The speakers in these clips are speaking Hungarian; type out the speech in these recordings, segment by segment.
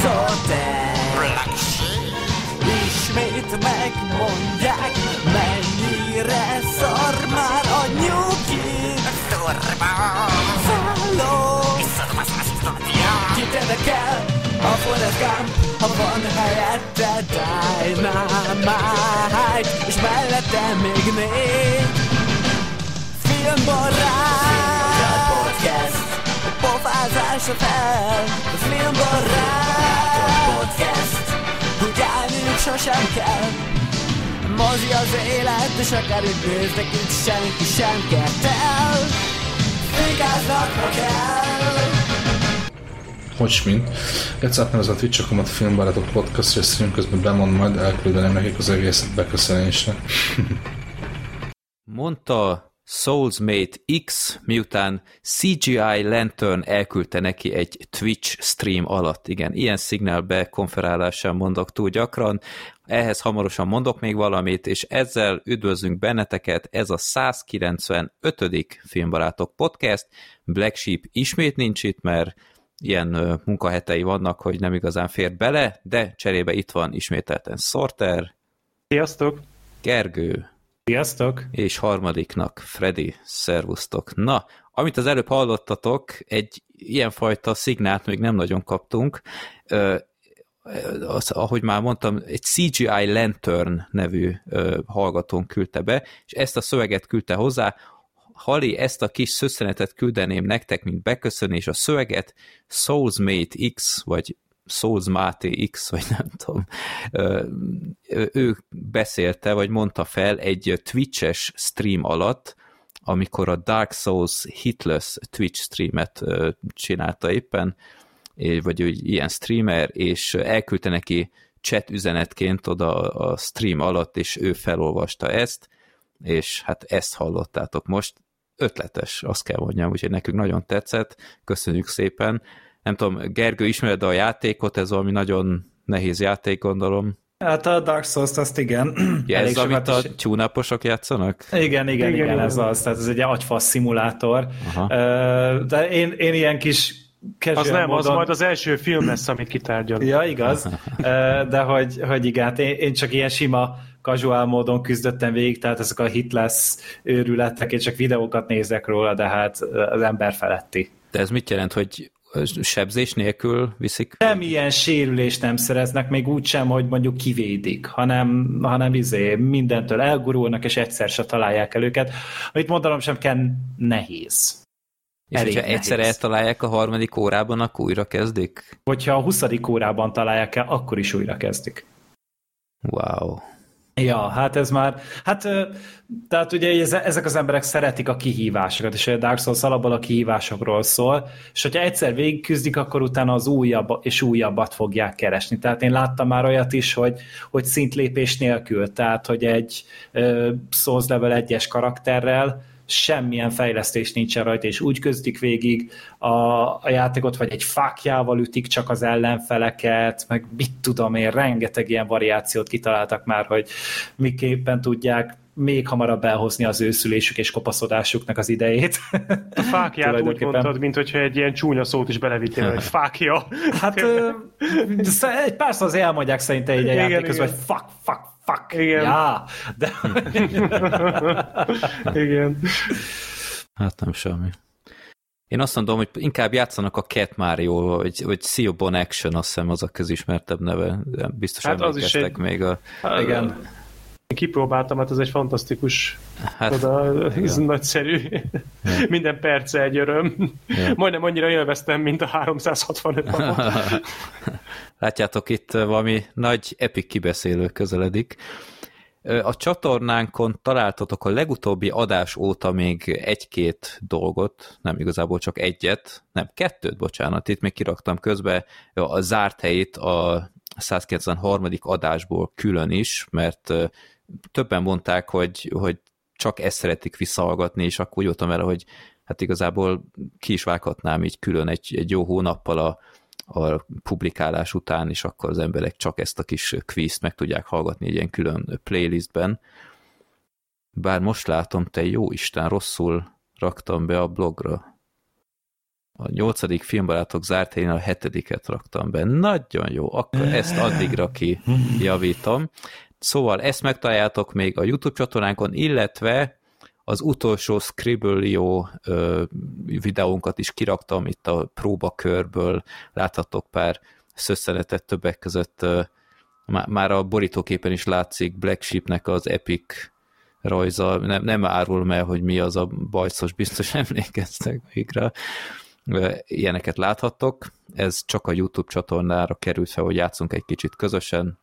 Sorter. Ismét megmondják, mennyire szar már a nyugi. Szálló, kit érdekel a Forrest Gump, ha van helyette Dynamite, és mellette még 4 filmbarát podcast, pofázásra fel, a filmbarát podcast, úgy állniuk sosem kell. Mozi az élet, és akár itt néznek, itt senki sem kettel. Fikáznak, ha kell. Hogy mint? Játszátnám ez a Twitch-okomat Filmbarátok podcast, és stream közben bemond, majd elküldeném nekik az egészet beköszönésre. Mondta Soulsmate X, miután CGI Lantern elküldte neki egy Twitch stream alatt. Igen, ilyen szignálbe konferálásán mondok túl gyakran. Ehhez hamarosan mondok még valamit, és ezzel üdvözlünk benneteket. Ez a 195. Filmbarátok podcast. Black Sheep ismét nincs itt, mert ilyen munkahetei vannak, hogy nem igazán fér bele, de cserébe itt van ismételten Sorter. Sziasztok! Gergő. Sziasztok! És harmadiknak Freddy. Szervusztok. Na, amit az előbb hallottatok, egy ilyenfajta szignált még nem nagyon kaptunk. Ahogy már mondtam, egy CGI Lantern nevű hallgatón küldte be, és ezt a szöveget küldte hozzá. Hali, ezt a kis szösszenetet küldeném nektek, mint beköszönés, a szöveget Soulsmate X, vagy Soulsmate X, vagy nem tudom, ő beszélte, vagy mondta fel egy Twitch-es stream alatt, amikor a Dark Souls Hitless Twitch streamet csinálta éppen, vagy egy ilyen streamer, és elküldte neki chat üzenetként oda a stream alatt, és ő felolvasta ezt, és hát ezt hallottátok most. Ötletes, azt kell mondjam, úgyhogy nekünk nagyon tetszett, köszönjük szépen. Nem tudom, Gergő, ismered a játékot, ez valami nagyon nehéz játék, gondolom. Hát a Dark Souls-t azt igen. Ja, ez amit a tune-uposok játszanak? Igen, ez az, tehát ez egy agyfasz szimulátor. Aha. De én ilyen kis az nem, módon... az majd az első film lesz, amit kitárgyalunk. Ja, igaz. De hogy igen, én csak ilyen sima casual módon küzdöttem végig, tehát ezek a hitless őrületek, én csak videókat nézek róla, de hát az ember feletti. De ez mit jelent, hogy sebzés nélkül viszik? Semmilyen sérülést nem szereznek, még úgy sem, hogy mondjuk kivédik, hanem mindentől elgurulnak, és egyszer se találják el őket. Amit mondanom sem kell, nehéz. És hogyha egyszer eltalálják a 3. órában, akkor újra kezdik? Hogyha a 20. órában találják el, akkor is újra kezdik. Wow. Ja, hát ez már, tehát ugye ezek az emberek szeretik a kihívásokat, és a Dark Souls alapból a kihívásokról szól, és hogyha egyszer végigküzdik, akkor utána az újabb és újabbat fogják keresni. Tehát én láttam már olyat is, hogy szintlépés nélkül, tehát hogy egy Souls level 1-es karakterrel semmilyen fejlesztés nincsen rajta, és úgy közdik végig a játékot, vagy egy fákjával ütik csak az ellenfeleket, meg mit tudom én, rengeteg ilyen variációt kitaláltak már, hogy miképpen tudják még hamarabb elhozni az őszülésük és kopaszodásuknak az idejét. A fákját úgy mondtad, mint hogyha egy ilyen csúnya szót is belevittél, hogy fákja. Hát egy párszor az elmondják szerinte egy játék közben, hogy fuck. Igen. Ja, de... Igen. Hát nem semmi. Én azt mondom, hogy inkább játszanak a Cat Mario, vagy Sea of Bone Action, azt hiszem az a közismertebb neve. Biztos hát emlékeztek még a... Igen. Kipróbáltam, hát ez egy fantasztikus, ez nagyszerű. Ja. Minden perce egy öröm. Ja. Majdnem annyira élveztem, mint a 365 napot. Látjátok, itt valami nagy epic kibeszélő közeledik. A csatornánkon találtatok a legutóbbi adás óta még egy-két dolgot, nem igazából csak egyet, nem, 2, bocsánat, itt még kiraktam közbe a zárt helyét a 193. adásból külön is, mert többen mondták, hogy csak ezt szeretik visszahallgatni, és akkor úgy voltam vele, hogy hát igazából ki is vághatnám így külön egy jó hónappal a publikálás után, és akkor az emberek csak ezt a kis quizt meg tudják hallgatni egy ilyen külön playlistben. Bár most látom, te jó Isten, rosszul raktam be a blogra. A 8. filmbarátok zárt helyén a 7. raktam be. Nagyon jó, akkor ezt addigra kijavítom. Szóval ezt megtaláljátok még a YouTube csatornánkon, illetve az utolsó Scribble.io videónkat is kiraktam, itt a próbakörből láthatok pár szösszenetet, többek között már a borítóképen is látszik Black Sheepnek az epic rajza, nem árulom el, hogy mi az a bajszos, biztos emlékeztek még rá. Ilyeneket láthattok, ez csak a YouTube csatornára került fel, hogy játszunk egy kicsit közösen,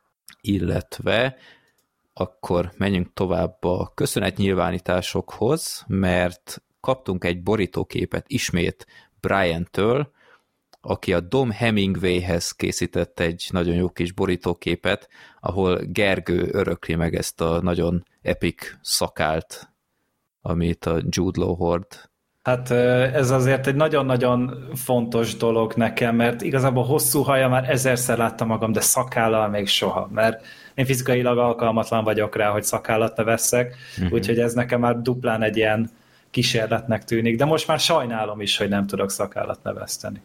illetve akkor menjünk tovább a köszönetnyilvánításokhoz, mert kaptunk egy borítóképet ismét Brian-től, aki a Dom Hemingwayhez készített egy nagyon jó kis borítóképet, ahol Gergő örökli meg ezt a nagyon epic szakált, amit a Jude Law hord. Hát ez azért egy nagyon-nagyon fontos dolog nekem, mert igazából hosszú haja már 1000-szer láttam magam, de szakállal még soha, mert én fizikailag alkalmatlan vagyok rá, hogy szakállat nevesszek, úgyhogy ez nekem már duplán egy ilyen kísérletnek tűnik, de most már sajnálom is, hogy nem tudok szakállat neveszteni.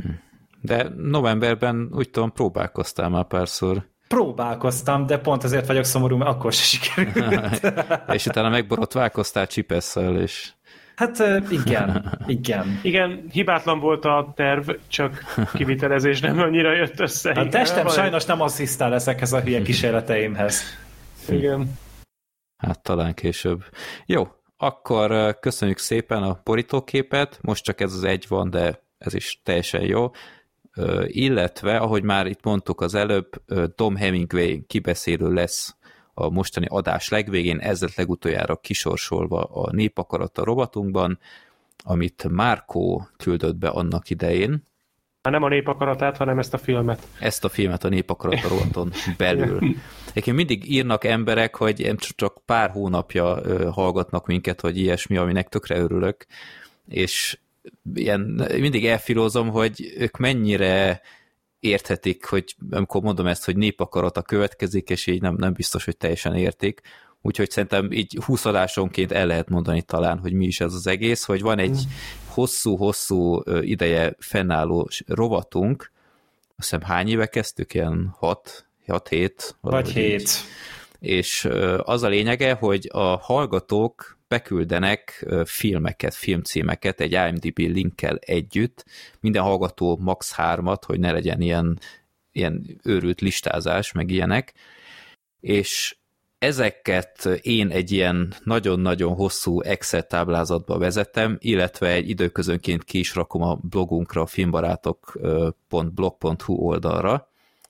De novemberben úgy tudom, próbálkoztál már párszor. Próbálkoztam, de pont azért vagyok szomorú, mert akkor se sikerült. És utána megborotválkoztál Csipesszel, és... Hát igen. Igen, hibátlan volt a terv, csak kivitelezés nem annyira jött össze. A testem sajnos nem asszisztál ezekhez a hülye kísérleteimhez. Igen. Hát talán később. Jó, akkor köszönjük szépen a borítóképet, most csak ez az egy van, de ez is teljesen jó. Illetve, ahogy már itt mondtuk az előbb, Dom Hemingway kibeszélő lesz a mostani adás legvégén, ez lett legutoljára kisorsolva a Népakarata rovatunkban, amit Márkó küldött be annak idején. Nem a Népakaratát, hanem ezt a filmet. Ezt a filmet a Népakarata rovaton belül. Egyébként mindig írnak emberek, hogy csak pár hónapja hallgatnak minket, vagy ilyesmi, aminek tökre örülök, és ilyen, mindig elfilózom, hogy ők mennyire érthetik, hogy amikor mondom ezt, hogy népakarata következik, és így nem biztos, hogy teljesen értik. Úgyhogy szerintem így 20 adásonként el lehet mondani talán, hogy mi is ez az egész, hogy van egy hosszú-hosszú ideje fennálló rovatunk, azt hiszem hány éve kezdtük? Ilyen 6-7? Vagy 7. És az a lényege, hogy a hallgatók beküldenek filmeket, filmcímeket egy IMDb linkkel együtt, minden hallgató max. 3-at, hogy ne legyen ilyen őrült listázás, meg ilyenek, és ezeket én egy ilyen nagyon-nagyon hosszú Excel táblázatba vezetem, illetve egy időközönként ki is rakom a blogunkra, a filmbarátok.blog.hu oldalra,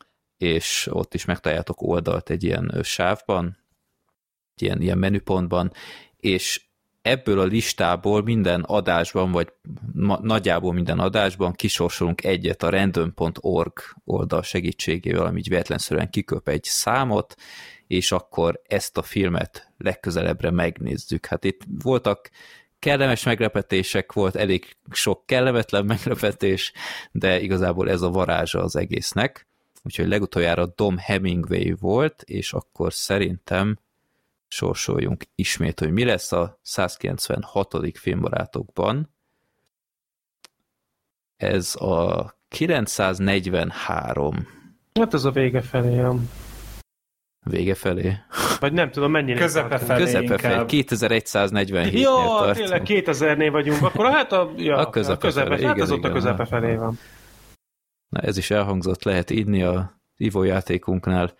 és ott is megtaláljátok oldalt egy ilyen sávban, ilyen menüpontban, és ebből a listából minden adásban, vagy nagyjából minden adásban kisorsolunk egyet a random.org oldal segítségével, ami így véletlenszerűen kiköp egy számot, és akkor ezt a filmet legközelebbre megnézzük. Hát itt voltak kellemes meglepetések, volt elég sok kellemetlen meglepetés, de igazából ez a varázsa az egésznek. Úgyhogy legutoljára Dom Hemingway volt, és akkor szerintem sorsoljunk ismét, hogy mi lesz a 196. filmbarátokban. Ez a 943. Hát ez a vége felé, jön. Vége felé? Vagy nem tudom, mennyire. Közepe felé. 2147-nél jó, tartunk. Tényleg 2000-nél vagyunk, akkor hát a közepe felé. Hát az ott a közepe felé van. Na ez is elhangzott, lehet írni a ivójátékunknál.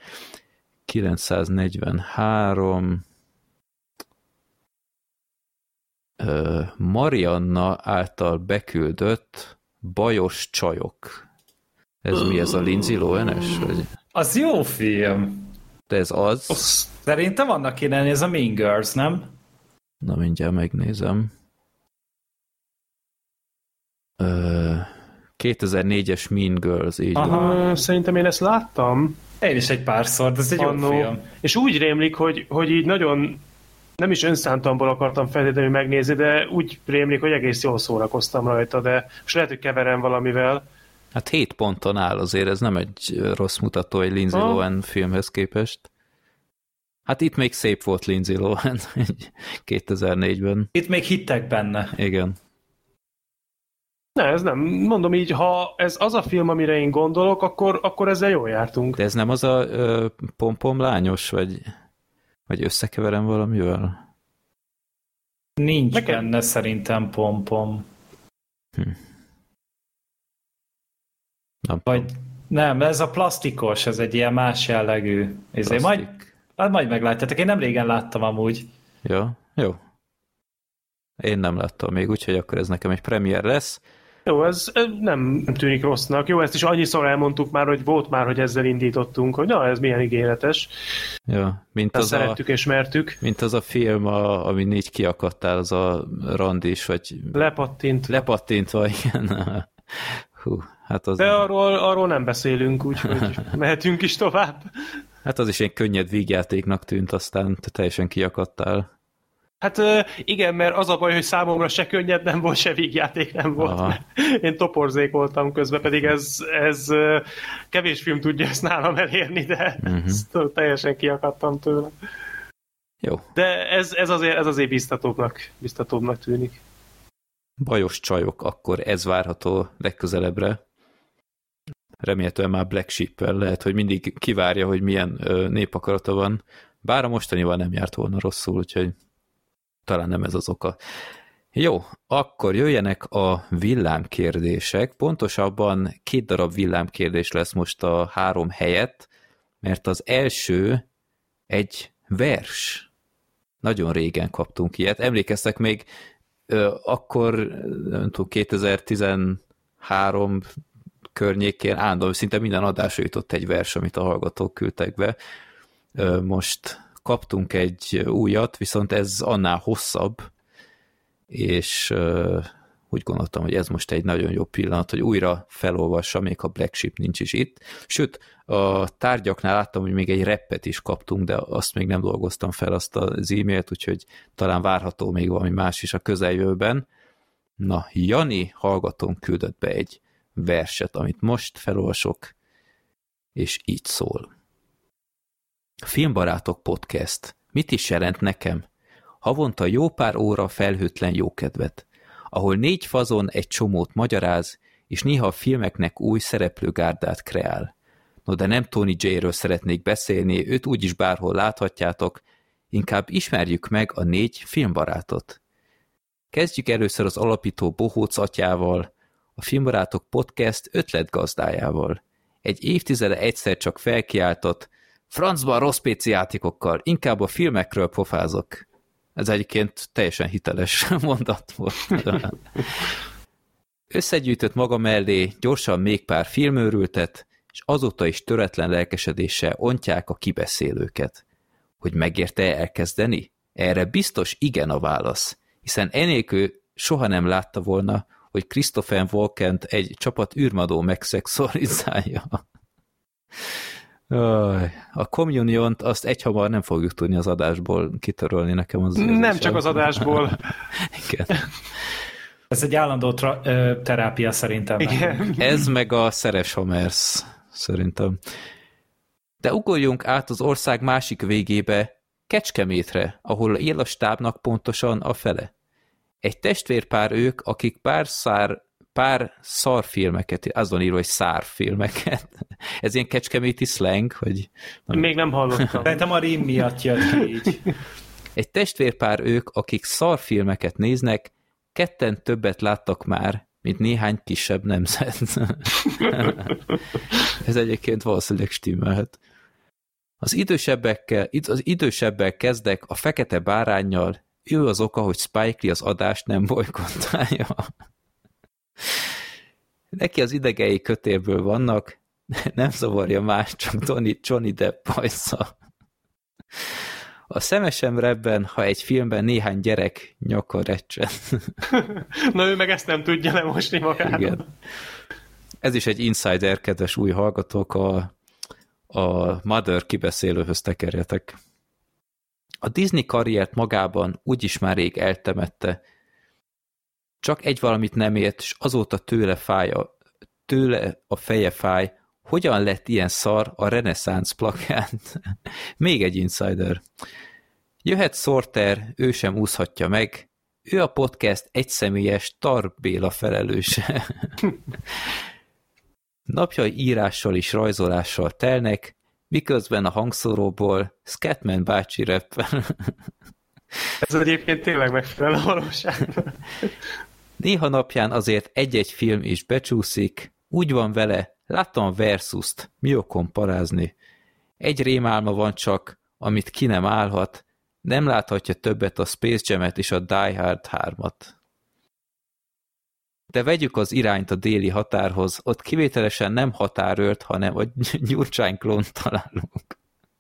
943. Marianna által beküldött Bajos csajok. Ez mi, ez a Lindsay Lohan-es? Az jó film. De ez az? Szerintem annak kéne lenni, ez a Mean Girls, nem? Na mindjárt megnézem. 2004-es Mean Girls, így van. Szerintem én ezt láttam. Én is egy párszor, de ez egy jó film. És úgy rémlik, hogy így nagyon nem is önszántamból akartam feltétlenül megnézni, de úgy rémlik, hogy egész jól szórakoztam rajta, de most lehet, hogy keverem valamivel. Hát 7 ponton áll azért, ez nem egy rossz mutató egy Lindsay Lohan filmhez képest. Hát itt még szép volt Lindsay Lohan 2004-ben. Itt még hittek benne. Igen. Ne, ez nem. Mondom így, ha ez az a film, amire én gondolok, akkor ezzel jól jártunk. De ez nem az a pompom lányos, vagy összekeverem valamivel? Nincs benne szerintem pompom. Vagy nem, ez a plastikos, ez egy ilyen más jellegű. Majd meglátjátok, én nem régen láttam amúgy. Ja, jó. Én nem láttam még, úgyhogy akkor ez nekem egy premier lesz. Jó, ez nem tűnik rossznak. Jó, ezt is annyiszor elmondtuk már, hogy volt már, hogy ezzel indítottunk, hogy na, ez milyen ígéretes. Ja, szerettük és mertük. Mint az a film, amin így kiakadtál, az a randis, vagy... Lepattintva, igen. Hú, hát az... De arról nem beszélünk, úgyhogy mehetünk is tovább. Hát az is egy könnyed vígjátéknak tűnt, aztán te teljesen kiakadtál. Hát igen, mert az a baj, hogy számomra se könnyed nem volt, se vígjáték nem volt. Én toporzék voltam közben, pedig ez kevés film tudja ezt nálam elérni, de teljesen kiakadtam tőle. Jó. De ez azért biztatóbbnak tűnik. Bajos csajok, akkor ez várható legközelebbre. Remélhetően már Black Sheep-el lehet, hogy mindig kivárja, hogy milyen népakarata van. Bár a mostanival nem járt volna rosszul, úgyhogy talán nem ez az oka. Jó, akkor jöjjenek a villámkérdések. Pontosabban 2 darab villámkérdés lesz most a 3 helyett, mert az első egy vers. Nagyon régen kaptunk ilyet. Emlékeztek még akkor, nem tudom, 2013 környékén állandóan szinte minden adásra jutott egy vers, amit a hallgatók küldtek be. Most kaptunk egy újat, viszont ez annál hosszabb, és úgy gondoltam, hogy ez most egy nagyon jó pillanat, hogy újra felolvassa, még ha Black Sheep nincs is itt. Sőt, a tárgyaknál láttam, hogy még egy rappet is kaptunk, de azt még nem dolgoztam fel, azt az e-mailt, úgyhogy talán várható még valami más is a közeljövőben. Na, Jani hallgatón küldött be egy verset, amit most felolvasok, és így szól. Filmbarátok podcast. Mit is jelent nekem? Havonta jó pár óra felhőtlen jókedvet, ahol 4 fazon egy csomót magyaráz, és néha a filmeknek új szereplőgárdát kreál. No, de nem Tony J-ről szeretnék beszélni, őt úgyis bárhol láthatjátok, inkább ismerjük meg a 4 filmbarátot. Kezdjük először az alapító bohóc atyával, a Filmbarátok podcast ötletgazdájával. Egy évtizede egyszer csak felkiáltott, francban rossz PC játékokkal, inkább a filmekről pofázok. Ez egyébként teljesen hiteles mondat volt. Összegyűjtött maga mellé gyorsan még pár filmőrültet, és azóta is töretlen lelkesedéssel ontják a kibeszélőket. Hogy megérte elkezdeni? Erre biztos igen a válasz, hiszen enélkül soha nem látta volna, hogy Christopher Walkent egy csapat űrmadó megszexualizálja. A Communiont azt egyhamar nem fogjuk tudni az adásból kitörölni nekem. Az nem csak az adásból. Igen. Ez egy állandó terápia szerintem. Igen. Ez meg a Szeres Homers szerintem. De ugorjunk át az ország másik végébe, Kecskemétre, ahol él a stábnak pontosan a fele. Egy testvérpár ők, akik pár szarfilmeket, az van írva, hogy szárfilmeket. Ez ilyen kecskeméti slang, hogy... Még nem hallottam. Szerintem a rím miatt jött ki így. Egy testvérpár ők, akik szarfilmeket néznek, 2 többet láttak már, mint néhány kisebb nemzet. Ez egyébként valószínűleg stimmelhet. Az idősebbel kezdek a Fekete Báránnyal, ő az oka, hogy Spike Lee az adást nem bolykottálja. Neki az idegei kötélből vannak, nem zavarja más, csak Johnny Depp bajsza. A szemesemrebben, ha egy filmben néhány gyerek nyaka recsen. Na ő meg ezt nem tudja lemosni magáról. Igen. Ez is egy insider, kedves új hallgatók, a Mother kibeszélőhöz tekerjetek. A Disney karriert magában úgyis már rég eltemette. Csak egy valamit nem ért, és azóta tőle a feje fáj, hogyan lett ilyen szar a reneszánsz plakát. Még egy insider. Jöhet Sorter, ő sem úszhatja meg, Ő a podcast egyszemélyes Tar Béla felelőse. Napjai írással és rajzolással telnek, miközben a hangszóróból Scatman bácsi reppel. Ez egyébként tényleg megfelel a valóságban. Néha napján azért egy-egy film is becsúszik, úgy van vele, láttam a Versus-t, mi okon parázni. Egy rémálma van csak, amit ki nem állhat, nem láthatja többet a Space Jam-et és a Die Hard 3-at. De vegyük az irányt a déli határhoz, ott kivételesen nem határőrt, hanem a Gyurcsány klónt találunk.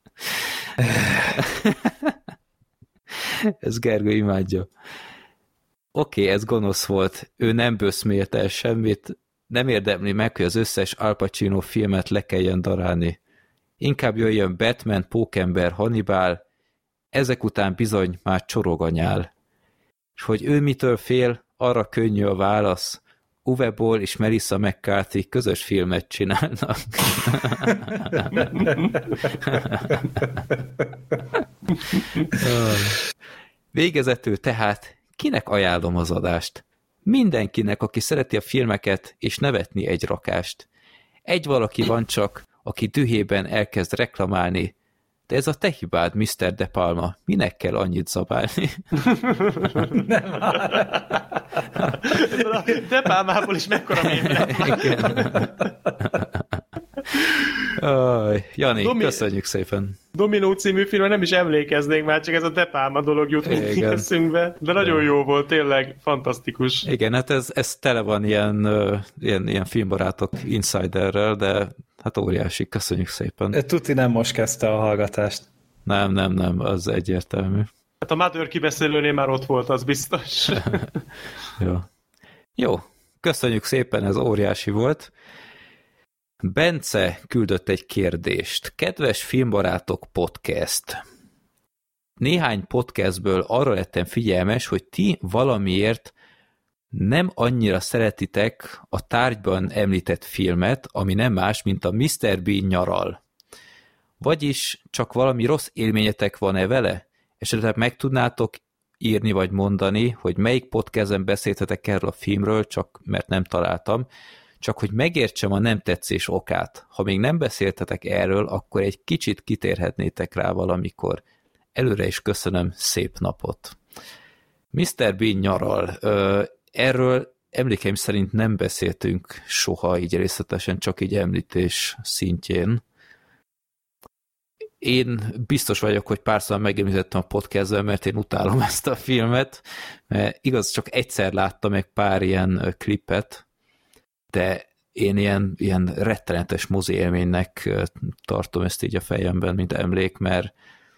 Ez Gergő imádja. Oké, ez gonosz volt, ő nem böszmélt el semmit, nem érdemli meg, hogy az összes Al Pacino filmet le kelljen darálni. Inkább jöjjön Batman, Pókember, Hannibal, ezek után bizony már csorog a nyál. És hogy ő mitől fél, arra könnyű a válasz. Uwe Boll és Melissa McCarthy közös filmet csinálnak. Végezetül tehát kinek ajánlom az adást? Mindenkinek, aki szereti a filmeket és nevetni egy rakást. Egy valaki van csak, aki dühében elkezd reklamálni, de ez a te hibád, Mr. De Palma. Minek kell annyit zabálni? De Palmából is mekkora mém lett. Jani, köszönjük szépen. Dominó című filmre nem is emlékeznénk már, csak ez a De Palma dolog jut mindig eszünkbe. De nagyon jó volt, tényleg fantasztikus. Igen, hát ez tele van ilyen filmbarátok insiderrel, de hát óriási, köszönjük szépen. Tuti nem most kezdte a hallgatást. Nem, az egyértelmű. Hát a Mother kibeszélőnél már ott volt, az biztos. Jó, köszönjük szépen, ez óriási volt. Bence küldött egy kérdést. Kedves Filmbarátok podcast. Néhány podcastből arra lettem figyelmes, hogy ti valamiért nem annyira szeretitek a tárgyban említett filmet, ami nem más, mint a Mr. Bean nyaral. Vagyis csak valami rossz élményetek van-e vele? Esetleg meg tudnátok írni vagy mondani, hogy melyik podcasten beszéltetek erről a filmről, csak mert nem találtam, csak hogy megértsem a nem tetszés okát. Ha még nem beszéltetek erről, akkor egy kicsit kitérhetnétek rá valamikor. Előre is köszönöm, szép napot. Mr. Bean nyaral. Erről emlékeim szerint nem beszéltünk soha így részletesen, csak így említés szintjén. Én biztos vagyok, hogy párszor megemlítettem a podcastben, mert én utálom ezt a filmet, mert igaz, csak egyszer láttam egy pár ilyen klippet, de én ilyen rettenetes mozi élménynek tartom ezt így a fejemben, mint emlék, mert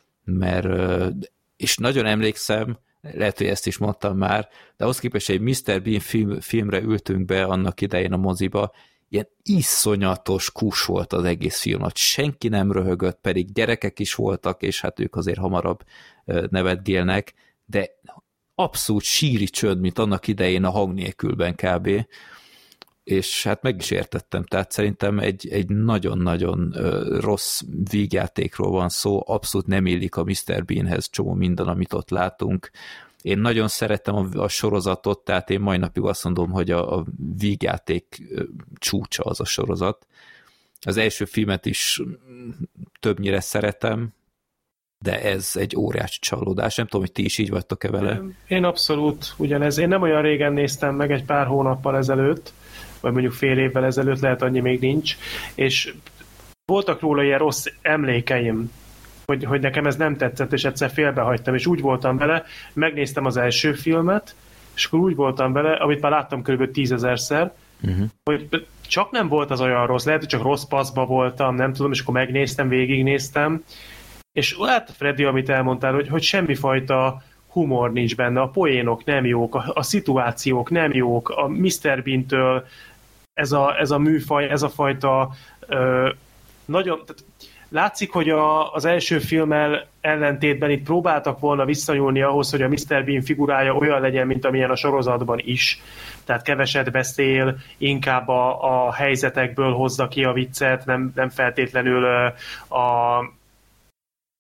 és nagyon emlékszem, lehet, hogy ezt is mondtam már, de ahhoz képest egy Mr. Bean filmre ültünk be annak idején a moziba, ilyen iszonyatos kus volt az egész film, senki nem röhögött, pedig gyerekek is voltak, és hát ők azért hamarabb nevetgélnek, de abszolút síri csönd, mint annak idején a Hang nélkülben kb. És hát meg is értettem, tehát szerintem egy nagyon-nagyon rossz vígjátékról van szó, abszolút nem illik a Mr. Beanhez csomó minden, amit ott látunk. Én nagyon szeretem a sorozatot, tehát én mai napig azt mondom, hogy a vígjáték csúcsa az a sorozat. Az első filmet is többnyire szeretem, de ez egy óriási csalódás. Nem tudom, hogy ti is így vagytok-e vele. Én abszolút ugyanez. Én nem olyan régen néztem meg, egy pár hónappal ezelőtt, vagy mondjuk fél évvel ezelőtt, lehet annyi még nincs, és voltak róla ilyen rossz emlékeim, hogy nekem ez nem tetszett, és egyszer félbehagytam, és úgy voltam vele, megnéztem az első filmet, és akkor úgy voltam vele, amit már láttam kb. 10 000-szer, hogy csak nem volt az olyan rossz, lehet, hogy csak rossz paszba voltam, nem tudom, és akkor megnéztem, végignéztem, és hát Freddy, amit elmondtál, hogy semmifajta humor nincs benne, a poénok nem jók, a szituációk nem jók, a Mr. Bean-től ez a műfaj, ez a fajta nagyon... Látszik, hogy az első filmmel ellentétben itt próbáltak volna visszanyúlni ahhoz, hogy a Mr. Bean figurája olyan legyen, mint amilyen a sorozatban is. Tehát keveset beszél, inkább a helyzetekből hozza ki a viccet, nem feltétlenül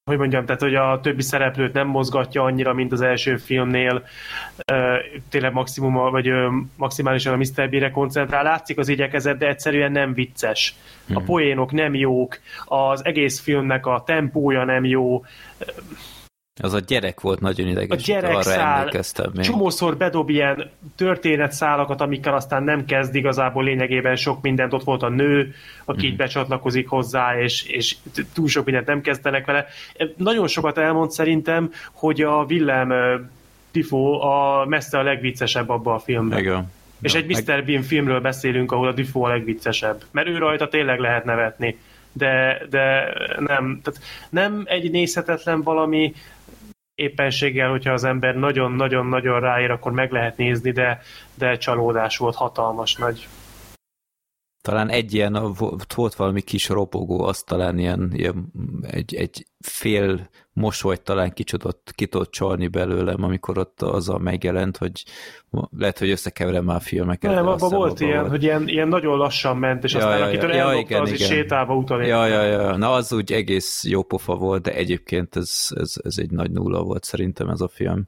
hogy mondjam, tehát hogy a többi szereplőt nem mozgatja annyira, mint az első filmnél, tényleg maximálisan a Mr. Bean-re koncentrál, látszik az igyekezet, de egyszerűen nem vicces. A poénok nem jók, az egész filmnek a tempója nem jó. Az a gyerek volt nagyon ideges, a gyerek arra szál, emlékeztem még. Csomószor bedob ilyen történetszálakat, amikkel aztán nem kezd igazából lényegében sok mindent. Ott volt a nő, aki így becsatlakozik hozzá, és túl sok mindent nem kezdenek vele. Nagyon sokat elmond szerintem, hogy a Willem Dafoe messze a legviccesebb abban a filmben. Igen. És egy Mr. Bean filmről beszélünk, ahol a Dafoe a legviccesebb. Mert ő rajta tényleg lehet nevetni. De nem, tehát nem egy nézhetetlen valami, éppenséggel, hogyha az ember nagyon-nagyon-nagyon ráér, akkor meg lehet nézni, de csalódás volt, hatalmas nagy. Talán egy ilyen, volt valami kis ropogó, az talán ilyen egy fél mosolyt talán ki tudott csalni belőlem, amikor ott azzal megjelent, hogy lehet, hogy összekeverem már a filmeket. Nem, abban volt ilyen, hogy ilyen nagyon lassan ment, és aztán akitől ellopta, az is sétálva utalért. Ja. Na, az úgy egész jó pofa volt, de egyébként ez egy nagy nulla volt szerintem ez a film.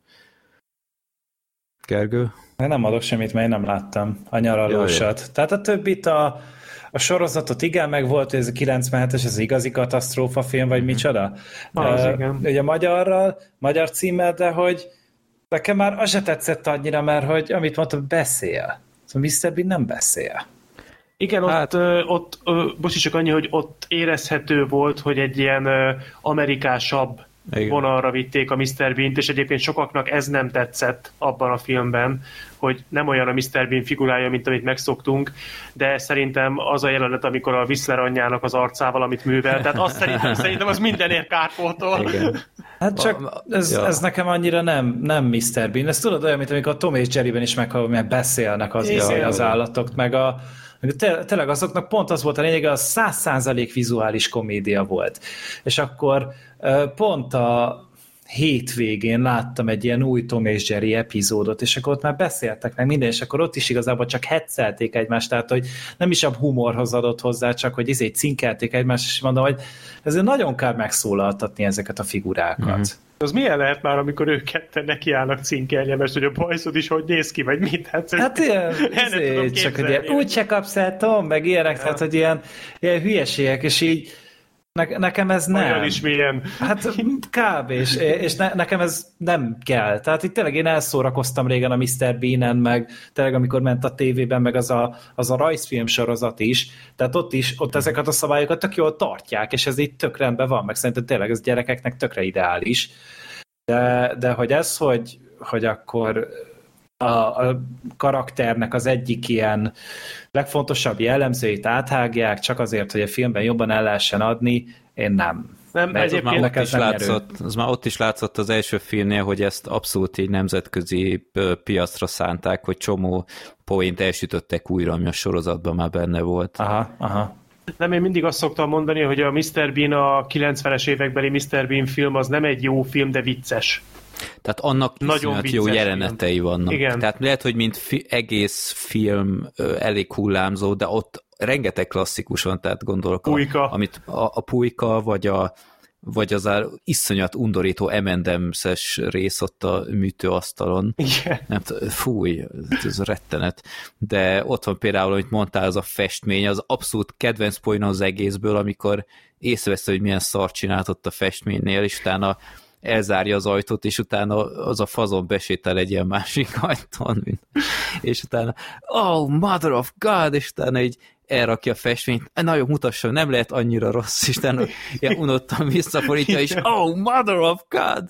Gergő? Én nem adok semmit, mert én nem láttam a nyaralósat. Tehát a többit a sorozatot igen, meg volt ez a 97-es, ez igazi katasztrófa film, vagy micsoda? Ugye magyar címmel, de hogy nekem már az se tetszett annyira, mert hogy amit mondtam, beszél. Szóval Mr. Bean nem beszél. Igen, ott most is csak annyi, hogy ott érezhető volt, hogy egy ilyen amerikásabb vonalra vitték a Mr. Bean-t, és egyébként sokaknak ez nem tetszett abban a filmben, hogy nem olyan a Mr. Bean figurája, mint amit megszoktunk, de szerintem az a jelenet, amikor a Whistler anyjának az arcával, amit művel, tehát azt szerintem az mindenért kárpótol. Hát csak ez nekem annyira nem Mr. Bean. Ez tudod olyan, mint amikor a Tom és Jerryben is meghallom, mert beszélnek az állatok, meg tényleg azoknak pont az volt a lényeg, az 100% vizuális komédia volt. És akkor pont a hétvégén láttam egy ilyen új Tom és Jerry epizódot, és akkor ott már beszéltek meg minden, és akkor ott is igazából csak heccelték egymást, tehát hogy nem is a humorhoz adott hozzá, csak hogy cinkelték egymást, és mondom, hogy ezért nagyon kár megszólaltatni ezeket a figurákat. Az milyen lehet már, amikor ők ketten nekiállnak cinkelni, mert hogy a bajszod is hogy néz ki, vagy mit? Hát ilyen, csak hogy ilyen, úgy se kapsz el, Tom, meg ilyenek, tehát hogy ilyen hülyeségek, és így nekem ez nem. Olyan is milyen. Hát kb. És nekem ez nem kell. Tehát itt tényleg én elszórakoztam régen a Mr. Bean-en, meg tényleg amikor ment a tévében, meg az a rajzfilm sorozat is. Tehát ott ezeket a szabályokat tök jól tartják, és ez így tök rendben van, meg szerintem tényleg ez gyerekeknek tökre ideális. De hogy ez, hogy akkor a karakternek az egyik ilyen legfontosabb jellemzőit áthágják, csak azért, hogy a filmben jobban el lehessen adni, én nem. Az már ott is látszott az első filmnél, hogy ezt abszolút így nemzetközi piacra szánták, hogy csomó poént elsütöttek újra, ami a sorozatban már benne volt. Aha. Nem, én mindig azt szoktam mondani, hogy a Mr. Bean, a 90-es évekbeli Mr. Bean film az nem egy jó film, de vicces. Tehát annak iszonyat jó jelenetei vannak. Igen. Tehát lehet, hogy mint egész film elég hullámzó, de ott rengeteg klasszikus van, tehát gondolok amit a Pulyka, vagy az a iszonyat undorító M&M's-es rész ott a műtőasztalon. Igen. Fúj, ez rettenet. De ott van például, amit mondtál, az a festmény, az abszolút kedvenc poén az egészből, amikor észrevesz, hogy milyen szart csinált ott a festménynél, és utána elzárja az ajtót, és utána az a fazon besétál egy ilyen másik ajtón, és utána oh, mother of God, és utána így elrakja a festményt, nagyon mutassam, nem lehet annyira rossz, és utána ilyen unottan visszaforítja, és oh, mother of God!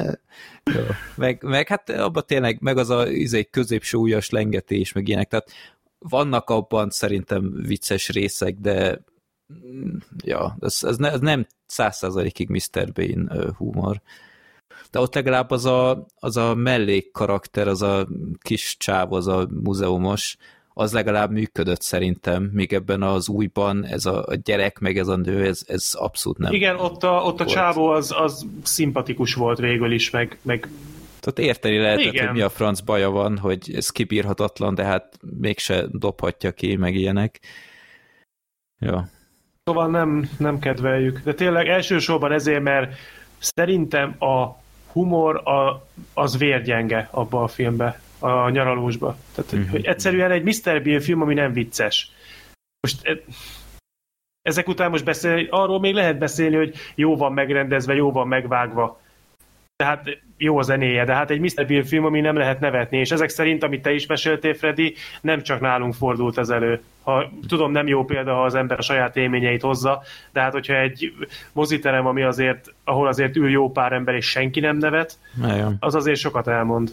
Meg hát abban tényleg, meg az a középső ujjas lengetés, meg ilyenek, tehát vannak abban szerintem vicces részek, de ja, ez nem 100%-ig Mr. Bean humor. De ott legalább az a mellék karakter, az a kis csáv, az a múzeumos, az legalább működött szerintem, míg ebben az újban ez a gyerek, meg ez a nő, ez abszolút nem. Igen, ott a csávó az szimpatikus volt végül is, meg tehát érteni lehetett, hogy mi a franc baja van, hogy ez kibírhatatlan, de hát mégse dobhatja ki, meg ilyenek. Ja. Szóval nem kedveljük. De tényleg elsősorban ezért, mert szerintem a humor az vérgyenge abba a filmbe, a nyaralósba. Tehát, hogy egyszerűen egy Mr. Bean film, ami nem vicces. Most ezek után most arról még lehet beszélni, hogy jó van megrendezve, jó van megvágva. Tehát jó a zenéje, de hát egy Mr. Bean film, ami nem lehet nevetni, és ezek szerint, amit te is meséltél, Freddy, nem csak nálunk fordult ez elő. Tudom, nem jó példa, ha az ember a saját élményeit hozza, de hát hogyha egy moziterem, ahol azért ül jó pár ember, és senki nem nevet, az azért sokat elmond.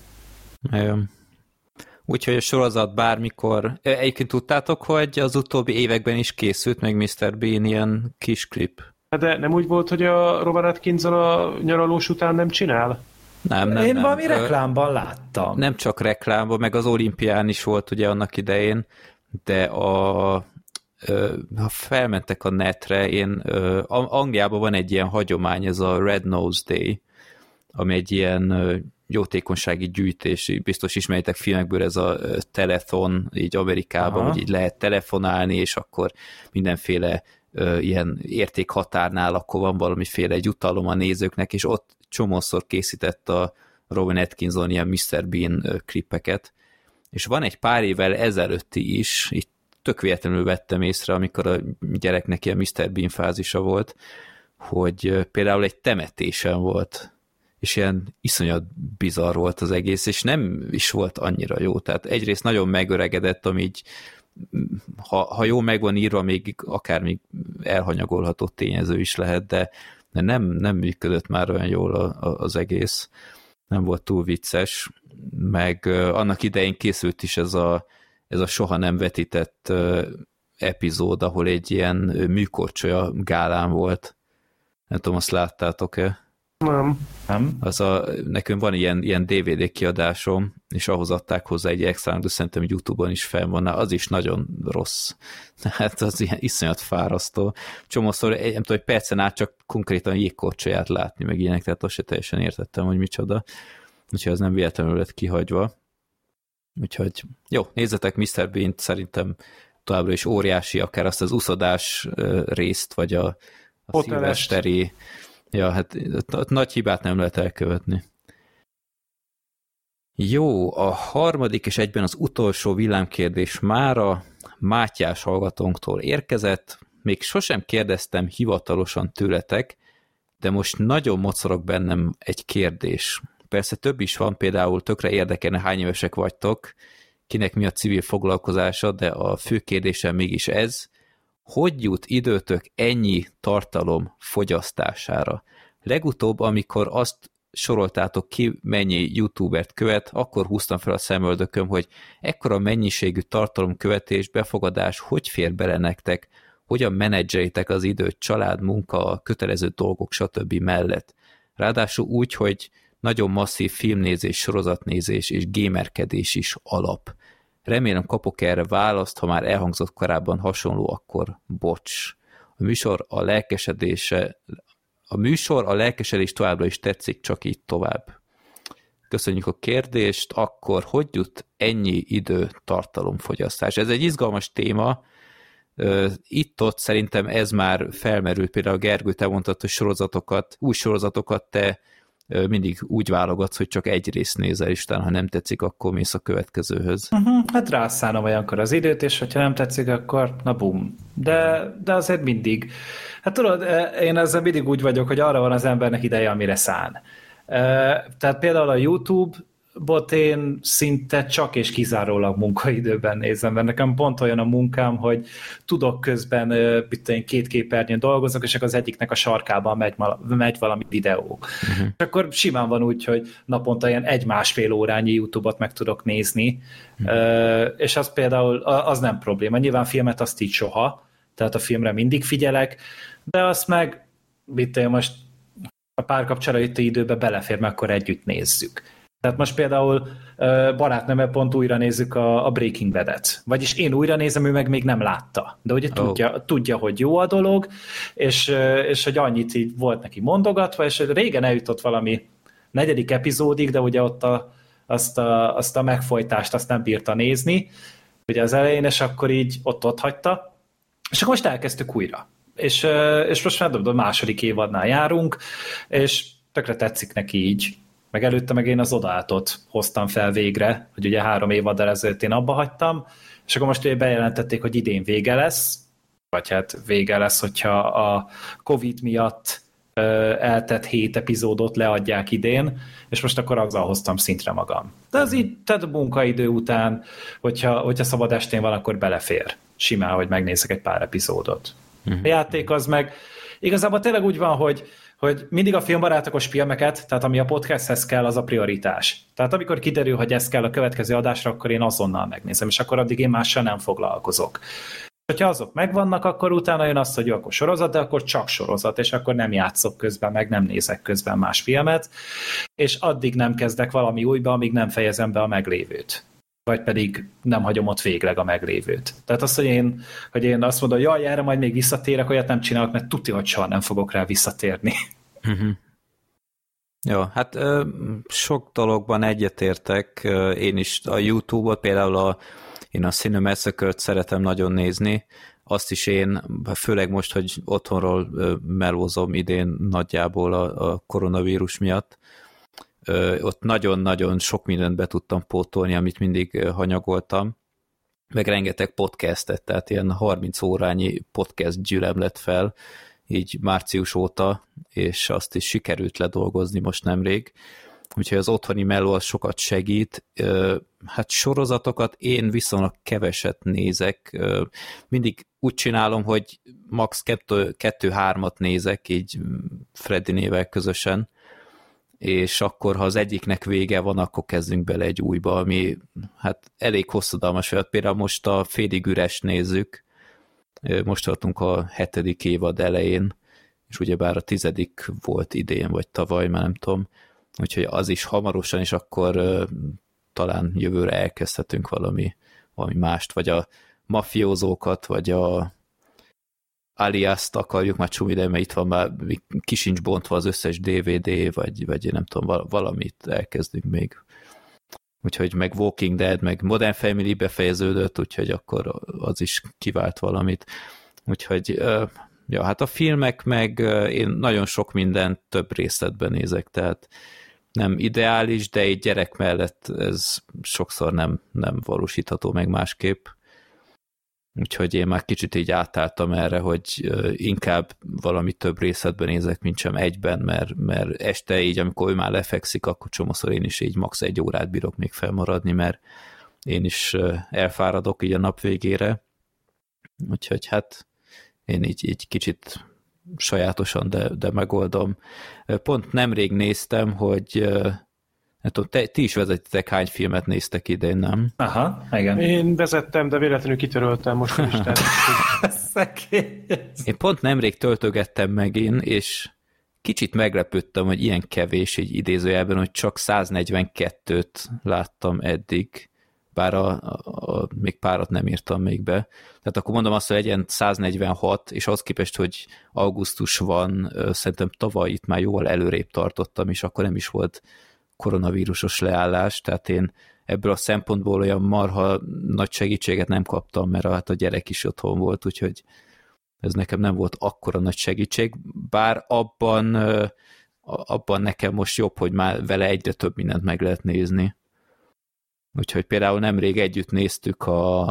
Úgyhogy a sorozat bármikor... Egyébként tudtátok, hogy az utóbbi években is készült meg Mr. Bean ilyen kis klip? De nem úgy volt, hogy a Robert Atkinson a nyaralós után nem csinál? Nem. Én valami reklámban láttam. Nem csak reklámban, meg az olimpián is volt ugye annak idején, de ha felmentek a netre, Angliában van egy ilyen hagyomány, ez a Red Nose Day, ami egy ilyen jótékonysági gyűjtés, biztos ismeritek filmekből, ez a telethon így Amerikában, hogy így lehet telefonálni, és akkor mindenféle ilyen értékhatárnál akkor van valamiféle jutalom a nézőknek, és ott csomószor készített a Rowan Atkinson ilyen Mr. Bean klippeket, és van egy pár évvel ezelőtti is, így tök véletlenül vettem észre, amikor a gyereknek ilyen Mr. Bean fázisa volt, hogy például egy temetésen volt, és ilyen iszonyat bizarr volt az egész, és nem is volt annyira jó, tehát egyrészt nagyon megöregedett, ami így ha jól meg van írva, akár még elhanyagolható tényező is lehet, de nem működött már olyan jól az egész. Nem volt túl vicces, meg annak idején készült is ez a soha nem vetített epizód, ahol egy ilyen műkorcsolya gálán volt. Nem tudom, azt láttátok-e? Nem. Nekünk van ilyen DVD kiadásom, és ahhoz adták hozzá egy extra, de szerintem YouTube-on is fenn van, az is nagyon rossz. Tehát az ilyen iszonyat fárasztó. Csomószor, nem tudom, hogy percen át csak konkrétan jégkorcsolyát látni, meg ilyenek, tehát azt se teljesen értettem, hogy micsoda. Úgyhogy az nem véletlenül lett kihagyva. Úgyhogy jó, nézzetek Mr. Bean-t, szerintem továbbra is óriási, akár azt az uszodás részt, vagy a szilveszteri. Ja, hát nagy hibát nem lehet elkövetni. Jó, a harmadik és egyben az utolsó villámkérdés mára Mátyás hallgatónktól érkezett. Még sosem kérdeztem hivatalosan tőletek, de most nagyon mocorog bennem egy kérdés. Persze több is van, például tökre érdekelne, hány évesek vagytok, kinek mi a civil foglalkozása, de a fő kérdésem mégis ez, hogy jut időtök ennyi tartalom fogyasztására? Legutóbb, amikor azt soroltátok ki, mennyi youtubert követ, akkor húztam fel a szemöldököm, hogy ekkora mennyiségű tartalomkövetés, befogadás, hogy fér bele nektek, hogyan menedzselitek az időt, család, munka, kötelező dolgok, stb. Mellett. Ráadásul úgy, hogy nagyon masszív filmnézés, sorozatnézés és gamerkedés is alap. Remélem kapok erre választ, ha már elhangzott korábban hasonló, akkor bocs. A műsor a lelkesedés továbbra is tetszik, csak így tovább. Köszönjük a kérdést, akkor hogy jut ennyi idő tartalomfogyasztás? Ez egy izgalmas téma, itt-ott szerintem ez már felmerült, például Gergő, te mondtad, hogy új sorozatokat te mindig úgy válogatsz, hogy csak egy részt nézel, és ha nem tetszik, akkor mész a következőhöz. Hát rászállom olyankor az időt, és hogyha nem tetszik, akkor na bum. De azért mindig. Hát tudod, én ezzel mindig úgy vagyok, hogy arra van az embernek ideje, amire szán. Tehát például a YouTube-bot én szinte csak és kizárólag munkaidőben nézem, mert nekem pont olyan a munkám, hogy tudok közben, én 2 képernyőn dolgozok, és az egyiknek a sarkában megy valami videó. És akkor simán van úgy, hogy naponta ilyen 1-1,5 órányi YouTube-ot meg tudok nézni, és az például az nem probléma. Nyilván filmet azt így soha, tehát a filmre mindig figyelek, de azt meg, most a párkapcsolati időbe belefér, mert akkor együtt nézzük. Tehát most például barátnőmmel pont újra nézzük a Breaking Bad-et. Vagyis én újra nézem, ő meg még nem látta. De ugye tudja, hogy jó a dolog, és hogy annyit így volt neki mondogatva, és régen eljutott valami 4. epizódig, de ugye ott azt a megfojtást azt nem bírta nézni, ugye az elején, és akkor így ott hagyta, és akkor most elkezdtük újra. és most már a második évadnál járunk, és tökre tetszik neki így. Meg előtte meg én az Odátot hoztam fel végre, hogy ugye 3 évaddal ezelőtt én abba hagytam, és akkor most bejelentették, hogy idén vége lesz, vagy hát vége lesz, hogyha a Covid miatt eltett 7 epizódot leadják idén, és most akkor azzal hoztam szintre magam. De az így, tehát a munkaidő után, hogyha szabad estén van, akkor belefér. Simán, hogy megnézek egy pár epizódot. A játék az meg igazából tényleg úgy van, hogy mindig a filmbarátokos filmeket, tehát ami a podcasthez kell, az a prioritás. Tehát amikor kiderül, hogy ez kell a következő adásra, akkor én azonnal megnézem, és akkor addig én mással nem foglalkozok. Hogyha azok megvannak, akkor utána jön azt, hogy jó, akkor sorozat, de akkor csak sorozat, és akkor nem játszok közben, meg nem nézek közben más filmet, és addig nem kezdek valami újba, amíg nem fejezem be a meglévőt. Vagy pedig nem hagyom ott végleg a meglévőt. Tehát az, hogy én azt mondom, jaj, erre majd még visszatérek, olyat nem csinálok, mert tudja, hogy soha nem fogok rá visszatérni. Jó, hát sok dologban egyetértek. Én is a YouTube-ot például én a Cinemassacre-t szeretem nagyon nézni, azt is én, főleg most, hogy otthonról melózom idén nagyjából a koronavírus miatt, ott nagyon-nagyon sok mindent be tudtam pótolni, amit mindig hanyagoltam, meg rengeteg podcastet, tehát ilyen 30 órányi podcast gyűlem lett fel, így március óta, és azt is sikerült ledolgozni most nemrég, úgyhogy az otthoni meló az sokat segít. Hát sorozatokat én viszonylag keveset nézek, mindig úgy csinálom, hogy max. 2-3-at nézek, így Freddinével közösen, és akkor, ha az egyiknek vége van, akkor kezdünk bele egy újba, ami hát elég hosszadalmas volt. Például most a Félig üres nézzük, most tartunk a 7. évad elején, és ugyebár a 10. volt idén, vagy tavaly, már nem tudom, úgyhogy az is hamarosan, és akkor talán jövőre elkezdhetünk valami mást, vagy a mafiózókat, vagy a Aliast akarjuk már csomó ide, mert itt van már, kisincs bontva az összes DVD, vagy nem tudom, valamit elkezdünk még. Úgyhogy meg Walking Dead, meg Modern Family befejeződött, úgyhogy akkor az is kivált valamit. Úgyhogy, ja, hát a filmek meg én nagyon sok mindent több részletben nézek, tehát nem ideális, de egy gyerek mellett ez sokszor nem valósítható meg másképp. Úgyhogy én már kicsit így átálltam erre, hogy inkább valami több részletben nézek, mint sem egyben, mert este így, amikor ő már lefekszik, akkor csomószor én is így max. 1 órát bírok még felmaradni, mert én is elfáradok így a nap végére. Úgyhogy hát én így kicsit sajátosan, de megoldom. Pont nemrég néztem, hogy nem tudom, ti is vezetitek, hány filmet néztek idén, nem? Aha, igen. Én vezettem, de véletlenül kitöröltem most is. Én pont nemrég töltögettem meg én, és kicsit meglepődtem, hogy ilyen kevés egy idézőjelben, hogy csak 142-t láttam eddig, bár még párat nem írtam még be. Tehát akkor mondom azt, hogy legyen 146, és ahhoz képest, hogy augusztus van, szerintem tavaly itt már jól előrébb tartottam, és akkor nem is volt koronavírusos leállás, tehát én ebből a szempontból olyan marha nagy segítséget nem kaptam, mert hát a gyerek is otthon volt, úgyhogy ez nekem nem volt akkora nagy segítség, bár abban nekem most jobb, hogy már vele egyre több mindent meg lehet nézni. Úgyhogy például nemrég együtt néztük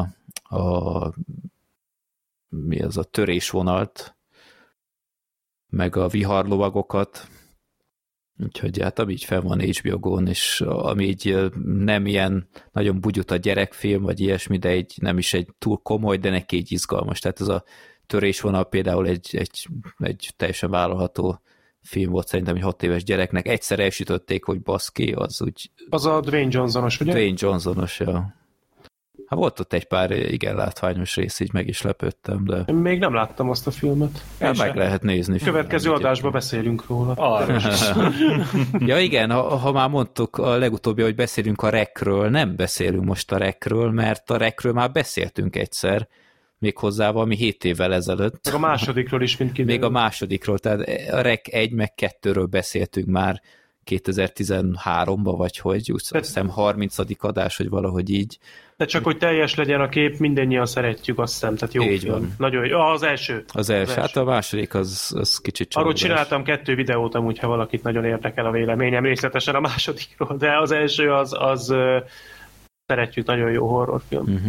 mi az a törésvonalt, meg a viharlovagokat, úgyhogy hát ami így fel van HBO Go-n, és ami így nem ilyen nagyon bugyuta gyerekfilm, vagy ilyesmi, de nem is egy túl komoly, de neki így izgalmas. Tehát ez a törésvonal például egy teljesen vállalható film volt szerintem egy 6 éves gyereknek. Egyszer elsütötték, hogy baszki, az úgy... Az a Dwayne Johnsonos, ugye? Dwayne Johnsonos, ja. Hát volt ott egy pár igen látványos rész, így meg is lepődtem, de... Én még nem láttam azt a filmet. Meg lehet nézni. Következő adásban beszélünk róla. Ja igen, ha már mondtuk a legutóbbi, hogy beszélünk a Rekről, nem beszélünk most a Rekről, mert a Rekről már beszéltünk egyszer, méghozzá valami 7 évvel ezelőtt. Meg a másodikról is, mint kiderül. Még a másodikról, tehát a Rek 1 meg 2-ről beszéltünk már 2013-ba, vagy hogy, úgy azt hiszem 30. adás, hogy valahogy így. De csak, hogy teljes legyen a kép, mindannyian szeretjük, azt hiszem, tehát jó így film. van. Nagyon jó. Az első. Az első. Hát a második az kicsit Arról csalódás. csináltam 2 videót amúgy, ha valakit nagyon érdekel a véleményem részletesen a másodikról, de az első az szeretjük, nagyon jó horrorfilm. Uh-huh.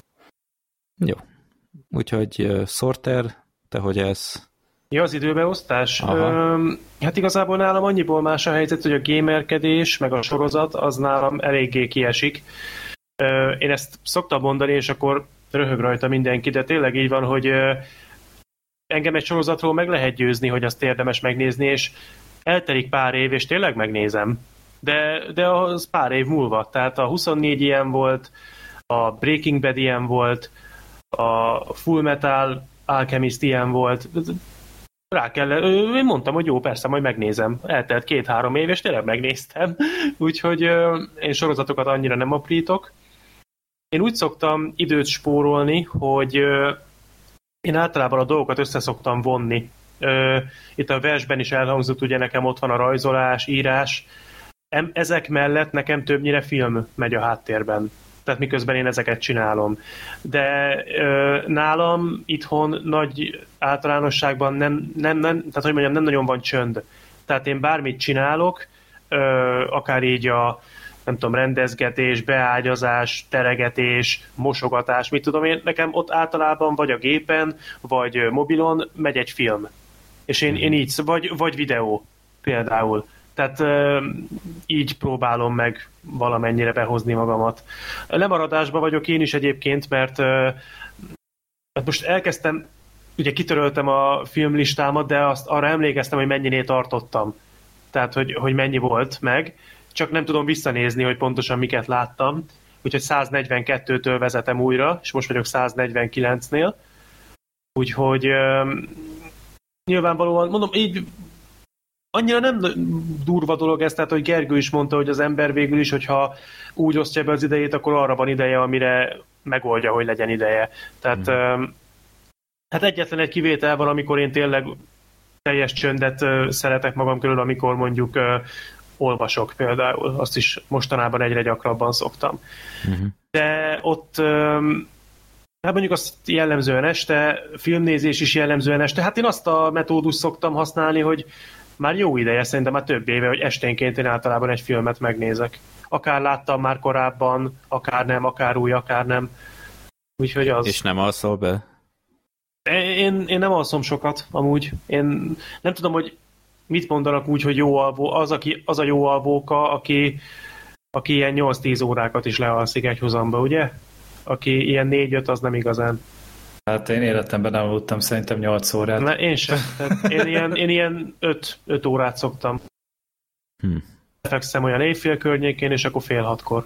Jó. Úgyhogy Sorter, te hogy ez? Ja, az időbeosztás? Hát igazából nálam annyiból más a helyzet, hogy a gamerkedés, meg a sorozat, az nálam eléggé kiesik. Én ezt szoktam mondani, és akkor röhög rajta mindenki, de tényleg így van, hogy engem egy sorozatról meg lehet győzni, hogy azt érdemes megnézni, és eltelik pár év, és tényleg megnézem. De az pár év múlva. Tehát a 24 ilyen volt, a Breaking Bad ilyen volt, a Full Metal Alchemist ilyen volt. Rá kell, én mondtam, hogy jó, persze, majd megnézem. Eltelt 2-3 év, és tényleg megnéztem. Úgyhogy én sorozatokat annyira nem aprítok. Én úgy szoktam időt spórolni, hogy én általában a dolgokat össze szoktam vonni. Itt a versben is elhangzott, ugye nekem ott van a rajzolás, írás. Ezek mellett nekem többnyire film megy a háttérben. Tehát miközben én ezeket csinálom. De nálam itthon nagy általánosságban tehát hogy mondjam, nem nagyon van csönd. Tehát én bármit csinálok, akár így a nem tudom, rendezgetés, beágyazás, teregetés, mosogatás, mit tudom én, nekem ott általában vagy a gépen, vagy mobilon megy egy film. És én így, vagy videó például. Tehát így próbálom meg valamennyire behozni magamat. Lemaradásban vagyok én is egyébként, mert most elkezdtem, ugye kitöröltem a filmlistámat, de arra emlékeztem, hogy mennyinél tartottam. Tehát, hogy mennyi volt meg. Csak nem tudom visszanézni, hogy pontosan miket láttam. Úgyhogy 142-től vezetem újra, és most vagyok 149-nél. Úgyhogy nyilvánvalóan, mondom, így annyira nem durva dolog ez, tehát, hogy Gergő is mondta, hogy az ember végül is, hogyha úgy osztja be az idejét, akkor arra van ideje, amire megoldja, hogy legyen ideje. Tehát hát egyetlen egy kivétel van, amikor én tényleg teljes csöndet szeretek magam körül, amikor mondjuk olvasok például. Azt is mostanában egyre gyakrabban szoktam. De ott hát mondjuk azt jellemzően este, filmnézés is jellemzően este. Hát én azt a metódust szoktam használni, hogy már jó ideje, szerintem már több éve, hogy esténként én általában egy filmet megnézek. Akár láttam már korábban, akár nem, akár új, akár nem. Úgyhogy az... És nem alszol be? Én nem alszom sokat, amúgy. Én nem tudom, hogy mit mondanak úgy, hogy jó alvó. Az a jó alvóka, aki ilyen 8-10 órákat is lealszik egy hozamba, ugye? Aki ilyen 4-5, az nem igazán. Hát én életemben nem aludtam szerintem 8 órát. Na, én sem. Tehát én ilyen 5 órát szoktam. Fekszem olyan éjfél környékén, és akkor fél 6-kor.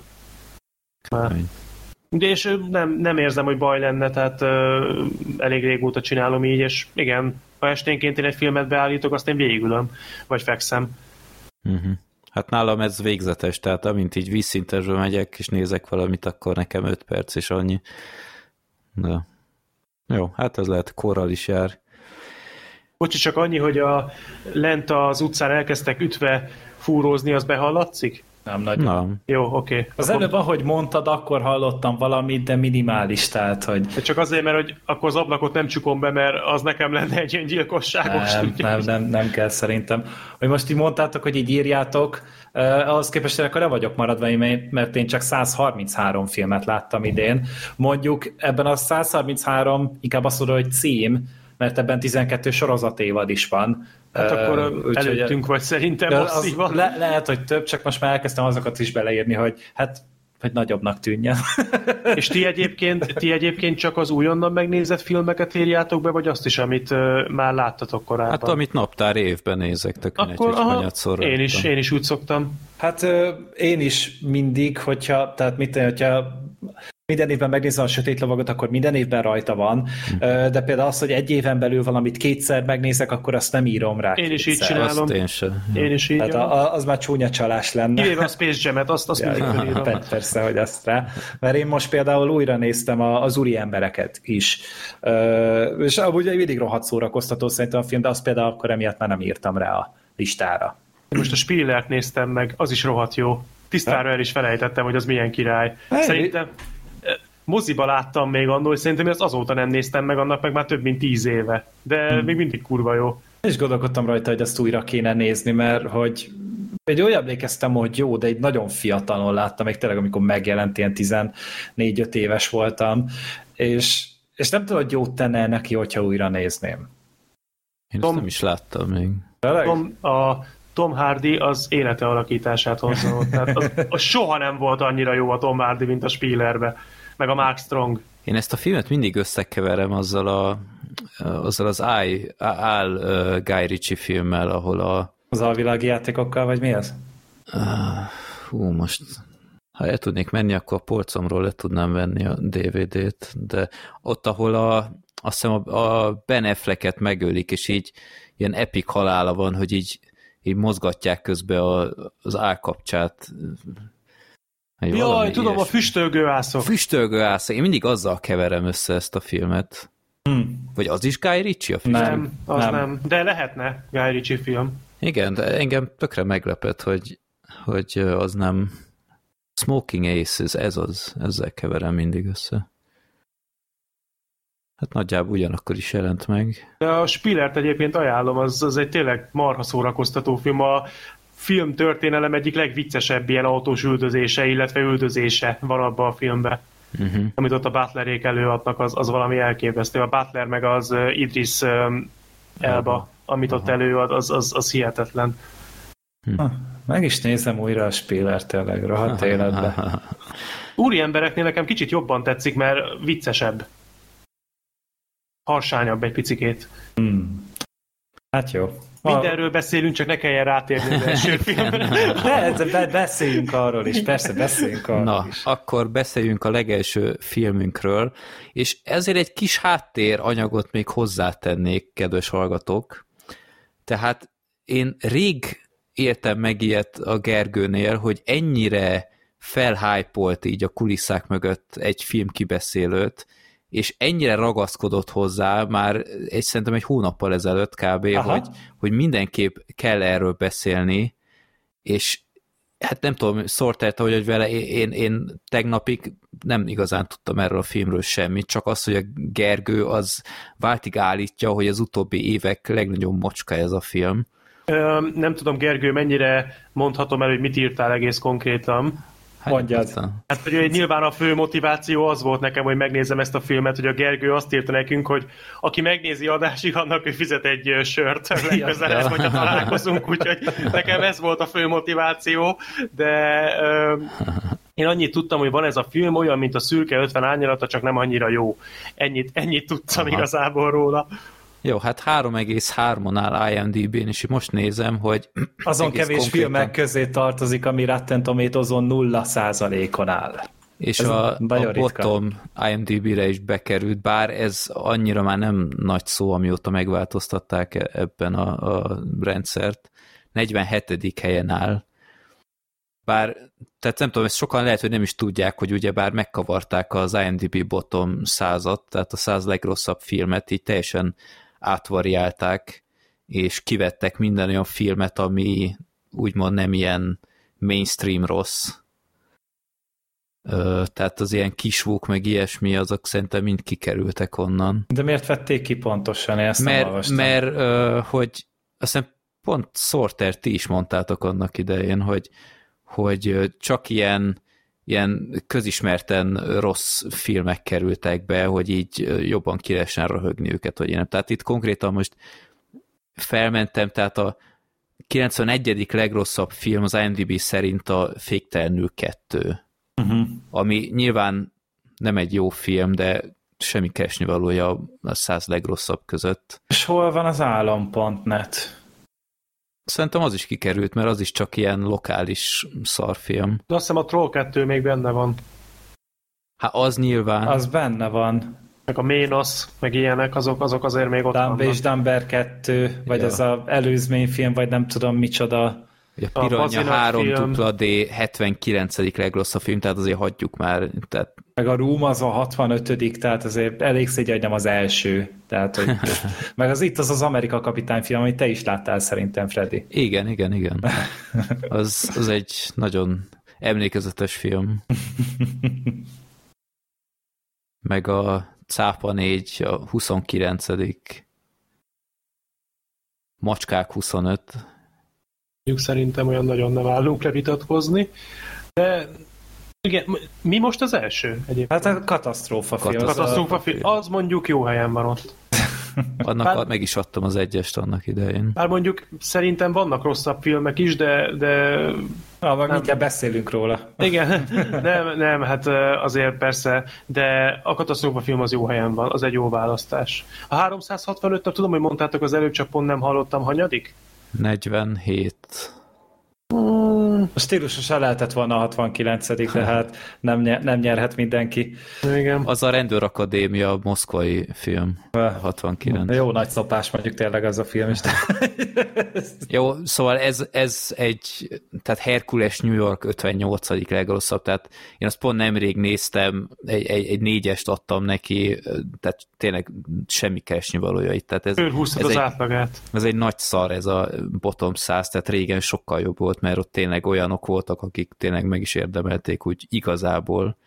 De és nem érzem, hogy baj lenne, tehát elég régóta csinálom így, és igen, ha esténként én egy filmet beállítok, azt én végigülöm, vagy fekszem. Hát nálam ez végzetes, tehát amint így vízszintesről megyek, és nézek valamit, akkor nekem 5 perc és annyi. De jó, hát ez lehet korral is jár. Bocsi, csak annyi, hogy lent az utcán elkezdtek ütve fúrózni, az behallatszik? Nem nagyon. Nem. Jó, oké. Az előbb, ahogy mondtad, akkor hallottam valamit, de minimális, tehát, hogy... De csak azért, mert hogy akkor az ablakot nem csukom be, mert az nekem lenne egy ilyen gyilkosságos. Nem kell szerintem. Hogy most így mondtátok, hogy így írjátok, ahhoz képest akkor le vagyok maradva, mert én csak 133 filmet láttam idén. Mondjuk ebben a 133 inkább azt mondom, hogy cím, mert ebben 12 sorozatévad is van. Hát akkor előttünk vagy szerintem masszívan. Lehet, hogy több, csak most már elkezdtem azokat is beleírni, hogy hogy nagyobbnak tűnjön. És ti egyébként csak az újonnan megnézett filmeket írjátok be, vagy azt is, amit már láttatok korábban? Hát amit naptár évben nézek, tök mindegy, hogy hanyatszor. Én is úgy szoktam. Hát én is mindig, hogyha minden évben megnézem a Sötét Lovagot, akkor minden évben rajta van, de például az, hogy egy éven belül valamit 2-szer megnézek, akkor azt nem írom rá. Én is így csinálom. Azt én sem. Én is így. Hát az már csúnya csalás lenne. Kivéve a Space Jam-et, azt mindig felírom. Persze, hogy azt rá. Mert én most például újra néztem az Úri embereket is. És amúgy mindig rohadt szórakoztató szerintem a film, de azt például akkor emiatt már nem írtam rá a listára. Most a Spielert néztem meg, az is rohadt jó. Tisztára el is felejtettem, hogy az milyen király. Szerintem moziba láttam még annól, és szerintem ezt azóta nem néztem meg, annak meg már több mint 10 éve. De még mindig kurva jó. És gondolkodtam rajta, hogy ezt újra kéne nézni, mert hogy egy olyan emlékeztem, hogy jó, de egy nagyon fiatalon láttam, még tényleg amikor megjelent, ilyen 14-5 éves voltam, és nem tudom, hogy jót tenne neki, hogyha újra nézném. Én ezt nem is láttam még. Tom Hardy az élete alakítását hozza. Tehát az soha nem volt annyira jó a Tom Hardy, mint a Spielerbe, meg a Mark Strong. Én ezt a filmet mindig összekeverem azzal az Guy Ritchie filmmel, ahol az alvilági játékokkal, vagy mi ez? Most ha el tudnék menni, akkor a polcomról le tudnám venni a DVD-t, de ott, ahol azt hiszem a Ben Afflecket megölik, és így ilyen epic halála van, hogy így mozgatják közben az állkapcsát. Jaj, tudom, a füstölgőászok. Füstölgőászok. Én mindig azzal keverem össze ezt a filmet. Vagy az is Guy Ritchie a film? Nem. De lehetne Guy Ritchie film. Igen, de engem tökre meglepett, hogy az nem Smoking Aces, ezzel keverem mindig össze. Hát nagyjából ugyanakkor is jelent meg. De a Spielert egyébként ajánlom, az egy tényleg marha szórakoztató film. A film történelem egyik legviccesebb ilyen autós üldözése, illetve üldözése van abban a filmben. Amit ott a Butlerék előadnak, az valami elképesztő. A Butler meg az Idris Elba, amit ott előad, az hihetetlen. Meg is nézem újra a Spielert, tényleg rohadt életbe. Úri embereknél nekem kicsit jobban tetszik, mert viccesebb. Harsányabb egy picikét. Hát jó. Mindenről beszélünk, csak ne kelljen rátérni az első filmre. Beszéljünk arról is, persze beszéljünk arról is. Akkor beszéljünk a legelső filmünkről, és ezért egy kis háttéranyagot még hozzátennék, kedves hallgatók. Tehát én rég értem meg ilyet a Gergőnél, hogy ennyire felhájpolt így a kulisszák mögött egy film-kibeszélőt, és ennyire ragaszkodott hozzá már szerintem egy hónappal ezelőtt kb., hogy mindenképp kell erről beszélni, és hát nem tudom, Sorter, hogy vele én tegnapig nem igazán tudtam erről a filmről semmit, csak az, hogy a Gergő az váltig állítja, hogy az utóbbi évek legnagyobb mocska ez a film. Nem tudom, Gergő, mennyire mondhatom el, hogy mit írtál egész konkrétan. Mondjad. Hát, hogy nyilván a fő motiváció az volt nekem, hogy megnézem ezt a filmet, hogy a Gergő azt írta nekünk, hogy aki megnézi adásig, annak ő fizet egy sört legközelebb, hogyha találkozunk, úgyhogy nekem ez volt a fő motiváció, de én annyit tudtam, hogy van ez a film olyan, mint a Szürke 50 árnyalata, csak nem annyira jó. Ennyit tudtam igazából róla. Jó, hát 3,3-on áll IMDb-n, és most nézem, hogy azon kevés filmek közé tartozik, ami Rotten Tomatoes-on 0%-on áll. És a bottom IMDb-re is bekerült, bár ez annyira már nem nagy szó, amióta megváltoztatták ebben a rendszert. 47. helyen áll. Bár, tehát nem tudom, ezt sokan lehet, hogy nem is tudják, hogy ugyebár megkavarták az IMDb bottom 100-at, tehát a 100 legrosszabb filmet, így teljesen átvariálták, és kivettek minden olyan filmet, ami úgymond nem ilyen mainstream rossz. Tehát az ilyen kisvúk, meg ilyesmi, azok szerintem mind kikerültek onnan. De miért vették ki pontosan? Én ezt nem olvastam. Mert hogy azt hiszem pont Sorter, ti is mondtátok annak idején, hogy csak ilyen közismerten rossz filmek kerültek be, hogy így jobban ki lehessen röhögni őket, vagy én. Tehát itt konkrétan most felmentem, tehát a 91. legrosszabb film az IMDb szerint a Féktelenül 2, ami nyilván nem egy jó film, de semmi keresnivalója a 100 legrosszabb között. És hol van az állam.net? Szerintem az is kikerült, mert az is csak ilyen lokális szarfilm. De azt hiszem a Troll 2 még benne van. Hát az nyilván. Az benne van. Meg a Ménosz, meg ilyenek, azok azért még ott vannak. És Dumber 2, vagy ez az előzményfilm, vagy nem tudom micsoda. A Piranha Bazina 3D 79. legrosszabb film, tehát azért hagyjuk már. Tehát... Meg a Room az a 65., tehát azért elég szégy, hogy nem az első. Tehát, hogy... meg itt az Amerika Kapitány film, amit te is láttál szerintem, Freddy. Igen. Az egy nagyon emlékezetes film. Meg a Cápa 4, a 29. Macskák 25. Szerintem olyan nagyon nem állunk le vitatkozni. De igen, mi most az első egyébként? Hát a katasztrófa film. Katasztrófa film, az mondjuk jó helyen van ott. Annak meg is adtam az 1-est annak idején. Bár mondjuk szerintem vannak rosszabb filmek is, de Meg mindjárt beszélünk róla. Igen, nem, hát azért persze, de a katasztrófa film az jó helyen van, az egy jó választás. A 365-től tudom, hogy mondtátok az előbb, csak pont nem hallottam, hanyadik? 47. A stílusosan lehetett volna a 69., de hát nem nyerhet mindenki. Igen. Az a Rendőrakadémia moszkvai film. 69. Jó nagy szopás mondjuk tényleg az a film is. Jó, szóval ez egy, tehát Hercules New York 58. legrosszabb, tehát én azt pont nemrég néztem, egy 4-est adtam neki, tehát tényleg semmi keresni valója itt. Tehát ez az átlagát. Ez egy nagy szar, ez a bottom 100, tehát régen sokkal jobb volt, mert ott tényleg olyanok voltak, akik tényleg meg is érdemelték úgy igazából.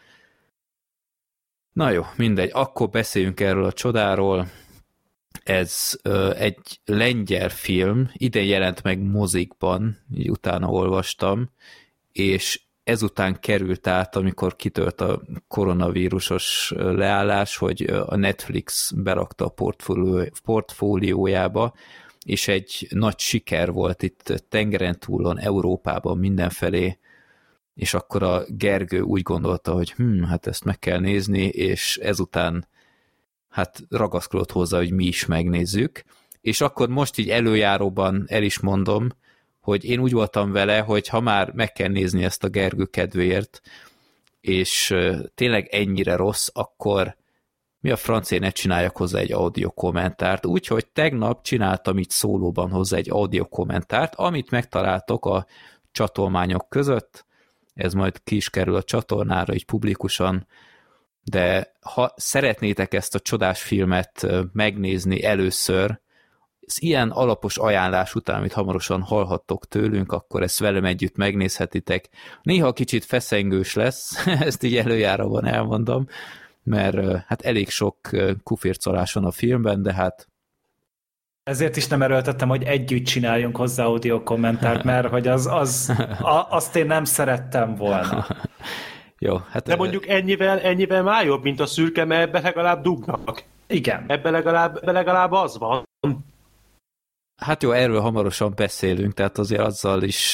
Na jó, mindegy, akkor beszéljünk erről a csodáról. Ez egy lengyel film, idén jelent meg mozikban, így utána olvastam, és ezután került át, amikor kitört a koronavírusos leállás, hogy a Netflix berakta a portfóliójába, és egy nagy siker volt itt tengeren túlon, Európában, mindenfelé, és akkor a Gergő úgy gondolta, hogy hát ezt meg kell nézni, és ezután hát ragaszkodott hozzá, hogy mi is megnézzük, és akkor most így előjáróban el is mondom, hogy én úgy voltam vele, hogy ha már meg kell nézni ezt a Gergő kedvéért, és tényleg ennyire rossz, akkor mi a francén ne csináljak hozzá egy audio kommentárt, úgyhogy tegnap csináltam itt szólóban hozzá egy audio kommentárt, amit megtaláltok a csatolmányok között, ez majd ki is kerül a csatornára, így publikusan, de ha szeretnétek ezt a csodás filmet megnézni először, az ilyen alapos ajánlás után, amit hamarosan hallhattok tőlünk, akkor ezt velem együtt megnézhetitek. Néha kicsit feszengős lesz, ezt így előjáróban elmondom, mert hát elég sok kufircolás van a filmben, de hát ezért is nem erőltettem, hogy együtt csináljunk hozzá audio kommentárt, mert hogy azt én nem szerettem volna. Jó, hát de mondjuk ennyivel már jobb, mint a szürke, mert ebbe legalább dugnak. Igen. Ebbe legalább az van. Hát jó, erről hamarosan beszélünk, tehát azért azzal is...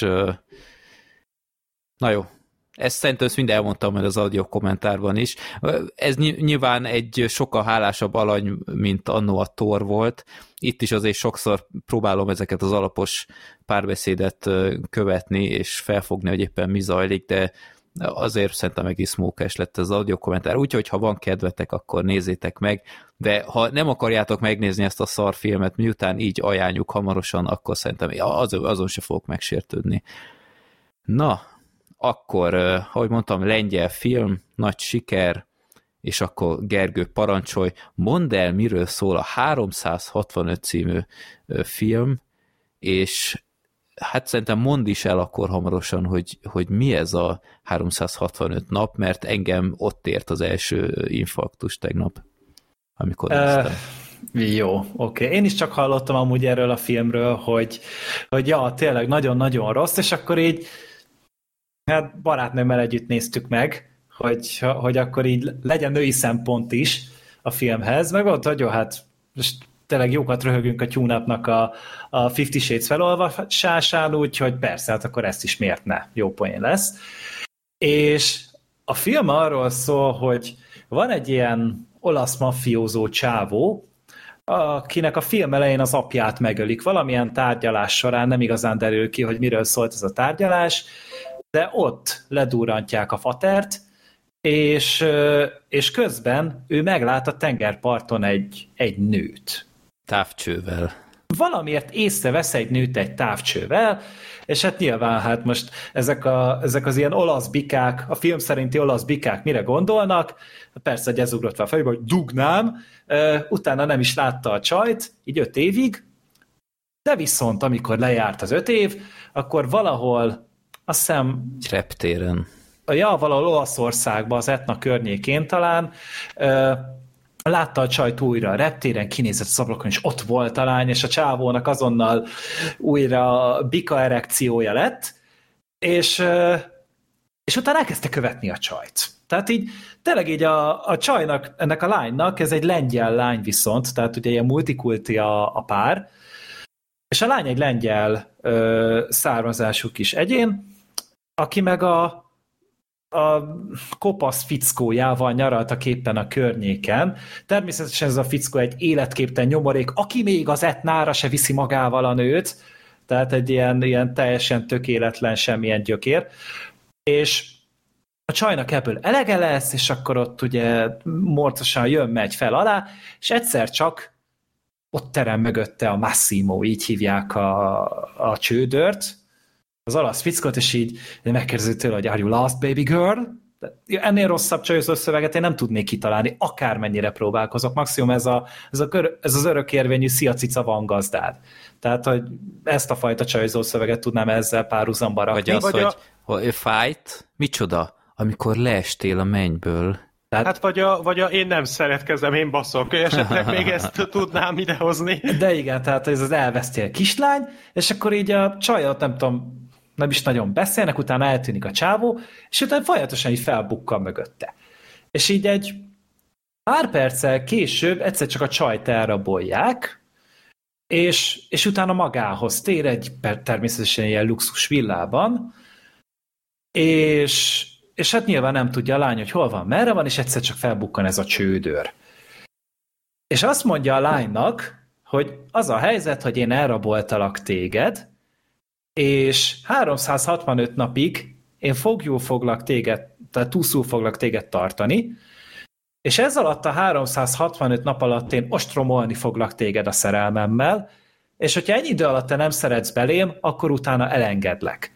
Na jó, ezt szerintem mind elmondtam majd az audio kommentárban is. Ez nyilván egy sokkal hálásabb alany, mint annó a Thor volt. Itt is azért sokszor próbálom ezeket az alapos párbeszédet követni, és felfogni, hogy éppen mi zajlik, de azért szerintem egész mókás lett az audio kommentár. Úgyhogy ha van kedvetek, akkor nézzétek meg, de ha nem akarjátok megnézni ezt a szarfilmet, miután így ajánljuk hamarosan, akkor szerintem azon se fogok megsértődni. Na, akkor, ahogy mondtam, lengyel film, nagy siker, és akkor Gergő, parancsolj, mondd el, miről szól a 365 című film, és hát szerintem mondd is el akkor hamarosan, hogy mi ez a 365 nap, mert engem ott ért az első infarktus tegnap, amikor néztem. Jó, oké. Én is csak hallottam amúgy erről a filmről, hogy ja, tényleg nagyon-nagyon rossz, és akkor így hát barátnőmmel együtt néztük meg, hogy akkor így legyen női szempont is a filmhez, meg ott, hogy jó, hát most tényleg jókat röhögünk a Tune-upnak a 50 Shades felolvasásán, úgyhogy persze, hát akkor ezt is miért ne? Jó poén lesz. És a film arról szól, hogy van egy ilyen olasz mafiózó csávó, akinek a film elején az apját megölik. Valamilyen tárgyalás során nem igazán derül ki, hogy miről szólt ez a tárgyalás, de ott ledurrantják a fatert, és közben ő meglát a tengerparton egy nőt. Távcsővel. valamiért észrevesz egy nőt egy távcsővel, és hát nyilván hát most ezek az ilyen olasz bikák, a film szerinti olasz bikák mire gondolnak? Persze, hogy ez ugrott fel a fejbe, hogy dugnám, utána nem is látta a csajt, így 5 évig, de viszont amikor lejárt az 5 év, akkor valahol, azt hiszem... reptéren. Ja, valahol Olaszországban, az Etna környékén talán, látta a csajt újra a reptéren, kinézett az ablakon, és ott volt a lány, és a csávónak azonnal újra bika erekciója lett, és utána elkezdte követni a csajt. Tehát így tényleg így a csajnak, ennek a lánynak, ez egy lengyel lány viszont, tehát ugye ilyen multikulti a pár, és a lány egy lengyel származású kis egyén, aki meg a kopasz fickójával nyaraltak éppen a környéken. Természetesen ez a fickó egy életképtelen nyomorék, aki még az Etnára se viszi magával a nőt, tehát egy ilyen teljesen tökéletlen, semmilyen gyökér. És a csajnak ebből elege lesz, és akkor ott ugye morcosan jön, megy fel alá, és egyszer csak ott terem mögötte a Massimo, így hívják a csődört, az olasz fickót, és így megkérdezi tőle, hogy are you lost, baby girl? Ennél rosszabb csajozó szöveget én nem tudnék kitalálni, akármennyire próbálkozok. Maximum ez az örökérvényű szia cica van gazdád. Tehát, hogy ezt a fajta csajozó szöveget tudnám ezzel párhuzamba rakni. Vagy az, hogy fight, micsoda? Amikor leestél a mennyből. Tehát, hát vagy a én nem szeretkezem, én baszok. Esetleg még ezt tudnám idehozni. De igen, tehát ez az elvesztél kislány, és akkor így a csajot nem tudom, nem is nagyon beszélnek, utána eltűnik a csávó, és utána folyamatosan így felbukkan mögötte. És így egy pár perccel később egyszer csak a csajt elrabolják, és utána magához tér egy természetesen ilyen luxus villában, és hát nyilván nem tudja a lány, hogy hol van, merre van, és egyszer csak felbukkan ez a csődör. És azt mondja a lánynak, hogy az a helyzet, hogy én elraboltalak téged, és 365 napig én fogjul foglak téged, tehát túszul foglak téged tartani, és ez alatt a 365 nap alatt én ostromolni foglak téged a szerelmemmel, és hogyha ennyi idő alatt te nem szeretsz belém, akkor utána elengedlek.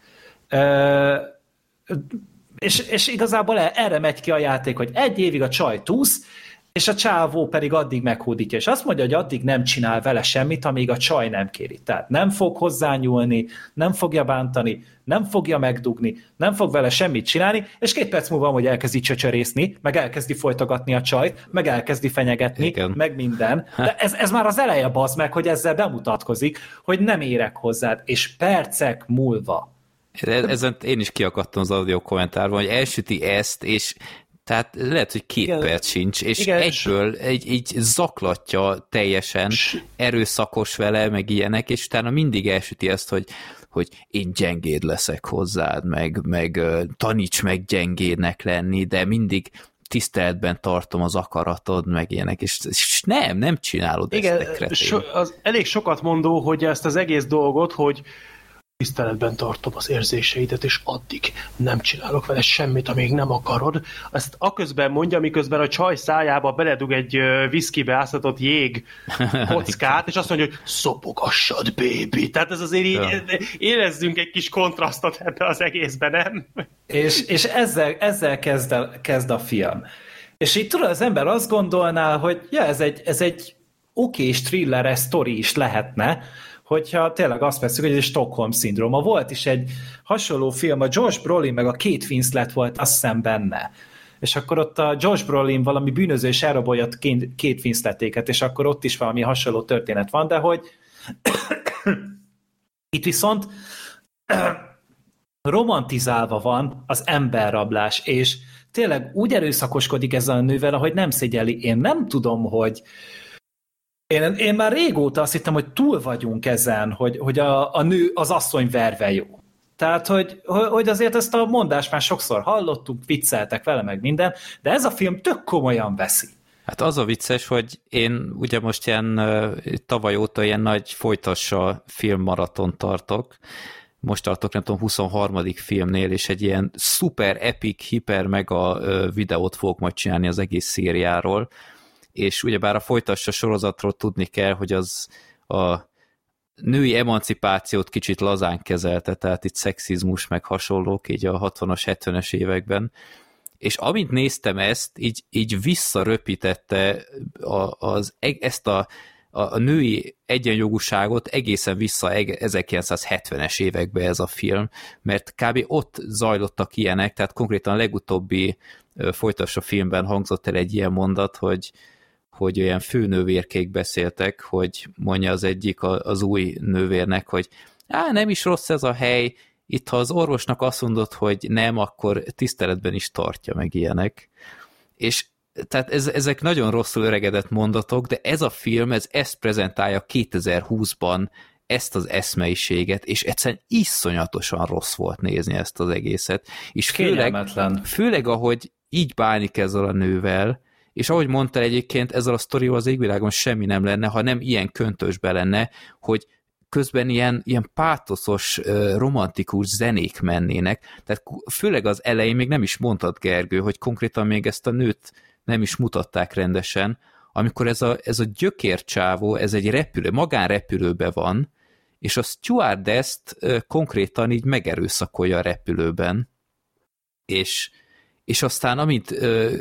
És igazából erre megy ki a játék, hogy 1 évig a csaj túsz, és a csávó pedig addig meghódítja, és azt mondja, hogy addig nem csinál vele semmit, amíg a csaj nem kéri. Tehát nem fog hozzányúlni, nem fogja bántani, nem fogja megdugni, nem fog vele semmit csinálni, és 2 perc múlva, hogy elkezdi csöcsörészni, meg elkezdi folytogatni a csajt, meg elkezdi fenyegetni, igen, meg minden. De ez már az eleje, bazd meg, hogy ezzel bemutatkozik, hogy nem érek hozzád, és percek múlva. Ezen én is kiakadtam az audio kommentárban, hogy elsüti ezt, és tehát lehet, hogy 2 perc sincs, és igen, egyből így zaklatja teljesen, erőszakos vele, meg ilyenek, és utána mindig elsüti ezt, hogy én gyengéd leszek hozzád, meg taníts meg gyengédnek lenni, de mindig tiszteletben tartom az akaratod, meg ilyenek, és nem csinálod ezt. Igen, az elég sokat mondó, hogy ezt az egész dolgot, hogy tiszteletben tartom az érzéseidet, és addig nem csinálok vele semmit, amíg nem akarod. Ezt aközben mondja, miközben a csaj szájába beledug egy viszkibe áztatott jég kockát, és azt mondja, hogy szopogassad, baby. Tehát ez azért így, érezzünk egy kis kontrasztot ebbe az egészbe, nem? És ezzel kezd a film. És így tudod, az ember azt gondolná, hogy ja, ez egy okés thrilleres sztori is lehetne, hogyha tényleg azt veszük, hogy ez egy Stockholm-szindróma. Volt is egy hasonló film, a Josh Brolin meg a Kate Winslet volt azt hiszem benne. És akkor ott a Josh Brolin valami bűnöző és elrabolja Kate Winsletéket, és akkor ott is valami hasonló történet van, de hogy itt viszont romantizálva van az emberrablás, és tényleg úgy erőszakoskodik ezzel a nővel, ahogy nem szégyeli. Én nem tudom, hogy Én már régóta azt hittem, hogy túl vagyunk ezen, hogy a nő az asszony verve jó. Tehát, hogy azért ezt a mondást már sokszor hallottuk, vicceltek vele meg minden, de ez a film tök komolyan veszi. Hát az a vicces, hogy én ugye most ilyen tavaly óta ilyen nagy folytassa filmmaraton tartok, most tartok, nem tudom, 23. filmnél, és egy ilyen szuper epic, hiper mega videót fogok majd csinálni az egész szériáról, és ugyebár a folytassa sorozatról tudni kell, hogy az női emancipációt kicsit lazán kezelte, tehát itt szexizmus meg hasonlók így a 60-as, 70-es években, és amint néztem ezt, így visszaröpítette ezt a női egyenjogúságot egészen vissza 1970-es évekbe ez a film, mert kb. Ott zajlottak ilyenek, tehát konkrétan a legutóbbi Folytassa filmben hangzott el egy ilyen mondat, hogy olyan főnővérkék beszéltek, hogy mondja az egyik az új nővérnek, hogy nem is rossz ez a hely, itt ha az orvosnak azt mondod, hogy nem, akkor tiszteletben is tartja meg ilyenek. És tehát ezek nagyon rosszul öregedett mondatok, de ez a film, ezt prezentálja 2020-ban, ezt az eszmeiséget, és egyszerűen iszonyatosan rossz volt nézni ezt az egészet. És főleg ahogy így bánik ezzel a nővel, és ahogy mondtál egyébként, ezzel a sztorival az égvilágon semmi nem lenne, ha nem ilyen köntösbe lenne, hogy közben ilyen pátoszos, romantikus zenék mennének. Tehát főleg az elején még nem is mondtad, Gergő, hogy konkrétan még ezt a nőt nem is mutatták rendesen, amikor ez a gyökércsávó, ez egy magánrepülőbe van, és a stewardess-t konkrétan így megerőszakolja a repülőben, és aztán amint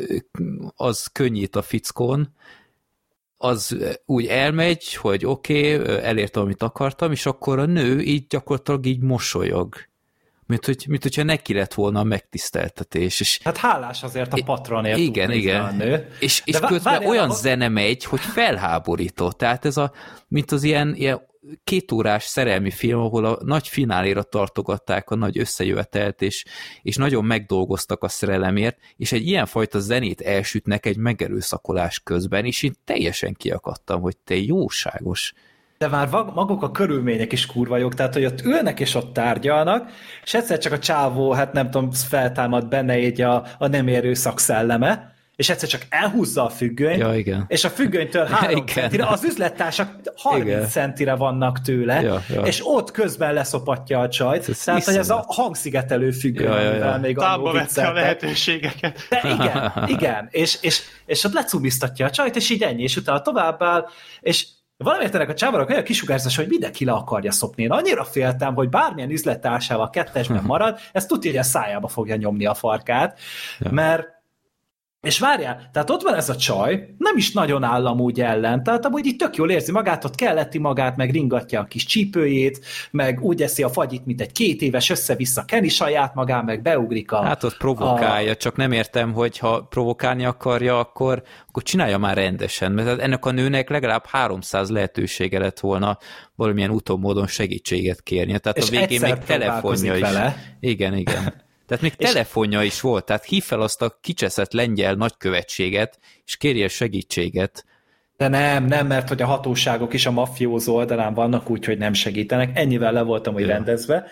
az könnyít a fickón, az úgy elmegy, hogy oké, elértem, amit akartam, és akkor a nő így gyakorlatilag így mosolyog. Mint hogyha neki lett volna a megtiszteltetés. És hát hálás azért a patronért. Igen. A nő. És közben olyan zene megy, hogy felháborító. Tehát ez mint az ilyen 2 órás szerelmi film, ahol a nagy fináléra tartogatták a nagy összejövetelt, és nagyon megdolgoztak a szerelemért, és egy ilyenfajta zenét elsütnek egy megerőszakolás közben, és én teljesen kiakadtam, hogy te jóságos. De már maguk a körülmények is kurva jók, tehát hogy ott ülnek és ott tárgyalnak, és egyszer csak a csávó, hát nem tudom, feltámad benne így a nem erőszak szelleme, és egyszer csak elhúzza a függönyt, ja, igen. És a függönytől 3 centire, az üzlettársak 30 igen. centire vannak tőle, ja. És ott közben leszopatja a csajt, tehát hogy ez a hangszigetelő függöny, amivel még annól vicceltek. A lehetőségeket. De igen, és ott lecumisztatja a csajt, és így ennyi, és utána továbbáll, és valamiért ennek a csávarok olyan kisugárzás, hogy mindenki le akarja szopni. Én annyira féltem, hogy bármilyen üzlettársával kettesben marad, ezt tudja, hogy a szájába fogja nyomni a farkát, mert és várjál, tehát ott van ez a csaj, nem is nagyon áll amúgy ellen, tehát amúgy így tök jól érzi magát, ott kelleti magát, meg ringatja a kis csípőjét, meg úgy eszi a fagyit, mint egy 2 éves, össze-vissza keni saját magán, meg beugrik hát ott provokálja, csak nem értem, hogy ha provokálni akarja, akkor csinálja már rendesen, mert ennek a nőnek legalább 300 lehetősége lett volna valamilyen úton módon segítséget kérni, tehát és a végén még telefonja is. Vele. Igen. Tehát még telefonja is volt, tehát hív fel azt a kicseszett lengyel nagykövetséget, és kérje segítséget. De nem, mert hogy a hatóságok is a maffiózó oldalán vannak, úgyhogy nem segítenek. Ennyivel le voltam úgy rendezve.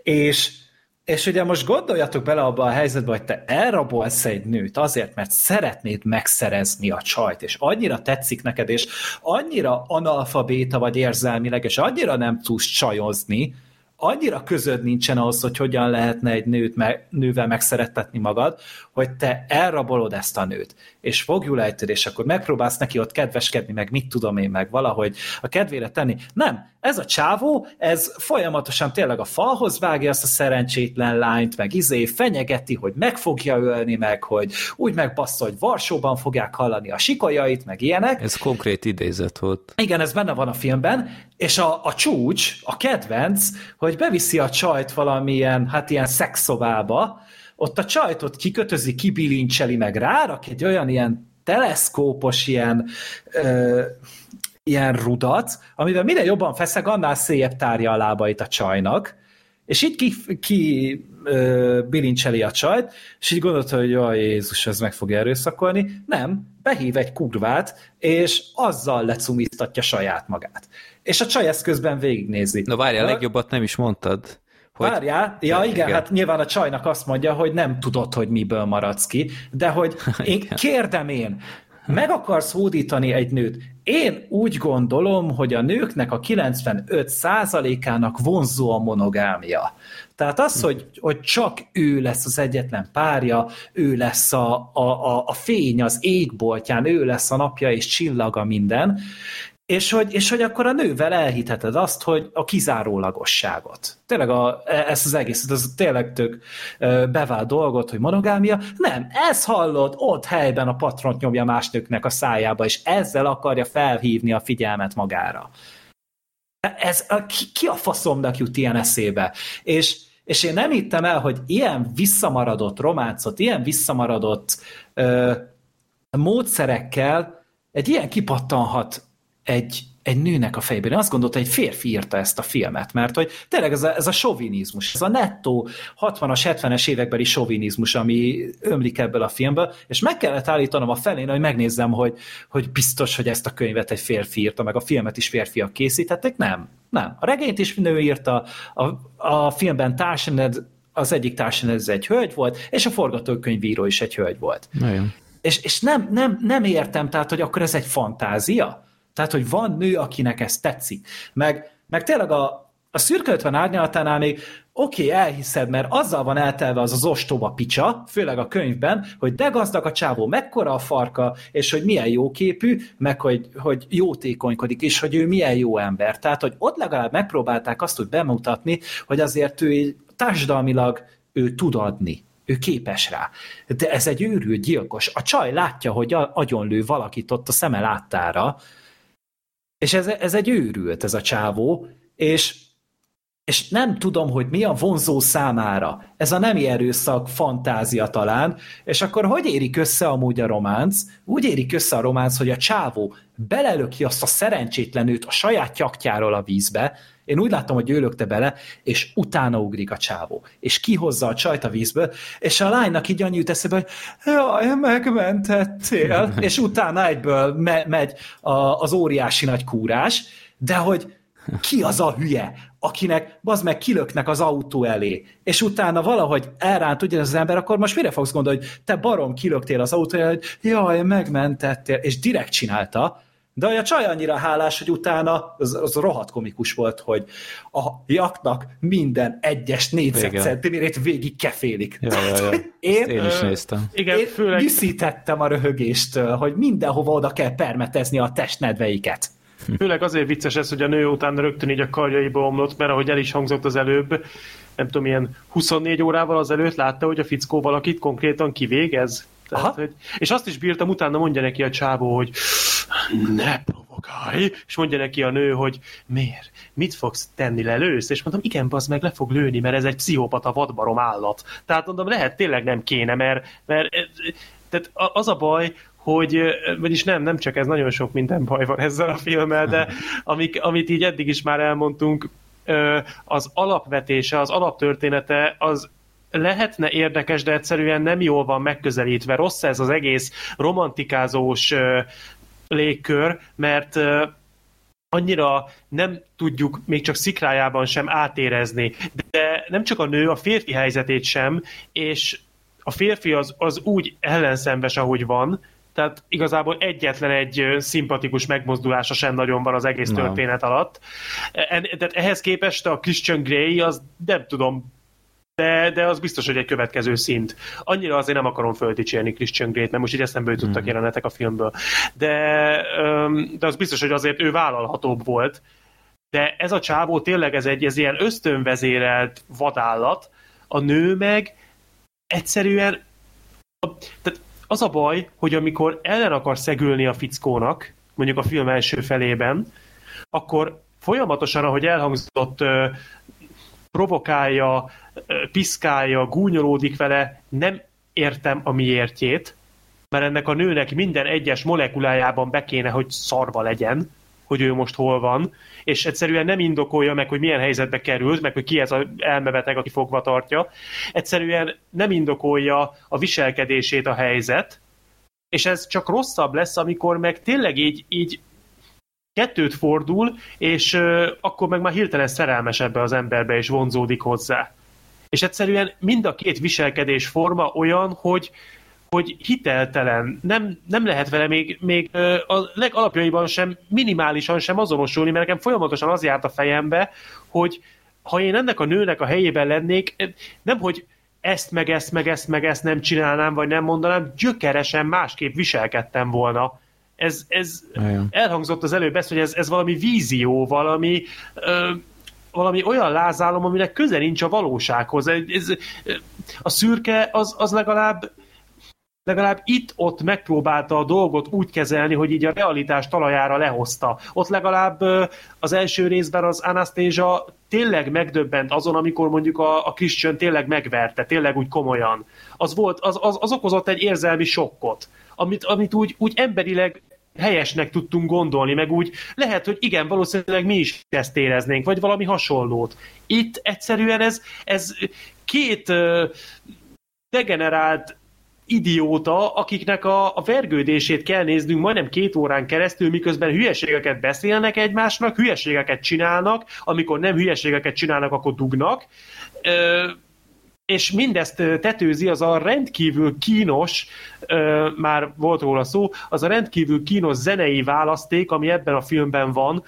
És ugye most gondoljatok bele abba a helyzetbe, hogy te elrabolsz egy nőt azért, mert szeretnéd megszerezni a csajt, és annyira tetszik neked, és annyira analfabéta vagy érzelmileg, és annyira nem tudsz csajozni, annyira közöd nincsen ahhoz, hogy hogyan lehetne egy nővel megszerettetni magad, hogy te elrabolod ezt a nőt, és fogjulejted, és akkor megpróbálsz neki ott kedveskedni, meg mit tudom én, meg valahogy a kedvére tenni. Nem, ez a csávó, ez folyamatosan tényleg a falhoz vágja azt a szerencsétlen lányt, meg fenyegeti, hogy meg fogja ölni, meg hogy úgy megbassza, hogy Varsóban fogják hallani a sikolyait, meg ilyenek. Ez konkrét idézet volt. Igen, ez benne van a filmben, és a csúcs, a kedvenc, hogy beviszi a csajt valamilyen, hát ilyen szexszobába, ott a csajtot kikötözi, kibilincseli, meg rárak egy olyan ilyen teleszkópos ilyen rudat, amivel minél jobban feszeg, annál széjjebb tárja a lábait a csajnak, és így bilincseli a csajt, és így gondolta, hogy jaj, Jézus, ez meg fogja erőszakolni. Nem, behív egy kurvát, és azzal lecumiztatja saját magát. És a csaj ezt közben végignézi. Na várjál, a legjobbat nem is mondtad. Hogy... Várjál, igen, hát nyilván a csajnak azt mondja, hogy nem tudod, hogy miből maradsz ki, de hogy kérdem én, meg akarsz hódítani egy nőt. Én úgy gondolom, hogy a nőknek a 95%-ának vonzó a monogámia. Tehát az, hogy csak ő lesz az egyetlen párja, ő lesz a fény az égboltján, ő lesz a napja és csillaga minden, És hogy akkor a nővel elhitheted azt, hogy a kizárólagosságot. Tényleg ezt az egészet, az tényleg tök bevált dolgot, hogy monogámia. Nem, ez hallod, ott helyben a patront nyomja más nőknek a szájába, és ezzel akarja felhívni a figyelmet magára. Ki a faszomnak jut ilyen eszébe? És én nem hittem el, hogy ilyen visszamaradott románcot, ilyen visszamaradott módszerekkel egy ilyen kipattanhat egy nőnek a fejében. Én azt gondoltam, hogy egy férfi írta ezt a filmet, mert hogy tényleg ez a sovinizmus, ez a nettó 60-as, 70-es évekbeli sovinizmus, ami ömlik ebből a filmből, és meg kellett állítanom a felén, hogy megnézzem, hogy biztos, hogy ezt a könyvet egy férfi írta, meg a filmet is férfiak készítették. Nem. A regényt is nő írta, a filmben az egyik társadalom ez egy hölgy volt, és a forgatókönyvíró is egy hölgy volt. És nem értem, tehát, hogy akkor ez egy fantázia? Tehát, hogy van nő, akinek ez tetszik. Meg tényleg a szürke 50 árnyalatánál még oké, elhiszed, mert azzal van eltelve az ostoba picsa, főleg a könyvben, hogy de gazdag a csávó, mekkora a farka, és hogy milyen jóképű, meg hogy jótékonykodik, és hogy ő milyen jó ember. Tehát, hogy ott legalább megpróbálták azt úgy bemutatni, hogy azért ő társadalmilag ő tud adni. Ő képes rá. De ez egy őrült gyilkos. A csaj látja, hogy agyonlő valakit ott a szeme láttára, és ez egy őrült, ez a csávó, és nem tudom, hogy mi a vonzó számára. Ez a nemi erőszak fantázia talán, és akkor hogy érik össze amúgy a románc? Úgy érik össze a románc, hogy a csávó belelöki azt a szerencsétlenőt a saját tyaktyáról a vízbe, én úgy láttam, hogy ő lökte bele, és utána ugrik a csávó, és kihozza a csajt a vízből, és a lánynak így annyi jut eszébe, hogy jaj, megmentettél, és utána egyből megy az óriási nagy kúrás, de hogy ki az a hülye, akinek bazd meg kilöknek az autó elé, és utána valahogy elránt ugyanaz az ember, akkor most mire fogsz gondolni, hogy te barom kilöktél az autó elé, hogy jaj, megmentettél, és direkt csinálta, de a csaj annyira hálás, hogy utána az rohadt komikus volt, hogy a jaknak minden egyes négyzetcentiméterét végig kefélik. Ja. Én is néztem. Igen, én főleg... viszítettem a röhögéstől, hogy mindenhova oda kell permetezni a testnedveiket. Főleg azért vicces ez, hogy a nő után rögtön így a karjaiba omlott, mert ahogy el is hangzott az előbb, nem tudom, ilyen 24 órával azelőtt látta, hogy a fickó valakit konkrétan kivégez. Tehát, hogy... És azt is bírtam, utána mondja neki a csávó, hogy ne provokálj, és mondja neki a nő, hogy miért? Mit fogsz tenni, lelősz? És mondom, igen, bazd meg, le fog lőni, mert ez egy pszichopata vadbarom állat. Tehát mondom, lehet tényleg nem kéne, mert tehát az a baj, hogy, vagyis nem csak ez, nagyon sok minden baj van ezzel a filmmel, de amit így eddig is már elmondtunk, az alapvetése, az alaptörténete, az lehetne érdekes, de egyszerűen nem jól van megközelítve. Rossz ez az egész romantikázós légkör, mert annyira nem tudjuk még csak szikrájában sem átérezni. De nem csak a nő, a férfi helyzetét sem, és a férfi az úgy ellenszenves, ahogy van, tehát igazából egyetlen egy szimpatikus megmozdulása sem nagyon van az egész történet alatt. Tehát ehhez képest a Christian Grey, az nem tudom, de az biztos, hogy egy következő szint. Annyira azért nem akarom földicsérni Christian Grey-t, mert most így eszembe jutottak jelenetek a filmből. De az biztos, hogy azért ő vállalhatóbb volt. De ez a csávó tényleg ez ilyen ösztönvezérelt vadállat, a nő meg egyszerűen... Tehát az a baj, hogy amikor ellen akar szegülni a fickónak, mondjuk a film első felében, akkor folyamatosan, ahogy elhangzott, provokálja, piszkálja, gúnyolódik vele, nem értem a miértjét, mert ennek a nőnek minden egyes molekulájában be kéne, hogy szarva legyen, hogy ő most hol van, és egyszerűen nem indokolja meg, hogy milyen helyzetbe került, meg hogy ki ez az elmebeteg, aki fogva tartja. Egyszerűen nem indokolja a viselkedését a helyzet, és ez csak rosszabb lesz, amikor meg tényleg így kettőt fordul, és akkor meg már hirtelen szerelmes ebbe az emberbe, és vonzódik hozzá. És egyszerűen mind a két viselkedés forma olyan, hogy hiteltelen, nem lehet vele még a legalapjaiban sem, minimálisan sem azonosulni, mert nekem folyamatosan az járt a fejembe, hogy ha én ennek a nőnek a helyében lennék, nem, hogy ezt meg ezt nem csinálnám, vagy nem mondanám, gyökeresen másképp viselkedtem volna. Ez elhangzott az előbb ezt, hogy ez valami vízió, valami olyan lázálom, aminek köze nincs a valósághoz. A szürke az legalább itt-ott megpróbálta a dolgot úgy kezelni, hogy így a realitás talajára lehozta. Ott legalább az első részben az Anastasia tényleg megdöbbent azon, amikor mondjuk a Christian tényleg megverte, tényleg úgy komolyan. Az okozott egy érzelmi sokkot, amit úgy emberileg helyesnek tudtunk gondolni, meg úgy lehet, hogy igen, valószínűleg mi is ezt éreznénk, vagy valami hasonlót. Itt egyszerűen ez két degenerált idióta, akiknek a vergődését kell néznünk majdnem 2 órán keresztül, miközben hülyeségeket beszélnek egymásnak, hülyeségeket csinálnak, amikor nem hülyeségeket csinálnak, akkor dugnak, és mindezt tetőzi az a rendkívül kínos, már volt róla szó, az a rendkívül kínos zenei választék, ami ebben a filmben van,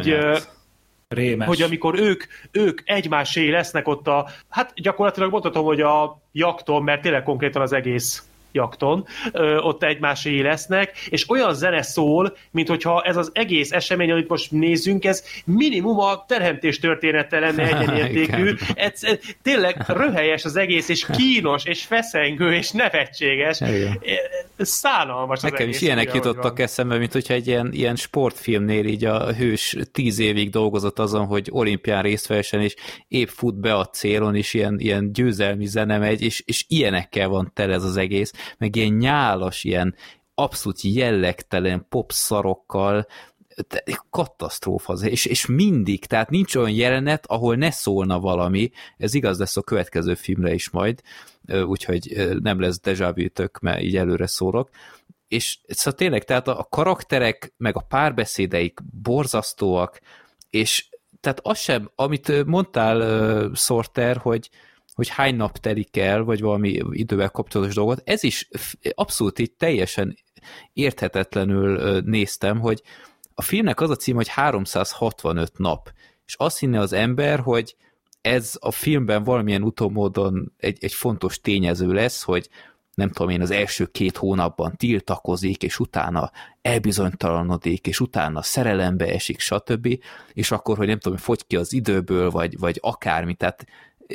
hogy amikor ők egymásé lesznek ott hát gyakorlatilag mondhatom, hogy a jakton, mert tényleg konkrétan az egész jakton, ott egymásé lesznek, és olyan zene szól, mint hogyha ez az egész esemény, amit most nézzünk, ez minimum a teremtés története lenne egyenértékű. Tényleg röhelyes az egész, és kínos, és feszengő, és nevetséges. Szánalmas az nekem egész. Is ilyenek jutottak eszembe, mint hogyha egy ilyen sportfilmnél így a hős 10 évig dolgozott azon, hogy olimpián részt vehessen, és épp fut be a célon, és ilyen győzelmi zene megy, és ilyenekkel van tele ez az egész, meg ilyen nyálas, ilyen abszolút jellegtelen popszarokkal, katasztrófa, és mindig, tehát nincs olyan jelenet, ahol ne szólna valami, ez igaz lesz a következő filmre is majd, úgyhogy nem lesz déjà vu-tök, mert így előre szólok, és szóval tényleg, tehát a karakterek, meg a párbeszédeik borzasztóak, és tehát az sem, amit mondtál, Sorter, hogy hány nap telik el, vagy valami idővel kapcsolatos dolgot, ez is abszolút így teljesen érthetetlenül néztem, hogy a filmnek az a cím, hogy 365 nap, és azt hinne az ember, hogy ez a filmben valamilyen utómódon egy fontos tényező lesz, hogy nem tudom én, az első 2 hónapban tiltakozik, és utána elbizonytalanodik, és utána szerelembe esik, stb. És akkor, hogy nem tudom, fogy ki az időből, vagy akármi, tehát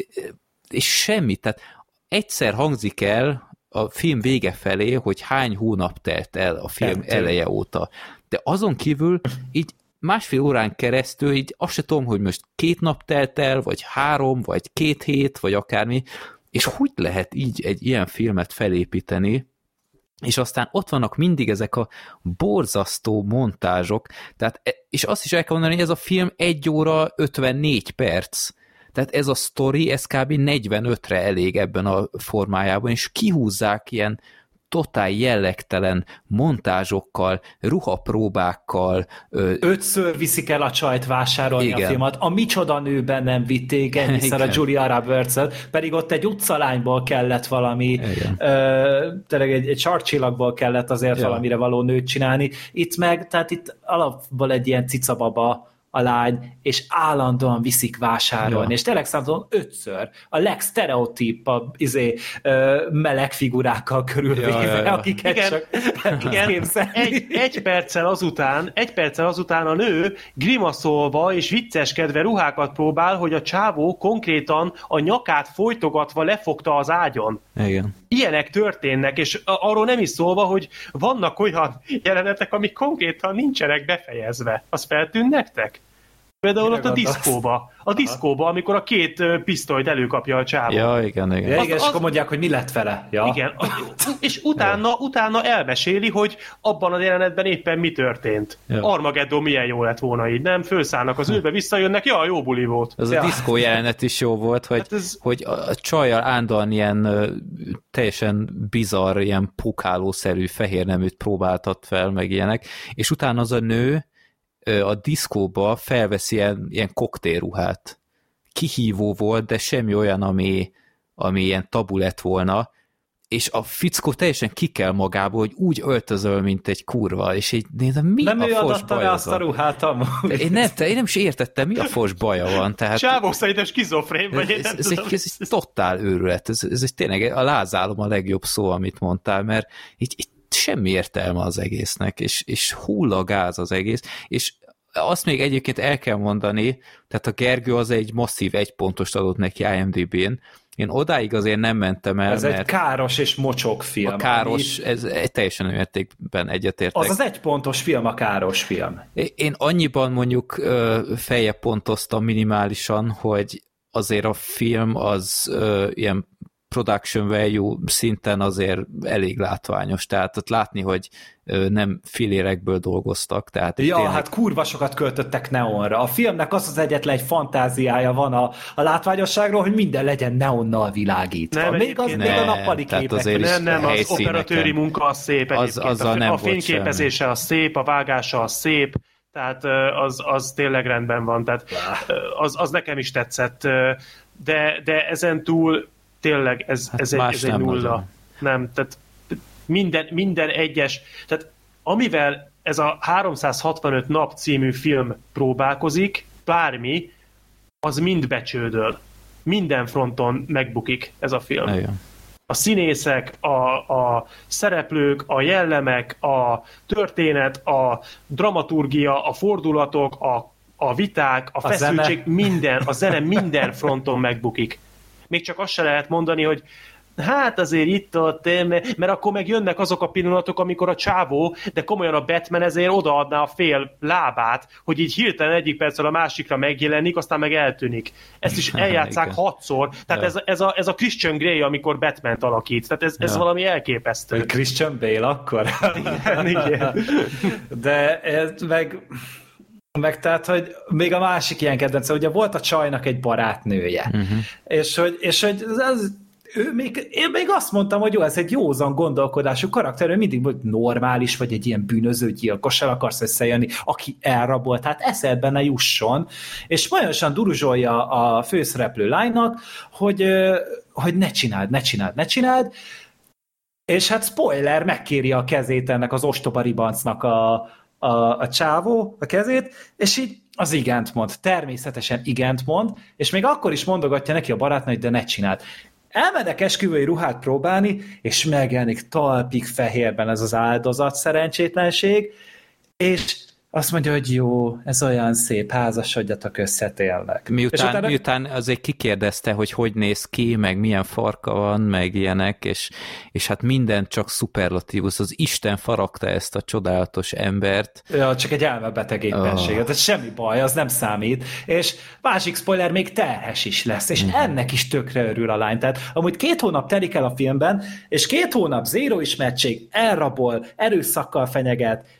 és semmi, tehát egyszer hangzik el a film vége felé, hogy hány hónap telt el a film eleje óta. De azon kívül így 1,5 órán keresztül így azt se tudom, hogy most 2 nap telt el, vagy 3, vagy 2 hét, vagy akármi, és hogy lehet így egy ilyen filmet felépíteni, és aztán ott vannak mindig ezek a borzasztó montázsok, tehát, és azt is el kell mondani, hogy ez a film 1 óra 54 perc, tehát ez a sztori, ez kb. 45-re elég ebben a formájában, és kihúzzák ilyen totál jellegtelen montázsokkal, ruhapróbákkal. 5-ször viszik el a csajt vásárolni igen. A filmet. A Micsoda nőben nem vitték ennyiszer a Julia Roberts-et, pedig ott egy utcalányból kellett valami, tényleg egy sarkcsillagból kellett azért valamire való nőt csinálni. Itt meg, tehát itt alapból egy ilyen cicababa a lány, és állandóan viszik vásárolni, és tényleg számítom 5-ször a legsztereotípabb meleg figurákkal körülvéve, akiket igen, csak képzelni. Egy perccel azután a nő grimaszolva és vicceskedve ruhákat próbál, hogy a csávó konkrétan a nyakát folytogatva lefogta az ágyon. Igen. Ilyenek történnek, és arról nem is szólva, hogy vannak olyan jelenetek, amik konkrétan nincsenek befejezve. Az feltűnt nektek? Például ott a diszkóba, amikor a 2 pisztolyt előkapja a csávó. Ja, igen. Ja, igen, és akkor mondják, hogy mi lett vele. Ja. Igen, és utána elmeséli, hogy abban a jelenetben éppen mi történt. Ja. Armageddon milyen jó lett volna így, nem? Fölszállnak az űrbe, visszajönnek, jó buli volt. Ez a diszkó jelenet is jó volt, hogy a csajjal állandóan ilyen teljesen bizarr, ilyen pukálószerű fehérneműt próbáltat fel, meg ilyenek, és utána az a nő a diszkóba felveszi ilyen koktélruhát. Kihívó volt, de semmi olyan, ami ilyen tabu lett volna, és a fickó teljesen kikel magából, hogy úgy öltözöl, mint egy kurva, és így nézem, mi nem a fos adatta baja azt a ruhát amúgy. Én nem is értettem, mi a fos baja van. Tehát, csávó szerintem skizofrén, vagy én nem tudom. Ez egy totál őrület, ez tényleg a lázálom a legjobb szó, amit mondtál, mert így semmi értelme az egésznek, és hullagáz az egész, és azt még egyébként el kell mondani, tehát a Gergő az egy masszív 1 pontost adott neki IMDb-n, én odáig azért nem mentem el, ez egy káros és mocsok film. A káros, ez teljesen mértékben egyetértek. Az 1 pontos film, a káros film. Én annyiban mondjuk feljebb pontoztam minimálisan, hogy azért a film az ilyen production value szinten azért elég látványos, tehát ott látni, hogy nem filérekből dolgoztak. Tehát tényleg... hát kurva sokat költöttek neonra. A filmnek az egyetlen egy fantáziája van a látványosságról, hogy minden legyen neonnal világítva. Nem, még a nappali képek. Nem, az operatőri munka az szép egyébként. A fényképezése az szép, a vágása az szép, tehát az tényleg rendben van. Tehát az nekem is tetszett. De ezen túl tényleg ez egy nulla. Nem, tehát minden egyes, tehát amivel ez a 365 nap című film próbálkozik, bármi, az mind becsődöl. Minden fronton megbukik ez a film. Igen. A színészek, a szereplők, a jellemek, a történet, a dramaturgia, a fordulatok, a viták, a feszültség, a zene minden fronton megbukik. Még csak azt se lehet mondani, hogy hát azért itt-ott, mert akkor meg jönnek azok a pillanatok, amikor a csávó, de komolyan a Batman ezért odaadná a fél lábát, hogy így hirtelen egyik perccel a másikra megjelenik, aztán meg eltűnik. Ezt is eljátszák 6-szor. Tehát ez a Christian Grey, amikor Batmant alakít. Tehát ez valami elképesztő. Hogy Christian Bale akkor? Igen. De ez meg tehát, hogy még a másik ilyen kedvence, ugye volt a csajnak egy barátnője, és hogy én még azt mondtam, hogy jó, ez egy józan gondolkodású karakter, hogy mindig vagy normális, vagy egy ilyen bűnöző gyilkossal akarsz összejönni, aki elrabolt, hát eszedbe ne jusson, és folyamosan duruzsolja a főszereplő lánynak, hogy ne csináld, és hát spoiler, megkéri a kezét ennek az ostoba ribancnak a csávó, a kezét, és így az igent mond, természetesen igent mond, és még akkor is mondogatja neki a barátnő, de ne csináld. Elmennek esküvői ruhát próbálni, és megjelenik talpig fehérben ez az áldozat szerencsétlenség, és azt mondja, hogy jó, ez olyan szép, házasodjatok össze tényleg. Miután azért kikérdezte, hogy néz ki, meg milyen farka van, meg ilyenek, és hát minden csak szuperlatívus, az Isten faragta ezt a csodálatos embert. Ja, csak egy elmebeteg éppenséget, ez semmi baj, az nem számít, és másik spoiler, még terhes is lesz, és ennek is tökre örül a lány. Tehát amúgy 2 hónap telik el a filmben, és 2 hónap zéró ismertség, elrabol, erőszakkal fenyeget,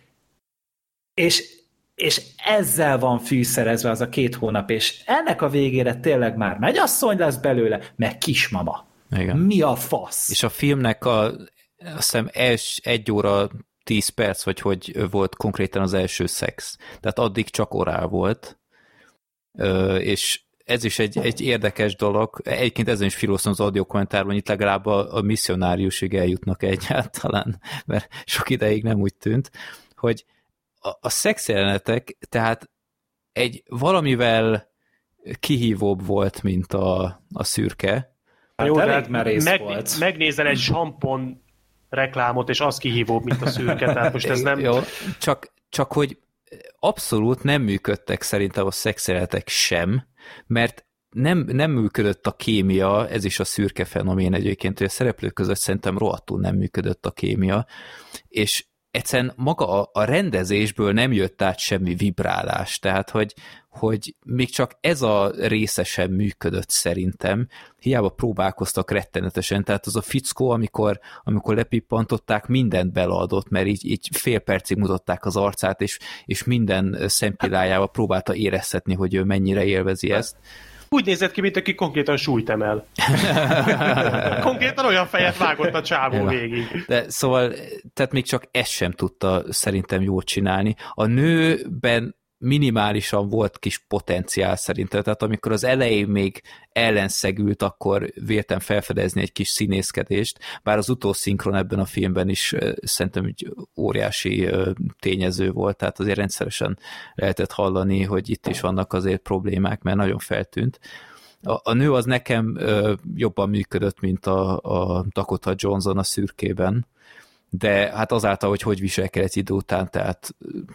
és ezzel van fűszerezve az a 2 hónap, és ennek a végére tényleg már megyasszony lesz belőle, meg kismama. Igen. Mi a fasz? És a filmnek azt hiszem 1 óra 10 perc, vagy hogy volt konkrétan az első szex. Tehát addig csak orál volt. És ez is egy érdekes dolog. Egyébként ezen is filóztam az audio kommentárban, itt legalább a misszionáriusig eljutnak egyáltalán, mert sok ideig nem úgy tűnt, hogy a szexjelenetek, tehát egy valamivel kihívóbb volt, mint a szürke. Hát jó, elég merész volt. Megnézel egy sampon reklámot, és az kihívóbb, mint a szürke, tehát most ez nem... Jó, csak hogy abszolút nem működtek szerintem a szexjelenetek sem, mert nem működött a kémia, ez is a szürke fenomén egyébként, hogy a szereplők között szerintem rohadtul nem működött a kémia, és egyszerűen maga a rendezésből nem jött át semmi vibrálás, tehát hogy még csak ez a része sem működött szerintem, hiába próbálkoztak rettenetesen, tehát az a fickó, amikor lepippantották, mindent beleadott, mert így fél percig mutatták az arcát, és minden szempillájával próbálta érezhetni, hogy ő mennyire élvezi ezt. Úgy nézett ki, mint aki konkrétan súlyt emel. Konkrétan olyan fejet vágott a csávó végig. De szóval, tehát még csak ezt sem tudta szerintem jól csinálni. A nőben minimálisan volt kis potenciál szerintem, tehát amikor az elején még ellenszegült, akkor véltem felfedezni egy kis színészkedést, bár az utószinkron ebben a filmben is szerintem egy óriási tényező volt, tehát azért rendszeresen lehetett hallani, hogy itt is vannak azért problémák, mert nagyon feltűnt. A nő az nekem jobban működött, mint a Dakota Johnson a szürkében, de hát azáltal, hogy viselkedett idő után, tehát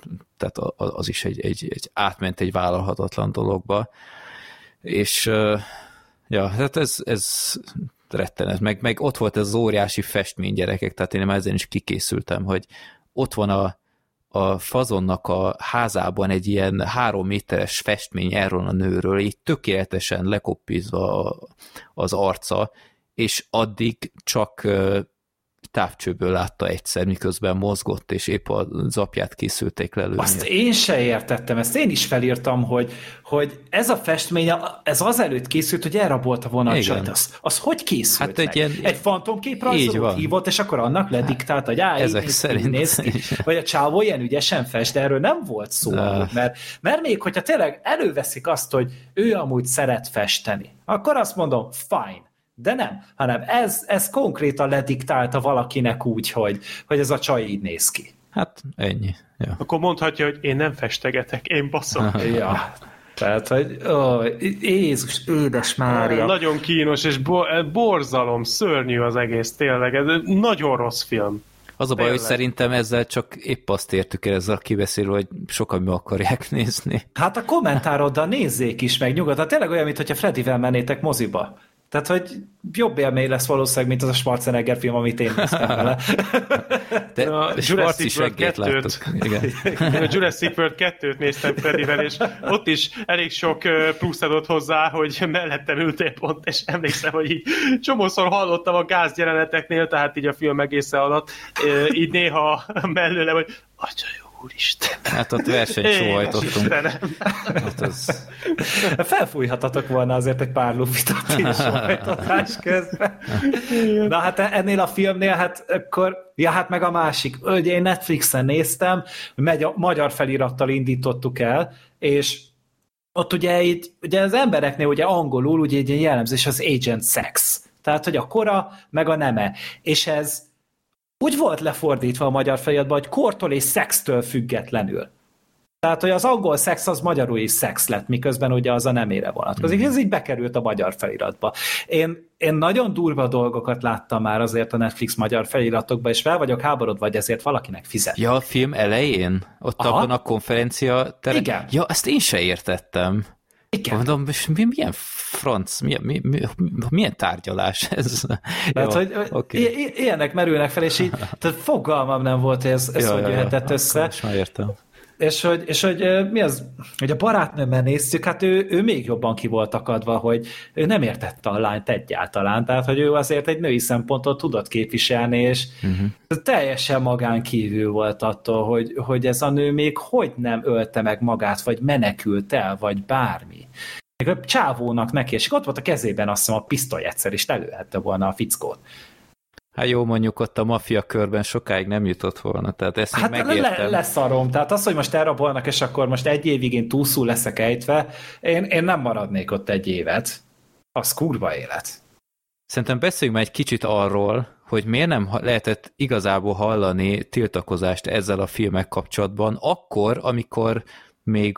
az is egy átment egy vállalhatatlan dologba, és ja, hát ez rettenet, meg ott volt ez az óriási festmény, gyerekek, tehát én már ezen is kikészültem, hogy ott van a Fazonnak a házában egy ilyen 3 méteres festmény erről a nőről, így tökéletesen lekoppizva az arca, és addig csak távcsőből látta egyszer, miközben mozgott, és épp az apját készülték lelőni. Azt én se értettem, ezt én is felírtam, hogy ez a festmény, ez azelőtt készült, hogy elrabolta volna a csajt. Az hogy készült hát egy fantomképrajzolót hívott, és akkor annak lediktált, hogy ezek szerint néz ki. Vagy a csávó ilyen ügyesen fest, de erről nem volt szó. Mert még, hogyha tényleg előveszik azt, hogy ő amúgy szeret festeni, akkor azt mondom, fine. De nem, hanem ez konkrétan lediktálta valakinek úgy, hogy ez a csaj így néz ki. Hát ennyi. Ja. Akkor mondhatja, hogy én nem festegetek, én baszom. Ja, tehát, hogy Jézus, édes Mária. Nagyon kínos, és borzalom, szörnyű az egész, tényleg. Ez nagyon rossz film. Az a baj, hogy szerintem ezzel csak épp azt értük el ezzel a kibeszélő, hogy sokan mi akarják nézni. Hát a kommentároddal nézzék is meg nyugodtan. Tényleg olyan, mintha Freddyvel mennétek moziba. Tehát, hogy jobb élmény lesz valószínűleg, mint az a Schwarzenegger film, amit én néztem vele. De a Jurassic World 2-t. A Jurassic World 2-t néztem Freddyvel, és ott is elég sok plusz adott hozzá, hogy mellettem ültél pont, és emlékszem, hogy így csomószor hallottam a gázjeleneteknél, tehát így a film egészen alatt, így néha mellőle, hogy atya jó, úristen. Hát ott versenyt sóhajtottunk. Hát az... Felfújhatatok volna azért egy pár lufitot is sóhajtatás közben. Na hát ennél a filmnél, hát akkor, ja hát meg a másik, ugye én Netflixen néztem, magyar felirattal indítottuk el, és ott ugye az embereknél ugye angolul ugye egy jellemzés az agent sex, tehát hogy a kora meg a neme, és ez úgy volt lefordítva a magyar feliratban, hogy kortól és szextől függetlenül. Tehát, hogy az angol szex az magyarul is szex lett, miközben ugye az a nemére vonatkozik. Ez így bekerült a magyar feliratba. Én nagyon durva dolgokat láttam már azért a Netflix magyar feliratokba, és fel vagyok háborodva, vagy ezért valakinek fizet. Ja, a film elején? Ott abban a konferencia terem? Igen. Ja, ezt én se értettem. Igen. Mondom, milyen franc, milyen tárgyalás ez? Tehát, hogy okay. Ilyenek merülnek fel, és így tehát fogalmam nem volt, hogy ez hogy jöhetett össze. Most már értem. És hogy mi az, hogy a barátnőmmel néztük, hát ő még jobban ki volt akadva, hogy ő nem értette a lányt egyáltalán, tehát hogy ő azért egy női szempontot tudott képviselni, és teljesen magán kívül volt attól, hogy ez a nő még hogy nem ölte meg magát, vagy menekült el, vagy bármi. Még a csávónak neki, és ott volt a kezében azt hiszem a pisztoly egyszer, és előhette volna a fickót. Hát jó, mondjuk ott a maffia körben sokáig nem jutott volna, tehát ezt hát megértem. Leszarom, tehát az, hogy most elrabolnak, és akkor most egy évig én túlszul leszek ejtve, én nem maradnék ott egy évet. Az kurva élet. Szerintem beszéljünk már egy kicsit arról, hogy miért nem lehetett igazából hallani tiltakozást ezzel a filmek kapcsolatban, akkor, amikor még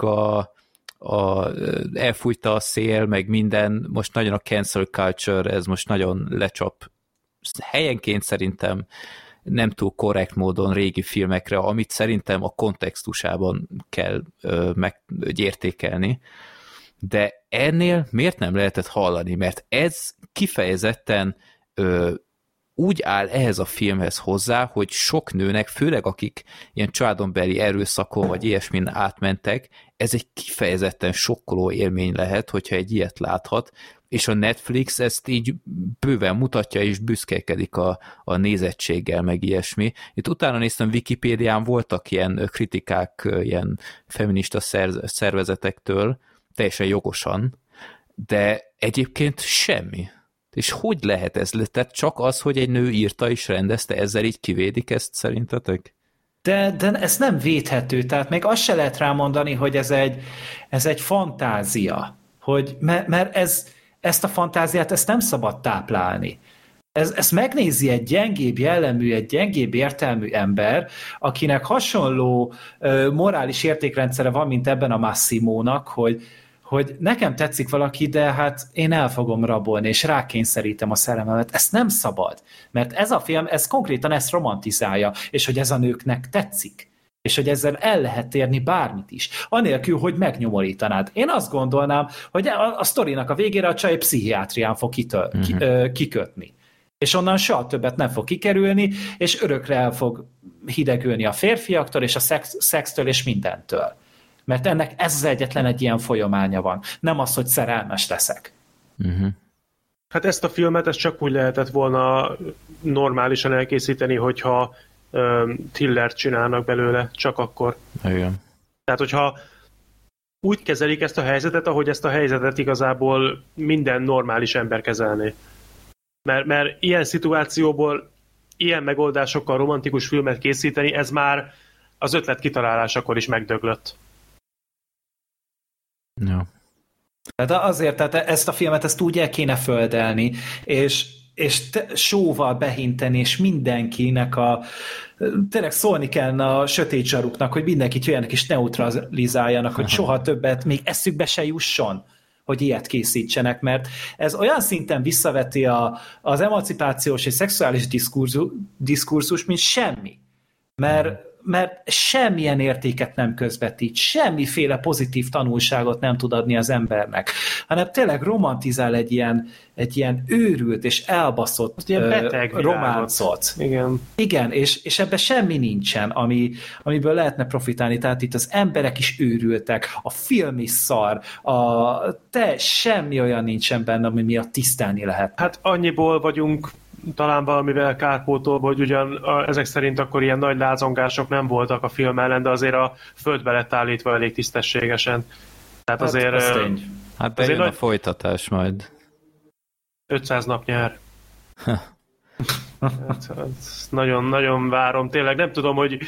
elfújta a szél, meg minden, most nagyon a cancel culture, ez most nagyon lecsap helyenként szerintem nem túl korrekt módon régi filmekre, amit szerintem a kontextusában kell értékelni. De ennél miért nem lehetett hallani? Mert ez kifejezetten úgy áll ehhez a filmhez hozzá, hogy sok nőnek, főleg akik ilyen családonbeli erőszakon vagy ilyesmin átmentek, ez egy kifejezetten sokkoló élmény lehet, hogyha egy ilyet láthat, és a Netflix ezt így bőven mutatja, és büszkelkedik a nézettséggel, meg ilyesmi. Itt utána néztem, Wikipédián voltak ilyen kritikák, ilyen feminista szervezetektől, teljesen jogosan, de egyébként semmi. És hogy lehet ez? Tehát csak az, hogy egy nő írta és rendezte, ezzel így kivédik ezt szerintetek? De ez nem védhető, tehát még azt se lehet rámondani, hogy ez egy fantázia. Mert ezt a fantáziát ezt nem szabad táplálni. Ezt megnézi egy gyengébb jellemű, egy gyengébb értelmű ember, akinek hasonló morális értékrendszere van, mint ebben a Massimónak, hogy nekem tetszik valaki, de hát én el fogom rabolni, és rákényszerítem a szerelmemet. Ezt nem szabad, mert ez a film, ez konkrétan ezt romantizálja, és hogy ez a nőknek tetszik, és hogy ezzel el lehet érni bármit is, anélkül, hogy megnyomorítanád. Én azt gondolnám, hogy a sztorinak a végére a csaj pszichiátrián fog kikötni. És onnan soha többet nem fog kikerülni, és örökre el fog hidegülni a férfiaktól, és a szextől, és mindentől. Mert ennek ez az egyetlen egy ilyen folyamánya van. Nem az, hogy szerelmes leszek. Hát ezt a filmet ezt csak úgy lehetett volna normálisan elkészíteni, hogyha thrillert csinálnak belőle, csak akkor. Igen. Tehát, hogyha úgy kezelik ezt a helyzetet, ahogy ezt a helyzetet igazából minden normális ember kezelné. Mert ilyen szituációból, ilyen megoldásokkal romantikus filmet készíteni, ez már az ötlet kitalálásakor is megdöglött. Ja. Tehát azért, tehát ezt a filmet ezt úgy el kéne földelni, és sóval behinteni, és mindenkinek tényleg szólni kellene a sötét zsaruknak, hogy mindenkit jöjjenek és neutralizáljanak, hogy soha többet még eszükbe se jusson, hogy ilyet készítsenek, mert ez olyan szinten visszaveti az emancipációs és szexuális diskurzus, mint semmi. Mert semmilyen értéket nem közvetít, semmiféle pozitív tanulságot nem tud adni az embernek, hanem tényleg romantizál egy ilyen őrült és elbaszott románcot. Igen, és ebben semmi nincsen, amiből lehetne profitálni, tehát itt az emberek is őrültek, a film is szar, semmi olyan nincsen benne, ami miatt tisztelni lehet. Hát annyiból vagyunk talán valamivel kárpótolva, hogy ugyan ezek szerint akkor ilyen nagy lázongások nem voltak a film ellen, de azért a földbe lett állítva elég tisztességesen. Tehát azért... Hát bejön a folytatás majd. 500 nap nyár. Nagyon-nagyon várom. Tényleg nem tudom, hogy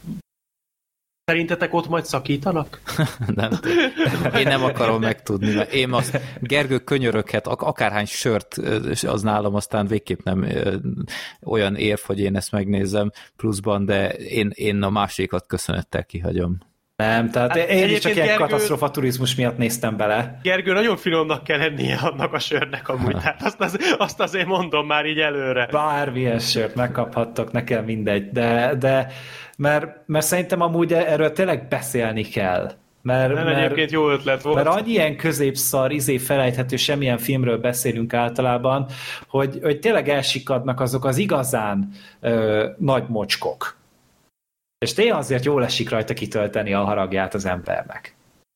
szerintetek ott majd szakítanak? Nem. Én nem akarom megtudni, mert én azt, Gergő könyöröghet, akárhány sört, az nálam aztán végképp nem olyan érv, hogy én ezt megnézem pluszban, de én a másikat köszönettel kihagyom. Nem, tehát én is csak ilyen katasztrófa turizmus miatt néztem bele. Gergő, nagyon finomnak kell lennie annak a sörnek amúgy, tehát azt azért mondom már így előre. Bármilyen sört megkaphattok, nekem mindegy, de mert szerintem amúgy erről tényleg beszélni kell. Nem egyébként jó ötlet volt. Mert annyi ilyen középszar, felejthető, semmilyen filmről beszélünk általában, hogy tényleg elsikadnak azok az igazán nagy mocskok. És tényleg azért jól esik rajta kitölteni a haragját az embernek.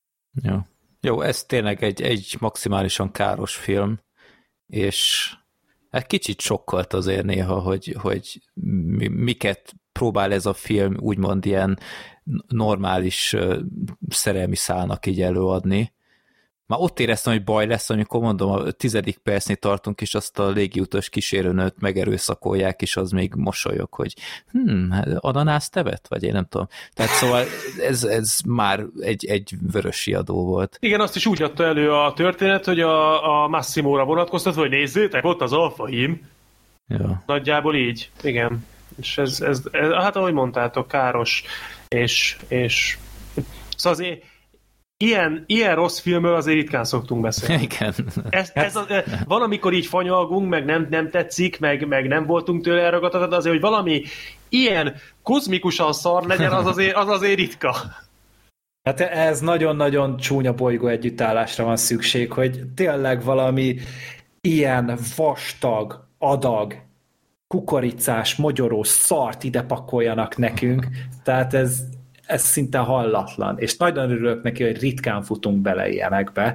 Jó, ez tényleg egy maximálisan káros film, és hát kicsit sokkolt azért néha, hogy miket próbál ez a film úgymond ilyen normális szerelmi szálnak így előadni. Már ott éreztem, hogy baj lesz, amikor mondom, a 10. percnél tartunk, és azt a légiutas kísérőnőt megerőszakolják, és az még mosolyog, hogy ananász tevet? Vagy én nem tudom. Tehát szóval ez már egy vörös riadó volt. Igen, azt is úgy adta elő a történet, hogy a Massimóra vonatkoztat, hogy nézzétek, ott az Alfahím. Ja. Nagyjából így. Igen. És ez hát ahogy mondtátok, káros, és szóval azért ilyen rossz filmről azért ritkán szoktunk beszélni. Igen. Van, amikor így fanyalgunk, meg nem tetszik, meg nem voltunk tőle elragadtatva, de azért, hogy valami ilyen kozmikusan szar legyen, az azért ritka. Hát ez nagyon-nagyon csúnya bolygó együttállásra van szükség, hogy tényleg valami ilyen vastag, adag, kukoricás, mogyorós szart ide pakoljanak nekünk, tehát ez szinte hallatlan, és nagyon örülök neki, hogy ritkán futunk bele ilyenekbe.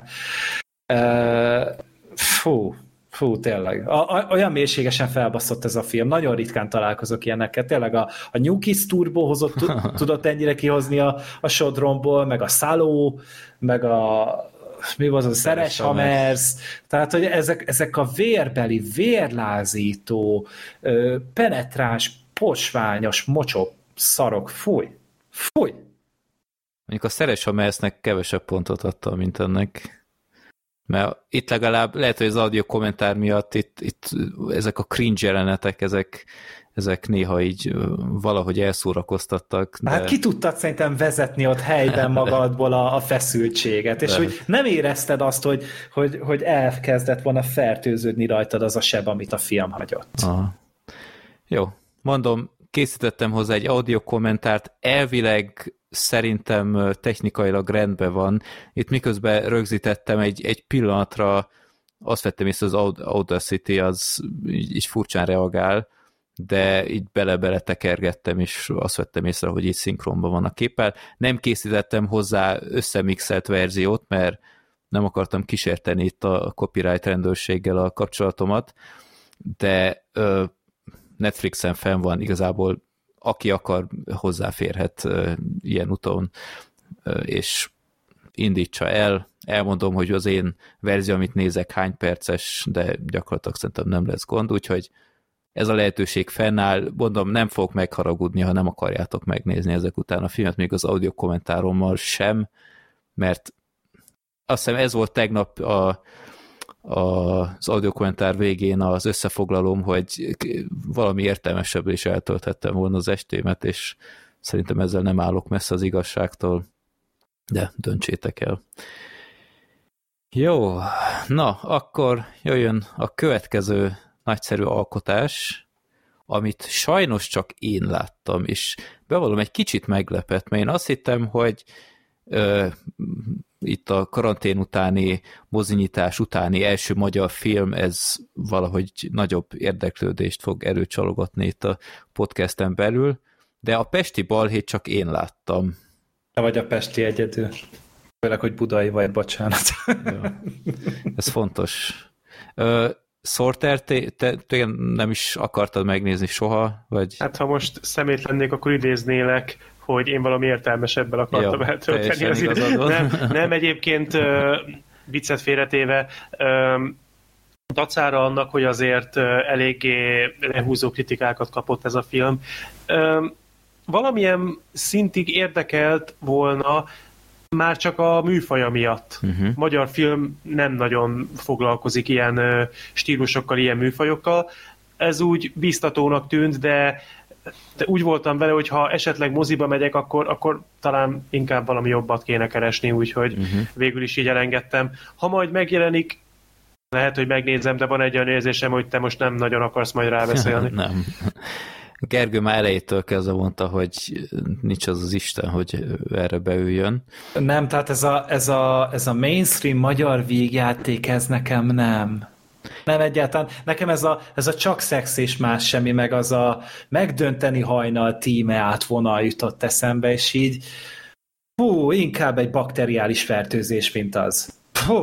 Fú, tényleg. Olyan mélységesen felbasszott ez a film, nagyon ritkán találkozok ilyeneket. Tényleg a New Kids Turbo tudott ennyire kihozni a sodromból, meg a Szaló, meg mi volt az, a Szeres Hamersz, tehát, hogy ezek a vérbeli, vérlázító, penetráns, posványos mocsok, szarok, fúj. Mondjuk a Szeres Hamersznek kevesebb pontot adta, mint ennek. Mert itt legalább lehet, hogy az audio kommentár miatt itt ezek a cringe jelenetek, ezek néha így valahogy elszórakoztattak. De... Hát ki tudtad szerintem vezetni ott helyben magadból a feszültséget, és hogy nem érezted azt, hogy elkezdett volna fertőződni rajtad az a seb, amit a film hagyott. Aha. Jó, mondom, készítettem hozzá egy audio kommentárt, elvileg szerintem technikailag rendben van. Itt miközben rögzítettem egy pillanatra, azt vettem észre, az Audacity az így furcsán reagál, de így bele-bele tekergettem, és azt vettem észre, hogy így szinkronban van a képpel. Nem készítettem hozzá összemixelt verziót, mert nem akartam kísérteni itt a copyright rendőrséggel a kapcsolatomat, de Netflixen fenn van, igazából aki akar, hozzáférhet ilyen úton, és indítsa el. Elmondom, hogy az én verzió, amit nézek, hány perces, de gyakorlatilag szerintem nem lesz gond, úgyhogy ez a lehetőség fennáll. Mondom, nem fogok megharagudni, ha nem akarjátok megnézni ezek után a filmet, még az audio kommentárommal sem, mert azt hiszem ez volt tegnap az audio kommentár végén az összefoglalom, hogy valami értelmesebbre is eltölthettem volna az estémet, és szerintem ezzel nem állok messze az igazságtól, de döntsétek el. Jó, na, akkor jöjjön a következő nagyszerű alkotás, amit sajnos csak én láttam, és bevallom, egy kicsit meglepett, mert én azt hittem, hogy itt a karantén utáni, mozinyitás utáni első magyar film, ez valahogy nagyobb érdeklődést fog erőcsalogatni itt a podcasten belül, de a Pesti balhét csak én láttam. Te vagy a pesti egyedül. Főleg, hogy budai vagy, bocsánat. Ja. Ez fontos. Sorter, te nem is akartad megnézni soha? Vagy... Hát ha most szemét lennék, akkor idéznélek, hogy én valami értelmesebbel akartam eltölteni az időt. Nem, egyébként viccet félretéve, dacára annak, hogy azért eléggé lehúzó kritikákat kapott ez a film. Valamilyen szintig érdekelt volna, már csak a műfaja miatt. Magyar film nem nagyon foglalkozik ilyen stílusokkal, ilyen műfajokkal. Ez úgy biztatónak tűnt, de úgy voltam vele, hogy ha esetleg moziba megyek, akkor talán inkább valami jobbat kéne keresni, úgyhogy végül is így elengedtem. Ha majd megjelenik, lehet, hogy megnézem, de van egy olyan érzésem, hogy te most nem nagyon akarsz majd rábeszélni. Nem. Gergő már elejétől kezdve mondta, hogy nincs az Isten, hogy erre beüljön. Nem, tehát ez a mainstream magyar vígjáték, ez nekem nem. Nem egyáltalán. Nekem ez a csak szex és más semmi, meg az a megdönteni hajnal tíme átvonal jutott eszembe, és így inkább egy bakteriális fertőzés, mint az.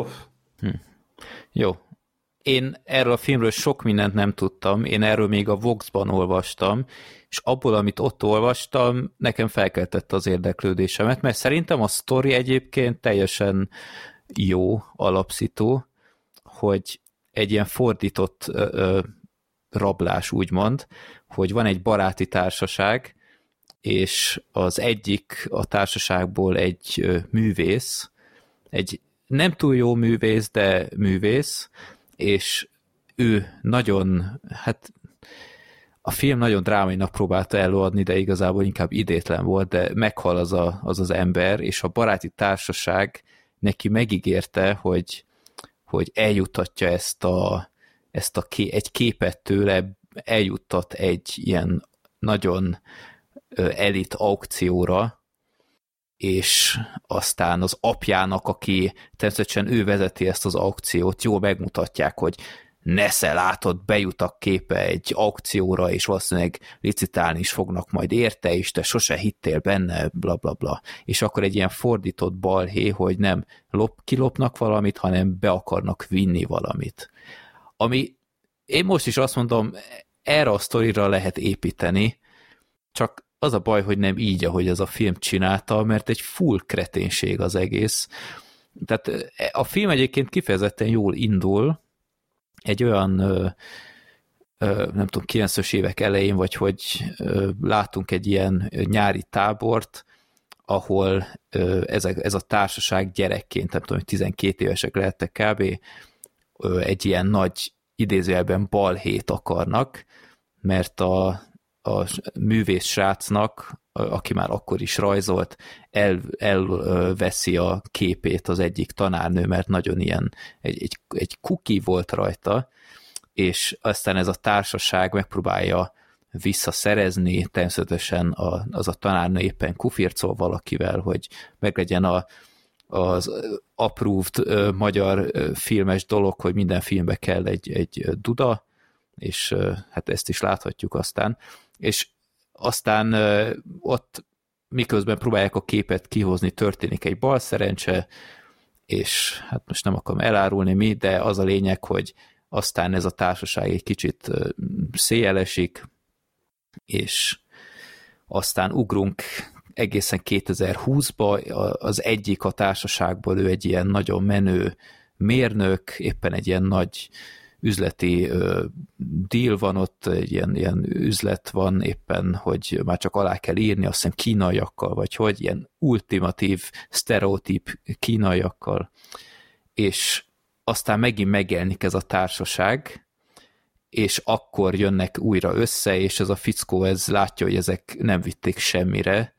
Jó. Én erről a filmről sok mindent nem tudtam, én erről még a Vox-ban olvastam, és abból, amit ott olvastam, nekem felkeltette az érdeklődésemet, mert szerintem a sztori egyébként teljesen jó, alapszító, hogy egy ilyen fordított rablás, úgymond, hogy van egy baráti társaság, és az egyik a társaságból egy művész, egy nem túl jó művész, de művész, és ő nagyon, hát a film nagyon drámainak próbálta előadni, de igazából inkább idétlen volt, de meghal az ember, és a baráti társaság neki megígérte, hogy eljuttatja egy képet tőle, eljuttat egy ilyen nagyon elit aukcióra, és aztán az apjának, aki természetesen ő vezeti ezt az aukciót, jól megmutatják, hogy nesze, látod, bejut a képe egy aukcióra, és valószínűleg licitálni is fognak majd érte, és te sose hittél benne, bla bla bla. És akkor egy ilyen fordított balhé, hogy nem kilopnak valamit, hanem be akarnak vinni valamit. Ami én most is azt mondom, erre a sztorira lehet építeni, csak az a baj, hogy nem így, ahogy ez a film csinálta, mert egy full kreténség az egész. Tehát a film egyébként kifejezetten jól indul, egy olyan, nem tudom, 90-es évek elején, vagy hogy látunk egy ilyen nyári tábort, ahol ez a társaság gyerekként, nem tudom, hogy 12 évesek lehettek kb. Egy ilyen nagy idézőjelben balhét akarnak, mert a művész srácnak, aki már akkor is rajzolt, elveszi a képét az egyik tanárnő, mert nagyon ilyen, egy kuki volt rajta, és aztán ez a társaság megpróbálja visszaszerezni, természetesen az a tanárnő éppen kufircol valakivel, hogy meglegyen az approved magyar filmes dolog, hogy minden filmbe kell egy duda, és hát ezt is láthatjuk aztán. És aztán ott miközben próbálják a képet kihozni, történik egy balszerencse, és hát most nem akarom elárulni mi, de az a lényeg, hogy aztán ez a társaság egy kicsit széjelesik, és aztán ugrunk egészen 2020-ba, az egyik a társaságból ő egy ilyen nagyon menő mérnök, éppen egy ilyen nagy üzleti deal van ott, egy ilyen üzlet van éppen, hogy már csak alá kell írni, azt hiszem kínaiakkal, vagy hogy, ilyen ultimatív, sztereotíp kínaiakkal, és aztán megint megjelenik ez a társaság, és akkor jönnek újra össze, és ez a fickó ez látja, hogy ezek nem vitték semmire,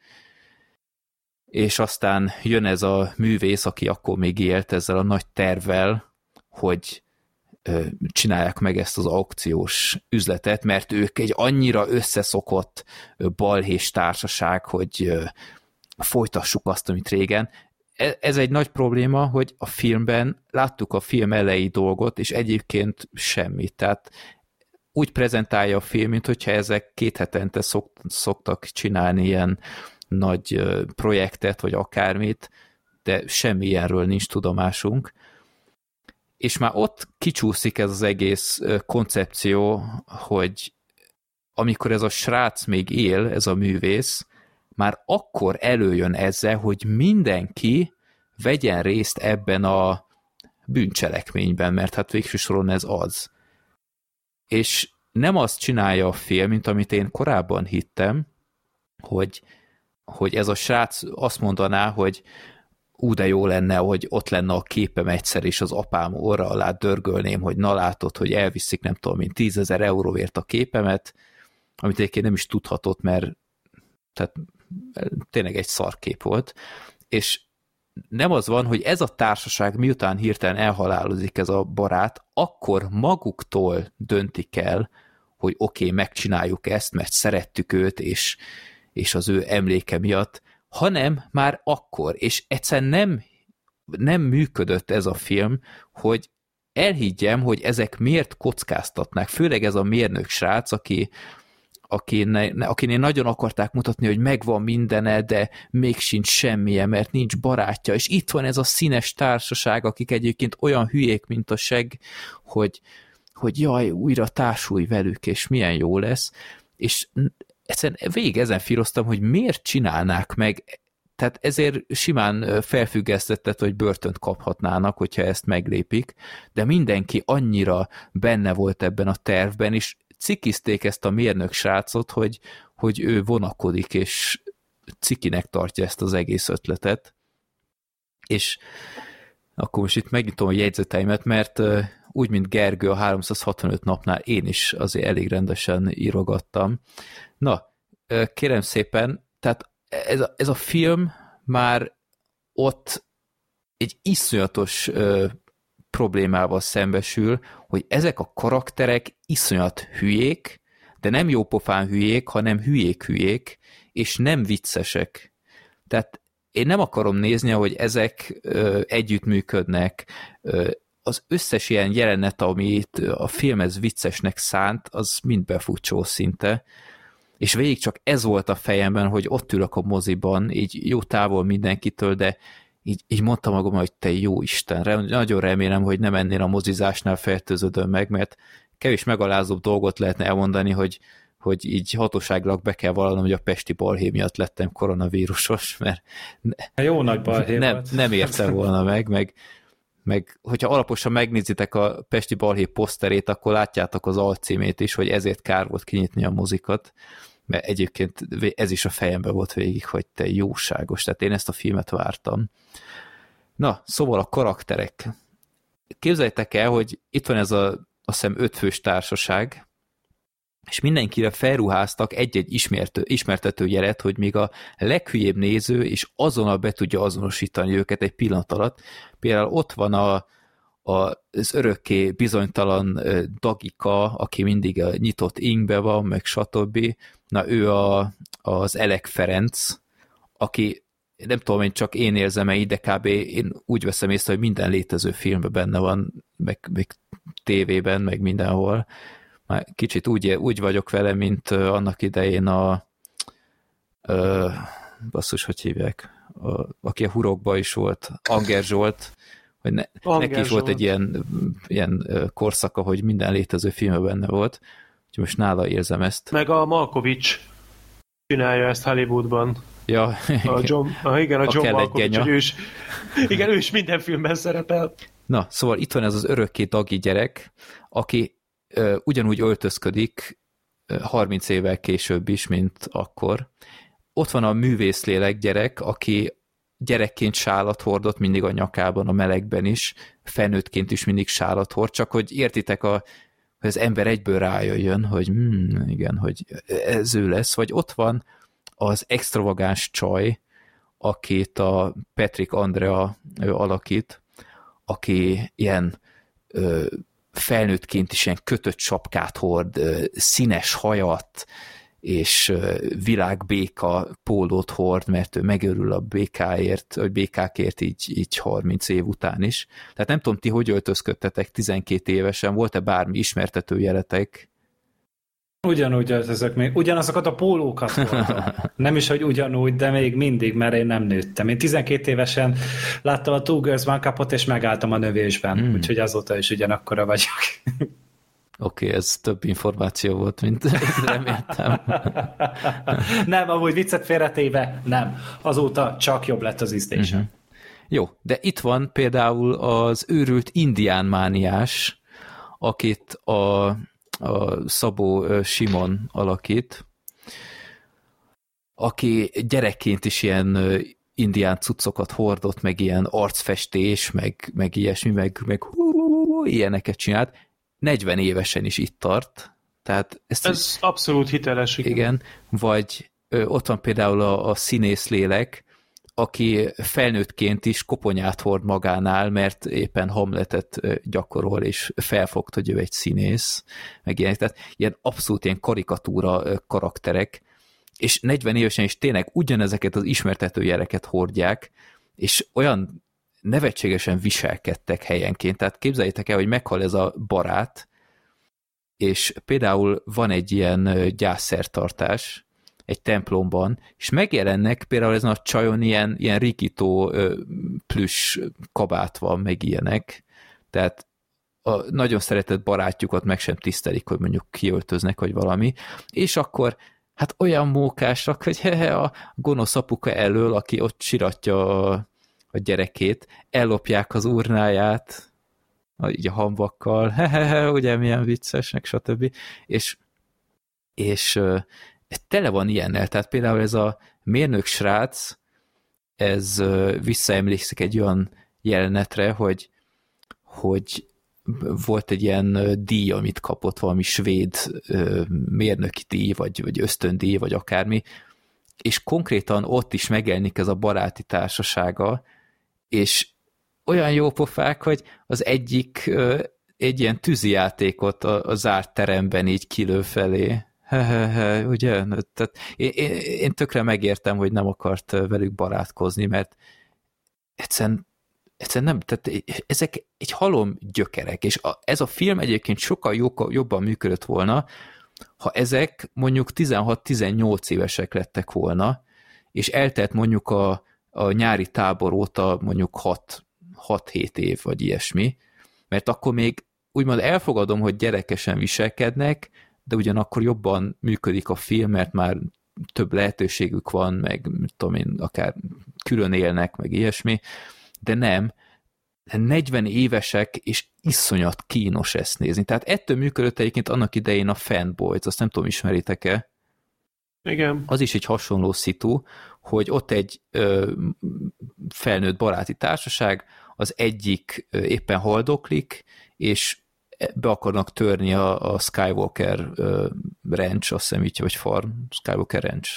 és aztán jön ez a művész, aki akkor még élt ezzel a nagy tervvel, hogy csinálják meg ezt az aukciós üzletet, mert ők egy annyira összeszokott balhés társaság, hogy folytassuk azt, amit régen. Ez egy nagy probléma, hogy a filmben láttuk a film elejé dolgot, és egyébként semmit. Tehát úgy prezentálja a film, mint hogyha ezek 2 hetente szoktak csinálni ilyen nagy projektet, vagy akármit, de semmi ilyenről nincs tudomásunk. És már ott kicsúszik ez az egész koncepció, hogy amikor ez a srác még él, ez a művész, már akkor előjön ezzel, hogy mindenki vegyen részt ebben a bűncselekményben, mert hát végső soron ez az. És nem azt csinálja a film, mint amit én korábban hittem, hogy ez a srác azt mondaná, hogy de jó lenne, hogy ott lenne a képem egyszer, és az apám orra alá dörgölném, hogy na látod, hogy elviszik nem tudom, mint 10 000 euróért a képemet, amit egyébként nem is tudhatott, mert tehát tényleg egy szarkép volt, és nem az van, hogy ez a társaság miután hirtelen elhalálozik ez a barát, akkor maguktól döntik el, hogy oké, megcsináljuk ezt, mert szerettük őt, és az ő emléke miatt, hanem már akkor, és egyszerűen nem működött ez a film, hogy elhiggyem, hogy ezek miért kockáztatnák, főleg ez a mérnök srác, akinél nagyon akarták mutatni, hogy megvan mindene, de még sincs semmije, mert nincs barátja, és itt van ez a színes társaság, akik egyébként olyan hülyék, mint a seg, hogy jaj, újra társulj velük, és milyen jó lesz, és egyszerűen végig ezen firoztam, hogy miért csinálnák meg, tehát ezért simán felfüggesztetett, hogy börtönt kaphatnának, hogyha ezt meglépik, de mindenki annyira benne volt ebben a tervben, és cikizték ezt a mérnök srácot, hogy ő vonakodik, és cikinek tartja ezt az egész ötletet. És akkor most itt megnyitom a jegyzeteimet, mert úgy, mint Gergő a 365 napnál én is azért elég rendesen írogattam. Na, kérem szépen, tehát ez a film már ott egy iszonyatos problémával szembesül, hogy ezek a karakterek iszonyat hülyék, de nem jópofán hülyék, hanem hülyék, és nem viccesek. Tehát én nem akarom nézni, hogy ezek együttműködnek. Az összes ilyen jelenet, amit a filmhez viccesnek szánt, az mind befutcsó szinte. És végig csak ez volt a fejemben, hogy ott ülök a moziban, így jó távol mindenkitől, de így mondtam magam, hogy te jó Isten, nagyon remélem, hogy nem ennél a mozizásnál fertőződöm meg, mert kevés megalázóbb dolgot lehetne elmondani, hogy így hatóságilag be kell vallanom, hogy a pesti balhé miatt lettem koronavírusos, mert jó nagy balhé nem értem volna meg hogyha alaposan megnézitek a pesti balhé poszterét, akkor látjátok az alcímét is, hogy ezért kár volt kinyitni a mozikat, mert egyébként ez is a fejemben volt végig, hogy te jóságos, tehát én ezt a filmet vártam. Na, szóval a karakterek. Képzeljétek el, hogy itt van ez azt hiszem 5 fős társaság, és mindenkire felruháztak egy-egy ismertető jelet, hogy még a leghülyébb néző és azonnal be tudja azonosítani őket egy pillanat alatt. Például ott van az örökké bizonytalan Dagika, aki mindig a nyitott ingbe van, meg stb. Na ő az Elek Ferenc, aki nem tudom, én csak én érzem-e ide, kb. Én úgy veszem észre, hogy minden létező filmben benne van, meg tévében, meg mindenhol. Már kicsit úgy vagyok vele, mint annak idején basszus, hogy hívják? Aki a Hurokban is volt, Anger Zsolt, hogy neki is volt egy ilyen korszaka, hogy minden létező filmben benne volt. Úgyhogy most nála érzem ezt. Meg a Malkovich csinálja ezt Hollywoodban. Ja, John Malkovich, ő is minden filmben szerepel. Na, szóval itt van ez az örökké Dagi gyerek, aki ugyanúgy öltözködik 30 évvel később is, mint akkor. Ott van a művészlélek gyerek, aki gyerekként sálat hordott mindig a nyakában, a melegben is, felnőttként is mindig sálat hord, csak hogy értitek, hogy az ember egyből rájöjjön, hogy igen, hogy ez ő lesz, vagy ott van az extravagáns csaj, akit a Patrick Andrea alakít, aki ilyen felnőttként is ilyen kötött sapkát hord, színes hajat, és világbéka pólót hord, mert ő megörül a békákért így 30 év után is. Tehát nem tudom, ti hogy öltözködtetek 12 évesen, volt-e bármi ismertető jeletek? Ugyanúgy öltözök még. Ugyanazokat a pólókat voltam. Nem is, hogy ugyanúgy, de még mindig, mert én nem nőttem. Én 12 évesen láttam a Two Girls One Cup-ot, és megálltam a növésben. Úgyhogy azóta is ugyanakkora vagyok. Oké, ez több információ volt, mint reméltem. Nem, amúgy viccet félretéve, nem. Azóta csak jobb lett az ízlése. Jó, de itt van például az őrült indián mániás, akit a Szabó Simon alakít, aki gyerekként is ilyen indián cuccokat hordott, meg ilyen arcfestés, meg ilyesmi, meg ilyeneket csinált. 40 évesen is itt tart. Tehát ez abszolút hiteles. Igen, vagy ott van például a színész lélek, aki felnőttként is koponyát hord magánál, mert éppen Hamletet gyakorol, és felfogta, hogy ő egy színész, meg ilyenek. Tehát ilyen abszolút ilyen karikatúra karakterek, és 40 évesen is tényleg ugyanezeket az ismertető jeleket hordják, és olyan nevetségesen viselkedtek helyenként. Tehát képzeljétek el, hogy meghal ez a barát, és például van egy ilyen gyászszertartás egy templomban, és megjelennek például ezen a csajon ilyen rikító plüss kabát van, meg ilyenek. Tehát a nagyon szeretett barátjukat meg sem tisztelik, hogy mondjuk kiöltöznek, vagy valami. És akkor hát olyan mókásak, hogy a gonosz apuka elől, aki ott siratja a gyerekét, ellopják az urnáját, így a hamvakkal, ugye milyen viccesnek, stb. És tele van ilyennel, tehát például ez a mérnök srác, ez visszaemlékszik egy olyan jelenetre, hogy volt egy ilyen díj, amit kapott, valami svéd mérnöki díj, vagy ösztöndíj, vagy akármi, és konkrétan ott is megjelenik ez a baráti társasága, és olyan jó pofák, hogy az egyik egy ilyen tűzijátékot a zárt teremben így kilő felé. Ugye? Tehát én tökre megértem, hogy nem akart velük barátkozni, mert egyszerűen nem, tehát ezek egy halom gyökerek, és ez a film egyébként sokkal jobban működött volna, ha ezek mondjuk 16-18 évesek lettek volna, és eltelt mondjuk a nyári tábor óta mondjuk 6-7 év, vagy ilyesmi, mert akkor még úgymond elfogadom, hogy gyerekesen viselkednek, de ugyanakkor jobban működik a film, mert már több lehetőségük van, meg tudom én, akár külön élnek, meg ilyesmi, de nem, 40 évesek, és iszonyat kínos ezt nézni. Tehát ettől működött egyébként annak idején a Fanboys, azt nem tudom, ismeritek-e? Igen. Az is egy hasonló szitu, hogy ott egy felnőtt baráti társaság, az egyik éppen haldoklik, és be akarnak törni a Skywalker ranch, azt hiszem így, vagy farm, Skywalker ranch.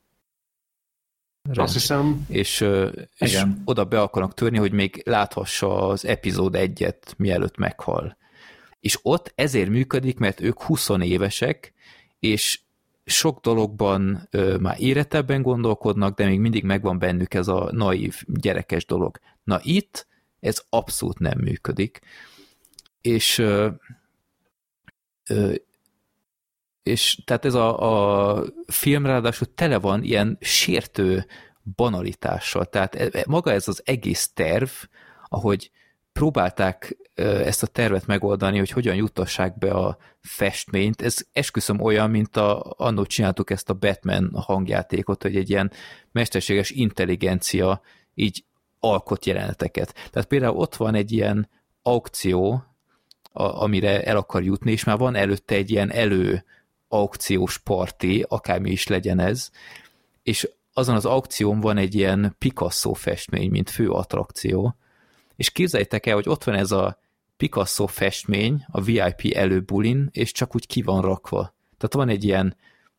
Azt hiszem. És oda be akarnak törni, hogy még láthassa az epizód 1-et, mielőtt meghal. És ott ezért működik, mert ők 20 évesek, és sok dologban már érettebben gondolkodnak, de még mindig megvan bennük ez a naív, gyerekes dolog. Na itt ez abszolút nem működik. És tehát ez a film ráadásul tele van ilyen sértő banalitással. Tehát maga ez az egész terv, ahogy próbálták ezt a tervet megoldani, hogy hogyan juttassák be a festményt, ez esküszöm olyan, mint annól csináltuk ezt a Batman hangjátékot, hogy egy ilyen mesterséges intelligencia így alkot jeleneteket. Tehát például ott van egy ilyen aukció, amire el akar jutni, és már van előtte egy ilyen aukciós parti, akármi is legyen ez, és azon az aukción van egy ilyen Picasso festmény, mint fő attrakció, és képzeljétek el, hogy ott van ez a Picasso festmény a VIP előbulin, és csak úgy ki van rakva. Tehát van egy ilyen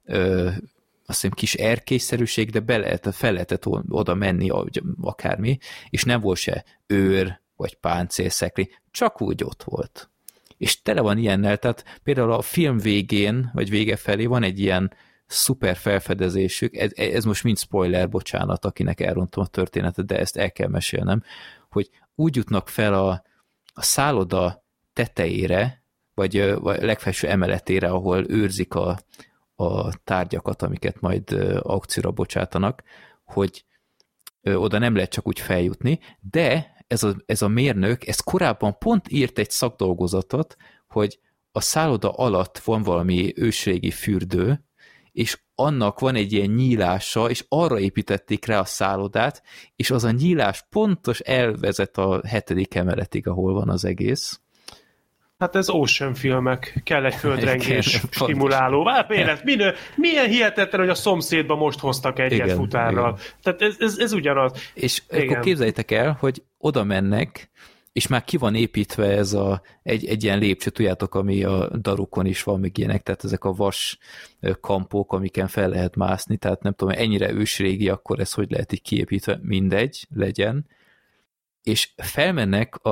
azt hiszem kis erkélyszerűség, de fel lehetett oda menni, akármi, és nem volt se őr, vagy páncélszekrény, csak úgy ott volt. És tele van ilyennel, tehát például a film végén, vagy vége felé van egy ilyen szuper felfedezésük, ez most mind spoiler, bocsánat, akinek elrontom a történetet, de ezt el kell mesélnem, hogy úgy jutnak fel a szálloda tetejére, vagy legfelső emeletére, ahol őrzik a tárgyakat, amiket majd aukcióra bocsátanak, hogy oda nem lehet csak úgy feljutni, de ez a mérnök, ez korábban pont írt egy szakdolgozatot, hogy a szálloda alatt van valami ősrégi fürdő, és annak van egy ilyen nyílása, és arra építették rá a szállodát, és az a nyílás pontos elvezet a 7. emeletig, ahol van az egész. Hát ez Ocean filmek, kell egy földrengés stimuláló. Milyen hihetetlen, hogy a szomszédba most hoztak egyet futárral. Igen. Tehát ez ugyanaz. És akkor képzeljétek el, hogy oda mennek, és már ki van építve ez egy ilyen lépcső, tudjátok, ami a Darukon is van, még ilyenek, tehát ezek a vas kampók, amiken fel lehet mászni, tehát nem tudom, ennyire ősrégi, akkor ez hogy lehet így kiépítve, mindegy, legyen. És felmennek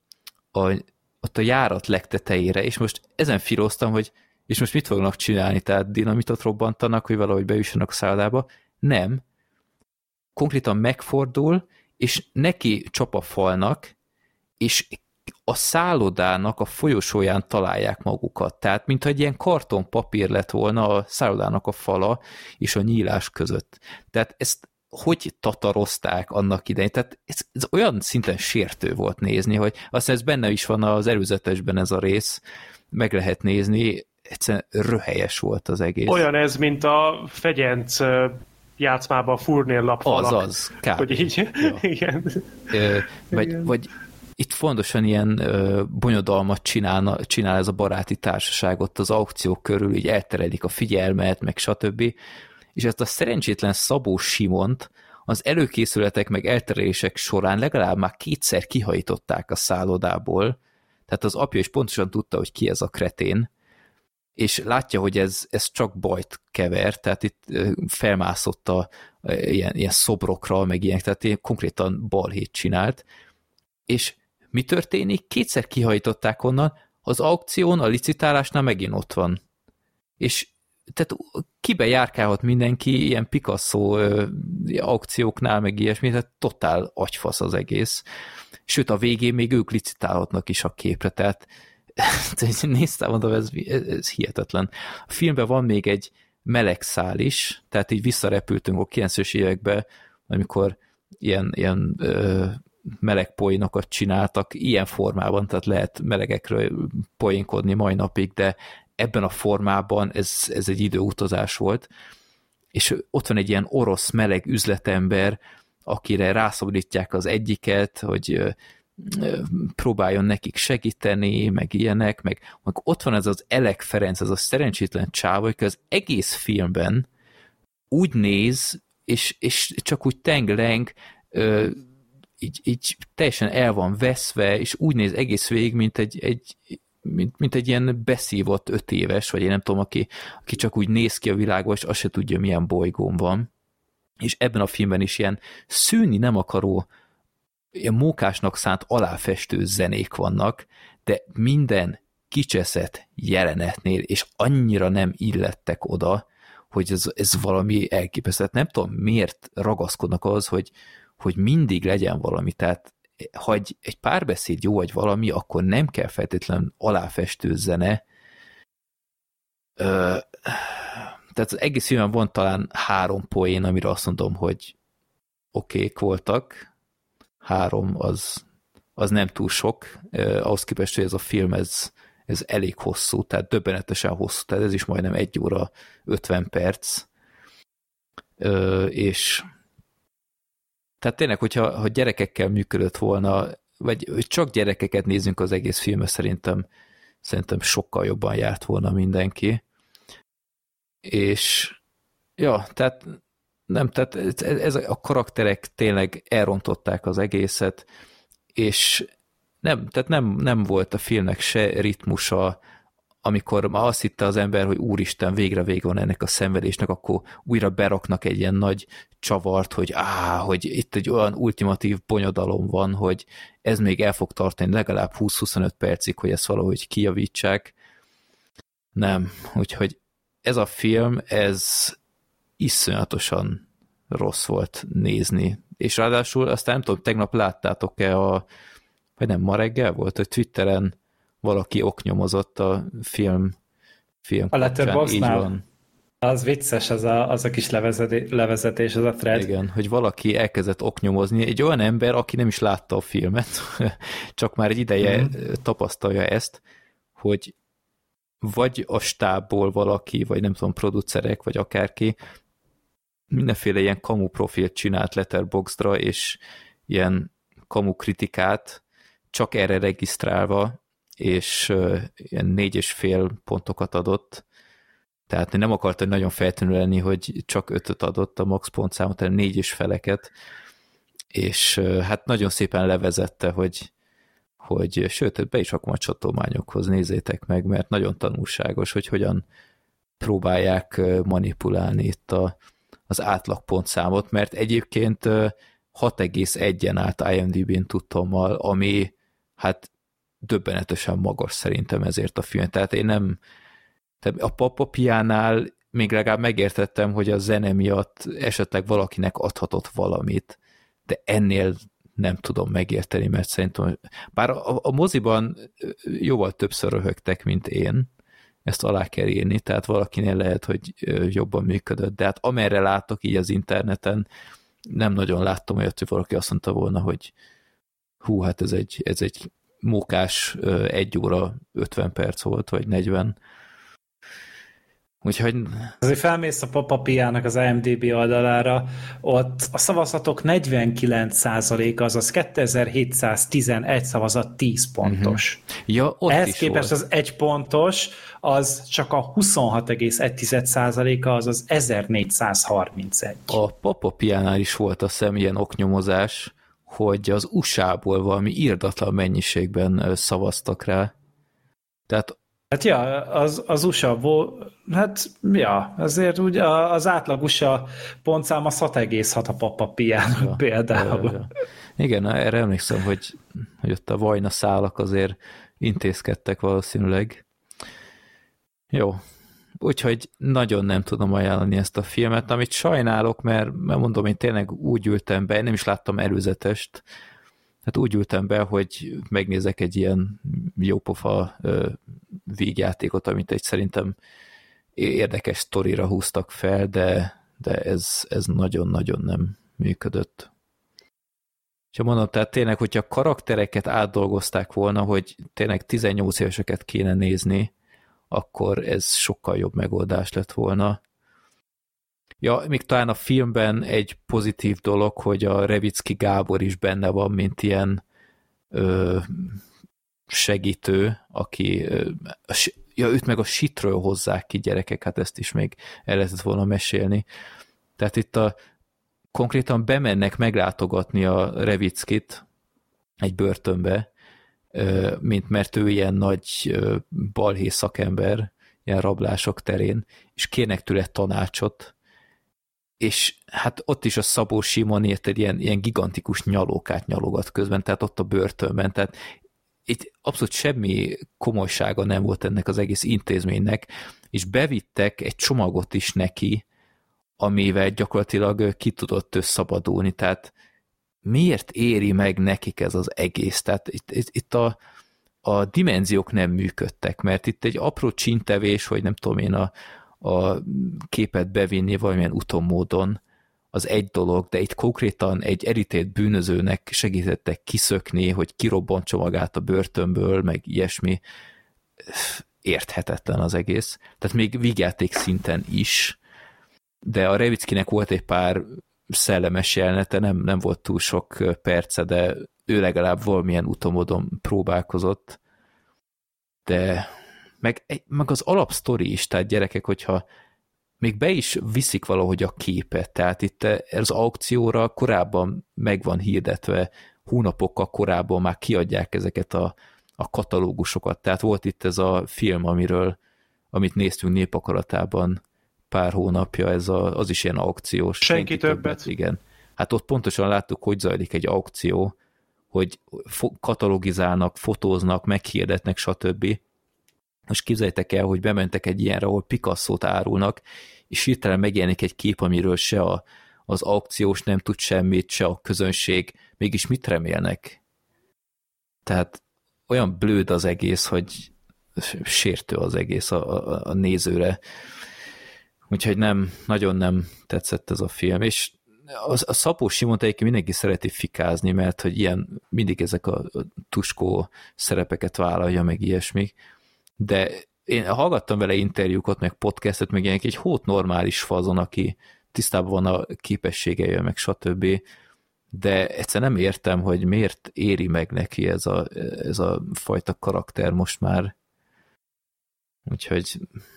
ott a járat legtetejére, és most ezen filóztam, hogy és most mit fognak csinálni, tehát dinamitot robbantanak, hogy valahogy beüssenek a szállodába? Nem. Konkrétan megfordul, és neki csap a falnak, és a szállodának a folyosóján találják magukat. Tehát, mintha egy ilyen kartonpapír lett volna a szállodának a fala és a nyílás között. Tehát ezt hogy tatarozták annak idején? Tehát ez olyan szinten sértő volt nézni, hogy aztán ez benne is van az előzetesben ez a rész, meg lehet nézni, egyszerűen röhelyes volt az egész. Olyan ez, mint a fegyenc játszmában a furnél lapfalak. Az, kb. Hogy így, ja. Igen. Vagy itt fontosan ilyen bonyodalmat csinál ez a baráti társaság ott az aukciók körül, így elteredik a figyelmet, meg stb. És ezt a szerencsétlen Szabó Simont az előkészületek meg elterelések során legalább már 2-szer kihajtották a szállodából, tehát az apja is pontosan tudta, hogy ki ez a kretén, és látja, hogy ez csak bajt kever, tehát itt felmászott ilyen szobrokra, meg ilyenek, tehát konkrétan balhét csinált, és mi történik? 2-szer kihajtották onnan, az aukción, a licitálásnál megint ott van. És tehát kibe járkálhat mindenki ilyen Picasso aukcióknál, meg ilyesmi, tehát totál agyfasz az egész. Sőt, a végén még ők licitálhatnak is a képre, tehát néztem, mondom, ez hihetetlen. A filmben van még egy melegszál is, tehát így visszarepültünk a 90-es években, amikor ilyen meleg poénokat csináltak, ilyen formában, tehát lehet melegekről poénkodni mai napig, de ebben a formában ez egy időutazás volt, és ott van egy ilyen orosz meleg üzletember, akire rászabadítják az egyiket, hogy próbáljon nekik segíteni, meg ilyenek, meg ott van ez az Elek Ferenc, ez a szerencsétlen csáva, hogy az egész filmben úgy néz, és csak úgy teng-leng, így teljesen el van veszve, és úgy néz egész végig, mint egy ilyen beszívott 5 éves, vagy én nem tudom, aki csak úgy néz ki a világba, és azt se tudja, milyen bolygón van. És ebben a filmben is ilyen szűnni nem akaró, ilyen mókásnak szánt aláfestő zenék vannak, de minden kicseszett jelenetnél, és annyira nem illettek oda, hogy ez valami elképesztő. Nem tudom, miért ragaszkodnak az, hogy mindig legyen valami. Tehát ha egy párbeszéd jó vagy valami, akkor nem kell feltétlenül aláfestő zene. Tehát az egész filmben van talán 3 poén, amire azt mondom, hogy okék voltak. 3 az nem túl sok. Ahhoz képest, hogy ez a film, ez elég hosszú, tehát döbbenetesen hosszú, tehát ez is majdnem 1 óra 50 perc. És tehát tényleg, hogyha gyerekekkel működött volna, vagy csak gyerekeket nézzünk az egész filmben, szerintem sokkal jobban járt volna mindenki. És ja, tehát ez a karakterek tényleg elrontották az egészet, és nem volt a filmnek se ritmusa, amikor már azt hitte az ember, hogy úristen, végre vége van ennek a szenvedésnek, akkor újra beraknak egy ilyen nagy csavart, hogy itt egy olyan ultimatív bonyodalom van, hogy ez még el fog tartani legalább 20-25 percig, hogy ezt valahogy kijavítsák. Nem, úgyhogy ez a film, ez iszonyatosan rossz volt nézni. És ráadásul aztán nem tudom, tegnap láttátok-e vagy nem, ma reggel volt, hogy Twitteren valaki oknyomozott a film a Letterboxdnál. Az vicces, az a kis levezetés, az a thread. Igen, hogy valaki elkezdett oknyomozni. Egy olyan ember, aki nem is látta a filmet, csak már egy ideje tapasztalja ezt, hogy vagy a stábból valaki, vagy nem tudom, producerek, vagy akárki, mindenféle ilyen kamu profilt csinált Letterboxdra, és ilyen kamu kritikát csak erre regisztrálva, és ilyen 4,5 pontokat adott. Tehát nem akarta nagyon feltűnő lenni, hogy csak 5-öt adott a max pontszámot, hanem 4,5-eket, és hát nagyon szépen levezette, hogy sőt, be is rakom a csatolmányokhoz, nézzétek meg, mert nagyon tanulságos, hogy hogyan próbálják manipulálni itt az átlagpontszámot, mert egyébként 6,1-en állt IMDb-n tudtommal, ami hát döbbenetesen magas szerintem ezért a film. Tehát én nem, a Papa Piánál még legalább megértettem, hogy a zene miatt esetleg valakinek adhatott valamit, de ennél nem tudom megérteni, mert szerintem, bár a moziban jóval többször röhögtek, mint én, ezt alá kell írni, tehát valakinél lehet, hogy jobban működött, de hát amerre látok így az interneten, nem nagyon láttam olyat, hogy valaki azt mondta volna, hogy hú, hát ez egy mókás 1 óra 50 perc volt, vagy 40. Úgyhogy... Azért felmész a Papa Piának az IMDb oldalára, ott a szavazatok 49%, azaz 2711 szavazat 10 pontos. Ja, ott ehhez is képest volt. Az 1 pontos, az csak a 26,1%-a, azaz 1431. A Papa Piánál is volt a ilyen oknyomozás, hogy az USA-ból valami irdatlan mennyiségben szavaztak rá. Tehát hát ja, az USA-ból, hát ja, azért ugye az átlag USA pontszám az 6,6 a Papa Piának például. Ja. Igen, erre emlékszem, hogy ott a vajna szálak azért intézkedtek valószínűleg. Jó, úgyhogy nagyon nem tudom ajánlani ezt a filmet, amit sajnálok, mert mondom, én tényleg úgy ültem be, nem is láttam előzetest, hát úgy ültem be, hogy megnézek egy ilyen jópofa vígjátékot, amit egy szerintem érdekes sztorira húztak fel, de ez nagyon-nagyon nem működött. És mondom, tehát tényleg, hogyha karaktereket átdolgozták volna, hogy tényleg 18 éveseket kéne nézni, akkor ez sokkal jobb megoldás lett volna. Ja, még talán a filmben egy pozitív dolog, hogy a Revicki Gábor is benne van, mint ilyen segítő, aki őt meg a shitről hozzák ki, gyerekek, hát ezt is még el lehetett volna mesélni. Tehát itt konkrétan bemennek meglátogatni a Revickit egy börtönbe, mert ő ilyen nagy balhé szakember, ilyen rablások terén, és kérnek tőle tanácsot, és hát ott is a Szabó Simon érted ilyen gigantikus nyalókát nyalogat közben, tehát ott a börtönben, tehát itt abszolút semmi komolysága nem volt ennek az egész intézménynek, és bevittek egy csomagot is neki, amivel gyakorlatilag ki tudott szabadulni, tehát miért éri meg nekik ez az egész? Tehát itt a dimenziók nem működtek, mert itt egy apró csíntevés, hogy nem tudom én a képet bevinni valamilyen úton módon, az egy dolog, de itt konkrétan egy elítélt bűnözőnek segítettek kiszökni, hogy kirobbantsa magát a börtönből, meg ilyesmi. Érthetetlen az egész. Tehát még vígjáték szinten is, de a Revickinek volt egy pár szellemes jelenete, nem volt túl sok perce, de ő legalább valamilyen utomódon próbálkozott, de meg az alapsztori is, tehát gyerekek, hogyha még be is viszik valahogy a képet, tehát itt az aukcióra korábban meg van hirdetve, hónapokkal korábban már kiadják ezeket a katalógusokat, tehát volt itt ez a film, amit néztünk Népakaratában pár hónapja, az is ilyen aukciós. Senki többet. Igen. Hát ott pontosan láttuk, hogy zajlik egy aukció, hogy katalogizálnak, fotóznak, meghirdetnek, stb. Most képzeljétek el, hogy bementek egy ilyenre, ahol Picasso-t árulnak, és hirtelen megjelenik egy kép, amiről se az aukciós nem tud semmit, se a közönség, mégis mit remélnek? Tehát olyan blőd az egész, hogy sértő az egész a nézőre. Úgyhogy nagyon nem tetszett ez a film, és a Szabó Simont egyébként mindenki szereti fikázni, mert hogy mindig ezek a tuskó szerepeket vállalja, meg ilyesmi, de én hallgattam vele interjúkat, meg podcastet, meg ilyenek, egy hót normális fazon, aki tisztában van a képességeivel, meg stb., de egyszer nem értem, hogy miért éri meg neki ez a fajta karakter most már. Úgyhogy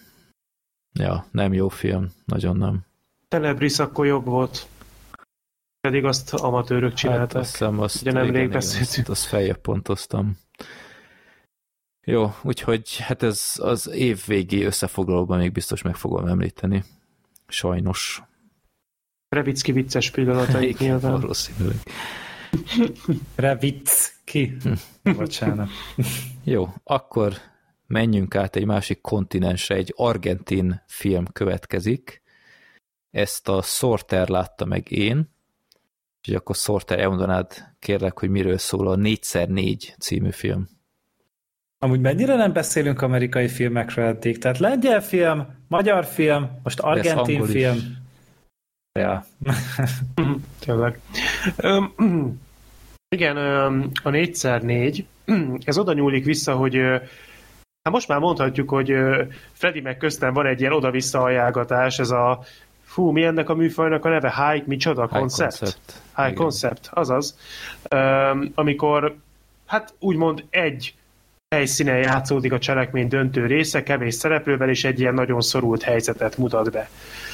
ja, nem jó film, nagyon nem. Tenebris akkor jobb volt. Pedig azt amatőrök csináltak. Hát azt hiszem, ugye nemrég beszéltünk. Azt feljebb pontoztam. Jó, úgyhogy hát ez az évvégi összefoglalóban még biztos meg fogom említeni. Sajnos. Revicki vicces pillanatait nyilván. Valószínűleg. Revicki. Bocsánat. Jó, akkor menjünk át egy másik kontinensre, egy argentin film következik. Ezt a Sorter látta meg én, és akkor Sorter, elmondanád kérlek, hogy miről szól a 4x4 című film. Amúgy mennyire nem beszélünk amerikai filmekről eddig? Tehát lengyel film, magyar film, most argentin film. Ja. Tényleg. Igen, a 4x4, ez oda nyúlik vissza, hogy hát most már mondhatjuk, hogy Freddy meg köztem van egy ilyen oda-vissza ajánlgatás, ez a mi ennek a műfajnak a neve? Micsoda? Concept. High Concept, azaz. Amikor, hát úgymond egy helyszínen játszódik a cselekmény döntő része, kevés szereplővel, és egy ilyen nagyon szorult helyzetet mutat be.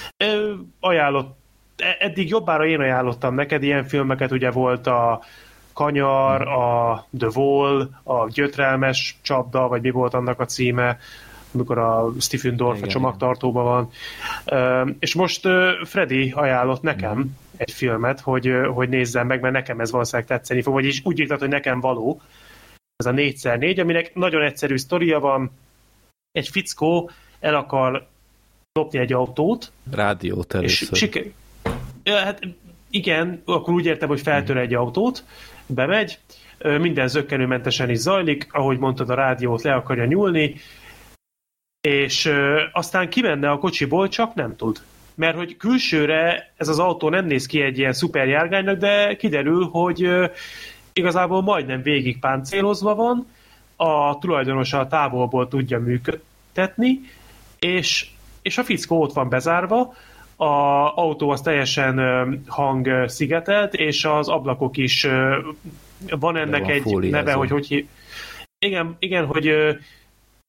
Eddig jobbára én ajánlottam neked ilyen filmeket, ugye volt a Kanyar, a The Wall, a Gyötrelmes csapda, vagy mi volt annak a címe, amikor a Stephen Dorff a csomagtartóban van. És most Freddy ajánlott nekem egy filmet, hogy nézzem meg, mert nekem ez valószínűleg tetszeni fog, vagyis úgy írtad, hogy nekem való. Ez a 4x4, aminek nagyon egyszerű sztoria van. Egy fickó el akar lopni egy autót. Rádiót először. Hát igen, akkor úgy értem, hogy feltör egy autót, bemegy, minden zökkenőmentesen is zajlik, ahogy mondtad, a rádiót le akarja nyúlni, és aztán kimenne a kocsiból, csak nem tud. Mert hogy külsőre ez az autó nem néz ki egy ilyen szuper járgánynak, de kiderül, hogy igazából majdnem végig páncélozva van, a tulajdonosa a távolból tudja működtetni, és a fickó ott van bezárva, az autó az teljesen hangszigetelt, és az ablakok is van ennek egy neve, hogy igen, hogy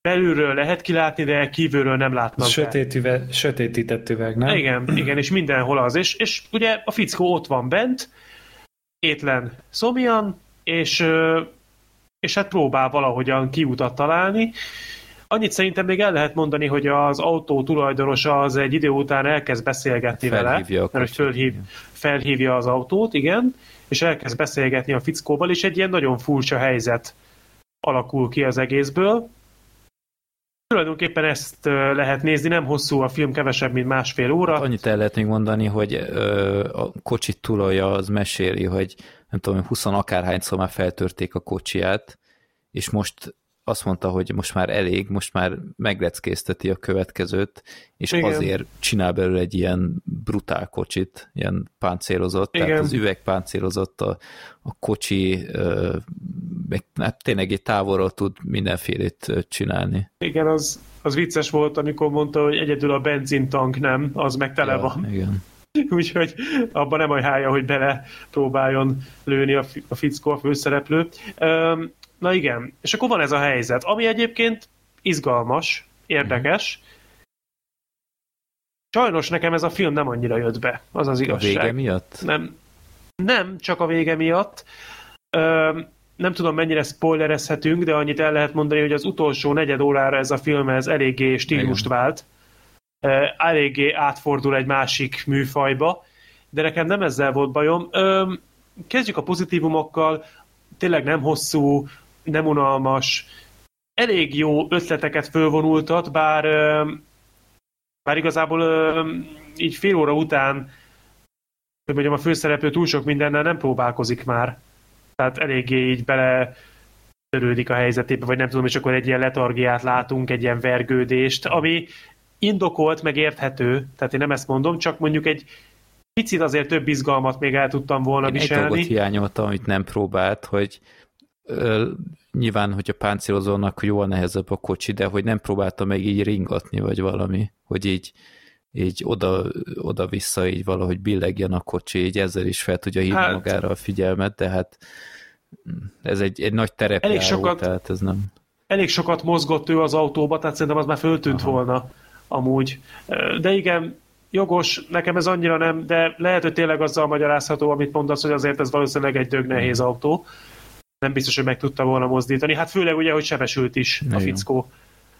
belülről lehet kilátni, de kívülről nem látnak Sötétített üveg, nem? Igen, és mindenhol az. És ugye a fickó ott van bent, étlen szomjan, és hát próbál valahogyan kiutat találni. Annyit szerintem még el lehet mondani, hogy az autó tulajdonosa az egy idő után elkezd beszélgetni vele, mert felhívja az autót, igen, és elkezd beszélgetni a fickóval, és egy ilyen nagyon furcsa helyzet alakul ki az egészből. Tulajdonképpen ezt lehet nézni, nem hosszú a film, kevesebb, mint 1,5 óra. Annyit el lehet még mondani, hogy a kocsit tulajja az meséli, hogy nem tudom, 20 akárhányszor már feltörték a kocsiját, és most azt mondta, hogy most már elég, most már megleckézteti a következőt, és igen, azért csinál belőle egy ilyen brutál kocsit, ilyen páncélozott, igen, tehát az üveg páncélozott, a kocsi hát tényleg egy távolról tud mindenfélét csinálni. Igen, az vicces volt, amikor mondta, hogy egyedül a benzintank nem, az meg tele van. Igen. Úgyhogy abban nem ajánlja, hogy bele próbáljon lőni a fickó, a főszereplő. Na igen, és akkor van ez a helyzet, ami egyébként izgalmas, érdekes. Sajnos nekem ez a film nem annyira jött be, az az igazság. A vége miatt? Nem csak a vége miatt. Nem tudom, mennyire spoilerezhetünk, de annyit el lehet mondani, hogy az utolsó negyed órára ez a film eléggé stílust vált. Eléggé átfordul egy másik műfajba, de nekem nem ezzel volt bajom. Kezdjük a pozitívumokkal, tényleg nem hosszú, nem unalmas, elég jó ötleteket fölvonultat, bár igazából így fél óra után, hogy mondjam, a főszereplő túl sok mindennel nem próbálkozik már. Tehát eléggé így bele törődik a helyzetébe, vagy nem tudom, és akkor egy ilyen letargiát látunk, egy ilyen vergődést, ami indokolt, meg érthető, tehát én nem ezt mondom, csak mondjuk egy picit azért több izgalmat még el tudtam volna viselni. Egy dolgot hiányoltam, amit nem próbált, hogy nyilván, hogy a páncélozónak jóval nehezebb a kocsi, de hogy nem próbálta meg így ringatni, vagy valami, hogy így oda-vissza így valahogy billegjen a kocsi, így ezzel is fel tudja hívni magára a figyelmet, de hát ez egy nagy terepjáró, tehát ez nem... Elég sokat mozgott ő az autóba, tehát szerintem az már föltűnt volna amúgy. De igen, jogos, nekem ez annyira nem, de lehet, hogy tényleg azzal magyarázható, amit mondasz, hogy azért ez valószínűleg egy dög nehéz autó. Nem biztos, hogy meg tudta volna mozdítani. Hát főleg ugye, hogy sebesült is a fickó.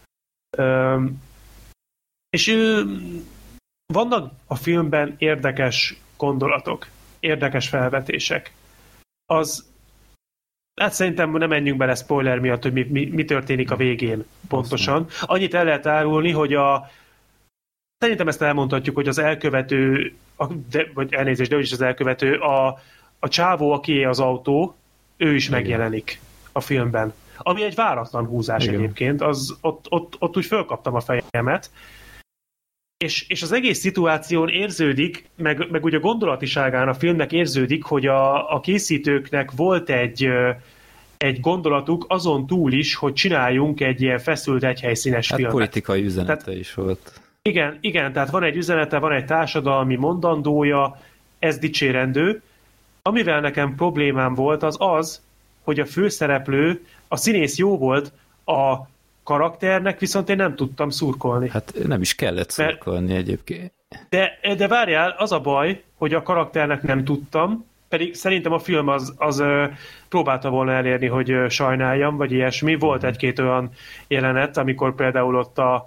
És vannak a filmben érdekes gondolatok, érdekes felvetések. Hát szerintem nem menjünk bele spoiler miatt, hogy mi történik a végén pontosan. Annyit el lehet árulni, hogy szerintem ezt elmondhatjuk, hogy az elkövető, vagy elnézést, de úgyis az elkövető, a csávó, akié az autó, ő is megjelenik a filmben. Ami egy váratlan húzás egyébként, ott úgy fölkaptam a fejemet, és az egész szituáción érződik, meg úgy a gondolatiságán a filmnek érződik, hogy a készítőknek volt egy gondolatuk azon túl is, hogy csináljunk egy ilyen feszült egyhelyszínes filmet. Hát politikai üzenete is volt. Igen, tehát van egy üzenete, van egy társadalmi mondandója, ez dicsérendő. Amivel nekem problémám volt, az, hogy a főszereplő, a színész jó volt, a karakternek viszont én nem tudtam szurkolni. Hát nem is kellett szurkolni egyébként. De várjál, az a baj, hogy a karakternek nem tudtam, pedig szerintem a film az próbálta volna elérni, hogy sajnáljam, vagy ilyesmi. Volt egy-két olyan jelenet, amikor például ott a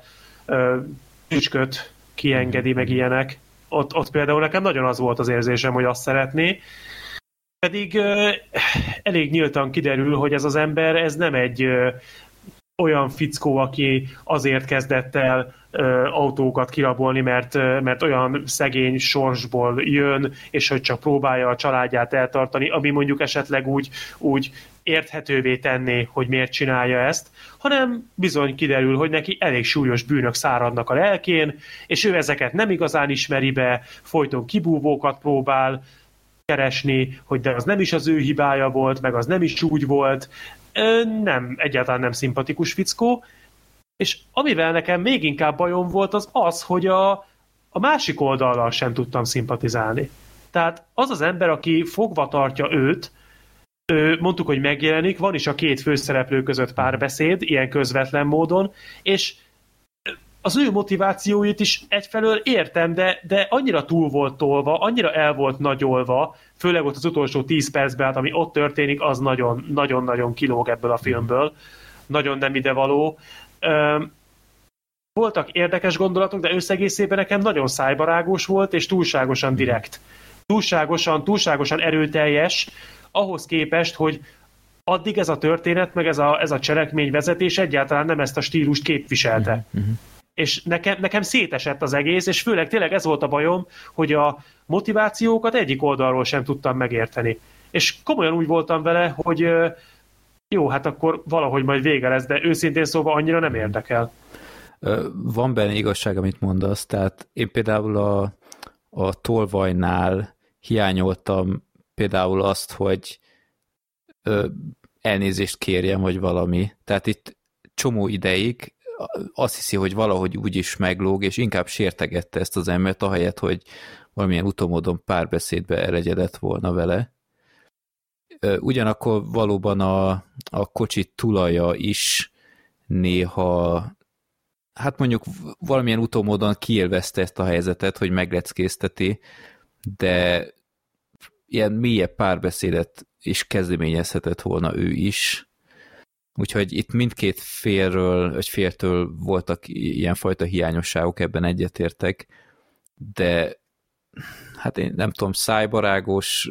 tücsköt kiengedi, meg ilyenek. Ott például nekem nagyon az volt az érzésem, hogy azt szeretné. Pedig elég nyíltan kiderül, hogy ez az ember, ez nem egy olyan fickó, aki azért kezdett el autókat kirabolni, mert olyan szegény sorsból jön, és hogy csak próbálja a családját eltartani, ami mondjuk esetleg úgy érthetővé tenné, hogy miért csinálja ezt, hanem bizony kiderül, hogy neki elég súlyos bűnök száradnak a lelkén, és ő ezeket nem igazán ismeri be, folyton kibúvókat próbál keresni, hogy de az nem is az ő hibája volt, meg az nem is úgy volt. Nem, egyáltalán nem szimpatikus fickó, és amivel nekem még inkább bajom volt, az, hogy a másik oldallal sem tudtam szimpatizálni. Tehát az az ember, aki fogva tartja őt, mondtuk, hogy megjelenik, van is a két főszereplő között párbeszéd, ilyen közvetlen módon, és az ő motivációit is egyfelől értem, de annyira túl volt tolva, annyira el volt nagyolva, főleg ott az utolsó 10 percben, hát ami ott történik, az nagyon-nagyon kilóg ebből a filmből. Nagyon nem idevaló. Voltak érdekes gondolatok, de összegészében nekem nagyon szájbarágos volt, és túlságosan direkt. Túlságosan erőteljes, ahhoz képest, hogy addig ez a történet, meg ez a cselekményvezetés egyáltalán nem ezt a stílust képviselte. És nekem szétesett az egész, és főleg tényleg ez volt a bajom, hogy a motivációkat egyik oldalról sem tudtam megérteni. És komolyan úgy voltam vele, hogy jó, hát akkor valahogy majd vége lesz, de őszintén szóval annyira nem érdekel. Van benne igazság, amit mondasz, tehát én például a tolvajnál hiányoltam például azt, hogy elnézést kérjem, vagy valami. Tehát itt csomó ideig azt hiszi, hogy valahogy úgy is meglóg, és inkább sértegette ezt az embert, ahelyett, hogy valamilyen utómódon párbeszédbe elegyedett volna vele. Ugyanakkor valóban a kocsi tulaja is néha, hát mondjuk valamilyen utómódon kiélvezte ezt a helyzetet, hogy megleckézteti, de ilyen mélyebb párbeszédet is kezdeményezhetett volna ő is. Úgyhogy itt mindkét féltől voltak ilyenfajta hiányosságok, ebben egyetértek, de hát én nem tudom, szájbarágos,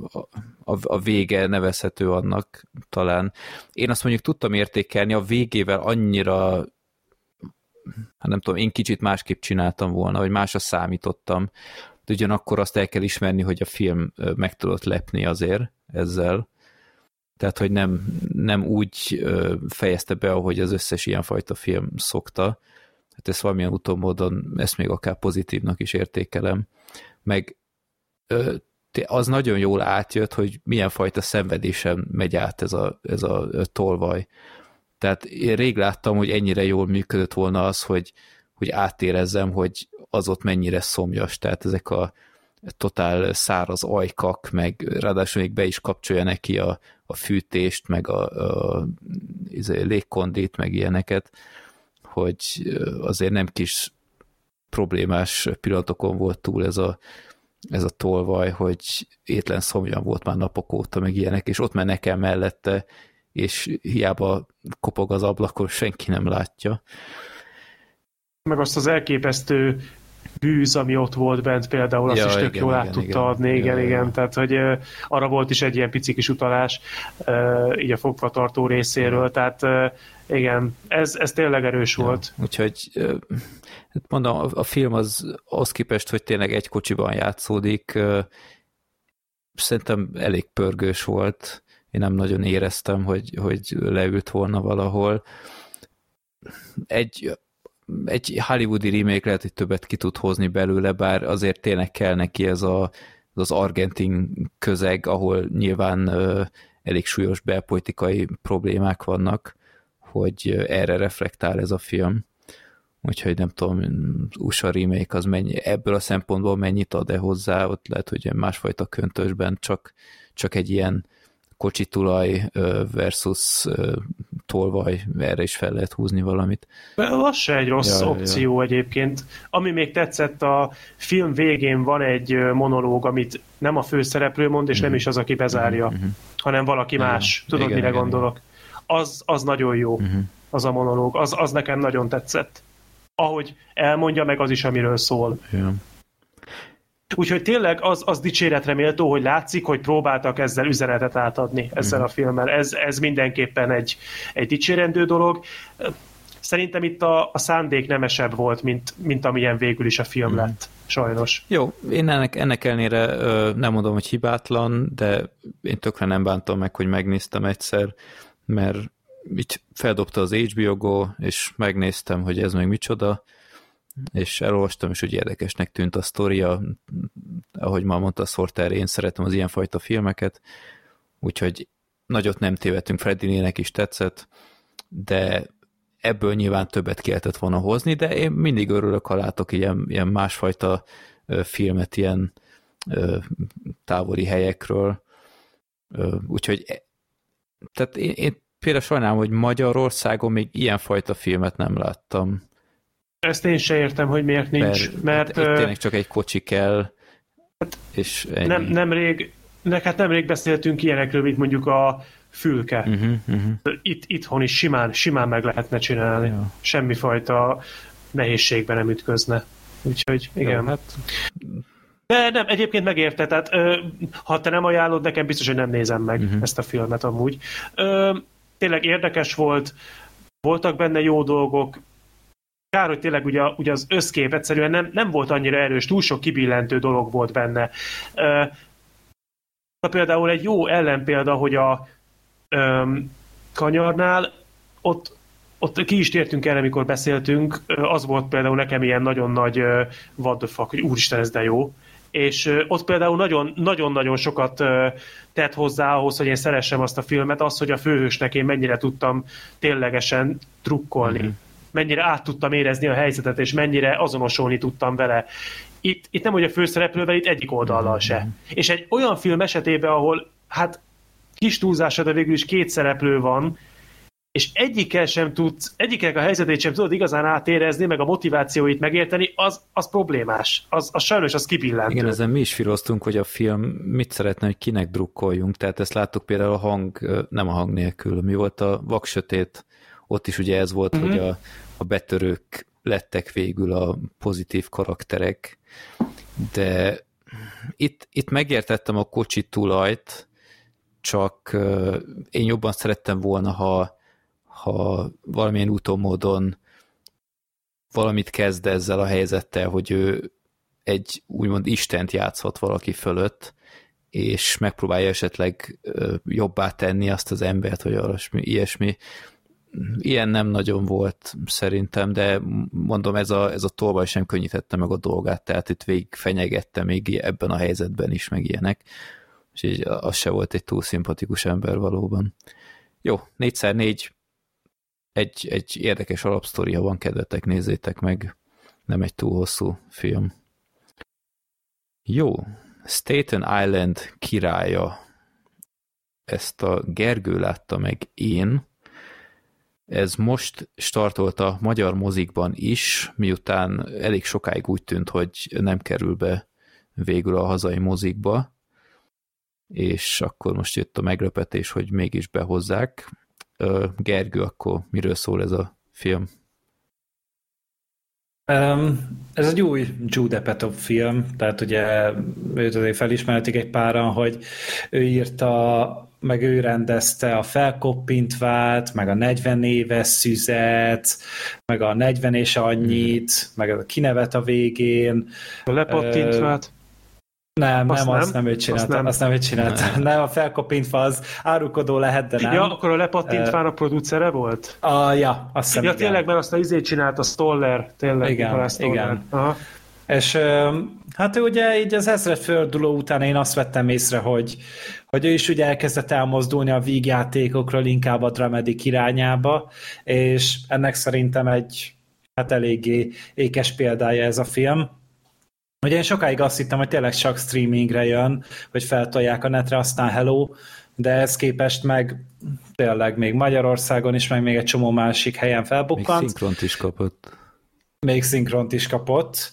a vége nevezhető annak talán. Én azt mondjuk tudtam értékelni, a végével annyira, hát nem tudom, én kicsit másképp csináltam volna, vagy másra számítottam, de ugyanakkor azt el kell ismerni, hogy a film meg tudott lepni azért ezzel. Tehát, hogy nem úgy fejezte be, ahogy az összes ilyenfajta film szokta. Hát ezt valamilyen utómódon, ezt még akár pozitívnak is értékelem. Meg az nagyon jól átjött, hogy milyen fajta szenvedésen megy át ez a tolvaj. Tehát én rég láttam, hogy ennyire jól működött volna az, hogy átérezzem, hogy az ott mennyire szomjas. Tehát ezek a totál száraz ajkak, meg ráadásul még be is kapcsolja neki a fűtést, meg a légkondit, meg ilyeneket, hogy azért nem kis problémás pillanatokon volt túl ez a tolvaj, hogy étlen szomjan volt már napok óta, meg ilyenek, és ott már nekem mellette, és hiába kopog az ablakon, senki nem látja. Meg azt az elképesztő bűz, ami ott volt bent például, azt is tök jól át tudta adni, igen. Tehát, hogy arra volt is egy ilyen pici kis utalás így a fogvatartó részéről, tehát igen, ez tényleg erős volt. Úgyhogy mondom, a film az képest, hogy tényleg egy kocsiban játszódik, szerintem elég pörgős volt. Én nem nagyon éreztem, hogy leült volna valahol. Egy hollywoodi remake lehet, hogy többet ki tud hozni belőle, bár azért tényleg kell neki ez az argentin közeg, ahol nyilván elég súlyos belpolitikai problémák vannak, hogy erre reflektál ez a film. Úgyhogy nem tudom, USA remake az ebből a szempontból mennyit ad-e hozzá, ott lehet, hogy másfajta köntösben csak egy ilyen kocsitulaj versus tolvaj, erre is fel lehet húzni valamit. Az se egy rossz opció egyébként. Ami még tetszett, a film végén van egy monológ, amit nem a főszereplő mond, és nem is az, aki bezárja, hanem valaki más. Tudod, igen, mire gondolok? Az nagyon jó, az a monológ. Az nekem nagyon tetszett. Ahogy elmondja, meg az is, amiről szól. Ja. Úgyhogy tényleg az dicséretre méltó, hogy látszik, hogy próbáltak ezzel üzenetet átadni ezzel a filmmel. Ez mindenképpen egy dicsérendő dolog. Szerintem itt a szándék nemesebb volt, mint amilyen végül is a film lett. Sajnos. Jó, én ennek ellenére nem mondom, hogy hibátlan, de én tökre nem bántam meg, hogy megnéztem egyszer, mert így feldobta az HBO Go, és megnéztem, hogy ez meg micsoda, és elolvastam, és úgy érdekesnek tűnt a sztoria, ahogy már mondta Sorter, én szeretem az ilyenfajta filmeket, úgyhogy nagyot nem tévedtünk, Freddy-nének is tetszett, de ebből nyilván többet kellett volna hozni, de én mindig örülök, ha látok ilyen másfajta filmet, ilyen távoli helyekről, úgyhogy tehát én például sajnálom, hogy Magyarországon még ilyenfajta filmet nem láttam. Ezt én se értem, hogy miért nincs. Mert itt tényleg csak egy kocsi kell, és ennyi. Nemrég beszéltünk ilyenekről, mint mondjuk a Fülke. Itthon is simán meg lehetne csinálni. Ja. Semmifajta nehézségben nem ütközne. Úgyhogy igen. Jó, hát... De nem, egyébként megérte, tehát ha te nem ajánlod, nekem biztos, hogy nem nézem meg ezt a filmet amúgy. Tényleg érdekes volt, voltak benne jó dolgok, kár, hogy tényleg ugye az összkép egyszerűen nem volt annyira erős, túl sok kibillentő dolog volt benne. Például egy jó ellenpélda, hogy a Kanyarnál ott ki is tértünk erre, amikor beszéltünk, az volt például nekem ilyen nagyon nagy what the fuck, hogy úristen, ez de jó. És ott például nagyon-nagyon sokat tett hozzá ahhoz, hogy én szeressem azt a filmet, az, hogy a főhősnek én mennyire tudtam ténylegesen trukkolni. Mennyire át tudtam érezni a helyzetet, és mennyire azonosulni tudtam vele. Itt nem, hogy a főszereplővel, itt egyik oldallal se. És egy olyan film esetében, ahol hát kis túlzásra, de végül is két szereplő van, és egyikkel a helyzetét sem tudod igazán átérezni, meg a motivációit megérteni, az problémás. Az sajnos az kibillentő. Igen, ezen mi is filoztunk, hogy a film mit szeretne, hogy kinek drukkoljunk, tehát ezt láttuk például nem a hang nélkül, mi volt a Vaksötét, ott is ugye ez volt, hogy a betörők lettek végül a pozitív karakterek, de itt megértettem a kocsi tulajt, csak én jobban szerettem volna, ha valamilyen úton, módon valamit kezd ezzel a helyzettel, hogy ő egy úgymond istent játszhat valaki fölött, és megpróbálja esetleg jobbá tenni azt az embert, vagy ilyesmi. Ilyen nem nagyon volt szerintem, de mondom, ez a tolvaj sem könnyítette meg a dolgát, tehát itt végig fenyegette még ebben a helyzetben is, meg ilyenek. Úgyhogy az se volt egy túl szimpatikus ember valóban. Jó, 4x4 egy érdekes alapsztori, ha van kedvetek, nézzétek meg. Nem egy túl hosszú film. Jó, Staten Island királya. Ezt a Gergő látta meg én. Ez most startolt a magyar mozikban is, miután elég sokáig úgy tűnt, hogy nem kerül be végül a hazai mozikba, és akkor most jött a meglepetés, hogy mégis behozzák. Gergő, akkor miről szól ez a film? Ez egy új Judd Apatow film, tehát ugye őt azért felismerték egy páran, hogy ő írta, meg ő rendezte a Felkoppintvát, meg a 40 éves szüzet, meg a 40 és annyit, meg a Kinevet a végén. A Lepattintvát? Azt nem ő csinálta. Nem, a Felkoppintva az árulkodó lehet, de nem. Ja, akkor a Lepattintván a producere volt? Ja, azt hiszem, ja, tényleg, mert azt a izét csinált, a Stoller, tényleg. Igen. Aha. És hát ő ugye így az ezredforduló után én azt vettem észre, hogy ő is ugye elkezdett elmozdulni a vígjátékokról inkább a dramatik irányába, és ennek szerintem egy hát eléggé ékes példája ez a film. Ugye én sokáig azt hittem, hogy tényleg csak streamingre jön, hogy feltolják a netre, aztán hello, de ez képest meg tényleg még Magyarországon is, meg még egy csomó másik helyen felbukkant. Még szinkront is kapott.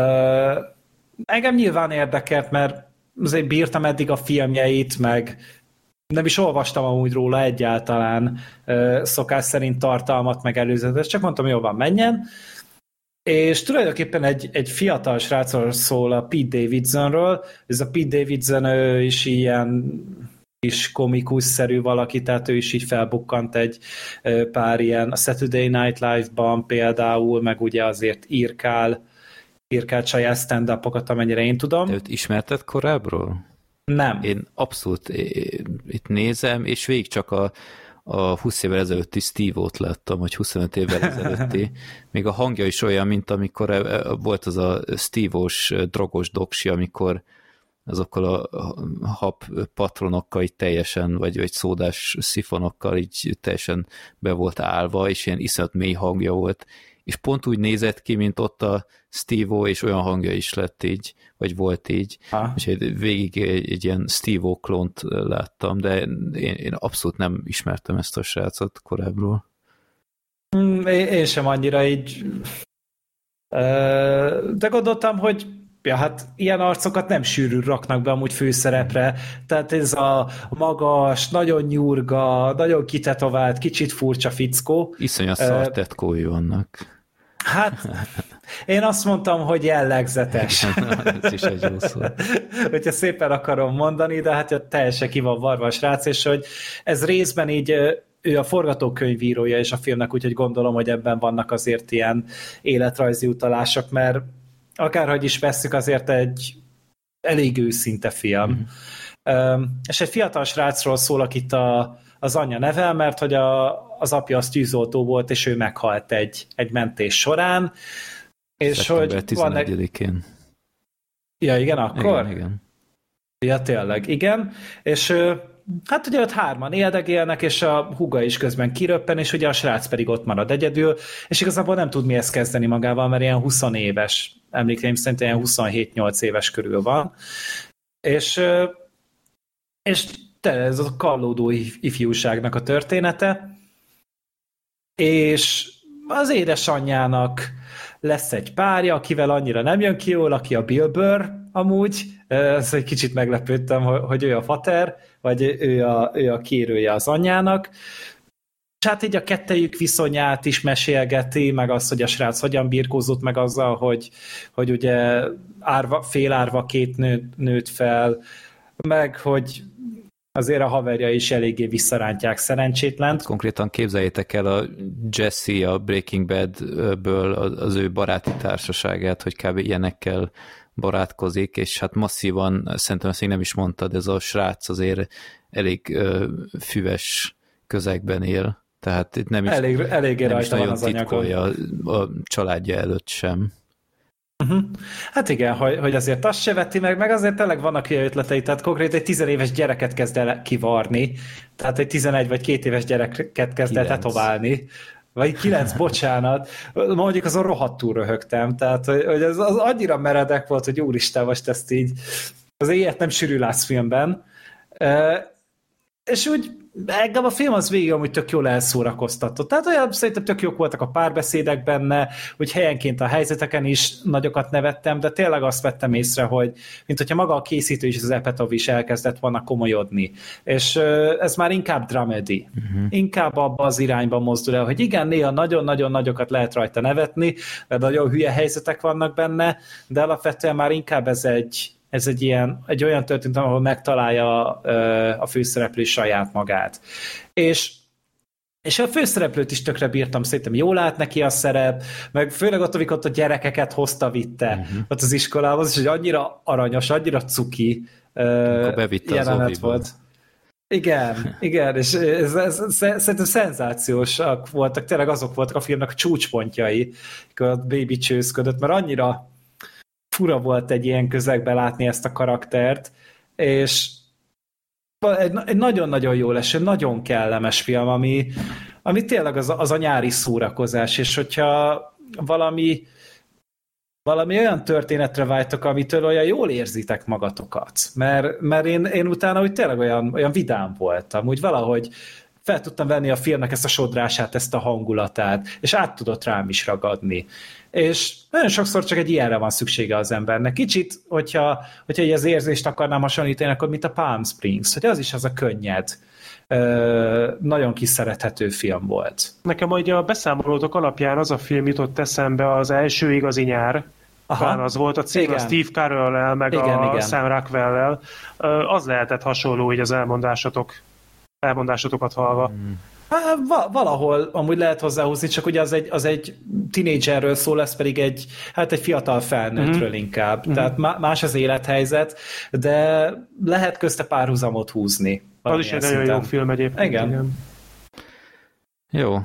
Engem nyilván érdekelt, mert azért bírtam eddig a filmjeit, meg nem is olvastam amúgy róla egyáltalán szokás szerint tartalmat, meg előzetes, csak mondtam, jó van, menjen. És tulajdonképpen egy fiatal srácról szól, a Pete Davidsonról. Ez a Pete Davidson, ő is ilyen is komikus-szerű valaki, tehát ő is így felbukkant egy pár ilyen a Saturday Night Live-ban például, meg ugye azért írkál saját stand-upokat, amennyire én tudom. De őt ismerted korábbról? Nem. Én abszolút itt nézem, és végig csak a 20 évvel ezelőtti Steve-ot láttam, vagy 25 évvel ezelőtti. Még a hangja is olyan, mint amikor volt az a Steve-os drogos doksi, amikor azokkal a hab patronokkal így teljesen, vagy szódás szifonokkal így teljesen be volt állva, és ilyen iszonyat mély hangja volt, és pont úgy nézett ki, mint ott a Steve-O, és olyan hangja is lett így, vagy volt így. És végig egy ilyen Steve-O klónt láttam, de én abszolút nem ismertem ezt a srácot korábbról. Én sem annyira így... De gondoltam, hogy ja, hát ilyen arcokat nem sűrűn raknak be amúgy főszerepre, tehát ez a magas, nagyon nyurga, nagyon kitetovált, kicsit furcsa fickó. Iszonyat szar tetkói vannak. Hát, én azt mondtam, hogy jellegzetes. Ez is egy jó szó. Hogyha szépen akarom mondani, de hát teljesen ki van varva a srác, és hogy ez részben így ő a forgatókönyvírója és a filmnek, úgyhogy gondolom, hogy ebben vannak azért ilyen életrajzi utalások, mert akárhogy is vesszük, azért egy elég őszinte film. És egy fiatal srácról szól, akit az anyja nevel, mert hogy az apja az tűzoltó volt, és ő meghalt egy mentés során. És Szeptember 11-én. Ja, igen, akkor? Igen. Ja, tényleg, igen. És hát ugye ott 3-an éldegélnek, és a húga is közben kiröppen, és ugye a srác pedig ott marad egyedül, és igazából nem tud mihez kezdeni magával, mert ilyen 20 éves, emlékeim szerint ilyen 27-8 éves körül van. És ez a kallódó ifjúságnak a története, és az édesanyjának lesz egy párja, akivel annyira nem jön ki jól, aki a Bill Burr amúgy. Ez egy kicsit meglepődtem, hogy ő a fater, vagy ő a kérője az anyjának. És hát így a kettejük viszonyát is mesélgeti, meg azt, hogy a srác hogyan birkózott meg azzal, hogy ugye félárva 2 nőtt fel, meg hogy azért a haverja is eléggé visszarántják szerencsétlent. Konkrétan képzeljétek el a Jesse a Breaking Badből az ő baráti társaságát, hogy kb. Ilyenekkel barátkozik, és hát masszívan, szerintem ezt még nem is mondtad, ez a srác azért elég füves közegben él, tehát itt nem is, eléggé nem is nagyon titkolja a családja előtt sem. Hát igen, hogy azért azt se veti meg azért tényleg vannak ilyen ötletei, tehát konkrétan egy 10 éves gyereket kezd el kivarni, tehát egy 11 vagy 2 éves gyereket kezd el tetoválni, vagy 9, bocsánat, mondjuk azon rohadtul röhögtem, tehát hogy az annyira meredek volt, hogy úristen, most ezt így, az ilyet nem sűrű látsz filmben, és úgy engem a film az végig amúgy tök jól elszórakoztatott. Tehát olyan szerintem tök jók voltak a párbeszédek benne, hogy helyenként a helyzeteken is nagyokat nevettem, de tényleg azt vettem észre, hogy mint hogyha maga a készítő is, az Apatow is elkezdett volna komolyodni. És ez már inkább dramedy. Inkább abba az irányba mozdul el, hogy igen, néha nagyon-nagyon nagyokat lehet rajta nevetni, mert nagyon hülye helyzetek vannak benne, de alapvetően már inkább ez egy olyan történet, ahol megtalálja a főszereplő saját magát. És a főszereplőt is tökre bírtam, szerintem jól állt neki a szerep, meg főleg ott, amikor ott a gyerekeket hozta-vitte ott az iskolához, és hogy annyira aranyos, annyira cuki jelenet volt. Igen, és ez szerintem szenzációsak voltak, tényleg azok voltak a filmnek a csúcspontjai, amikor a Baby csőzködött, mert annyira fura volt egy ilyen közegben látni ezt a karaktert, és egy nagyon-nagyon jó leső, nagyon kellemes film, ami tényleg az a nyári szórakozás, és hogyha valami olyan történetre vágytok, amitől olyan jól érzitek magatokat, mert én utána úgy tényleg olyan vidám voltam, úgy valahogy fel tudtam venni a filmnek ezt a sodrását, ezt a hangulatát, és át tudott rám is ragadni. És nagyon sokszor csak egy ilyenre van szüksége az embernek. Kicsit, hogyha az érzést akarnám hasonlítani, akkor mint a Palm Springs, hogy az is az a könnyed, nagyon kiszerethető film volt. Nekem majd a beszámolótok alapján az a film jutott eszembe, az első igazi nyár, talán az volt a cím, a Steve Carell-el, meg a Sam Rockwell-el. Az lehetett hasonló így az elmondásotokat hallva. Valahol amúgy lehet hozzáhúzni, csak ugye az egy tínédzserről szól, ez pedig egy fiatal felnőttről inkább. Tehát más az élethelyzet, de lehet közte párhuzamot húzni. Az is egy nagyon jó film egyébként. Igen. Jó.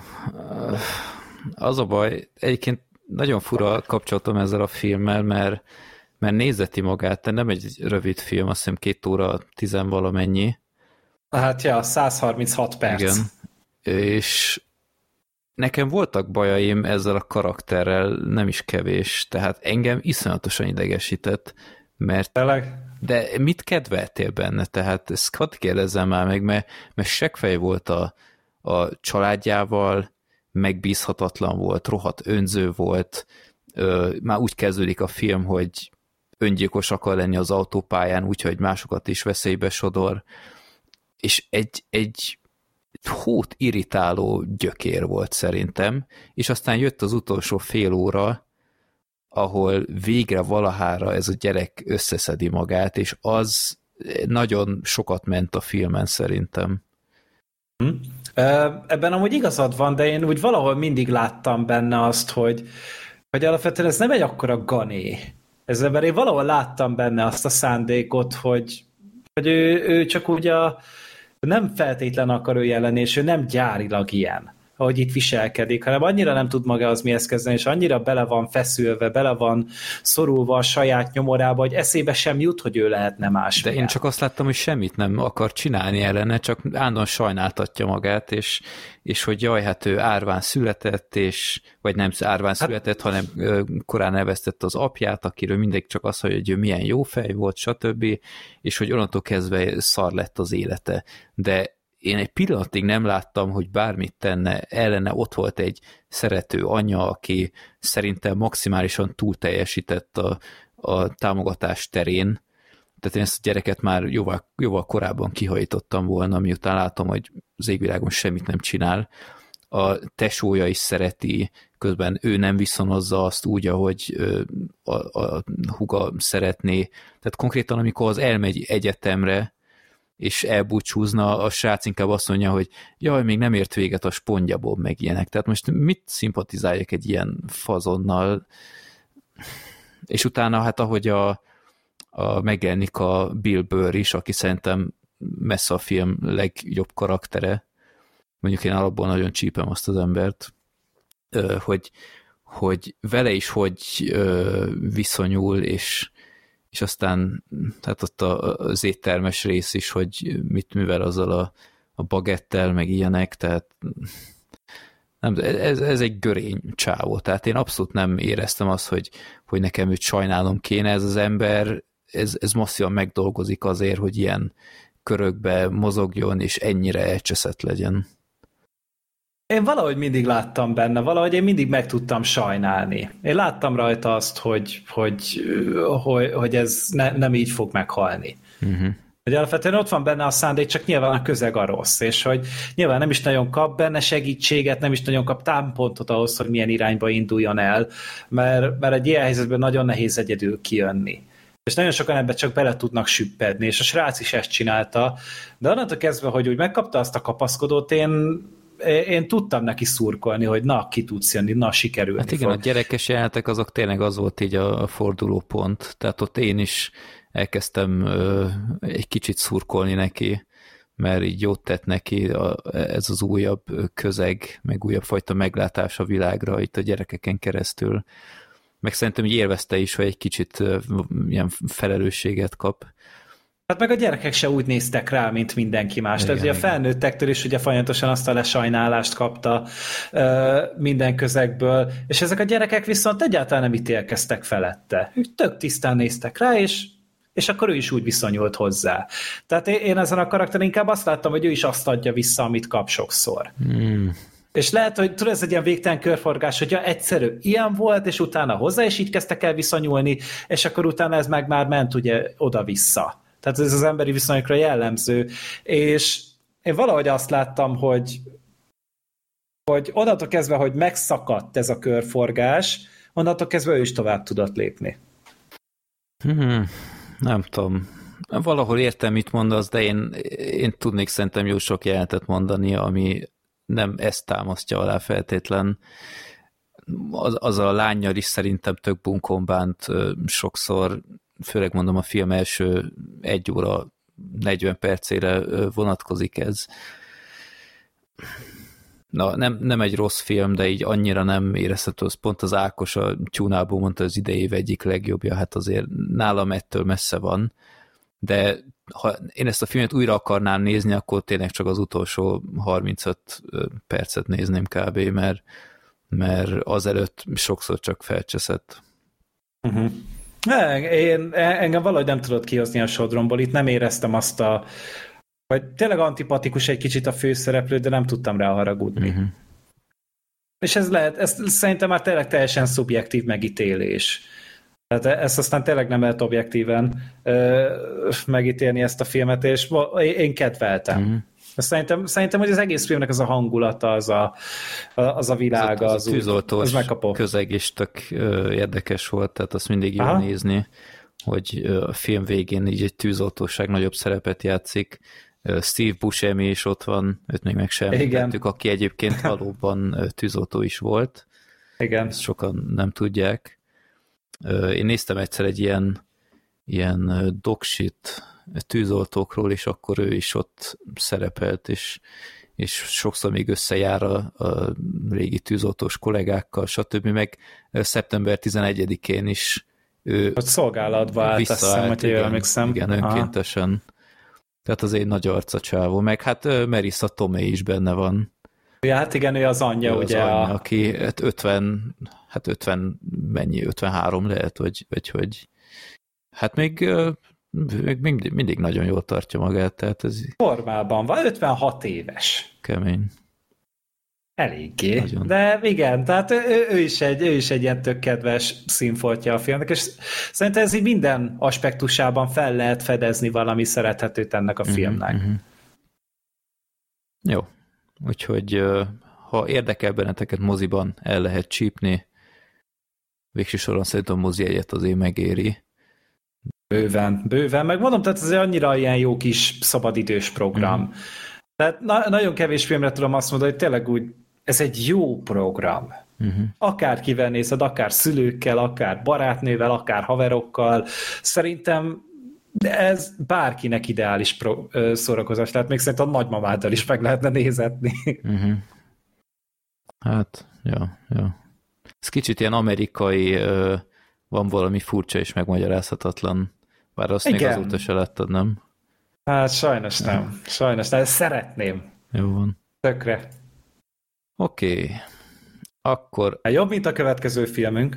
Az a baj, egyébként nagyon fura kapcsolatom ezzel a filmmel, mert nézeti magát, de nem egy rövid film, azt hiszem 2 óra 10 valamennyi. Hát 136 perc. Igen. És nekem voltak bajaim ezzel a karakterrel, nem is kevés, tehát engem iszonyatosan idegesített, mert de mit kedveltél benne? Tehát ezt hadd kérdezzem már meg, mert seggfej volt a családjával, megbízhatatlan volt, rohadt önző volt, már úgy kezdődik a film, hogy öngyilkos akar lenni az autópályán, úgyhogy másokat is veszélybe sodor, és egy hót irritáló gyökér volt szerintem, és aztán jött az utolsó fél óra, ahol végre valahára ez a gyerek összeszedi magát, és az nagyon sokat ment a filmen szerintem. Ebben amúgy igazad van, de én úgy valahol mindig láttam benne azt, hogy alapvetően ez nem egy akkora gané. Ezzel én valahol láttam benne azt a szándékot, hogy ő csak úgy nem feltétlen akar ő jelenni, és ő nem gyárilag ilyen, ahogy itt viselkedik, hanem annyira nem tud magához mihez kezdeni, és annyira bele van feszülve, bele van szorulva a saját nyomorába, hogy eszébe sem jut, hogy ő lehetne más. De én csak azt láttam, hogy semmit nem akar csinálni ellene, csak állandóan sajnáltatja magát, és hogy jaj, hát ő árván született, vagy nem árván született, hanem korán elvesztette az apját, akiről mindegy csak az, hogy ő milyen jó fej volt, stb., és hogy onnantól kezdve szar lett az élete. De én egy pillanatig nem láttam, hogy bármit tenne ellene, ott volt egy szerető anya, aki szerintem maximálisan túl teljesített a támogatás terén, tehát én ezt a gyereket már jóval korábban kihajítottam volna, miután látom, hogy az égvilágon semmit nem csinál. A tesója is szereti, közben ő nem viszonozza azt úgy, ahogy a húga szeretné. Tehát konkrétan, amikor az elmegy egyetemre, és elbúcsúzna, a srác inkább azt mondja, hogy jaj, még nem ért véget a SpongeBob, meg ilyenek. Tehát most mit szimpatizáljak egy ilyen fazonnal? És utána, hát ahogy megjelenik a Bill Burr is, aki szerintem messze a film legjobb karaktere, mondjuk én alapból nagyon csípem azt az embert, hogy vele is hogy viszonyul, és aztán tehát ott az éttermes rész is, hogy mit művel azzal a bagettel, meg ilyenek, tehát nem, ez egy görény csávó, tehát én abszolút nem éreztem azt, hogy nekem őt sajnálom kéne, ez az ember, ez masszívan megdolgozik azért, hogy ilyen körökbe mozogjon, és ennyire elcseszett legyen. Én valahogy mindig láttam benne, valahogy én mindig meg tudtam sajnálni. Én láttam rajta azt, hogy ez nem így fog meghalni. Uh-huh. Hogy alapvetően ott van benne a szándék, csak nyilván a közeg a rossz, és hogy nyilván nem is nagyon kap benne segítséget, nem is nagyon kap támpontot ahhoz, hogy milyen irányba induljon el, mert egy ilyen helyzetben nagyon nehéz egyedül kijönni. És nagyon sokan ebben csak bele tudnak süppedni, és a srác is ezt csinálta, de onnantól kezdve, hogy úgy megkapta azt a kapaszkodót, én tudtam neki szurkolni, hogy na, ki tudsz jönni, na, sikerülni hát igen, fog. A gyerekes jelenetek azok tényleg az volt így a fordulópont, tehát ott én is elkezdtem egy kicsit szurkolni neki, mert így jót tett neki ez az újabb közeg, meg újabb fajta meglátás a világra itt a gyerekeken keresztül. Meg szerintem így élvezte is, hogy egy kicsit ilyen felelősséget kap. Hát meg a gyerekek se úgy néztek rá, mint mindenki más. Igen, tehát ugye a felnőttektől is ugye folyamatosan azt a lesajnálást kapta minden közegből, és ezek a gyerekek viszont egyáltalán nem ítélkeztek felette. Ők tök tisztán néztek rá, és akkor ő is úgy viszonyult hozzá. Tehát én ezen a karakteren inkább azt láttam, hogy ő is azt adja vissza, amit kap sokszor. És lehet, hogy tudod, ez egy ilyen végtelen körforgás, hogy egyszerű ilyen volt, és utána hozzá is így kezdtek el viszonyulni, és akkor utána ez meg már ment ugye oda-vissza. Tehát ez az emberi viszonyokra jellemző. És én valahogy azt láttam, hogy onnantól kezdve, hogy megszakadt ez a körforgás, onnantól kezdve ő is tovább tudott lépni. Nem tudom. Valahol értem, mit mondasz, de én tudnék szerintem jó sok jelentet mondani, ami nem ezt támasztja alá feltétlen. Az a lánnyal is szerintem tök bunkón bánt sokszor, főleg mondom a film első 1 óra 40 percére vonatkozik ez. Na, nem egy rossz film, de így annyira nem érezhető, az pont az Ákos a tyúnából mondta, az idei év egyik legjobbja, hát azért nálam ettől messze van, de ha én ezt a filmet újra akarnám nézni, akkor tényleg csak az utolsó 35 percet nézném kb., mert azelőtt sokszor csak felcseszett. Uh-huh. Engem valahogy nem tudott kihozni a sodromból, itt nem éreztem azt vagy tényleg antipatikus egy kicsit a főszereplő, de nem tudtam rá haragudni. Uh-huh. És ez szerintem már tényleg teljesen szubjektív megítélés. Tehát ezt aztán tényleg nem lehet objektíven megítélni ezt a filmet, és én kedveltem. Uh-huh. Szerintem, hogy az egész filmnek az a hangulata, az a világa, az tűzoltós közeg is tök érdekes volt, tehát azt mindig jól nézni, hogy a film végén így egy tűzoltóság nagyobb szerepet játszik. Steve Buscemi is ott van, őt még meg sem tettük, aki egyébként valóban tűzoltó is volt. Igen. Ezt sokan nem tudják. Én néztem egyszer egy ilyen dogshit tűzoltókról, és akkor ő is ott szerepelt, és sokszor még összejár a régi tűzoltós kollégákkal, stb. Meg szeptember 11-én is ő ott szolgálatba állt, azt hiszem, hogy jól emlékszem. Igen, önkéntesen. Tehát az egy nagy arca csávó. Meg hát Marissa Tomei is benne van. Ja, hát igen, ő az anyja, ugye. Az anyja, aki 50 mennyi, 53 lehet, vagy hogy hát még mindig nagyon jól tartja magát, tehát ez... Formában van, 56 éves. Kemény. Eléggé. Nagyon. De igen, tehát ő is egy ilyen tök kedves színfoltja a filmnek, és szerintem ez így minden aspektusában fel lehet fedezni valami szerethetőt ennek a filmnek. Uh-huh. Jó. Úgyhogy ha érdekel benneteket moziban, el lehet csípni. Végső soron szerintem a mozi egyet azért megéri. Bőven. Meg mondom, tehát ez annyira ilyen jó kis szabadidős program. Mm. Tehát nagyon kevés filmre tudom azt mondani, hogy tényleg úgy, ez egy jó program. Uh-huh. Akár kivel nézed, akár szülőkkel, akár barátnővel, akár haverokkal. Szerintem ez bárkinek ideális szórakozás. Tehát még szerintem a nagymamáddal is meg lehetne nézetni. Uh-huh. Hát, ja. Ez kicsit ilyen amerikai, van valami furcsa és megmagyarázhatatlan. Bár azt igen. Még azóta se láttad, nem? Hát sajnos nem. Sajnos nem. Szeretném. Jó van. Tökre. Oké. Akkor... Jobb, mint a következő filmünk.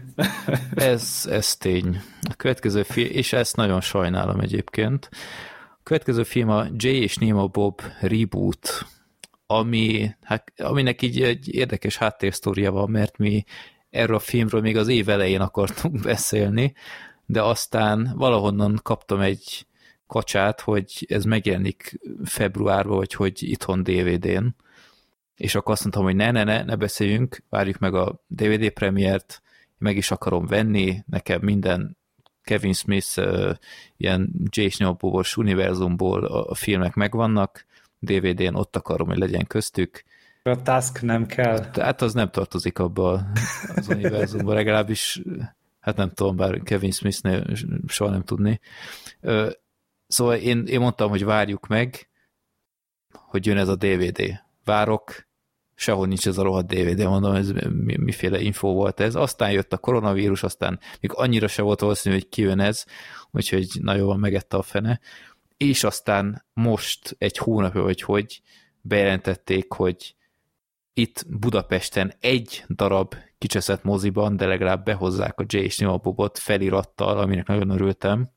ez tény. A következő film, és ezt nagyon sajnálom egyébként. A következő film a Jay és Nemo Bob reboot, aminek így egy érdekes háttérsztória van, mert mi erről a filmről még az év elején akartunk beszélni, de aztán valahonnan kaptam egy kacsát, hogy ez megjelenik februárban, vagy hogy itthon DVD-n, és akkor azt mondtam, hogy ne beszéljünk, várjuk meg a DVD premiért, meg is akarom venni, nekem minden Kevin Smith ilyen J.H. Bobos univerzumból a filmek megvannak, DVD-n ott akarom, hogy legyen köztük. A Task nem kell. Hát az nem tartozik abba az univerzumba, legalábbis, hát nem tudom, bár Kevin Smithnél soha nem tudni. Szóval én mondtam, hogy várjuk meg, hogy jön ez a DVD. Várok, sehol nincs ez a rohadt DVD, mondom, ez miféle info volt ez. Aztán jött a koronavírus, aztán még annyira se volt valószínű, hogy kijön ez, úgyhogy nagyon van, megette a fene. És aztán most egy hónapja, vagy hogy bejelentették, hogy itt Budapesten egy darab kicseszett moziban, de legalább behozzák a Jay és Nemo Bobot felirattal, aminek nagyon örültem,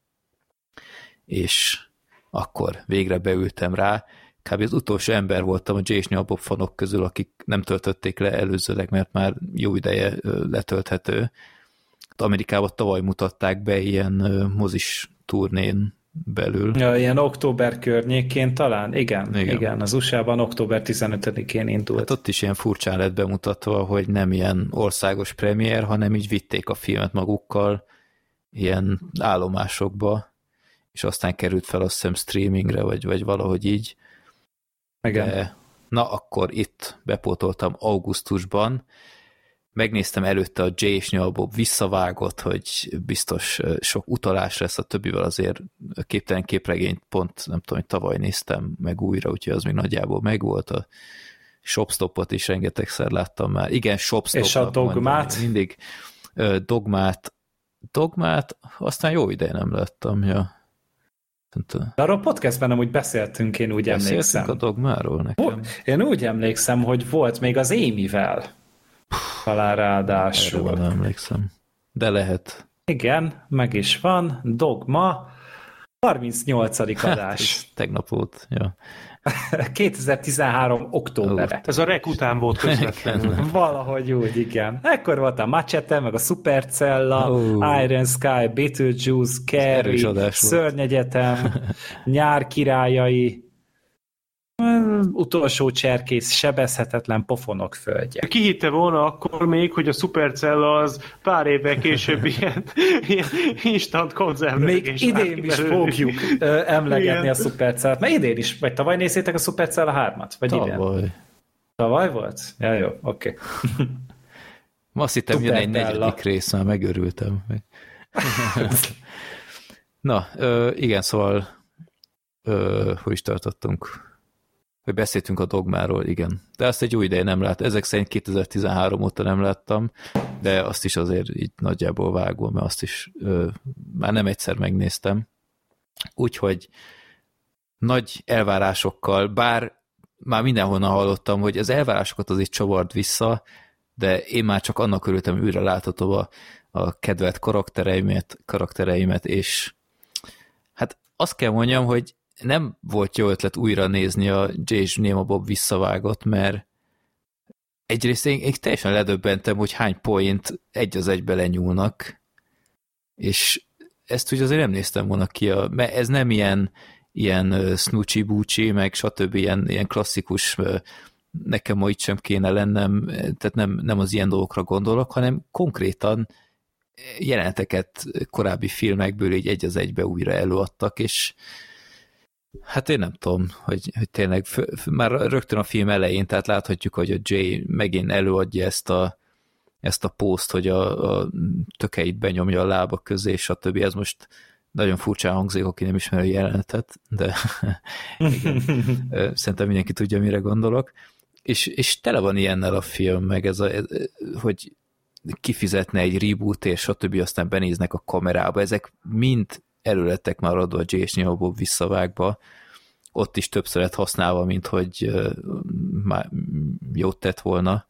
és akkor végre beültem rá. Kb. Az utolsó ember voltam a Jay és Nemo Bob fanok közül, akik nem töltötték le előzőleg, mert már jó ideje letölthető. Amerikában tavaly mutatták be ilyen mozis turnén belül. Ja, ilyen október környékén talán? Igen. Az USA-ban október 15-én indult. Hát ott is ilyen furcsán lett bemutatva, hogy nem ilyen országos premier, hanem így vitték a filmet magukkal ilyen állomásokba, és aztán került fel azt hiszem streamingre, vagy valahogy így. Igen. De, na akkor itt bepótoltam augusztusban, megnéztem előtte a Jay és Nemo Bob visszavágott, hogy biztos sok utalás lesz, a többivel azért a Képtelen képregényt pont, nem tudom, hogy tavaly néztem meg újra, úgyhogy az még nagyjából megvolt. A Shopstopot is rengetegszer láttam már. Igen, Shopstop. És a Dogmát? Mindig. Dogmát aztán jó ideje nem láttam, ja. De arról podcastben nem úgy beszéltünk, én úgy emlékszem. A Dogmáról nekem. Én úgy emlékszem, hogy volt még az Amy-vel. Talán ráadásul. Erről nem emlékszem. De lehet. Igen, meg is van. Dogma. 38. adás. Hát, tegnap volt, ja. 2013. októberre. Ez a rek után volt közvetlenül. Valahogy úgy, igen. Ekkor volt a Machete, meg a Supercella, Iron Sky, Beetlejuice, Carrie, Szörnyegyetem, Nyár királyai, utolsó cserkész, sebezhetetlen pofonok földje. Ki hitte volna akkor még, hogy a Supercella az pár évvel később ilyen instant konzervölés. Még idén is fogjuk emlegetni a Supercellát. Mert idén is, vagy tavaly nézzétek a Supercella 3-at? Vagy tavaly. Idén? Tavaly volt? Ja, jó, oké. Azt hittem, jön egy 4. rész, már megörültem. Na, igen, szóval hogy is tartottunk? Hogy beszéltünk a Dogmáról, igen. De azt egy új ideje nem lát. Ezek szerint 2013 óta nem láttam, de azt is azért így nagyjából vágom, mert azt is már nem egyszer megnéztem. Úgyhogy nagy elvárásokkal, bár már mindenhonnan hallottam, hogy az elvárásokat azért csavart vissza, de én már csak annak örültem, hogy újra láthatom a kedvelt karaktereimet, és hát azt kell mondjam, hogy nem volt jó ötlet újra nézni a J. Néma Bob visszavágott, mert egyrészt én teljesen ledöbbentem, hogy hány point egy az egybe lenyúlnak, és ezt úgy azért nem néztem volna ki, mert ez nem ilyen snoochie-búcsi, meg stb. Ilyen klasszikus, nekem ma itt sem kéne lennem, tehát nem az ilyen dolgokra gondolok, hanem konkrétan jeleneteket korábbi filmekből így egy az egybe újra előadtak, és hát én nem tudom, hogy tényleg már rögtön a film elején, tehát láthatjuk, hogy a Jay megint előadja ezt a pószt, hogy a tökeit benyomja a lába közé, és a többi. Ez most nagyon furcsán hangzik, aki nem ismeri a jelenetet, de igen, szerintem mindenki tudja, mire gondolok. És tele van ilyennel a film, meg hogy kifizetne egy reboot, és a többi, aztán benéznek a kamerába. Ezek mind előlettek már adva a J. Néma Bob visszavágba, ott is többször lett használva, mint hogy már jót tett volna.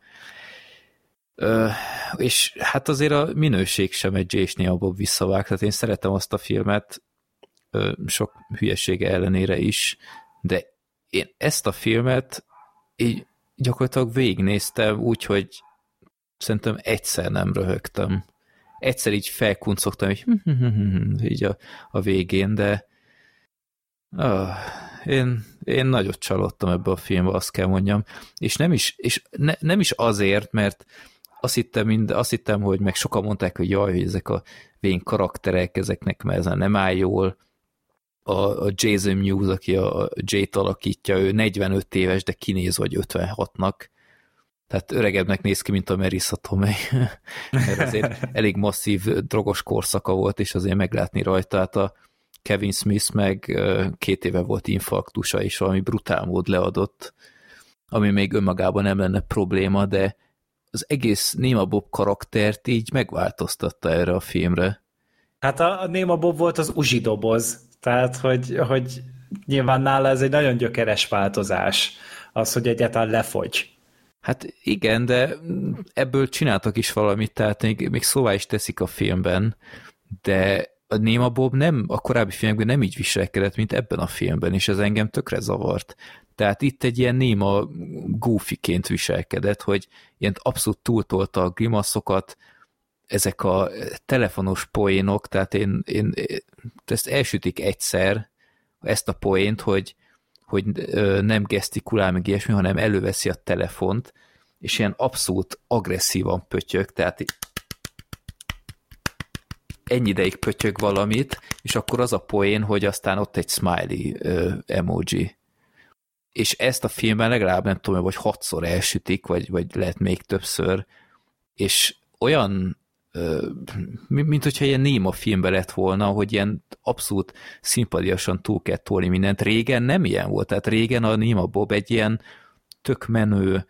És hát azért a minőség sem egy J. Néma Bob visszavág, tehát én szeretem azt a filmet, sok hülyesége ellenére is, de én ezt a filmet így gyakorlatilag végignéztem úgy, hogy szerintem egyszer nem röhögtem. Egyszer így felkuncogtam, hogy így a végén, de én nagyot csalódtam ebbe a filmbe, azt kell mondjam. És nem is azért, mert azt hittem, hogy meg sokan mondták, hogy jaj, hogy ezek a vén karakterek, ezeknek már ezen nem áll jól. A Jason Mewes, aki a Jay-t alakítja, ő 45 éves, de kinéz vagy 56-nak. Tehát öregebbnek néz ki, mint a Marisa Tomei. Mert azért elég masszív drogos korszaka volt, és azért meglátni rajta. Hát a Kevin Smith meg 2 éve volt infarktusa, és valami brutál mód leadott, ami még önmagában nem lenne probléma, de az egész Néma Bob karaktert így megváltoztatta erre a filmre. Hát a Néma Bob volt az Uzsi doboz, tehát hogy nyilván nála ez egy nagyon gyökeres változás, az, hogy egyáltalán lefogy. Hát igen, de ebből csináltak is valamit, tehát még szóvá is teszik a filmben, de a Néma Bob a korábbi filmekben nem így viselkedett, mint ebben a filmben, és ez engem tökre zavart. Tehát itt egy ilyen néma goofyként viselkedett, hogy ilyen abszolút túltolta a grimaszokat, ezek a telefonos poénok, tehát én ezt elsütik egyszer, ezt a poént, hogy nem gesztikulál meg ilyesmi, hanem előveszi a telefont, és ilyen abszolút agresszívan pötyög, tehát ennyi ideig pötyög valamit, és akkor az a poén, hogy aztán ott egy smiley emoji. És ezt a filmben legalább nem tudom, vagy 6-szor elsütik, vagy lehet még többször, és olyan mint hogyha ilyen néma filmben lett volna, hogy ilyen abszolút szimpadiasan túl kell tolni mindent. Régen nem ilyen volt, tehát régen a Néma Bob egy ilyen tök menő,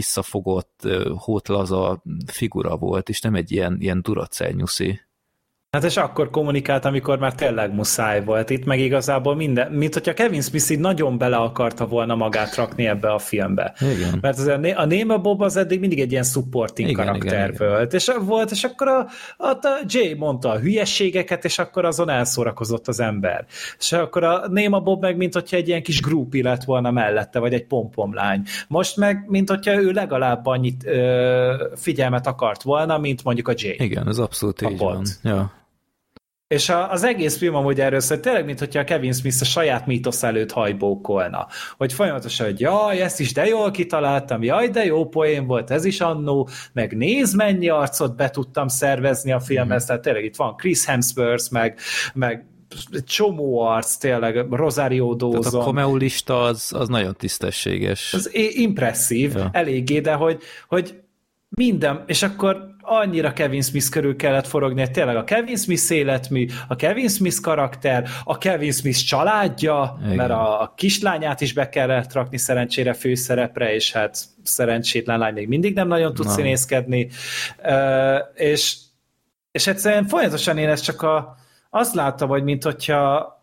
visszafogott, hótlaza figura volt, és nem egy ilyen Duracell nyuszi. Hát és akkor kommunikált, amikor már tényleg muszáj volt. Itt meg igazából minden, mint hogyha Kevin Smith így nagyon bele akarta volna magát rakni ebbe a filmbe. Igen. Mert a Néma Bob az eddig mindig egy ilyen supporting karakter volt, és akkor a Jay mondta a hülyességeket, és akkor azon elszórakozott az ember. És akkor a Néma Bob meg, mint hogyha egy ilyen kis groupie lett volna mellette, vagy egy pompomlány. Most meg, mint hogyha ő legalább annyit figyelmet akart volna, mint mondjuk a Jay. Igen, ez abszolút így van. Ja. És az egész film amúgy erről szól, tényleg, mintha a Kevin Smith a saját mítosz előtt hajbókolna. Hogy folyamatosan, hogy jaj, ezt is de jól kitaláltam, jaj, de jó poén volt ez is annó, meg nézd, mennyi arcot be tudtam szervezni a filmhez, tehát tényleg itt van Chris Hemsworth, meg csomó arc, tényleg Rosario Dawson. Tehát a cameo lista az nagyon tisztességes. Az impresszív, ja. Eléggé, de hogy minden, és akkor annyira Kevin Smith körül kellett forogni, hogy tényleg a Kevin Smith életmű, a Kevin Smith karakter, a Kevin Smith családja, igen. Mert a kislányát is be kellett rakni szerencsére főszerepre, és hát szerencsétlen lány még mindig nem nagyon tud színészkedni. És egyszerűen folyamatosan én ezt csak azt láttam, hogy mint hogyha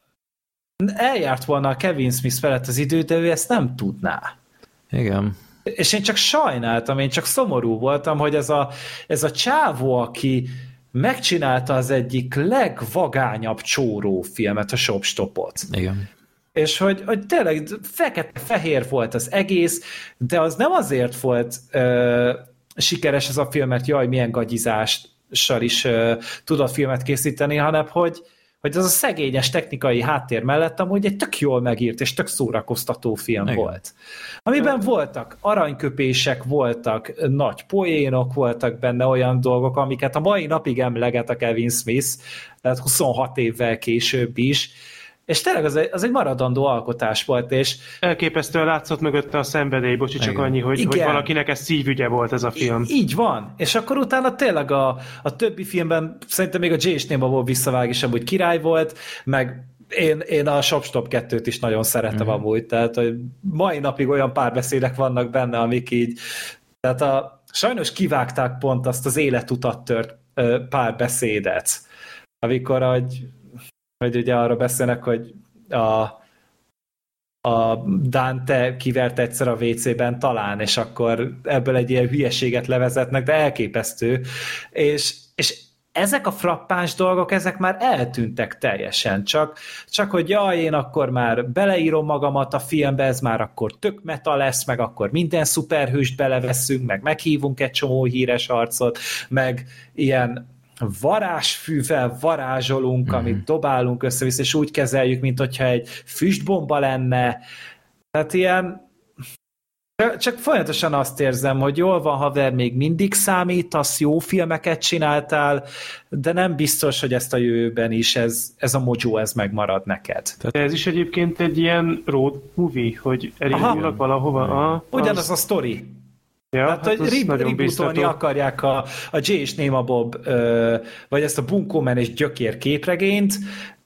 eljárt volna a Kevin Smith felett az idő, de ő ezt nem tudná. Igen. És én csak sajnáltam, én csak szomorú voltam, hogy ez a csávó, aki megcsinálta az egyik legvagányabb csórófilmet, a Shopstopot. Igen. És hogy tényleg fekete-fehér volt az egész, de az nem azért volt sikeres ez a film, mert jaj, milyen gagyizással is tudott filmet készíteni, hanem hogy az a szegényes technikai háttér mellett amúgy egy tök jól megírt és tök szórakoztató film volt. Amiben voltak aranyköpések, voltak nagy poénok, voltak benne olyan dolgok, amiket a mai napig emleget a Kevin Smith, tehát 26 évvel később is, és tényleg az egy maradandó alkotás volt, és... Elképesztően látszott mögötte a szenvedély, bocsi, csak annyi, hogy valakinek ez szívügye volt ez a film. Így van, és akkor utána tényleg a többi filmben szerintem még a Jay és Néma volt visszavág is, amúgy király volt, meg én a Shopstop 2-t is nagyon szeretem amúgy, tehát hogy mai napig olyan párbeszédek vannak benne, amik így, tehát sajnos kivágták pont azt az életutat tört párbeszédet, amikor hogy ugye arra beszélnek, hogy a Dante kivert egyszer a WC-ben talán, és akkor ebből egy ilyen hülyeséget levezetnek, de elképesztő. És ezek a frappáns dolgok, ezek már eltűntek teljesen. Csak hogy jaj, én akkor már beleírom magamat a filmbe, ez már akkor tök meta lesz, meg akkor minden szuperhőst beleveszünk, meg meghívunk egy csomó híres arcot, meg ilyen varázsfűvel varázsolunk, amit dobálunk össze-vissza, és úgy kezeljük, mint hogyha egy füstbomba lenne. Tehát ilyen csak folyamatosan azt érzem, hogy jól van, haver, még mindig számítasz, jó filmeket csináltál, de nem biztos, hogy ezt a jövőben is ez a mojo, ez megmarad neked. Tehát ez is egyébként egy ilyen road movie, hogy elindulnak valahova. Ugyanaz a sztori. Ja, hát, hogy rebootolni akarják a Jay és Néma Bob, vagy ezt a Bunko Man és Gyökér képregényt,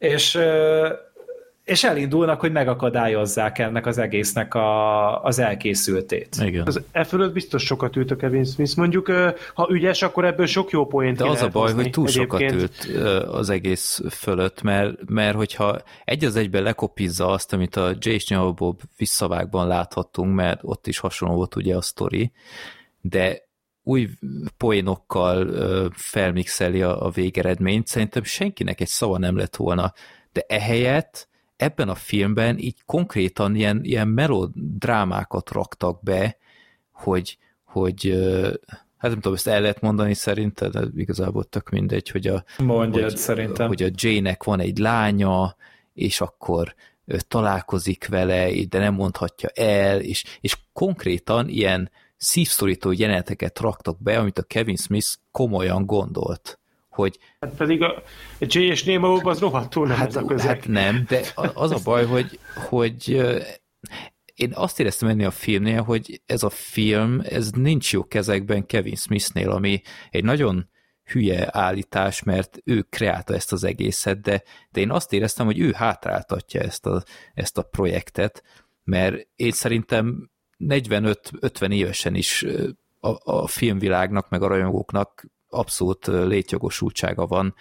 és elindulnak, hogy megakadályozzák ennek az egésznek az elkészültét. Igen. Az fölött biztos sokat ült a Kevin Smith. Mondjuk, ha ügyes, akkor ebből sok jó poént de az a baj, hogy túl sokat ült az egész fölött, mert hogyha egy az egyben lekopizza azt, amit a Jay és Néma Bob visszavágban láthattunk, mert ott is hasonló volt ugye a sztori, de új poénokkal felmixeli a végeredményt, szerintem senkinek egy szava nem lett volna, de ehelyett ebben a filmben így konkrétan ilyen melodrámákat raktak be, hogy hát nem tudom, ezt el lehet mondani szerinted, de igazából tök mindegy, hogy szerintem. Hogy a Jay-nek van egy lánya, és akkor találkozik vele, de nem mondhatja el, és konkrétan ilyen szívszorító jeleneteket raktak be, amit a Kevin Smith komolyan gondolt. Hogy hát pedig a Jay és Néma Bob az rohadtul nem ez a közeg. Hát nem, de az a baj, hogy én azt éreztem ennél a filmnél, hogy ez a film, ez nincs jó kezekben Kevin Smithnél, ami egy nagyon hülye állítás, mert ő kreálta ezt az egészet, de én azt éreztem, hogy ő hátráltatja ezt a projektet, mert én szerintem 45-50 évesen is a filmvilágnak, meg a rajongóknak abszolút létjogosultsága van,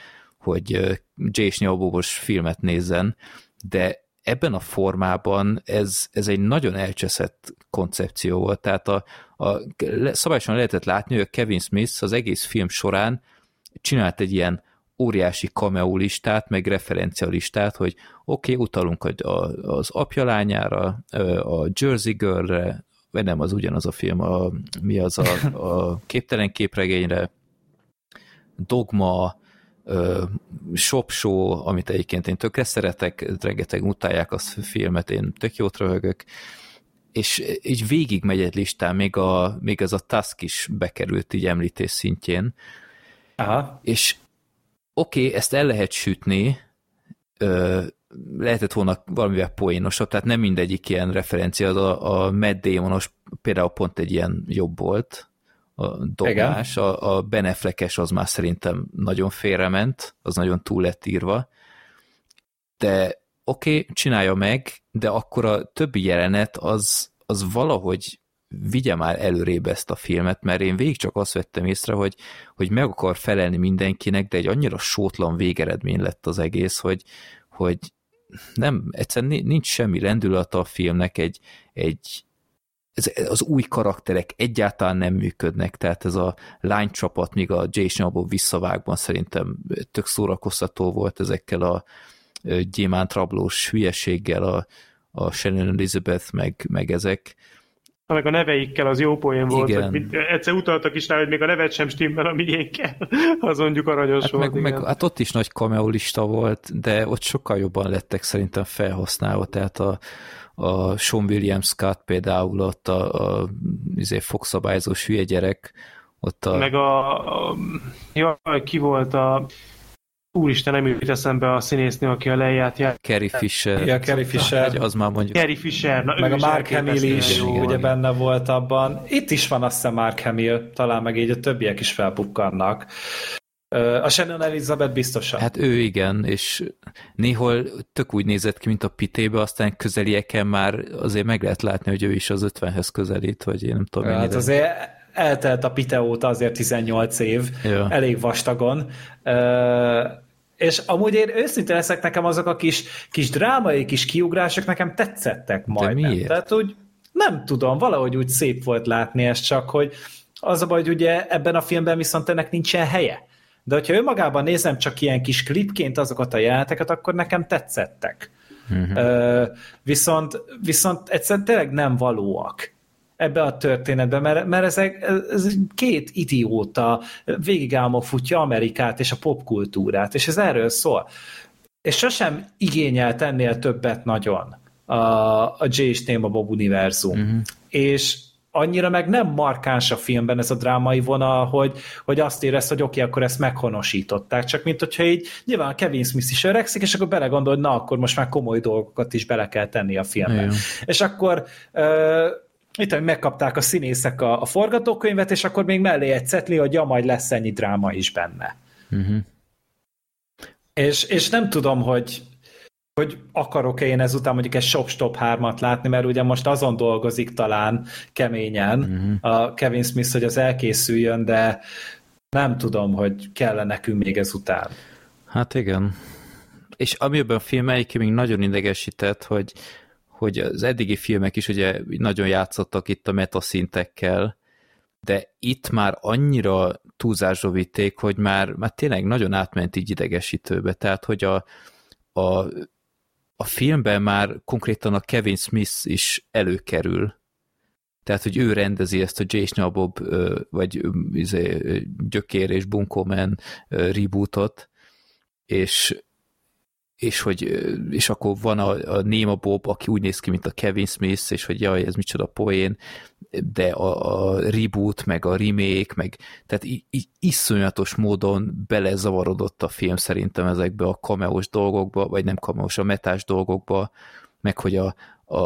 Jason Bob-os filmet nézzen, de ebben a formában ez egy nagyon elcseszett koncepció volt, tehát szabályosan lehetett látni, hogy a Kevin Smith az egész film során csinált egy ilyen óriási cameo listát, meg referencialistát, hogy oké, utalunk az apja lányára, a Jersey Girl-re, vagy nem, az ugyanaz a film, mi az a képtelen képregényre, Dogma, Shop Show, amit egyébként én tökre szeretek, rengeteg utálják azt a filmet, én tök jót röhögök, és így végig megy egy listán, még ez a Tusk is bekerült így említés szintjén. Aha. És oké, ezt el lehet sütni, lehetett volna valamivel poénosabb, tehát nem mindegyik ilyen referencia, a Matt Damonos például pont egy ilyen jobb volt, a Dogmás, a Ben Affleck-es az már szerintem nagyon félrement, az nagyon túl lett írva, de oké, csinálja meg, de akkor a többi jelenet az valahogy vigye már előrébb ezt a filmet, mert én végig csak azt vettem észre, hogy meg akar felelni mindenkinek, de egy annyira sótlan végeredmény lett az egész, hogy nem, egyszerűen nincs semmi lendülete a filmnek, az új karakterek egyáltalán nem működnek, tehát ez a lánycsapat, míg a Jason Bob visszavágban szerintem tök szórakoztató volt ezekkel a gyémántrablós hülyeséggel, a Shannon Elizabeth, meg ezek. Meg a neveikkel az jó poén volt, igen. Hogy egyszer utaltak is rá, hogy még a nevet sem stimmel a miénkkel, az mondjuk aranyos hát volt. Hát ott is nagy cameo lista volt, de ott sokkal jobban lettek szerintem felhasználva, tehát a Sean William Scott például ott a fogszabályzós hülye gyerek, ott meg jaj, ki volt úristen, nem jut eszembe a színésznő, aki a leját jár. Carrie Fisher. Ja, Carrie Fisher. Az már mondjuk. Carrie Fisher. Meg a Mark Hamill is ugye benne volt abban. Itt is van azt hiszem Mark Hamill, talán meg így a többiek is felbukkannak. A Shannon Elizabeth biztosan. Hát ő igen, és néhol tök úgy nézett ki, mint a Pitébe, aztán közelieken már azért meg lehet látni, hogy ő is az 50-hez közelít, vagy én nem tudom. Hát azért eltelt a Pite óta azért 18 év, ja. Elég vastagon. És amúgy én őszintén leszek, nekem azok a kis drámai, kis kiugrások nekem tetszettek majdnem. De miért? Tehát úgy nem tudom, valahogy úgy szép volt látni ezt, csak hogy az a baj, hogy ugye ebben a filmben viszont ennek nincsen helye. De hogyha önmagában nézem csak ilyen kis klipként azokat a jeleneteket, akkor nekem tetszettek. Viszont egyszerűen tényleg nem valóak ebbe a történetbe, mert ez két idióta végigálmok futja Amerikát és a popkultúrát, és ez erről szól. És sosem igényelt ennél többet nagyon a J. és Téma Bob univerzum. És annyira meg nem markáns a filmben ez a drámai vonal, hogy azt érez, hogy oké, akkor ezt meghonosították. Csak mint hogyha így nyilván Kevin Smith is öregszik, és akkor belegondol, hogy na, akkor most már komoly dolgokat is bele kell tenni a filmbe. Igen. És akkor itt megkapták a színészek a forgatókönyvet, és akkor még mellé egy cetli, hogy ja, majd lesz ennyi dráma is benne. És nem tudom, hogy akarok-e én ezután mondjuk egy Shop 3-at látni, mert ugye most azon dolgozik talán keményen a Kevin Smith, hogy az elkészüljön, de nem tudom, hogy kell nekünk még ezután. Hát igen. És amiben a film egyébként még nagyon idegesített, hogy az eddigi filmek is ugye nagyon játszottak itt a metaszintekkel, de itt már annyira túlzásra vitték, hogy már tényleg nagyon átment így idegesítőbe. Tehát, hogy a filmben már konkrétan a Kevin Smith is előkerül. Tehát, hogy ő rendezi ezt a Jason Bob vagy Gyökér és Bunkó Man rebootot, és akkor van a Néma Bob, aki úgy néz ki, mint a Kevin Smith, és hogy jaj, ez micsoda poén, de a reboot, meg a remake, tehát iszonyatos módon belezavarodott a film szerintem ezekbe a cameós dolgokba, vagy nem cameós, a metás dolgokba, meg hogy a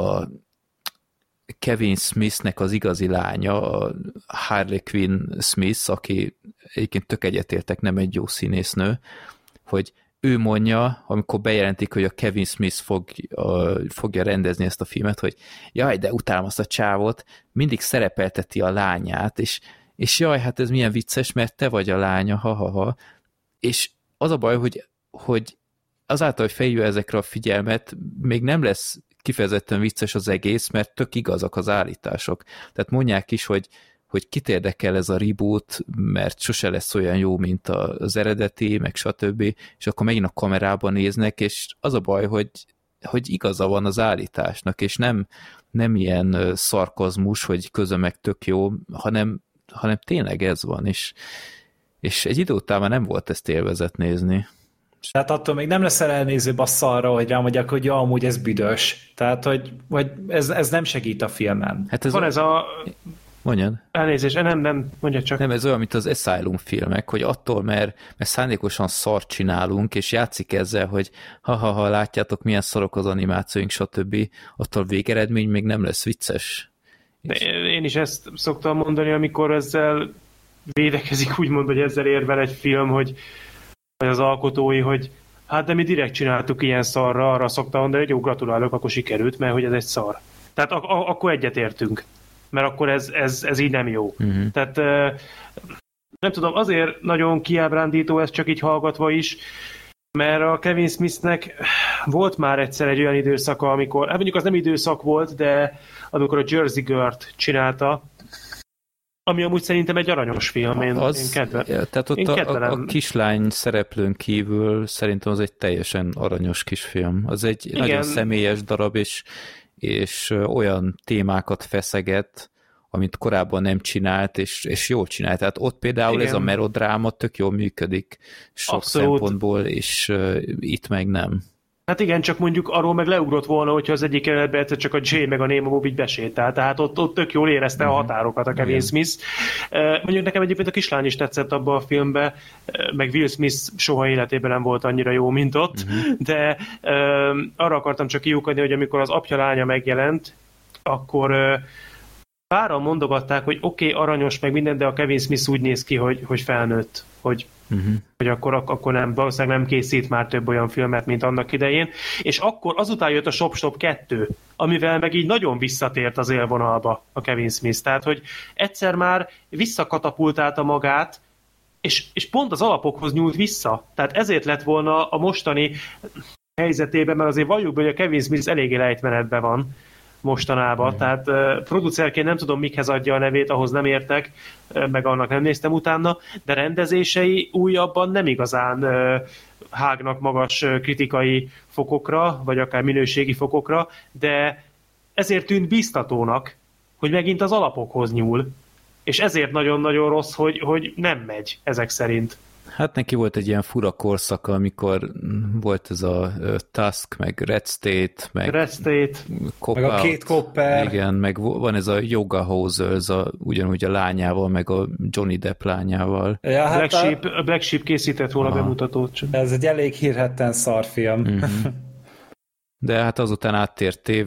Kevin Smithnek az igazi lánya, a Harley Quinn Smith, aki egyébként tök egyetértek, nem egy jó színésznő, hogy ő mondja, amikor bejelentik, hogy a Kevin Smith fogja rendezni ezt a filmet, hogy jaj, de utálom azt a csávot, mindig szerepelteti a lányát, és jaj, hát ez milyen vicces, mert te vagy a lánya, ha-ha-ha. És az a baj, hogy hogy azáltal, hogy felhívja ezekre a figyelmet, még nem lesz kifejezetten vicces az egész, mert tök igazak az állítások. Tehát mondják is, hogy kit érdekel ez a reboot, mert sose lesz olyan jó, mint az eredeti, meg stb. És akkor megint a kamerában néznek, és az a baj, hogy igaza van az állításnak, és nem ilyen szarkazmus, hogy közben meg tök jó, hanem tényleg ez van, és egy idő után már nem volt ezt élvezet nézni. Tehát attól még nem leszel elnézőbb a szarra, hogy rámondják, hogy ja, amúgy ez büdös. Tehát, hogy ez nem segít a filmen. Hát Van ez a... Mondjad. Elnézést, nem, mondja csak. Nem, ez olyan, mint az Asylum filmek, hogy attól, mert szándékosan szart csinálunk, és játszik ezzel, hogy ha látjátok, milyen szarok az animációink, stb., attól végeredmény még nem lesz vicces. De én is ezt szoktam mondani, amikor ezzel védekezik, úgymond, hogy ezzel érvel egy film, hogy vagy az alkotói, hogy hát de mi direkt csináltuk ilyen szarra, arra szoktam mondani, hogy jó, gratulálok, akkor sikerült, mert hogy ez egy szar. Tehát akkor egyetértünk, mert akkor ez így nem jó. Uh-huh. Tehát nem tudom, azért nagyon kiábrándító ez csak így hallgatva is, mert a Kevin Smithnek volt már egyszer egy olyan időszaka, amikor, hát mondjuk az nem időszak volt, de amikor a Jersey Girl-t csinálta, ami amúgy szerintem egy aranyos film. Én kedvelem. Tehát ott a kislány szereplőn kívül szerintem az egy teljesen aranyos kis film. Az egy nagyon személyes darab, és olyan témákat feszeget, amit korábban nem csinált, és jól csinált. Tehát ott például ez a melodráma tök jól működik sok szempontból, és itt meg nem. Hát igen, csak mondjuk arról meg leugrott volna, hogyha az egyik jelenetben egyszer csak a Jay meg a Nemo Bob így besétál. Tehát ott tök jól érezte a határokat a Kevin Smith. Mondjuk nekem egyébként a kislány is tetszett abban a filmben, meg Will Smith soha életében nem volt annyira jó, mint ott, de arra akartam csak kiukadni, hogy amikor az apja lánya megjelent, akkor páran mondogatták, hogy oké, aranyos meg minden, de a Kevin Smith úgy néz ki, hogy felnőtt, hogy akkor nem, valószínűleg nem készít már több olyan filmet, mint annak idején. És akkor azután jött a Shop Stop 2, amivel meg így nagyon visszatért az élvonalba a Kevin Smith. Tehát, hogy egyszer már visszakatapultálta magát, és pont az alapokhoz nyúlt vissza. Tehát ezért lett volna a mostani helyzetében, mert azért valljuk be, hogy a Kevin Smith eléggé lejtmenetben van mostanában, tehát producerként nem tudom, mikhez adja a nevét, ahhoz nem értek, meg annak nem néztem utána, de rendezései újabban nem igazán hágnak magas kritikai fokokra, vagy akár minőségi fokokra, de ezért tűnt biztatónak, hogy megint az alapokhoz nyúl, és ezért nagyon-nagyon rossz, hogy nem megy ezek szerint. Hát neki volt egy ilyen fura korszaka, amikor volt ez a Tusk, meg Red State, meg meg a két Copper. Igen, meg van ez a Yoga Hosers, ugyanúgy a lányával, meg a Johnny Depp lányával. Ja, hát Black Sheep készített róla bemutatót. Ez egy elég hírhetten szarfilm. Uh-huh. De hát azután áttért TV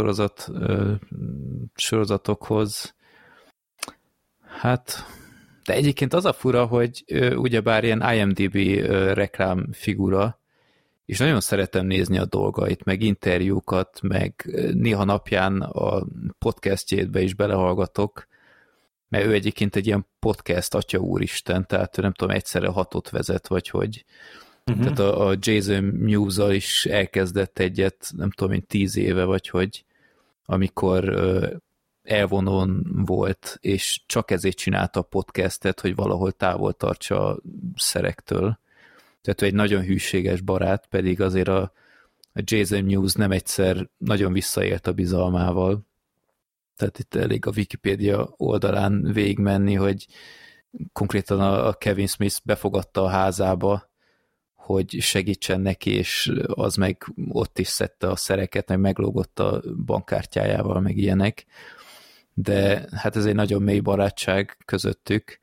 sorozatokhoz. Hát... De egyébként az a fura, hogy ugyebár ilyen IMDb reklámfigura, és nagyon szeretem nézni a dolgait, meg interjúkat, meg néha napján a podcastjétbe is belehallgatok, mert ő egyébként egy ilyen podcast atya úristen, tehát ő nem tudom, egyszerre 6 vezet, vagy hogy. Tehát a Jason Mewes-al is elkezdett egyet, nem tudom én 10 éve, vagy hogy, amikor elvonón volt, és csak ezért csinálta a podcastet, hogy valahol távol tartsa a szerektől. Tehát ő egy nagyon hűséges barát, pedig azért a Jason Mewes nem egyszer nagyon visszaélt a bizalmával. Tehát itt elég a Wikipédia oldalán végigmenni, hogy konkrétan a Kevin Smith befogadta a házába, hogy segítsen neki, és az meg ott is szedte a szereket, meg meglógott a bankkártyájával, meg ilyenek. De hát ez egy nagyon mély barátság közöttük.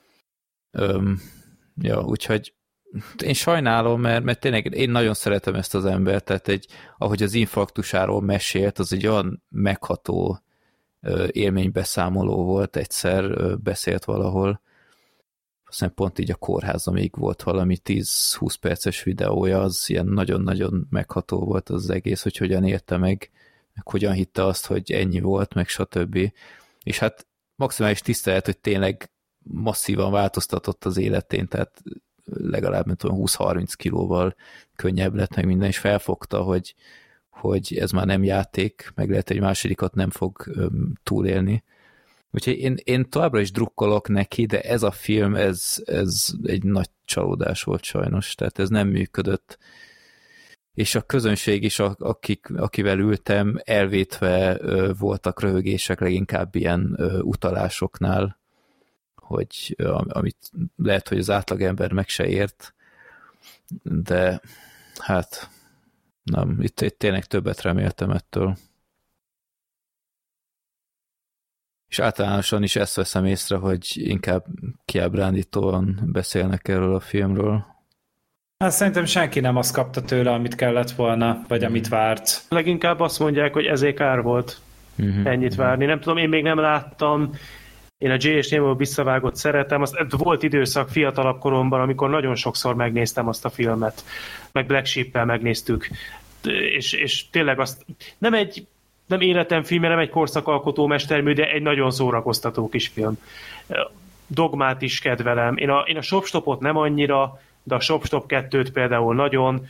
Úgyhogy én sajnálom, mert tényleg én nagyon szeretem ezt az embert, tehát ahogy az infarktusáról mesélt, az egy olyan megható élménybeszámoló volt, egyszer beszélt valahol, aztán pont így a kórházam még volt valami 10-20 perces videója, az ilyen nagyon-nagyon megható volt az egész, hogy hogyan élte meg hogyan hitte azt, hogy ennyi volt, meg stb. És hát maximális tisztelet, hogy tényleg masszívan változtatott az életén, tehát legalább 20-30 kilóval könnyebb lett meg minden, és felfogta, hogy ez már nem játék, meg lehet egy másodikat nem fog túlélni. Úgyhogy én továbbra is drukkolok neki, de ez a film, ez egy nagy csalódás volt sajnos, tehát ez nem működött. És a közönség is, akivel ültem, elvétve voltak röhögések leginkább ilyen utalásoknál, hogy amit lehet, hogy az átlagember meg se ért, de hát nem, itt tényleg többet reméltem ettől. És általánosan is ezt veszem észre, hogy inkább kiábrándítóan beszélnek erről a filmről. Hát szerintem senki nem azt kapta tőle, amit kellett volna, vagy amit várt. Leginkább azt mondják, hogy ezért kár volt ennyit várni. Nem tudom, én még nem láttam. Én a J.S. Nemo visszavágott szeretem. Volt időszak fiatalabb koromban, amikor nagyon sokszor megnéztem azt a filmet. Meg Black Sheep-el megnéztük. És tényleg azt nem életem filmje, nem egy korszakalkotó mestermű, de egy nagyon szórakoztató kis film. Dogmát is kedvelem. Én a Shop-Stopot nem annyira, de a Shop-Stop 2-t például nagyon.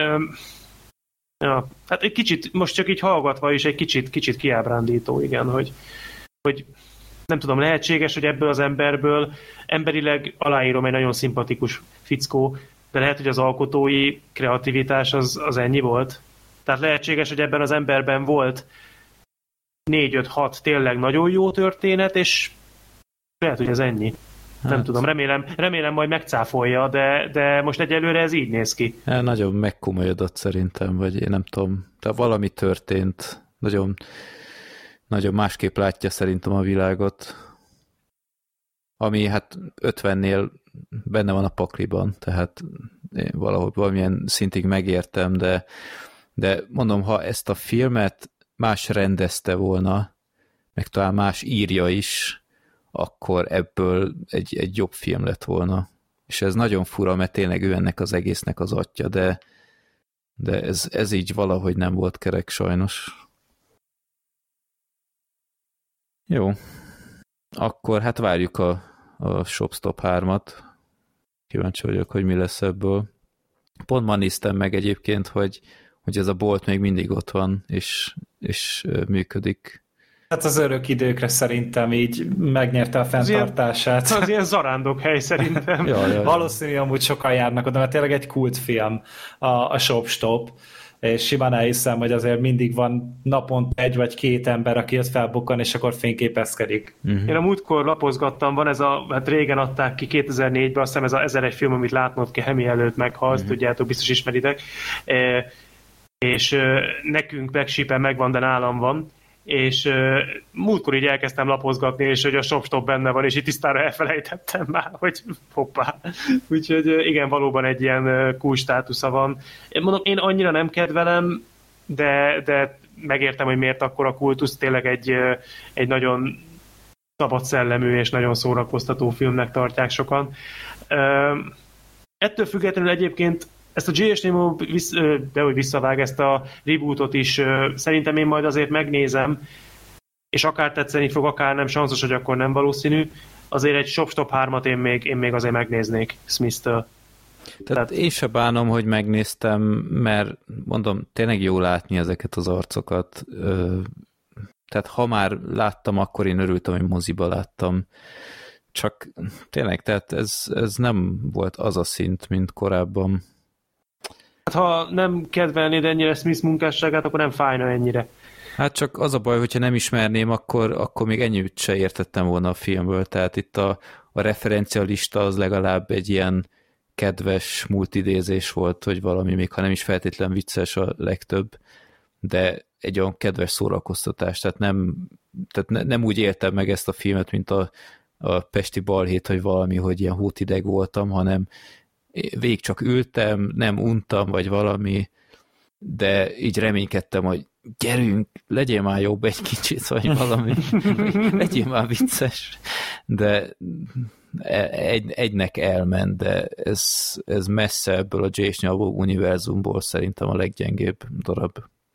Ja, hát egy kicsit, most csak így hallgatva is egy kicsit kiábrándító, igen, hogy nem tudom, lehetséges, hogy ebből az emberből emberileg aláírom egy nagyon szimpatikus fickó, de lehet, hogy az alkotói kreativitás az ennyi volt. Tehát lehetséges, hogy ebben az emberben volt 4-5-6 tényleg nagyon jó történet, és lehet, hogy ez ennyi. Hát. Nem tudom, remélem majd megcáfolja, de most egyelőre ez így néz ki. Nagyon megkomolyodott szerintem, vagy én nem tudom, de valami történt. Nagyon, nagyon másképp látja szerintem a világot. Ami hát 50-nél benne van a pakliban, tehát valahogy valamilyen szintig megértem, de mondom, ha ezt a filmet más rendezte volna, meg talán más írja is, akkor ebből egy jobb film lett volna. És ez nagyon fura, mert tényleg ő ennek az egésznek az atya, de ez így valahogy nem volt kerek sajnos. Jó. Akkor hát várjuk a Shop-Stop 3-at. Kíváncsi vagyok, hogy mi lesz ebből. Pont ma néztem meg egyébként, hogy ez a bolt még mindig ott van, és működik. Hát az örök időkre szerintem így megnyerte a fenntartását. Az ilyen zarándokhely szerintem. Jaj. Valószínű, amúgy sokan járnak oda, mert tényleg egy kultfilm a Shop-Stop, és simán elhiszem, hogy azért mindig van naponta 1 vagy 2 ember, aki ott felbukkan, és akkor fényképezkedik. Én a múltkor lapozgattam, van ez hát régen adták ki 2004-ben, azt hiszem ez a 1001 film, amit látnod kell Hemi előtt meghalsz, tudjátok, biztos ismeritek. És nekünk Black Sheep-en megvan, de nálam van. És múltkor így elkezdtem lapozgatni, és hogy a Shop-Stop benne van, és itt tisztára elfelejtettem már, hogy hoppá. Úgyhogy igen, valóban egy ilyen cool státusza van. Mondom, én annyira nem kedvelem, de megértem, hogy miért akkor a kultusz, tényleg egy nagyon szabad szellemű és nagyon szórakoztató filmnek tartják sokan. Ettől függetlenül egyébként ezt a J.S. Nemo visszavág, ezt a rebootot is, szerintem én majd azért megnézem, és akár tetszeni fog, akár nem, sanszos, hogy akkor nem valószínű. Azért egy Shop-Stop 3-at én még azért megnéznék Smith-től. Tehát én se bánom, hogy megnéztem, mert mondom, tényleg jó látni ezeket az arcokat. Tehát ha már láttam, akkor én örültem, hogy moziba láttam. Csak tényleg, tehát ez nem volt az a szint, mint korábban. Hát ha nem kedvelnéd ennyire Smith munkásságát, akkor nem fájna ennyire. Hát csak az a baj, hogyha nem ismerném, akkor még ennyit se értettem volna a filmből. Tehát itt a referencialista az legalább egy ilyen kedves multidézés volt, hogy valami, még ha nem is feltétlen vicces a legtöbb, de egy olyan kedves szórakoztatás. Tehát nem úgy éltem meg ezt a filmet, mint a Pesti Balhét, hogy valami, hogy ilyen hótideg voltam, hanem végig csak ültem, nem untam, vagy valami, de így reménykedtem, hogy gyerünk, legyél már jobb egy kicsit, vagy valami, legyél már vicces, de egynek elment, de ez messze ebből a J.S. Nemo univerzumból szerintem a leggyengébb darab.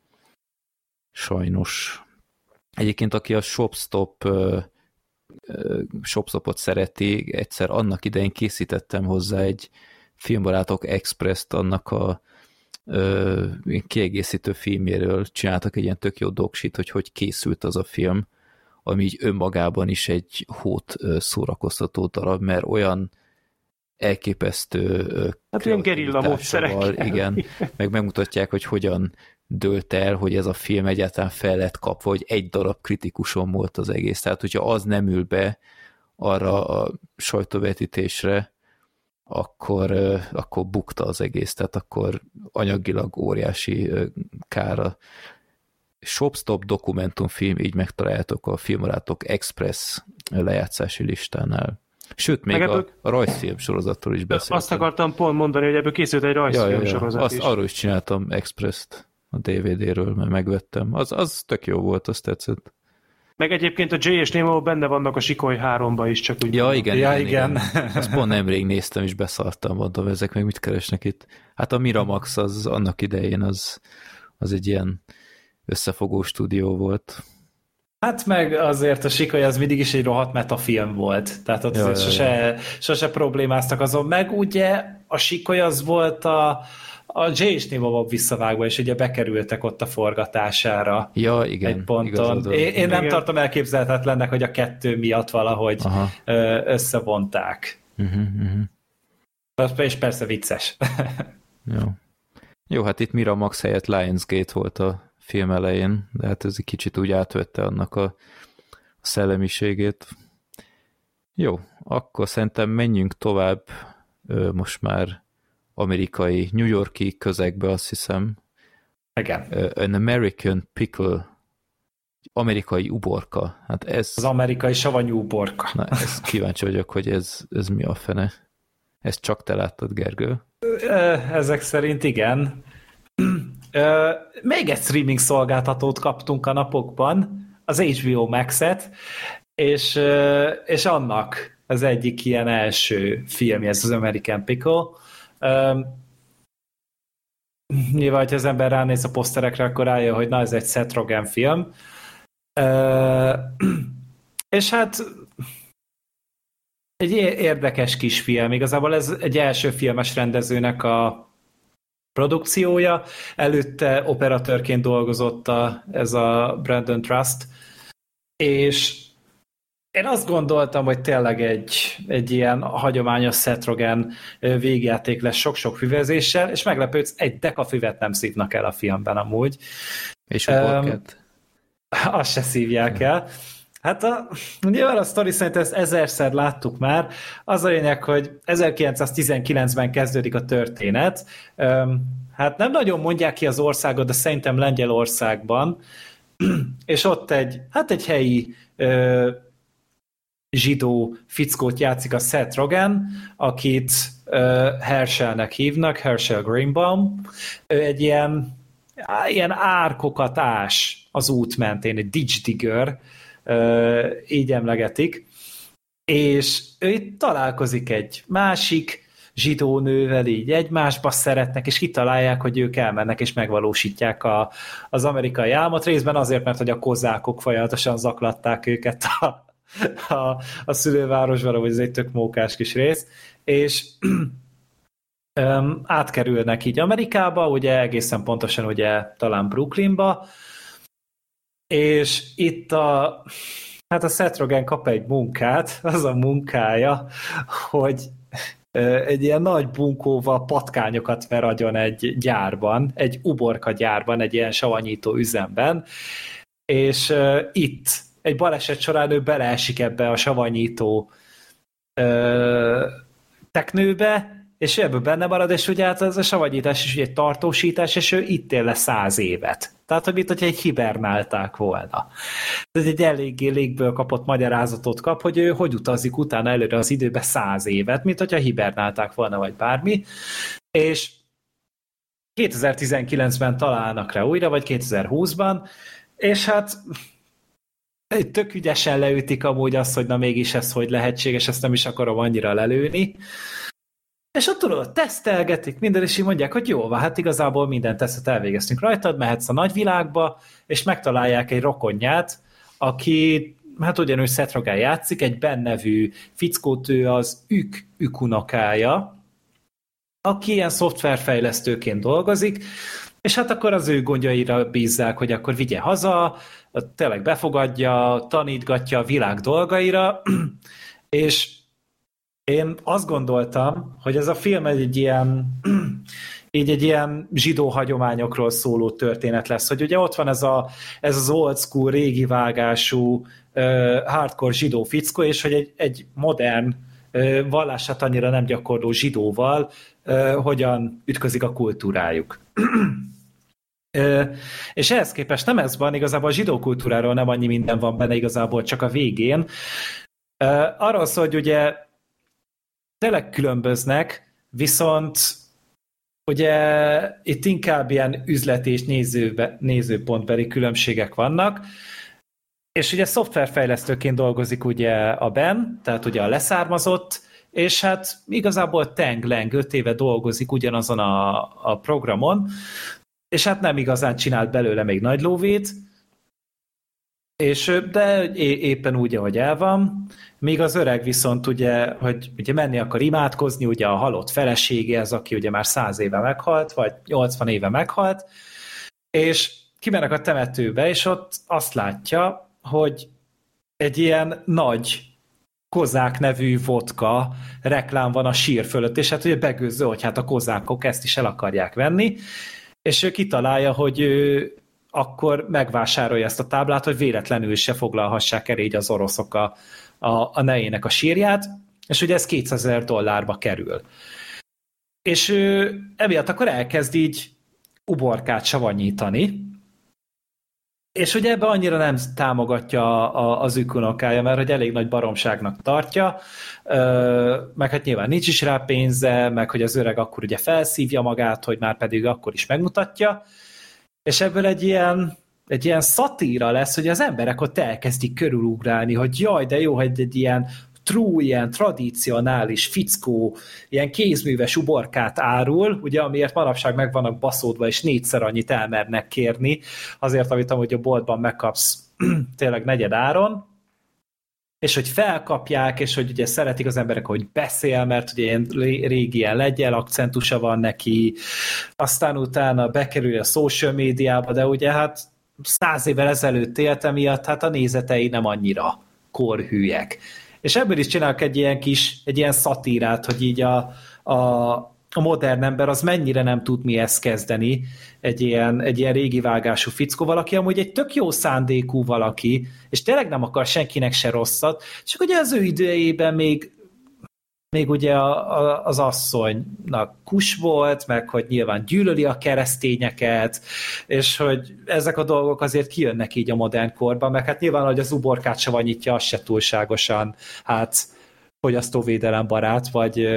Sajnos. Egyébként, aki a Shop-Stopot szereti, egyszer annak idején készítettem hozzá egy Filmbarátok Express-t, annak a kiegészítő filmjéről csináltak egy ilyen tök jó doksit, hogy készült az a film, ami így önmagában is egy hót szórakoztató darab, mert olyan elképesztő ilyen gerilla módszerekkel. Igen, meg megmutatják, hogy hogyan dőlt el, hogy ez a film egyáltalán fel lett kapva, hogy egy darab kritikuson volt az egész. Tehát, hogyha az nem ül be arra a sajtóvetítésre, akkor bukta az egész, tehát akkor anyagilag óriási kára. Shopstop dokumentumfilm, így megtaláljátok a Filmbarátok Express lejátszási listánál. Sőt, még a rajzfilm sorozatról is beszéltem. Azt akartam pont mondani, hogy ebből készült egy rajzfilm sorozat is. Arról is csináltam Express-t a DVD-ről, mert megvettem. Az tök jó volt, azt tetszett. Meg egyébként a Jay és Nemo benne vannak a Sikoly 3-ba is, csak úgy. Ja, igen. Azt pont nemrég néztem, és beszartam, mondom, ezek meg mit keresnek itt. Hát a Miramax az annak idején az egy ilyen összefogó stúdió volt. Hát meg azért a Sikoly az mindig is egy rohadt metafilm volt. Tehát ott sose problémáztak azon. Meg ugye a Sikoly az volt a Jay és Nemo visszavágva, és ugye bekerültek ott a forgatására. Ja, igen. Egy ponton. Én nem tartom elképzelhetetlennek, hogy a kettő miatt valahogy összevonták. És persze vicces. Jó, hát itt Miramax helyett Lionsgate volt a film elején, de hát ez egy kicsit úgy átvette annak a szellemiségét. Jó, akkor szerintem menjünk tovább most már amerikai, New York-i közegbe, azt hiszem. Igen. An American Pickle, amerikai uborka. Hát ez... Az amerikai savanyú uborka. Na, ezt kíváncsi vagyok, hogy ez mi a fene. Ezt csak te láttad, Gergő? Ezek szerint igen. Még egy streaming szolgáltatót kaptunk a napokban, az HBO Max-et, és annak az egyik ilyen első filmje, ez az American Pickle. Nyilván, hogyha az ember ránéz a poszterekre, akkor rájön, hogy na, ez egy Seth Rogen film. És hát egy érdekes kis film. Igazából ez egy első filmes rendezőnek a produkciója. Előtte operatőrként dolgozott ez a Brandon Trust, és én azt gondoltam, hogy tényleg egy ilyen hagyományos Seth Rogen végjáték lesz sok-sok füvezéssel, és meglepődsz, egy deka füvet nem szívnak el a filmben amúgy. És uborkát? Azt se szívják el. Hát nyilván a sztori szerint ezt ezerszer láttuk már. Az a lényeg, hogy 1919-ben kezdődik a történet. Hát nem nagyon mondják ki az országot, de szerintem Lengyelországban. És ott egy helyi zsidó fickót játszik a Seth Rogen, akit Herschelnek hívnak, Herschel Greenbaum. Ő egy ilyen árkokat ás az út mentén, egy ditch digger, így emlegetik, és ő itt találkozik egy másik zsidó nővel, így egymásba szeretnek, és kitalálják, hogy ők elmennek, és megvalósítják az amerikai álmot, részben azért, mert hogy a kozákok folyamatosan zaklatták őket a szülővárosban, vagy ez egy tök mókás kis rész, és átkerülnek így Amerikába, ugye egészen pontosan ugye talán Brooklynba, és itt a Seth Rogen kap egy munkát, az a munkája, hogy egy ilyen nagy bunkóval patkányokat ver agyon egy gyárban, egy uborka gyárban, egy ilyen savanyító üzemben, és itt egy baleset során ő beleesik ebbe a savanyító teknőbe, és ebből benne marad, és ugye hát ez a savanyítás is egy tartósítás, és ő itt él le 100 évet. Tehát, hogy mint hogyha egy hibernálták volna. Ez egy eléggé légből kapott magyarázatot kap, hogy ő hogy utazik utána előre az időbe 100 évet, mint hogyha hibernálták volna, vagy bármi. És 2019-ben találnak rá újra, vagy 2020-ban, és hát tök ügyesen leütik amúgy azt, hogy na mégis ez hogy lehetséges, ezt nem is akarom annyira lelőni. És ott tudod, tesztelgetik minden, és így mondják, hogy jó, hát igazából minden tesztet elvégeztünk rajtad, mehetsz a nagyvilágba, és megtalálják egy rokonját, aki, hát ugyanúgy Seth Rogen játszik, egy Ben nevű fickót, ő az ükunokája, aki ilyen szoftverfejlesztőként dolgozik, és hát akkor az ő gondjaira bízzák, hogy akkor vigye haza, tényleg befogadja, tanítgatja a világ dolgaira, és én azt gondoltam, hogy ez a film egy ilyen zsidó hagyományokról szóló történet lesz, hogy ugye ott van ez az old school, régi vágású, hardcore zsidó fickó, és hogy egy modern, vallását annyira nem gyakorló zsidóval hogyan ütközik a kultúrájuk. És ehhez képest nem ez van, igazából a zsidó kultúráról nem annyi minden van benne, igazából csak a végén. Arról szól, hogy ugye tényleg különböznek, viszont ugye itt inkább ilyen üzlet és nézőpontbeli különbségek vannak, és ugye szoftverfejlesztőként dolgozik ugye a Ben, tehát ugye a leszármazott, és hát igazából Teng Lang 5 éve dolgozik ugyanazon a programon, és hát nem igazán csinált belőle még nagy lóvét, de éppen úgy, ahogy el van, míg az öreg viszont ugye menni akar imádkozni, ugye a halott feleségéhez, aki ugye már 100 éve meghalt, vagy 80 éve meghalt, és kimennek a temetőbe, és ott azt látja, hogy egy ilyen nagy kozák nevű vodka reklám van a sír fölött, és hát ugye begőző, hogy hát a kozákok ezt is el akarják venni, és ő kitalálja, hogy ő akkor megvásárolja ezt a táblát, hogy véletlenül se foglalhassák el így az oroszok a nejének a sírját, és ugye ez $200,000 kerül. És ő emiatt akkor elkezd így uborkát savanyítani, és ugye ebbe annyira nem támogatja az unokája, mert hogy elég nagy baromságnak tartja, meg hát nyilván nincs is rá pénze, meg hogy az öreg akkor ugye felszívja magát, hogy már pedig akkor is megmutatja, és ebből egy ilyen szatíra lesz, hogy az emberek ott elkezdik körülugrálni, hogy jaj, de jó, hogy egy ilyen true, ilyen tradicionális fickó, ilyen kézműves uborkát árul, ugye, amiért manapság meg vannak baszódva, és 4-szer annyit elmernek kérni, azért, amit amúgy a boltban megkapsz tényleg negyed áron, és hogy felkapják, és hogy ugye szeretik az emberek, hogy beszél, mert ugye ilyen régi ilyen lengyel akcentusa van neki, aztán utána bekerül a social médiába, de ugye hát 100 évvel ezelőtt élt miatt, hát a nézetei nem annyira korhűek. És ebből is csinálok egy ilyen szatírát, hogy így a modern ember az mennyire nem tud mihez kezdeni egy ilyen régi vágású fickóval, aki amúgy egy tök jó szándékú valaki, és tényleg nem akar senkinek se rosszat, csak ugye az ő idejében még ugye az asszonynak kus volt, meg hogy nyilván gyűlöli a keresztényeket, és hogy ezek a dolgok azért kijönnek így a modern korban, meg hát nyilván, hogy az uborkát savanyítja, az se túlságosan fogyasztóvédelem barát, vagy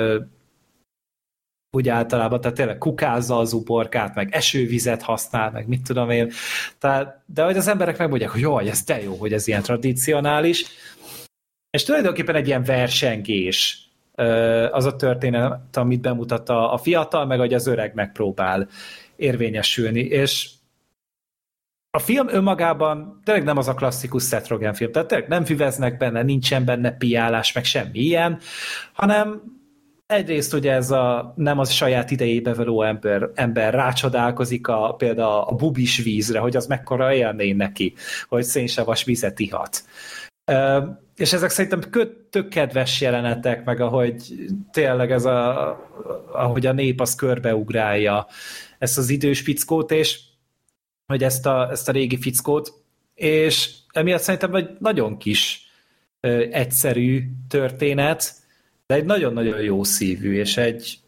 úgy általában, tehát tényleg kukázza az uborkát, meg esővizet használ, meg mit tudom én. De hogy az emberek megmondják, hogy jaj, ez de jó, hogy ez ilyen tradicionális. És tulajdonképpen egy ilyen versengés az a történet, amit bemutat a fiatal, meg hogy az öreg megpróbál érvényesülni. És a film önmagában tényleg nem az a klasszikus Seth Rogen film, tehát tényleg nem füveznek benne, nincsen benne piálás, meg semmi ilyen, hanem egyrészt ugye ez nem az saját idejébe való ember rácsodálkozik például a bubis vízre, hogy az mekkora élmény neki, hogy szénsavas vizet ihat. És ezek szerintem tök kedves jelenetek, meg ahogy tényleg ahogy a nép az körbeugrálja ezt az idős fickót, és hogy ezt a régi fickót, és emiatt szerintem egy nagyon kis egyszerű történet, de egy nagyon-nagyon jó szívű, és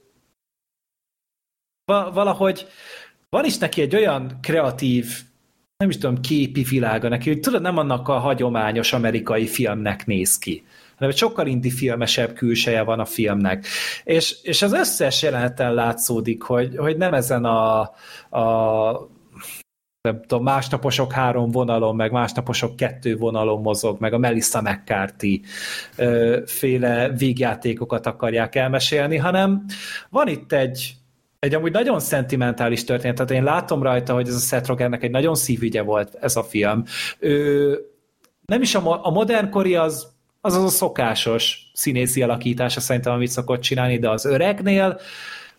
valahogy van is neki egy olyan kreatív, nem is tudom, képi világa neki, hogy tudod, nem annak a hagyományos amerikai filmnek néz ki, hanem egy sokkal indi filmesebb külseje van a filmnek. És az összes jeleneten látszódik, hogy nem ezen nem tudom, másnaposok 3 vonalon, meg másnaposok 2 vonalon mozog, meg a Melissa McCarthy féle vígjátékokat akarják elmesélni, hanem van itt egy amúgy nagyon szentimentális történet, tehát én látom rajta, hogy ez a Seth Rogennek egy nagyon szívügye volt ez a film. Nem is a modernkori az a szokásos színészi alakítása szerintem, amit szokott csinálni, de az öregnél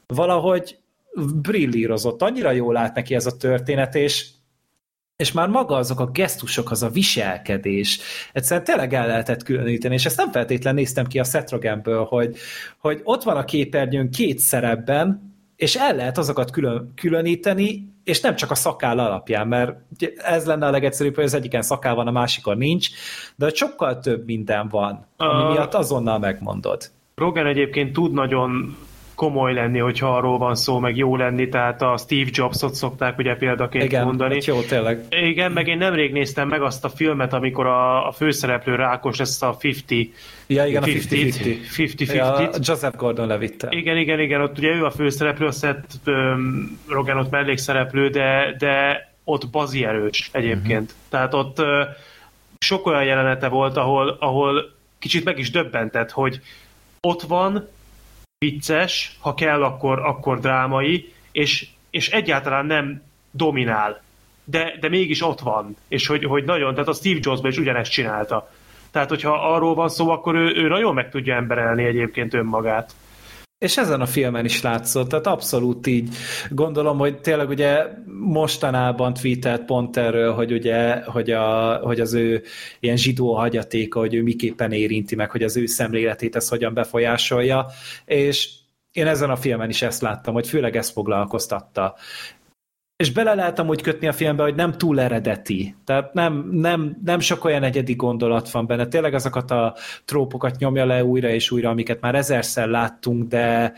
valahogy brillírozott, annyira jól állt neki ez a történet, és már maga azok a gesztusok, az a viselkedés, egyszerűen tényleg el lehetett különíteni, és ezt nem feltétlen néztem ki a Seth Rogenből, hogy ott van a képernyőn két szerepben, és el lehet azokat különíteni, és nem csak a szakáll alapján, mert ez lenne a legegyszerűbb, hogy az egyiken szakáll van, a másikon nincs, de sokkal több minden van, ami miatt azonnal megmondod. Rogen egyébként tud nagyon komoly lenni, hogyha arról van szó, meg jó lenni, tehát a Steve Jobsot szokták ugye példaként mondani. Igen, jó, tényleg. Igen, meg én nemrég néztem meg azt a filmet, amikor a főszereplő rákos, ezt a 50. Ja, igen, 50-50. Ja, Joseph Gordon-Levitt. Igen, ott ugye ő a főszereplő, a Seth Rogen ott mellékszereplő, de ott bazi erős egyébként. Tehát ott sok olyan jelenete volt, ahol kicsit meg is döbbentett, hogy ott van, vicces, ha kell, akkor drámai, és egyáltalán nem dominál, de mégis ott van, és hogy nagyon, tehát a Steve Jobsban is ugyanezt csinálta. Tehát, hogyha arról van szó, akkor ő nagyon meg tudja emberelni egyébként önmagát. És ezen a filmen is látszott, tehát abszolút így gondolom, hogy tényleg ugye mostanában tweetelt pont erről, hogy ugye, hogy az ő ilyen zsidó hagyatéka, hogy ő miképpen érinti meg, hogy az ő szemléletét ez hogyan befolyásolja, és én ezen a filmen is ezt láttam, hogy főleg ezt foglalkoztatta. És bele lehet amúgy kötni a filmbe, hogy nem túl eredeti. Tehát nem sok olyan egyedi gondolat van benne. Tényleg azokat a trópokat nyomja le újra és újra, amiket már ezerszer láttunk, de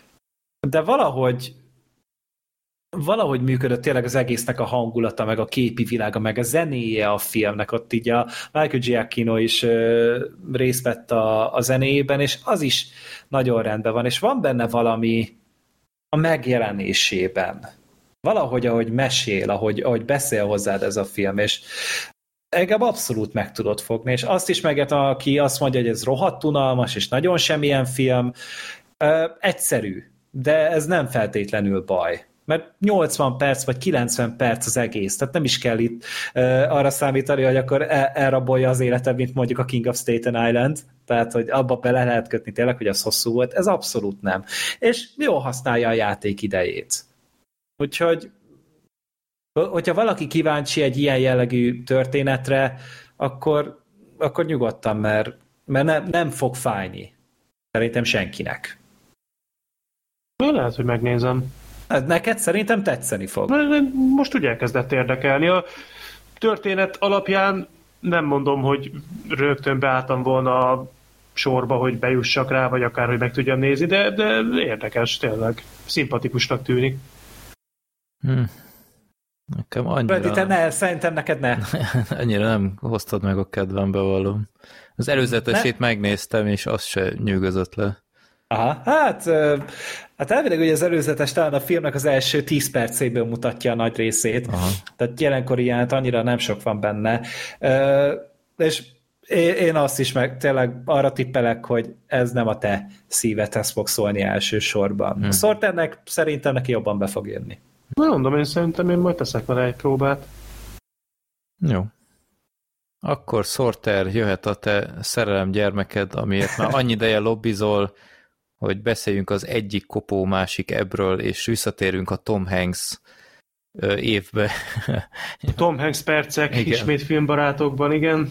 valahogy működött tényleg az egésznek a hangulata, meg a képi világa, meg a zenéje a filmnek. Ott így a Michael Giacchino is részt vett a zenéjében, és az is nagyon rendben van. És van benne valami a megjelenésében. Valahogy, ahogy mesél, ahogy beszél hozzád ez a film, és engem abszolút meg tudod fogni, és azt is megértem, aki azt mondja, hogy ez rohadt unalmas, és nagyon semmilyen film, egyszerű, de ez nem feltétlenül baj. Mert 80 perc vagy 90 perc az egész, tehát nem is kell itt arra számítani, hogy akkor elrabolja az életed, mint mondjuk a King of Staten Island, tehát hogy abba bele lehet kötni tényleg, hogy az hosszú volt, ez abszolút nem. És jól használja a játék idejét. Úgyhogy, hogyha valaki kíváncsi egy ilyen jellegű történetre, akkor nyugodtan, mert nem fog fájni. Szerintem senkinek. Lehet, hogy megnézem. Neked szerintem tetszeni fog. Most ugye elkezdett érdekelni. A történet alapján nem mondom, hogy rögtön beálltam volna a sorba, hogy bejussak rá, vagy akár, hogy meg tudjam nézni, de érdekes, tényleg. Szimpatikusnak tűnik. Nekem annyira... Szerintem neked ne. Annyira nem hoztad meg a kedvembe valóm. Az előzetesét megnéztem, és az se nyűgözött le. Aha, hát elvileg ugye az előzetes talán a filmnek az első 10 percéből mutatja a nagy részét. Aha. Tehát jelenkori jelent annyira nem sok van benne. És én azt is meg arra tippelek, hogy ez nem a te szívedhez fog szólni elsősorban. A Sorternek szerintem neki jobban be fog jönni. Na, mondom, én szerintem én majd teszek vele egy próbát. Jó. Akkor Sorter, jöhet a te szerelem gyermeked, amiért már annyi ideje lobbizol, hogy beszéljünk az egyik kopó másik ebbről, és visszatérünk a Tom Hanks évbe. Tom Hanks percek, igen. Ismét filmbarátokban, igen.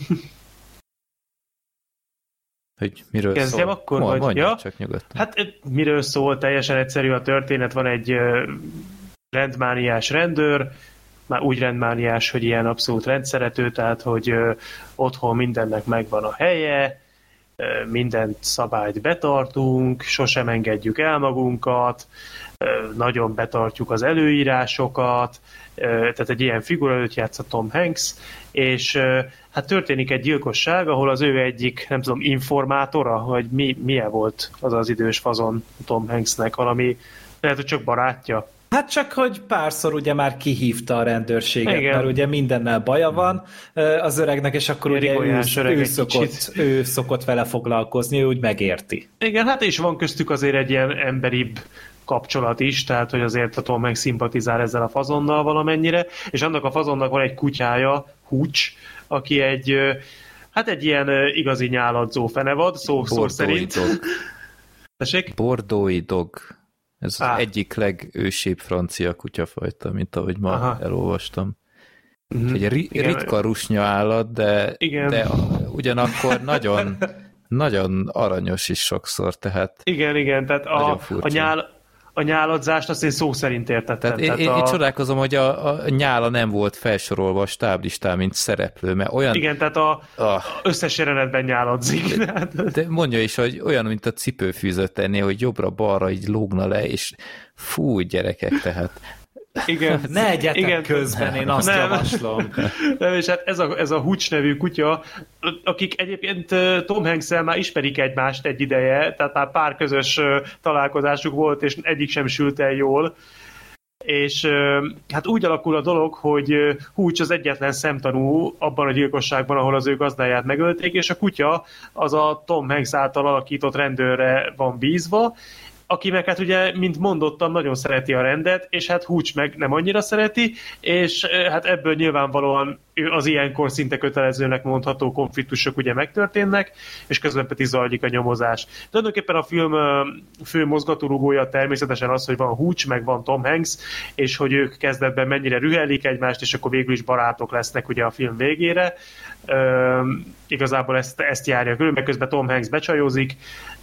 Hogy miről kezdjem szól? Akkor, vagy? Ja? Csak nyugodtan. Hát miről szól, teljesen egyszerű a történet, van egy rendmániás rendőr, már úgy rendmániás, hogy ilyen abszolút rendszerető, tehát hogy otthon mindennek megvan a helye, mindent szabályt betartunk, sosem engedjük el magunkat, nagyon betartjuk az előírásokat, tehát egy ilyen figura, őt játsza Tom Hanks, és hát történik egy gyilkosság, ahol az ő egyik, nem tudom, informátora, vagy milyen volt az az idős fazon Tom Hanksnek, valami, lehet, hogy csak barátja. Hát csak, hogy párszor ugye már kihívta a rendőrséget, igen. Mert ugye mindennel baja van az öregnek, és akkor ugye ő szokott vele foglalkozni, ő úgy megérti. Igen, hát és van köztük azért egy ilyen emberibb kapcsolat is, tehát hogy azért a Tom Hanks szimpatizál ezzel a fazonnal valamennyire, és annak a fazonnak van egy kutyája, Hooch, aki egy ilyen igazi nyáladzó fenevad, szó szerint. Bordói dog. Ez az egyik legősibb francia kutyafajta, mint ahogy ma elolvastam. Egy ritka rusnya állat, de ugyanakkor nagyon, nagyon aranyos is sokszor, tehát igen, tehát a nyáladzást azt én szó szerint értettem. Tehát én csodálkozom, hogy a nyála nem volt felsorolva a stáblistán, mint szereplő, mert olyan... Igen, tehát összes jelenetben nyáladzik. De mondja is, hogy olyan, mint a cipőfűzött ennél, hogy jobbra-balra így lógna le, és fú, gyerekek, tehát... Igen. Ne egyetek közben, én azt javaslom. Nem, és hát ez a Hutch nevű kutya, akik egyébként Tom Hanks-el már ismerik egymást egy ideje, tehát már pár közös találkozásuk volt, és egyik sem sült el jól. És hát úgy alakul a dolog, hogy Hutch az egyetlen szemtanú abban a gyilkosságban, ahol az ő gazdáját megölték, és a kutya az a Tom Hanks által alakított rendőrre van bízva, aki meg hát ugye, mint mondottam, nagyon szereti a rendet, és hát Hutch meg nem annyira szereti, és hát ebből nyilvánvalóan az ilyenkor szinte kötelezőnek mondható konfliktusok ugye megtörténnek, és közben pedig zajlik a nyomozás. Tulajdonképpen a film fő mozgatórugója természetesen az, hogy van Hutch, meg van Tom Hanks, és hogy ők kezdetben mennyire rühellik egymást, és akkor végül is barátok lesznek ugye a film végére. Igazából ezt járja körül, meg közben Tom Hanks becsajozik,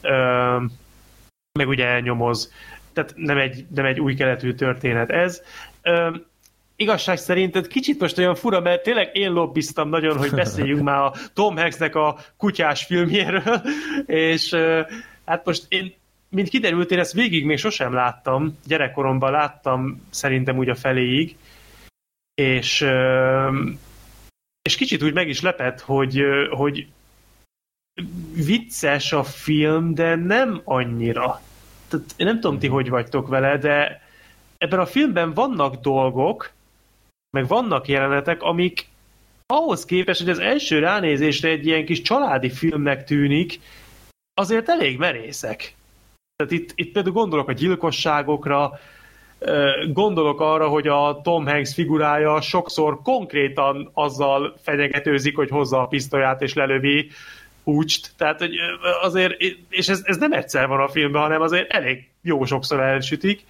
meg ugye elnyomoz. Tehát nem egy új keletű történet ez. Igazság szerint kicsit most olyan fura, mert tényleg én lobbiztam nagyon, hogy beszéljünk már a Tom Hanksnek a kutyás filmjéről, és hát most én, mint kiderült, én ezt végig még sosem láttam. Gyerekkoromban láttam szerintem úgy a feléig, és kicsit úgy meg is lepett, hogy vicces a film, de nem annyira. Tehát én nem tudom, ti hogy vagytok vele, de ebben a filmben vannak dolgok, meg vannak jelenetek, amik ahhoz képest, hogy az első ránézésre egy ilyen kis családi filmnek tűnik, azért elég merészek. Tehát itt például gondolok a gyilkosságokra, gondolok arra, hogy a Tom Hanks figurája sokszor konkrétan azzal fenyegetőzik, hogy hozza a pisztolyát és lelövi Hutch-t, tehát hogy azért, és ez nem egyszer van a filmben, hanem azért elég jó sokszor elsütik.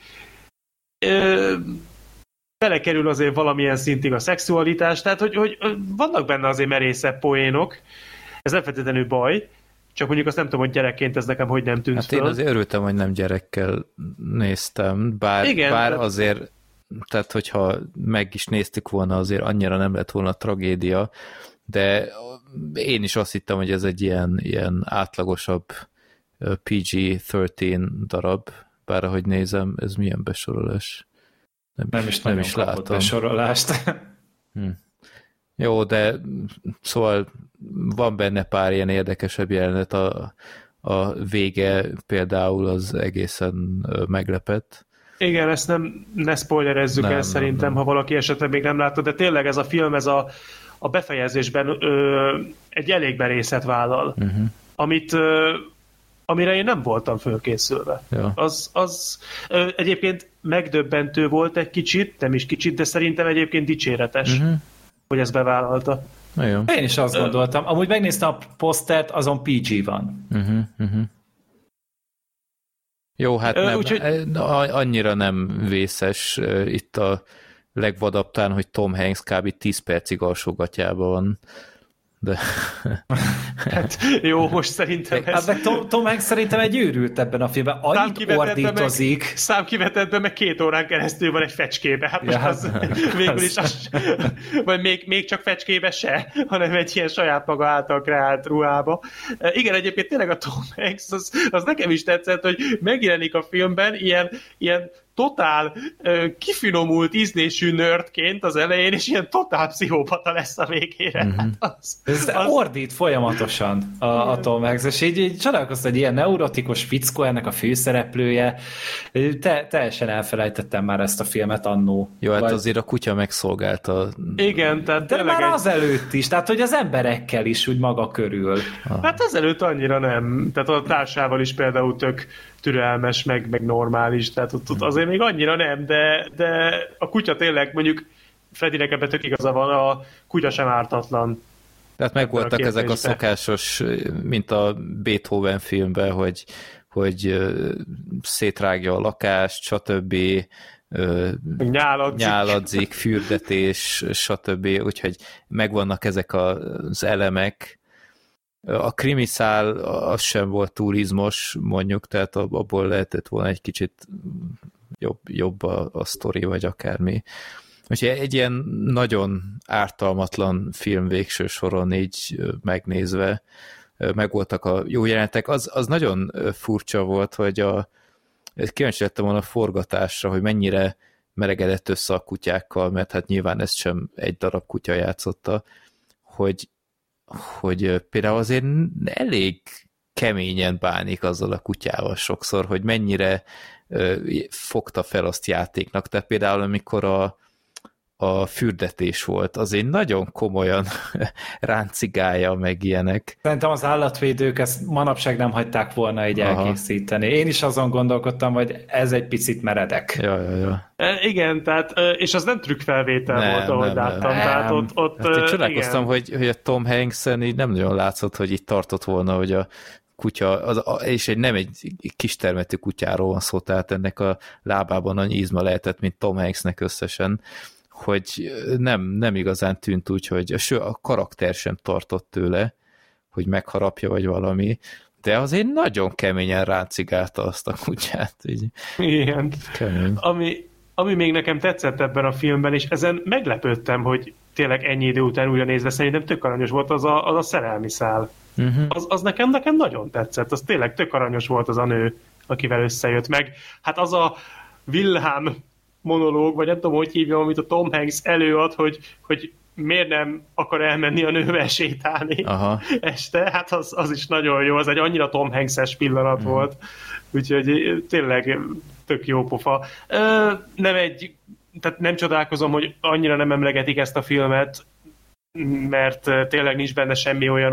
Belekerül azért valamilyen szintig a szexualitás, tehát hogy vannak benne azért merészebb poénok, ez nem feltétlenül baj, csak mondjuk azt nem tudom, hogy gyerekként ez nekem hogy nem tűnt föl. Én azért örültem, hogy nem gyerekkel néztem, bár azért, tehát hogyha meg is néztük volna, azért annyira nem lett volna tragédia, de én is azt hittem, hogy ez egy ilyen átlagosabb PG-13 darab, bár ahogy nézem, ez milyen besorolás. Nem is látom besorolást. Jó, de szóval van benne pár ilyen érdekesebb jelenet, a vége például az egészen meglepett. Igen, ezt ne spoilerezzük el szerintem, ha valaki esetleg még nem látta, de tényleg ez a film, ez a befejezésben egy elég merészet vállal, amire én nem voltam fölkészülve. Ja. Az egyébként megdöbbentő volt egy kicsit, nem is kicsit, de szerintem egyébként dicséretes, hogy ezt bevállalta. Jó. Én is azt gondoltam. Amúgy megnéztem a posztert, azon PG van. Jó, hát nem, annyira nem vészes itt a legvadabbtán, hogy Tom Hanks kb. 10 percig alsógatjában van. De... Hát, jó, most szerintem ez... Hát meg Tom Hanks szerintem egy őrült ebben a filmben. Annyit ordítozik. Számkivetetben meg 2 órán keresztül van egy fecskébe. Hát most az végül is vagy még csak fecskébe se, hanem egy ilyen saját maga által kreált ruhába. Igen, egyébként tényleg a Tom Hanks, az nekem is tetszett, hogy megjelenik a filmben ilyen totál kifinomult ízlésű nerdként az elején, és ilyen totál pszichópata lesz a végére. Hát ez ordít folyamatosan a Tom Hanks, és így csodálkoztam, hogy ilyen neurotikus fickó ennek a főszereplője. Teljesen elfelejtettem már ezt a filmet annó. Jó, hát azért a kutya megszolgálta. Igen, tehát de már azelőtt is, tehát hogy az emberekkel is úgy maga körül. Hát azelőtt annyira nem. Tehát a társával is például tök türelmes, meg normális, tehát ott azért még annyira nem, de a kutya tényleg, mondjuk Fredinek ebben tök igaza van, a kutya sem ártatlan. Tehát megvoltak ezek a szokásos, mint a Beethoven filmben, hogy szétrágja a lakást, stb. Nyáladzik, fürdetés, stb. Úgyhogy megvannak ezek az elemek. A krimiszál az sem volt túl izmos, mondjuk, tehát abból lehetett volna egy kicsit jobb a sztori, vagy akármi. Úgyhogy egy ilyen nagyon ártalmatlan film végső soron így megnézve, megvoltak a jó jelenetek. Az nagyon furcsa volt, hogy kíváncsi lettem volna a forgatásra, hogy mennyire melegedett össze a kutyákkal, mert hát nyilván ezt sem egy darab kutya játszotta, hogy például azért elég keményen bánik azzal a kutyával sokszor, hogy mennyire fogta fel azt játéknak. Tehát például amikor a fürdetés volt, azért nagyon komolyan ráncigálja meg ilyenek. Szerintem az állatvédők ezt manapság nem hagyták volna így elkészíteni. Én is azon gondolkodtam, hogy ez egy picit meredek. Ja. Igen, tehát, és az nem trükkfelvétel volt, ahogy láttam. Tehát ott hát én csodálkoztam, hogy a Tom Hanks-en így nem nagyon látszott, hogy itt tartott volna, hogy a kutya, és nem egy kistermetű kutyáról van szó, tehát ennek a lábában annyi izma lehetett, mint Tom Hanksnek összesen, hogy nem igazán tűnt úgy, hogy a karakter sem tartott tőle, hogy megharapja, vagy valami, de azért nagyon keményen ráncigálta azt a kutyát. Így. Igen. Kemény. Ami még nekem tetszett ebben a filmben, és ezen meglepődtem, hogy tényleg ennyi idő után újra nézve szerintem tök aranyos volt az a szerelmi szál. Uh-huh. Az nekem nagyon tetszett, az tényleg tök aranyos volt az a nő, akivel összejött meg. Hát az a Wilhelm monológ, vagy nem tudom, hogy hívjam, amit a Tom Hanks előad, hogy miért nem akar elmenni a nővel sétálni este, hát az is nagyon jó, az egy annyira Tom Hanks-es pillanat volt, úgyhogy tényleg tök jó pofa. Tehát nem csodálkozom, hogy annyira nem emlegetik ezt a filmet, mert tényleg nincs benne semmi olyan,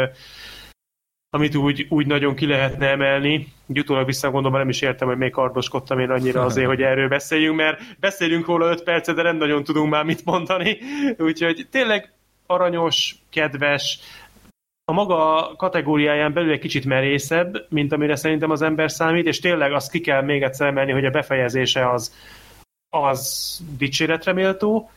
amit úgy nagyon ki lehetne emelni. Utólag visszagondolva nem is értem, hogy még kardoskodtam én annyira azért, hogy erről beszéljünk, mert beszélünk róla 5 percet, de nem nagyon tudunk már mit mondani. Úgyhogy tényleg aranyos, kedves, a maga kategóriáján belül egy kicsit merészebb, mint amire szerintem az ember számít, és tényleg azt ki kell még egyszer emelni, hogy a befejezése az dicséretre méltó,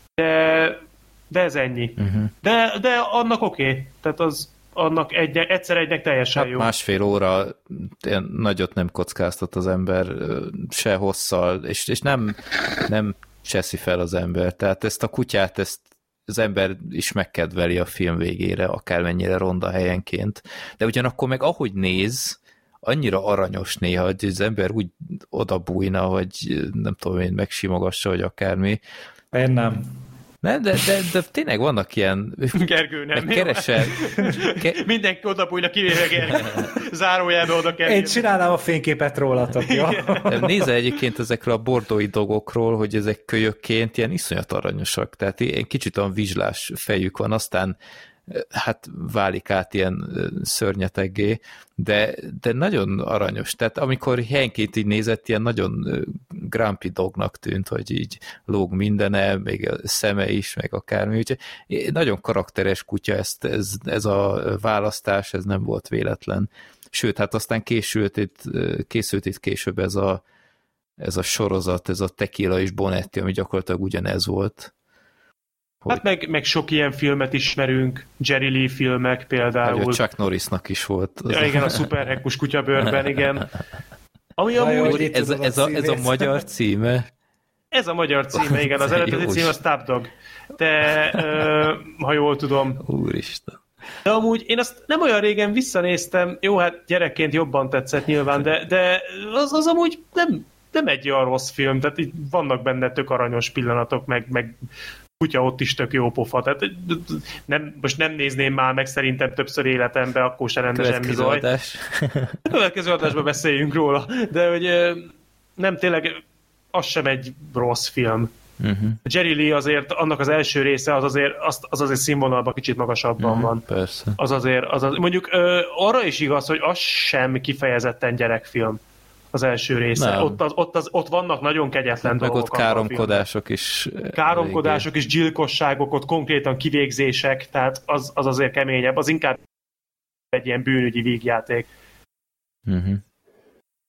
de ez ennyi. Uh-huh. De annak oké. Tehát annak egyszer egynek teljesen hát jó. Másfél óra nagyot nem kockáztat az ember se hosszal, és nem cseszi fel az ember. Tehát ezt a kutyát, az ember is megkedveli a film végére, akármennyire ronda helyenként. De ugyanakkor meg ahogy néz, annyira aranyos néha, hogy az ember úgy odabújna, hogy nem tudom én, megsimogassa, hogy akármi. Én nem. Nem, de tényleg vannak ilyen... Gergő nem. Keresel... Mindenki odabújna, kivéve Gergő. Zárójelbe oda kell. Én csinálnám a fényképet rólatok, jó? Nézze egyébként ezekről a bordói dogokról, hogy ezek kölyökként ilyen iszonyat aranyosak. Tehát ilyen kicsit olyan vizslás fejük van, aztán hát válik át ilyen szörnyeteggé, de nagyon aranyos. Tehát amikor helyenként így nézett, ilyen nagyon grumpy dognak tűnt, hogy így lóg mindene, még a szeme is, meg akármi. Úgyhogy nagyon karakteres kutya, ez a választás, ez nem volt véletlen. Sőt, hát aztán készült itt később ez a sorozat, ez a Tequila és Bonetti, ami gyakorlatilag ugyanez volt. Hát meg sok ilyen filmet ismerünk, Jerry Lee filmek például. Hogy Chuck Norrisnak is volt. Ja, igen, a szuperhekkus kutyabőrben, igen. Ami amúgy... Ez a magyar címe? Ez a magyar címe, igen. Az eredeti címe a Top Dog. De, ha jól tudom. Úristen. De amúgy én azt nem olyan régen visszanéztem, jó, hát gyerekként jobban tetszett nyilván, de az amúgy nem egy olyan rossz film, tehát így vannak benne tök aranyos pillanatok, meg kutya ott is tök jó pofa, tehát most nem nézném már meg szerintem többször életemben, akkor se lenne semmi zaj. A következő adásban beszéljünk róla, de hogy nem tényleg, az sem egy rossz film. Uh-huh. Jerry Lee azért, annak az első része az azért színvonalban kicsit magasabban van. Persze. Mondjuk arra is igaz, hogy az sem kifejezetten gyerekfilm az első része. Ott vannak nagyon kegyetlen meg dolgok. Ott káromkodások is. Káromkodások és gyilkosságok, ott konkrétan kivégzések, tehát az azért keményebb. Az inkább egy ilyen bűnügyi vígjáték. Uh-huh.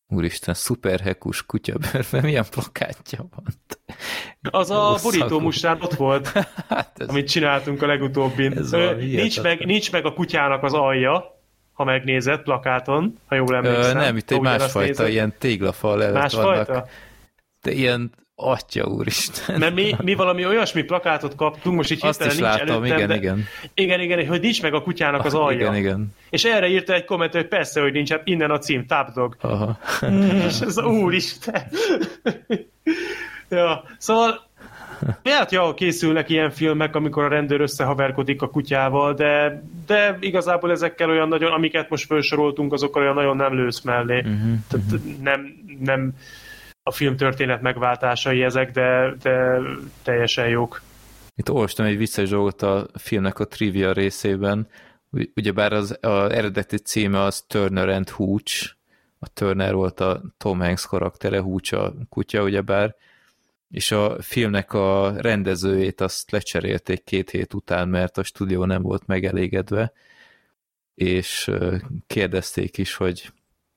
Úristen, szuperhekus kutyabőrben milyen plakátja van? Az a borító mustán ott volt, Hát amit csináltunk a legutóbbin. Nincs meg a kutyának az alja, ha megnézed plakáton, ha jól emlékszem. Nem, itt egy másfajta ilyen téglafal előtt vannak. De ilyen atya úristen. Mert mi valami olyasmi plakátot kaptunk, most így azt is láttam, előttem, igen, hogy nincs meg a kutyának az alja. Igen. És erre írta egy komment, hogy persze, hogy nincs, hát innen a cím, Top Dog. És ez úristen. Ja, szóval lehet, készülnek ilyen filmek, amikor a rendőr összehaverkodik a kutyával, de igazából ezekkel olyan nagyon, amiket most felsoroltunk, azokkal olyan nagyon nem lősz mellé. Tehát nem a filmtörténet megváltásai ezek, de teljesen jók. Itt olvastam egy vicces dolgot a filmnek a trivia részében, ugyebár az eredeti címe az Turner and Hooch, a Turner volt a Tom Hanks karaktere, Hooch a kutya, ugyebár, és a filmnek a rendezőjét azt lecserélték 2 hét után, mert a stúdió nem volt megelégedve, és kérdezték is, hogy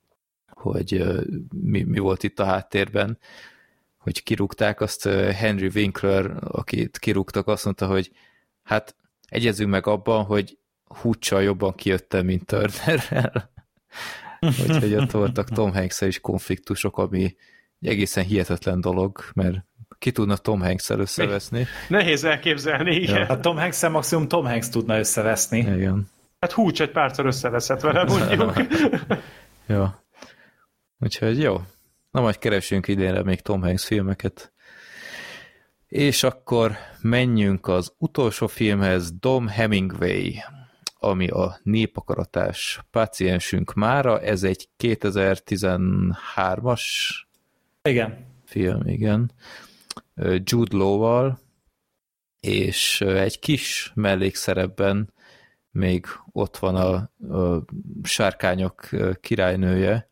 mi volt itt a háttérben, hogy kirúgták, azt Henry Winkler, akit kirúgtak, azt mondta, hogy hát egyezünk meg abban, hogy Hooch-sal jobban kijöttem, mint Turnerrel. Úgyhogy ott voltak Tom Hanks-el is konfliktusok, ami egy egészen hihetetlen dolog, mert ki tudna Tom Hanks-el összeveszni. Nehéz elképzelni, igen. Ja. Hát Tom Hanks-el maximum Tom Hanks tudna összeveszni. Igen. Hát Hooch egy párszor összeveszett vele, mondjuk. Ja. Úgyhogy jó. Na majd keresünk idénre még Tom Hanks filmeket. És akkor menjünk az utolsó filmhez, Dom Hemingway, ami a Népakaratás páciensünk mára. Ez egy 2013-as film, igen. Jude Law-val, és egy kis mellékszerepben még ott van a Sárkányok királynője,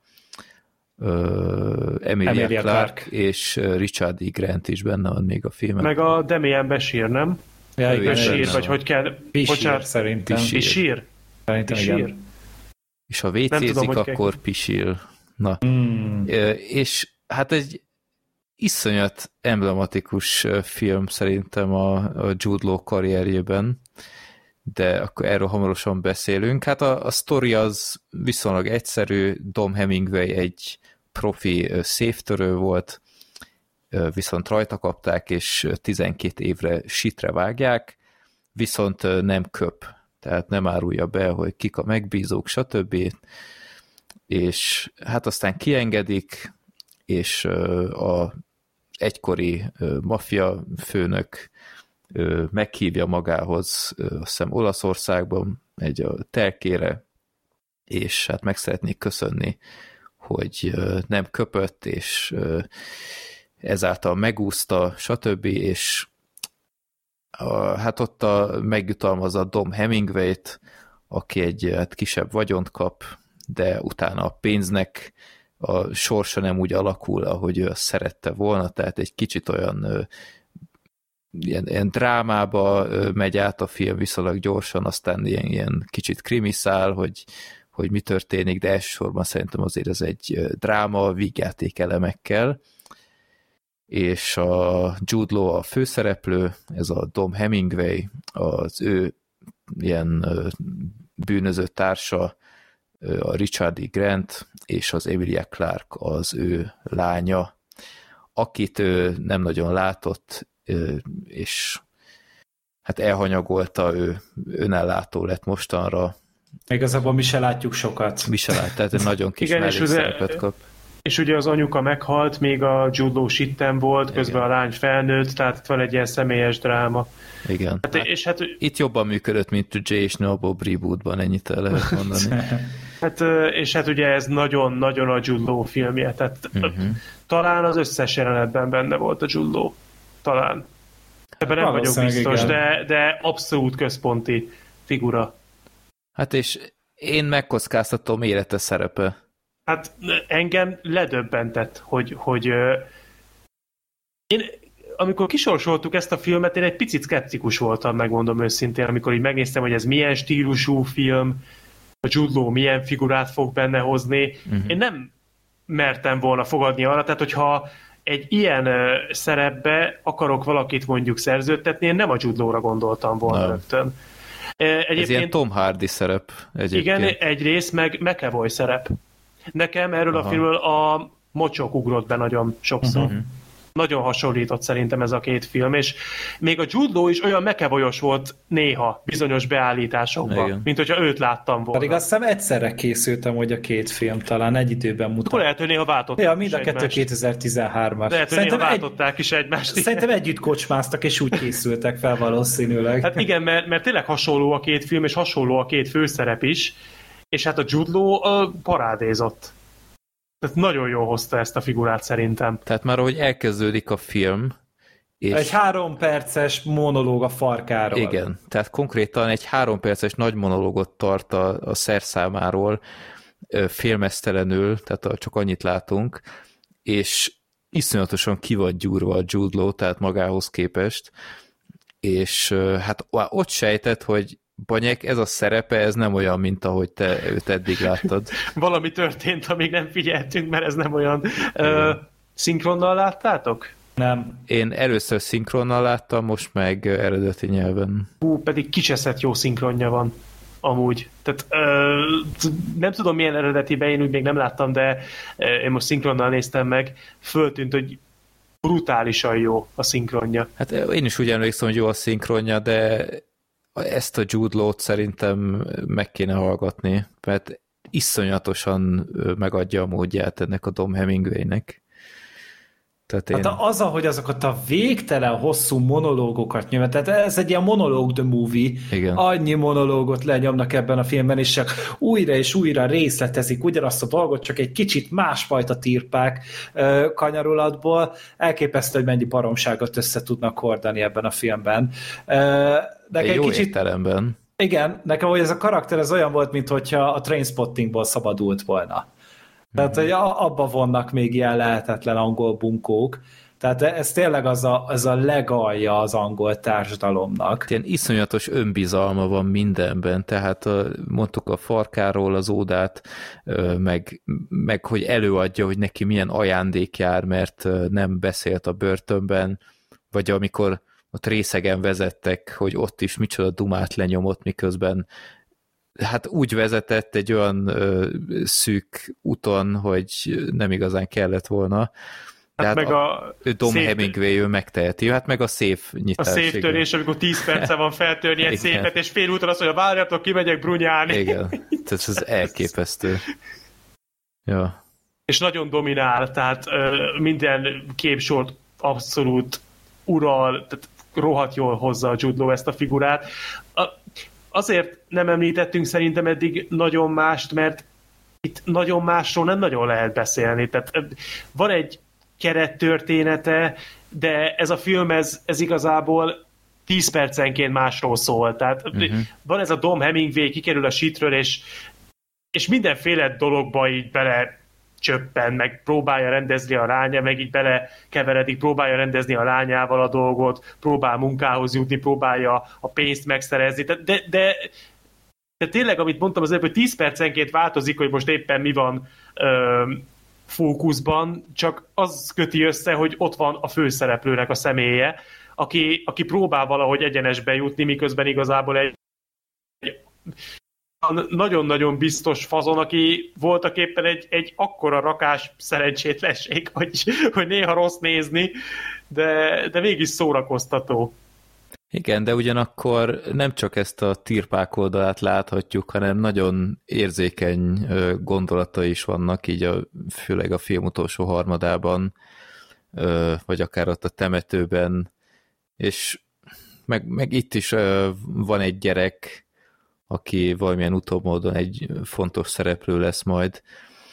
Emilia Clarke és Richard E. Grant is benne van még a filmben. Meg a Demian Bashir, nem? Ja, igen, Bashir, vagy hogy kell... Bashir, szerintem. Bashir? Szerintem igen. És ha WC-zik, akkor pisil. Na. És hát egy iszonyat emblematikus film szerintem a Jude Law karrierjében, de akkor erről hamarosan beszélünk. Hát a sztori az viszonylag egyszerű, Dom Hemingway egy profi széftörő volt, viszont rajta kapták, és 12 évre sitre vágják, viszont nem köp, tehát nem árulja be, hogy kik a megbízók, stb. És hát aztán kiengedik, és a egykori maffia főnök meghívja magához, azt hiszem Olaszországban egy telkére, és hát meg szeretnék köszönni, hogy nem köpött, és ezáltal megúszta, stb. És hát ott megjutalmazza Dom Hemingway-t, aki egy kisebb vagyont kap, de utána a pénznek a sorsa nem úgy alakul, ahogy ő azt szerette volna, tehát egy kicsit olyan ilyen drámába megy át a film viszonylag gyorsan, aztán ilyen kicsit krimiszál, hogy mi történik, de elsősorban szerintem azért ez egy dráma, vígjáték elemekkel, és a Jude Law a főszereplő, ez a Dom Hemingway, az ő ilyen bűnöző társa, a Richard E. Grant, és az Emilia Clarke az ő lánya, akit ő nem nagyon látott, és hát elhanyagolta, ő önellátó lett mostanra. Igazából mi se látjuk sokat. Mi se lát, tehát egy nagyon kis mellékszerepet kap. És ugye az anyuka meghalt, még a Jude Law sitten volt, közben igen. A lány felnőtt, tehát itt van egy ilyen személyes dráma. Igen. Hát itt jobban működött, mint a Jay és Bob rebootban, ennyit el lehet mondani. És hát ugye ez nagyon-nagyon a Jude Law filmje, tehát talán az összes jelenetben benne volt a Jude Law. Talán. Ebben nem vagyok biztos, de abszolút központi figura. Hát és én megkockáztatom élete szerepe. Hát engem ledöbbentett, hogy én amikor kisorsoltuk ezt a filmet, én egy picit szkeptikus voltam, megmondom őszintén, amikor így megnéztem, hogy ez milyen stílusú film, a Jude Law milyen figurát fog benne hozni. Én nem mertem volna fogadni arra, tehát hogyha egy ilyen szerepbe akarok valakit mondjuk szerződtetni, én nem a Jude Law-ra gondoltam volna rögtön. Ez ilyen Tom Hardy szerep egyébként. Igen, egyrészt, meg McAvoy szerep. Nekem erről a filmről a mocsok ugrott be nagyon sokszor. Nagyon hasonlított szerintem ez a két film, és még a Jude Law is olyan McAvoyos volt néha bizonyos beállításokban, mint hogyha őt láttam volna. Pedig azt hiszem egyszerre készültem, hogy a két film talán egy időben mutat. Akkor lehet, hogy néha váltották. Ja, mind a kettő 2013-as. Lehet, hogy néha váltották is egymást. Szerintem együtt kocsmáztak, és úgy készültek fel valószínűleg. Hát igen, mert tényleg hasonló a két film, és hasonló a két főszerep is, és hát a Jude Law parádézott. Tehát nagyon jól hozta ezt a figurát szerintem. Tehát már ahogy elkezdődik a film, és... Egy 3 perces monológ a farkáról. Igen, tehát konkrétan egy 3 perces nagy monológot tart a szerszámáról, félmeztelenül, tehát csak annyit látunk, és iszonyatosan ki van gyúrva a Jude Law, tehát magához képest, és hát ott sejtett, hogy Banyek, ez a szerepe, ez nem olyan, mint ahogy te őt eddig láttad. Valami történt, amíg nem figyeltünk, mert ez nem olyan. Szinkronnal láttátok? Nem. Én először szinkronnal láttam, most meg eredeti nyelven. Pedig kicseszett jó szinkronja van. Amúgy. Tehát nem tudom milyen eredetiben, én úgy még nem láttam, de én most szinkronnal néztem meg, föltűnt, hogy brutálisan jó a szinkronja. Hát én is úgy emlékszem, hogy jó a szinkronja, de ezt a Jude Law-t szerintem meg kéne hallgatni, mert iszonyatosan megadja a módját ennek a Dom Hemingwaynek. Hát az, ahogy azokat a végtelen hosszú monológokat nyomja, tehát ez egy ilyen monológ the movie, igen. Annyi monológot lenyomnak ebben a filmben, és csak újra és újra részletezik ugyanazt a dolgot, csak egy kicsit másfajta tirpák kanyarulatból. Elképesztő, hogy mennyi baromságot össze tudnak hordani ebben a filmben. Egy jó kicsit... értelemben. Igen, nekem hogy ez a karakter ez olyan volt, mintha a Trainspottingból szabadult volna. Tehát, hogy abba vannak még ilyen lehetetlen angol bunkók. Tehát ez tényleg az a legalja az angol társadalomnak. Ilyen iszonyatos önbizalma van mindenben, tehát mondtuk a farkáról az ódát, meg hogy előadja, hogy neki milyen ajándék jár, mert nem beszélt a börtönben, vagy amikor ott részegen vezettek, hogy ott is micsoda dumát lenyomott, miközben hát úgy vezetett egy olyan szűk úton, hogy nem igazán kellett volna. Hát meg a Dom Hemingway ő megteheti, hát meg a széf nyitás. A széftörés, amikor 10 perce van feltörni egy széfet, és fél úton azt mondja, várjatok, kimegyek brunyálni. Igen, tehát ez elképesztő. Ja. És nagyon dominál, tehát minden képsort abszolút ural, tehát rohadt jól hozza a Jude Law ezt a figurát. Azért nem említettünk szerintem eddig nagyon mást, mert itt nagyon másról nem nagyon lehet beszélni. Tehát van egy kerettörténete, de ez a film, ez igazából 10 percenként másról szól. Tehát van ez a Dom Hemingway, kikerül a sitről, és mindenféle dologba így bele csöppen, meg próbálja rendezni a lánya, meg így belekeveredik, próbálja rendezni a lányával a dolgot, próbál munkához jutni, próbálja a pénzt megszerezni. De tényleg, amit mondtam az előbb, hogy 10 percenként változik, hogy most éppen mi van fókuszban, csak az köti össze, hogy ott van a főszereplőnek a személye, aki próbál valahogy egyenesbe jutni, miközben igazából egy nagyon-nagyon biztos fazon, aki voltaképpen egy akkora rakás szerencsétlenség, hogy néha rossz nézni, de mégis szórakoztató. Igen, de ugyanakkor nem csak ezt a tirpák oldalát láthatjuk, hanem nagyon érzékeny gondolatai is vannak, így főleg a film utolsó harmadában, vagy akár ott a temetőben, és meg itt is van egy gyerek, aki valamilyen utómódon egy fontos szereplő lesz majd.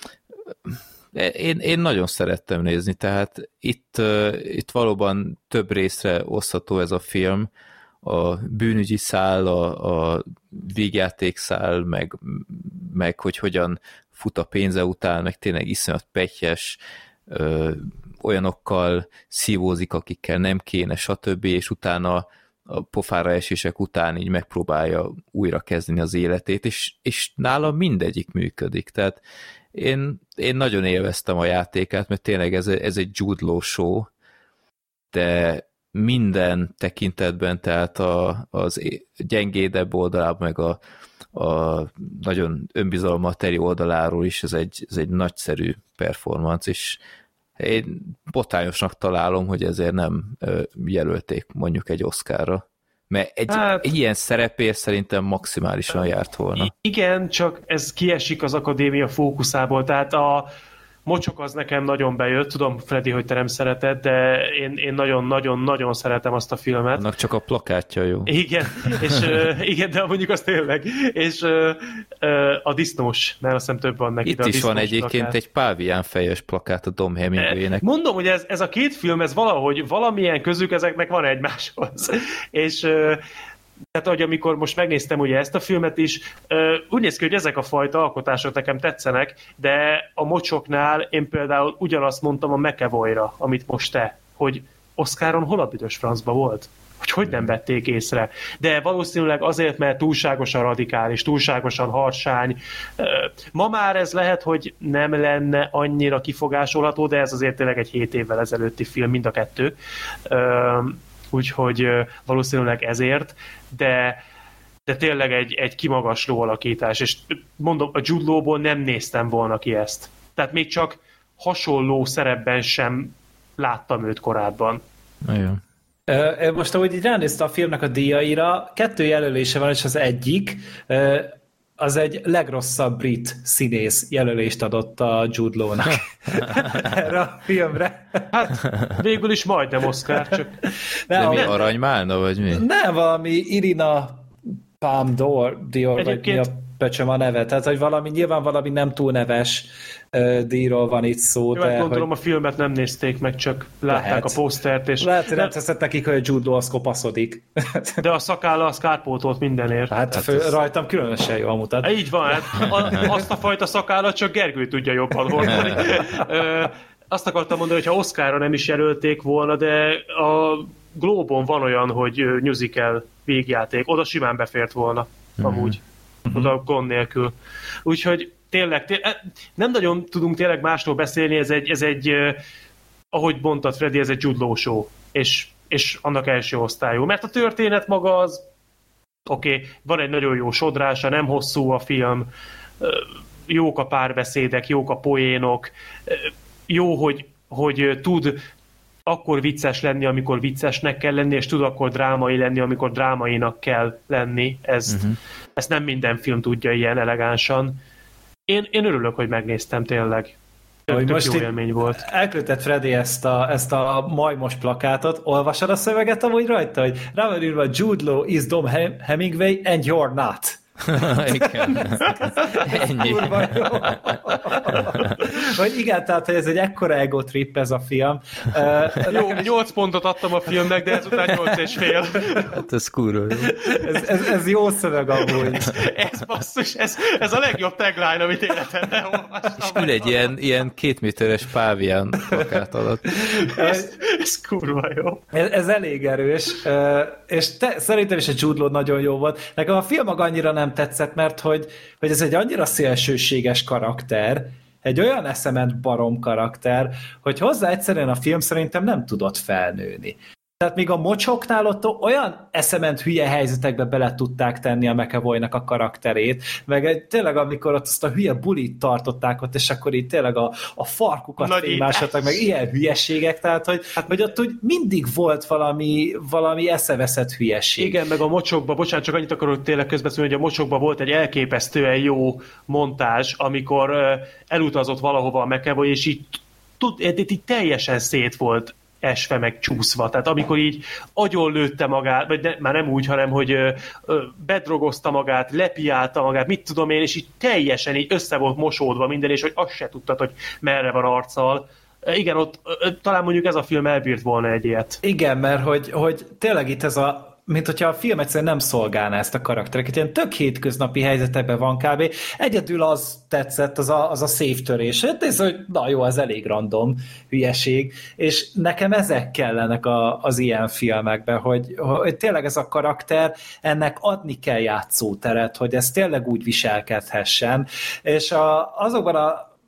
Én nagyon szerettem nézni, tehát itt valóban több részre osztható ez a film, a bűnügyi szál, a vígjátékszál, meg hogy hogyan fut a pénze után, meg tényleg iszonyat peklyes, olyanokkal szívózik, akikkel nem kéne, stb. És utána a pofára esések után így megpróbálja újra kezdeni az életét, és nála mindegyik működik. Tehát Én nagyon élveztem a játékát, mert tényleg ez egy Jude Law show, de minden tekintetben, tehát az gyengédebb oldalában, meg a nagyon önbizalommal teli oldaláról is ez egy nagyszerű performance, és én botrányosnak találom, hogy ezért nem jelölték mondjuk egy Oscarra. Mert egy ilyen szerepért szerintem maximálisan járt volna. Igen, csak ez kiesik az akadémia fókuszából, tehát a Mocsok az nekem nagyon bejött, tudom, Freddy, hogy te nem szereted, de én nagyon-nagyon-nagyon szeretem azt a filmet. Annak csak a plakátja jó. Igen, és igen, de mondjuk az tényleg. És a disznós, mert azt hiszem több van neki. Itt is van egyébként plakát. Egy pávián fejes plakát a Dom Hemingway-nek. Mondom, hogy ez a két film, ez valahogy valamilyen közük ezeknek van egymáshoz. És tehát, hogy amikor most megnéztem ugye ezt a filmet is, úgy néz ki, hogy ezek a fajta alkotások nekem tetszenek, de a Mocsoknál én például ugyanazt mondtam a McAvoy-ra, amit most te, hogy Oscaron hol a büdös francba volt? Hogy nem vették észre. De valószínűleg azért, mert túlságosan radikális, túlságosan harsány. Ma már ez lehet, hogy nem lenne annyira kifogásolható, de ez azért tényleg egy 7 évvel ezelőtti film, mind a kettő. Úgyhogy valószínűleg ezért, de tényleg egy kimagasló alakítás, és mondom, a Jude Law-ból nem néztem volna ki ezt. Tehát még csak hasonló szerepben sem láttam őt korábban. Nagyon. Most ahogy így ránéztem a filmnek a díjaira, 2 jelölése van, és az egyik az egy legrosszabb brit színész jelölést adott a Jude Law-nak erre a filmre. Hát végül is majdnem Oscar, csak... De mi, Aranymálna, vagy mi? Nem, valami Irina Palm Dior, vagy mi a pöcsöm a neve. Tehát, hogy nyilván valami nem túl neves díjról van itt szó. Jó, de gondolom hogy... a filmet nem nézték meg, csak látták a posztert. És lehet, hogy nem teszett nekik, hogy a Jude Law az kopaszodik. De a szakálla az kárpótolt mindenért. Hát rajtam különösen jól mutat. Így van, hát azt a fajta szakállat csak Gergő tudja jobban hordani. Azt akartam mondani, hogy ha Oscarra nem is jelölték volna, de a Globon van olyan, hogy musical végjáték. Oda simán befért volna, amúgy. Oda gond nélkül. Úgyhogy tényleg, nem nagyon tudunk tényleg másról beszélni, ez egy ahogy mondtad, Freddy, ez egy Jude Law show, és annak első osztályú. Mert a történet maga az oké, van egy nagyon jó sodrása, nem hosszú a film, jók a párbeszédek, jók a poénok, jó, hogy tud akkor vicces lenni, amikor viccesnek kell lenni, és tud akkor drámai lenni, amikor drámainak kell lenni. Ezt nem minden film tudja ilyen elegánsan. Én örülök, hogy megnéztem tényleg. Tök jó élmény volt. Elküldted Freddy ezt a majmos plakátot. Olvasod a szöveget amúgy rajta, hogy rá van írva Jude Law is Dom Hemingway and you're not. Igen. Ennyi. Vagy igen, tehát hogy ez egy ekkora ego trip ez a film. Jó, 8 pontot adtam a filmnek, de ezután 8,5. Hát ez kurva jó. Ez jó szöveg amúgy. Ez basszus, ez a legjobb tagline, amit életemben olvastam. És ül egy ilyen 2 méteres pávián plakát alatt. Ez kurva jó. Ez elég erős, és szerintem is a Jude Law nagyon jó volt. Nekem a film maga annyira nem tetszett, mert hogy ez egy annyira szélsőséges karakter, egy olyan eszement barom karakter, hogy hozzá egyszerűen a film szerintem nem tudott felnőni. Tehát még a Mocsoknál ott olyan eszement hülye helyzetekbe bele tudták tenni a McAvoy-nak a karakterét, meg tényleg amikor ott azt a hülye bulit tartották ott, és akkor így tényleg a farkukat fémásoltak, meg ilyen hülyeségek, tehát hogy ott úgy mindig volt valami eszeveszett hülyeség. Igen, meg a Mocsokban, bocsánat, csak annyit akarok tényleg közbeszélni, hogy a Mocsokban volt egy elképesztően jó montázs, amikor elutazott valahova a McAvoy, és így teljesen szét volt esve meg csúszva. Tehát amikor így agyonlőtte magát, vagy már nem úgy, hanem hogy bedrogozta magát, lepiálta magát, mit tudom én, és így teljesen így össze volt mosódva minden, és hogy azt se tudtad, hogy merre van arccal. Igen, ott talán mondjuk ez a film elbírt volna egy ilyet. Igen, mert hogy tényleg itt ez mint hogyha a film egyszerűen nem szolgálná ezt a karaktereket. Ilyen tök hétköznapi helyzetekben van kb. Egyedül az tetszett, az a széftörés. Ez, hogy na jó, ez elég random hülyeség, és nekem ezek kellenek az ilyen filmekben, hogy tényleg ez a karakter, ennek adni kell játszóteret, hogy ez tényleg úgy viselkedhessen, és azokban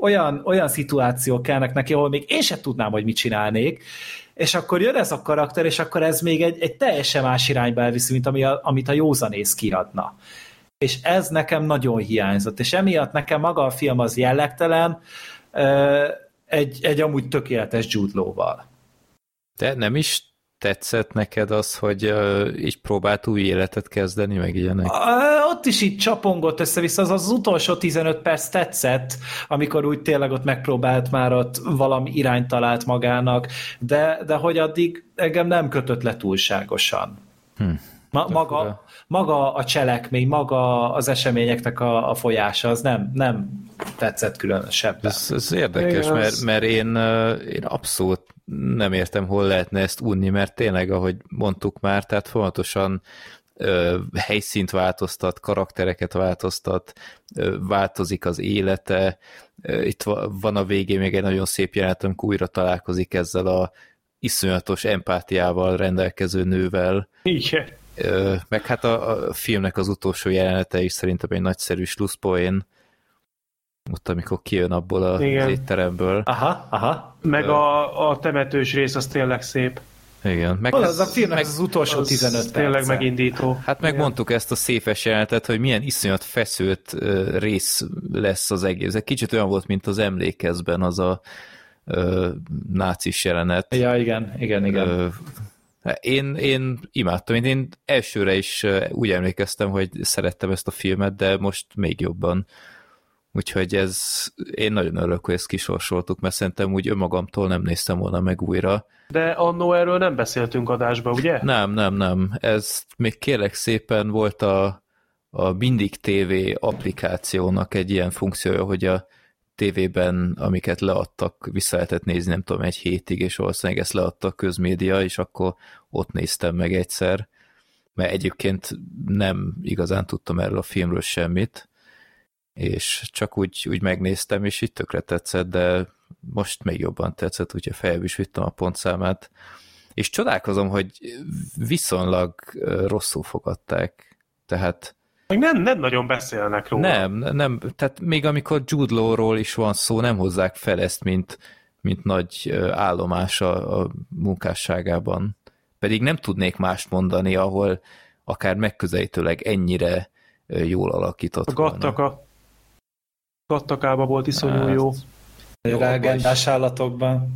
olyan szituációk kellnek neki, ahol még én sem tudnám, hogy mit csinálnék, és akkor jön ez a karakter, és akkor ez még egy teljesen más irányba elviszi, mint amit a józanész kiadna. És ez nekem nagyon hiányzott, és emiatt nekem maga a film az jellegtelen, egy amúgy tökéletes Jude Law-val. De nem is tetszett neked az, hogy így próbált új életet kezdeni, meg ilyenek? Ott is így csapongott össze-vissza, az utolsó 15 perc tetszett, amikor úgy tényleg ott megpróbált már ott valami irányt talált magának, de hogy addig engem nem kötött le túlságosan. Maga a cselekmény, maga az eseményeknek a folyása, az nem tetszett különösebben. Ez érdekes, mert én abszolút nem értem, hol lehetne ezt unni, mert tényleg, ahogy mondtuk már, tehát folyamatosan helyszínt változtat, karaktereket változtat, változik az élete. Itt van a végén még egy nagyon szép jelenet, amikor újra találkozik ezzel a iszonyatos empátiával rendelkező nővel. Igen. Meg hát a filmnek az utolsó jelenete is szerintem egy nagyszerű slusszpoén, ott amikor kijön abból az étteremből. Aha. Meg a temetős rész az tényleg szép. Igen. Meg az a filmnek az utolsó 15 perc. Tényleg megindító. Hát megmondtuk ezt a széfes jelenetet, hogy milyen iszonyat feszült rész lesz az egész. Egy kicsit olyan volt, mint az Emlékezben az a nácis jelenet. Ja, igen. Én imádtam, én elsőre is úgy emlékeztem, hogy szerettem ezt a filmet, de most még jobban. Úgyhogy én nagyon örülök, hogy ezt kisorsoltuk, mert szerintem úgy önmagamtól nem néztem volna meg újra. De annó erről nem beszéltünk adásba, ugye? Nem. Ez még kérlek szépen volt a Mindig TV applikációnak egy ilyen funkciója, hogy a tévében, amiket leadtak, vissza lehetett nézni, nem tudom, egy hétig, és valószínűleg ezt leadta a közmédia, és akkor ott néztem meg egyszer, mert egyébként nem igazán tudtam erről a filmről semmit, és csak úgy megnéztem, és így tökre tetszett, de most még jobban tetszett, úgyhogy feljebb is vittem a pontszámát, és csodálkozom, hogy viszonylag rosszul fogadták, tehát nem nagyon beszélnek róla. Nem, tehát még amikor Jude Law-ról is van szó, nem hozzák fel ezt, mint nagy állomás a munkásságában. Pedig nem tudnék mást mondani, ahol akár megközelítőleg ennyire jól alakított a Gattakába volt iszonyú jó. Legendás állatokban.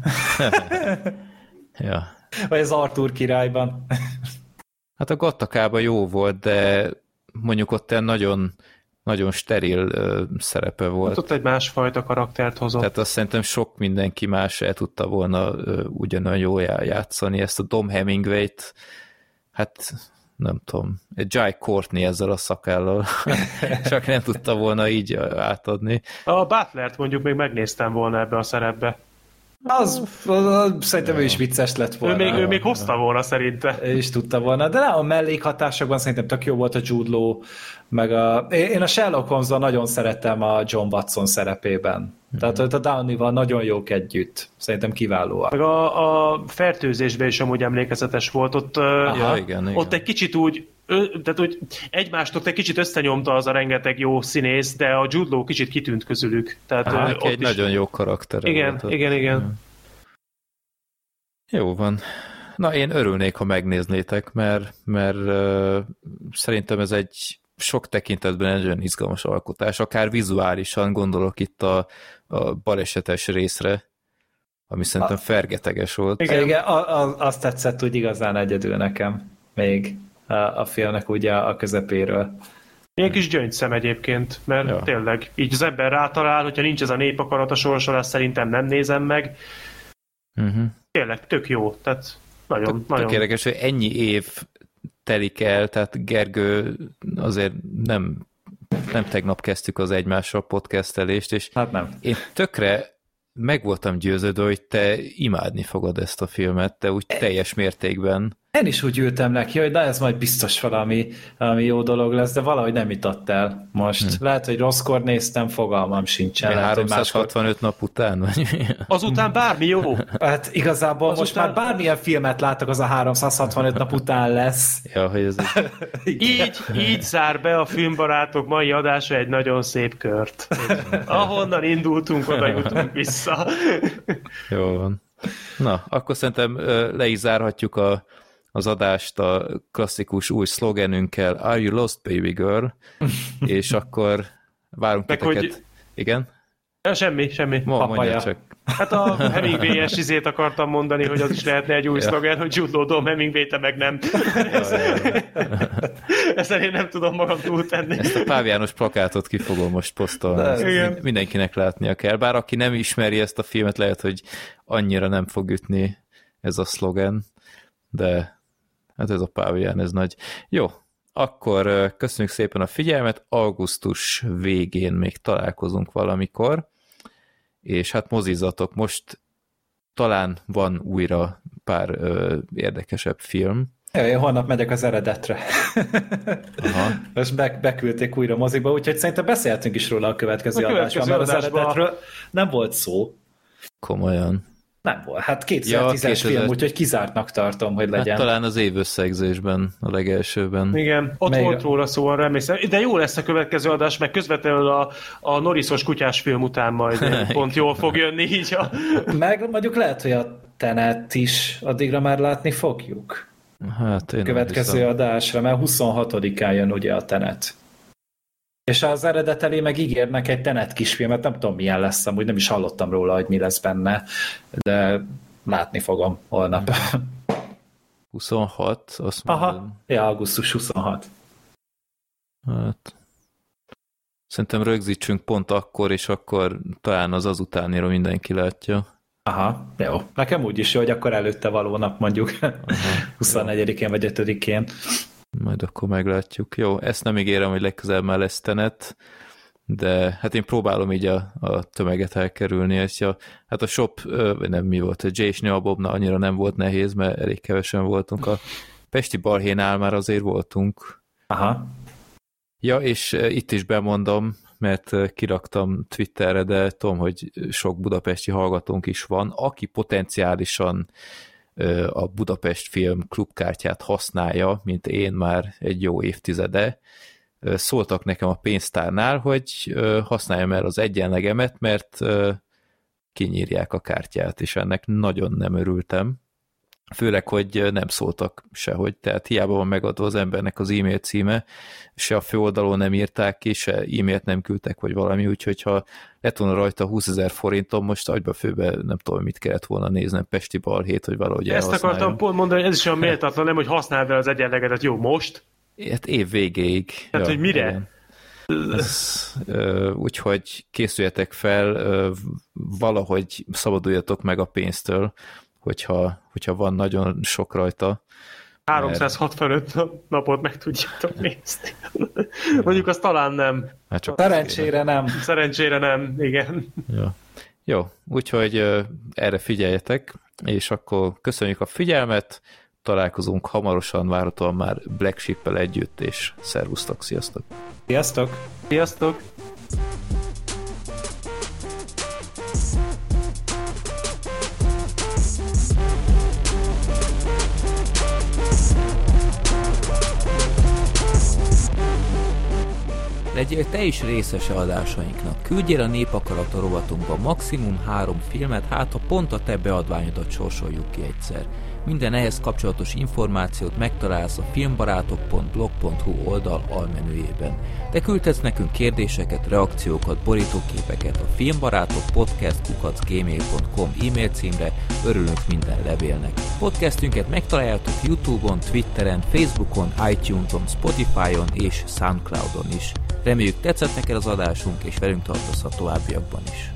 Ja. Vagy az Arthur királyban. Hát a Gattakában jó volt, de mondjuk ott nagyon, nagyon steril szerepe volt. Hát ott egy másfajta karaktert hozott. Tehát azt szerintem sok mindenki más el tudta volna ugyanolyan jól játszani. Ezt a Dom Hemingway-t, hát nem tudom, egy Jai Courtney ezzel a szakállal, csak nem tudta volna így átadni. A Butlert mondjuk még megnéztem volna ebbe a szerepbe. Az szerintem ő is vicces lett volna. Ő még hozta volna szerinte. Ő is tudta volna, de a mellékhatásokban szerintem tök jó volt a Jude Law, meg én a Sherlock Holmes-ban nagyon szerettem a John Watson szerepében. Tehát a Downey-val nagyon jók együtt. Szerintem kiválóak. Meg a fertőzésben is amúgy emlékezetes volt. Ott, igen. Ott egy kicsit úgy, tehát úgy egymástól egy kicsit összenyomta az a rengeteg jó színész, de a Jude Law kicsit kitűnt közülük. Tehát, egy nagyon jó karakter. Igen. Jó van. Na, én örülnék, ha megnéznétek, mert szerintem ez egy sok tekintetben egy olyan izgalmas alkotás, akár vizuálisan, gondolok itt a balesetes részre, ami szerintem fergeteges volt. Igen, azt tetszett úgy igazán egyedül nekem még a filmnek ugye a közepéről. Ilyen kis gyöngyszem egyébként, mert tényleg így az ember rátalál, hogyha nincs ez a népakarat a sorsolás, szerintem nem nézem meg. Tényleg tök jó, tehát nagyon. Tök érdekes, hogy ennyi év telik el, tehát Gergő azért nem tegnap kezdtük az egymással podcastelést, és hát nem. Én tökre meg voltam győződve, hogy te imádni fogod ezt a filmet, te úgy teljes mértékben. Én is úgy ültem neki, hogy de ez majd biztos valami jó dolog lesz, de valahogy nem jutott el most. Lehet, hogy rosszkor néztem, fogalmam sincsen. Lehet, 365 nap után? Vagy? Azután bármi jó. Hát igazából most már bármilyen filmet látok, az a 365 nap után lesz. Ja, hogy ez... Így zár be a Filmbarátok mai adása egy nagyon szép kört. Ahonnan indultunk, oda jutunk vissza. Jó van. Na, akkor szerintem le is zárhatjuk az adást a klasszikus új szlogenünkkel Are you lost, baby girl? És akkor várunk titeket. Hogy... Igen? Semmi. Mondja csak. Hát a Hemingway-es izét akartam mondani, hogy az is lehetne egy új szlogen, hogy Jude Law-dom, Hemingway, te meg nem. Ezt én nem tudom magam túltenni. Ezt a Páv János plakátot ki fogom most posztolni. Mindenkinek látnia kell. Bár aki nem ismeri ezt a filmet, lehet, hogy annyira nem fog ütni ez a szlogen, de hát ez a Páv Ján, ez nagy. Jó, akkor köszönjük szépen a figyelmet. Augusztus végén még találkozunk valamikor, és hát mozizzatok, most talán van újra pár érdekesebb film. Én holnap megyek az Eredetre. Aha. Most beküldték újra moziba, úgyhogy szerintem beszéltünk is róla a következő adásban, mert az Eredetről nem volt szó. Komolyan. Nem volt. Hát 2010-es film, úgyhogy kizártnak tartom, hogy legyen. Hát talán az évösszegzésben, a legelsőben. Igen, ott volt róla szó, arra emlékszem. De jó lesz a következő adás, meg közvetlenül a Norrisos kutyás film után majd pont jól fog jönni így. Meg mondjuk lehet, hogy a Tenet is addigra már látni fogjuk. Hát én következő adásra, mert 26-án jön ugye a Tenet. És az Eredet elé meg ígérnek egy Tenet kisfilmet, nem tudom milyen lesz, amúgy nem is hallottam róla, hogy mi lesz benne, de látni fogom holnap. 26? Azt aha, ja, augusztus 26. Hát szerintem rögzítsünk pont akkor, és akkor talán az azutánira mindenki látja. Aha, jó. Nekem úgy is jó, hogy akkor előtte való nap mondjuk 24-én vagy 5-én. Majd akkor meglátjuk. Jó, ezt nem ígérem, hogy legközelebb már lesz Tenet, de hát én próbálom így a tömeget elkerülni, és hát a shop, nem mi volt, a Jay és Nea Bobnál annyira nem volt nehéz, mert elég kevesen voltunk. A Pesti Balhénál már azért voltunk. Aha. Ja, és itt is bemondom, mert kiraktam Twitterre, de tudom, hogy sok budapesti hallgatónk is van, aki potenciálisan a Budapest Film klubkártyát használja, mint én már egy jó évtizede. Szóltak nekem a pénztárnál, hogy használjam el az egyenlegemet, mert kinyírják a kártyát, és ennek nagyon nem örültem. Főleg, hogy nem szóltak sehogy, tehát hiába van megadva az embernek az e-mail címe, se a főoldalon nem írták ki, se e-mailt nem küldtek, vagy valami, úgyhogy ha lett volna rajta 20 000 forintom, most agyba főbe nem tudom, mit kellett volna néznem, Pesti Balhét, hogy valahogy ezt akartam pont mondani, hogy ez is olyan méltatlan, nem, hogy használd el az egyenlegedet, jó, most? Hát év végéig. Tehát, hogy mire? Úgyhogy készüljetek fel, valahogy szabaduljatok meg a pénztől, hogyha van nagyon sok rajta. 365 napot meg tudjátok nézni. Mondjuk azt talán nem. Hát csak szerencsére nem. Szerencsére nem, igen. Ja. Jó, úgyhogy erre figyeljetek, és akkor köszönjük a figyelmet, találkozunk hamarosan, várhatóan már Black Sheep-el együtt, és szervusztok, sziasztok! Sziasztok! Sziasztok! Legyél te is részese adásainknak. Küldjél a Népakarata rovatunkba maximum 3 filmet, hát ha pont a te beadványodat sorsoljuk ki egyszer. Minden ehhez kapcsolatos információt megtalálsz a filmbarátok.blog.hu oldal almenüjében. Te küldhetsz nekünk kérdéseket, reakciókat, borítóképeket a filmbarátokpodcast@gmail.com e-mail címre, örülünk minden levélnek. Podcastünket megtaláljátok YouTube-on, Twitteren, Facebookon, iTunes-on, Spotify-on és Soundcloud-on is. Reméljük tetszett neked az adásunk, és velünk tartozhat továbbiakban is.